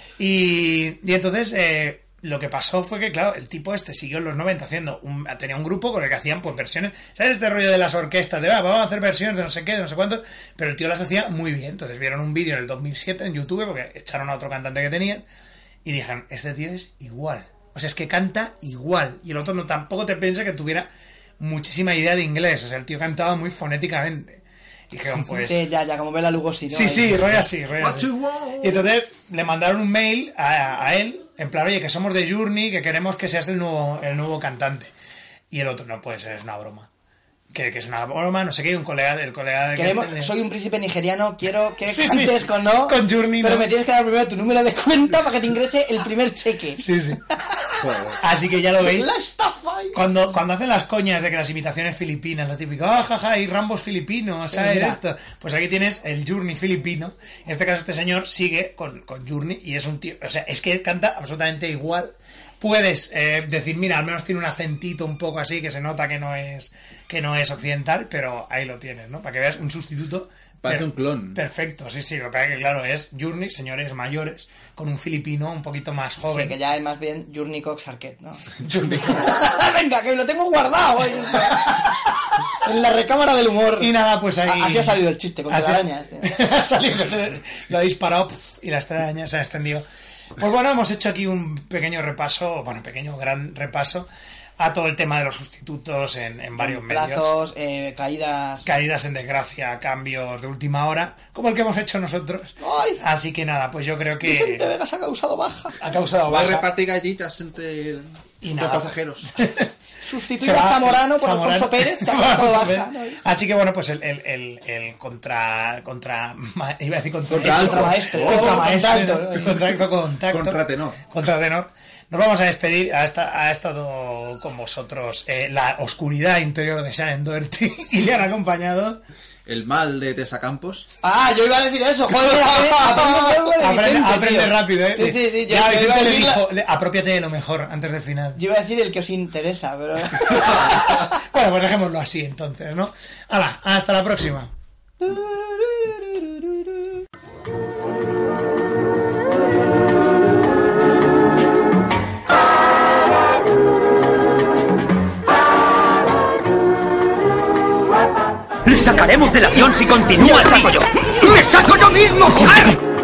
Y, y entonces eh, lo que pasó fue que, claro, el tipo este siguió en los noventa haciendo un, tenía un grupo con el que hacían pues versiones, ¿sabes? Este rollo de las orquestas, de ah, vamos a hacer versiones de no sé qué, de no sé cuántos, pero el tío las hacía muy bien. Entonces vieron un vídeo en el dos mil siete en YouTube porque echaron a otro cantante que tenían y dijeron, este tío es igual. O sea, es que canta igual. Y el otro no tampoco te piensa que tuviera muchísima idea de inglés. O sea, el tío cantaba muy fonéticamente. Y dijeron, pues... Sí, ya, ya, como Bela Lugosi, ¿no? Sí, Ahí. sí, rollo así, rollo What así. you want? Y entonces le mandaron un mail a, a él, en plan, oye, que somos de Journey, que queremos que seas el nuevo, el nuevo cantante. Y el otro, no puede ser, es una broma. Que, que es una broma, no sé qué, y un colega, el colega de... Queremos, que- soy un príncipe nigeriano, quiero que Sí, sí. cantes con no. Con Journey, pero no. me tienes que dar primero tu número de cuenta para que te ingrese el primer cheque. Sí, sí. Joder. Así que ya lo veis. ¡La estafa! Ay. Cuando, cuando hacen las coñas de que las imitaciones filipinas, la típica, ah, jaja, y Rambo es filipino, ¿sabes Mira. esto? Pues aquí tienes el Journey filipino. En este caso, este señor sigue con, con Journey y es un tío, o sea, es que canta absolutamente igual. Puedes eh, decir, mira, al menos tiene un acentito un poco así que se nota que no es que no es occidental, pero ahí lo tienes, ¿no? Para que veas un sustituto. Parece per- un clon. Perfecto, sí, sí. Lo que pasa es que, claro, es Journey, señores mayores, con un filipino un poquito más joven. Sí, que ya es más bien Journey Cox Arquette, ¿no? Journey. Venga, que lo tengo guardado ahí, en la recámara del humor. Y nada, pues ahí... Así ha salido el chiste, con Así- telarañas. ha salido, lo ha disparado pf, y las telarañas se han extendido. Pues bueno, hemos hecho aquí un pequeño repaso, bueno, pequeño, gran repaso a todo el tema de los sustitutos en, en varios medios. Plazos, eh, caídas... Caídas en desgracia, cambios de última hora, como el que hemos hecho nosotros. ¡Ay! Así que nada, pues yo creo que Vicente Vegas ha causado baja. ha causado Va a baja. repartir galletas entre, Y entre nada. pasajeros. Sustituir Se a va- Zamorano por Zamorano. Alfonso Pérez, que ha Vamos causado a baja. ver. ¿no? Así que bueno, pues el, el, el, el contra contra ma- iba a decir contra, Contra hecho, alto. Maestro. contra Oh, maestro, contacto, ¿no? ¿no? Contacto, contacto. Contratenor. Contratenor. Nos vamos a despedir. Ha, esta- ha estado con vosotros eh, la oscuridad interior de Shannon Doherty y le han acompañado. El mal de Tessa Campos. Ah, yo iba a decir eso. Joder, aprende algo de Aprende, Vicente, aprende tío. rápido, ¿eh? Sí, sí, sí. Yo, Ya, yo Vicente iba a le decir la- dijo, le- apropiate de lo mejor antes del final. yo iba a decir el que os interesa, pero... Bueno, pues dejémoslo así entonces, ¿no? Hala, hasta la próxima. Le sacaremos del avión si continúa el saco yo. ¡Me saco yo mismo! ¡Joder!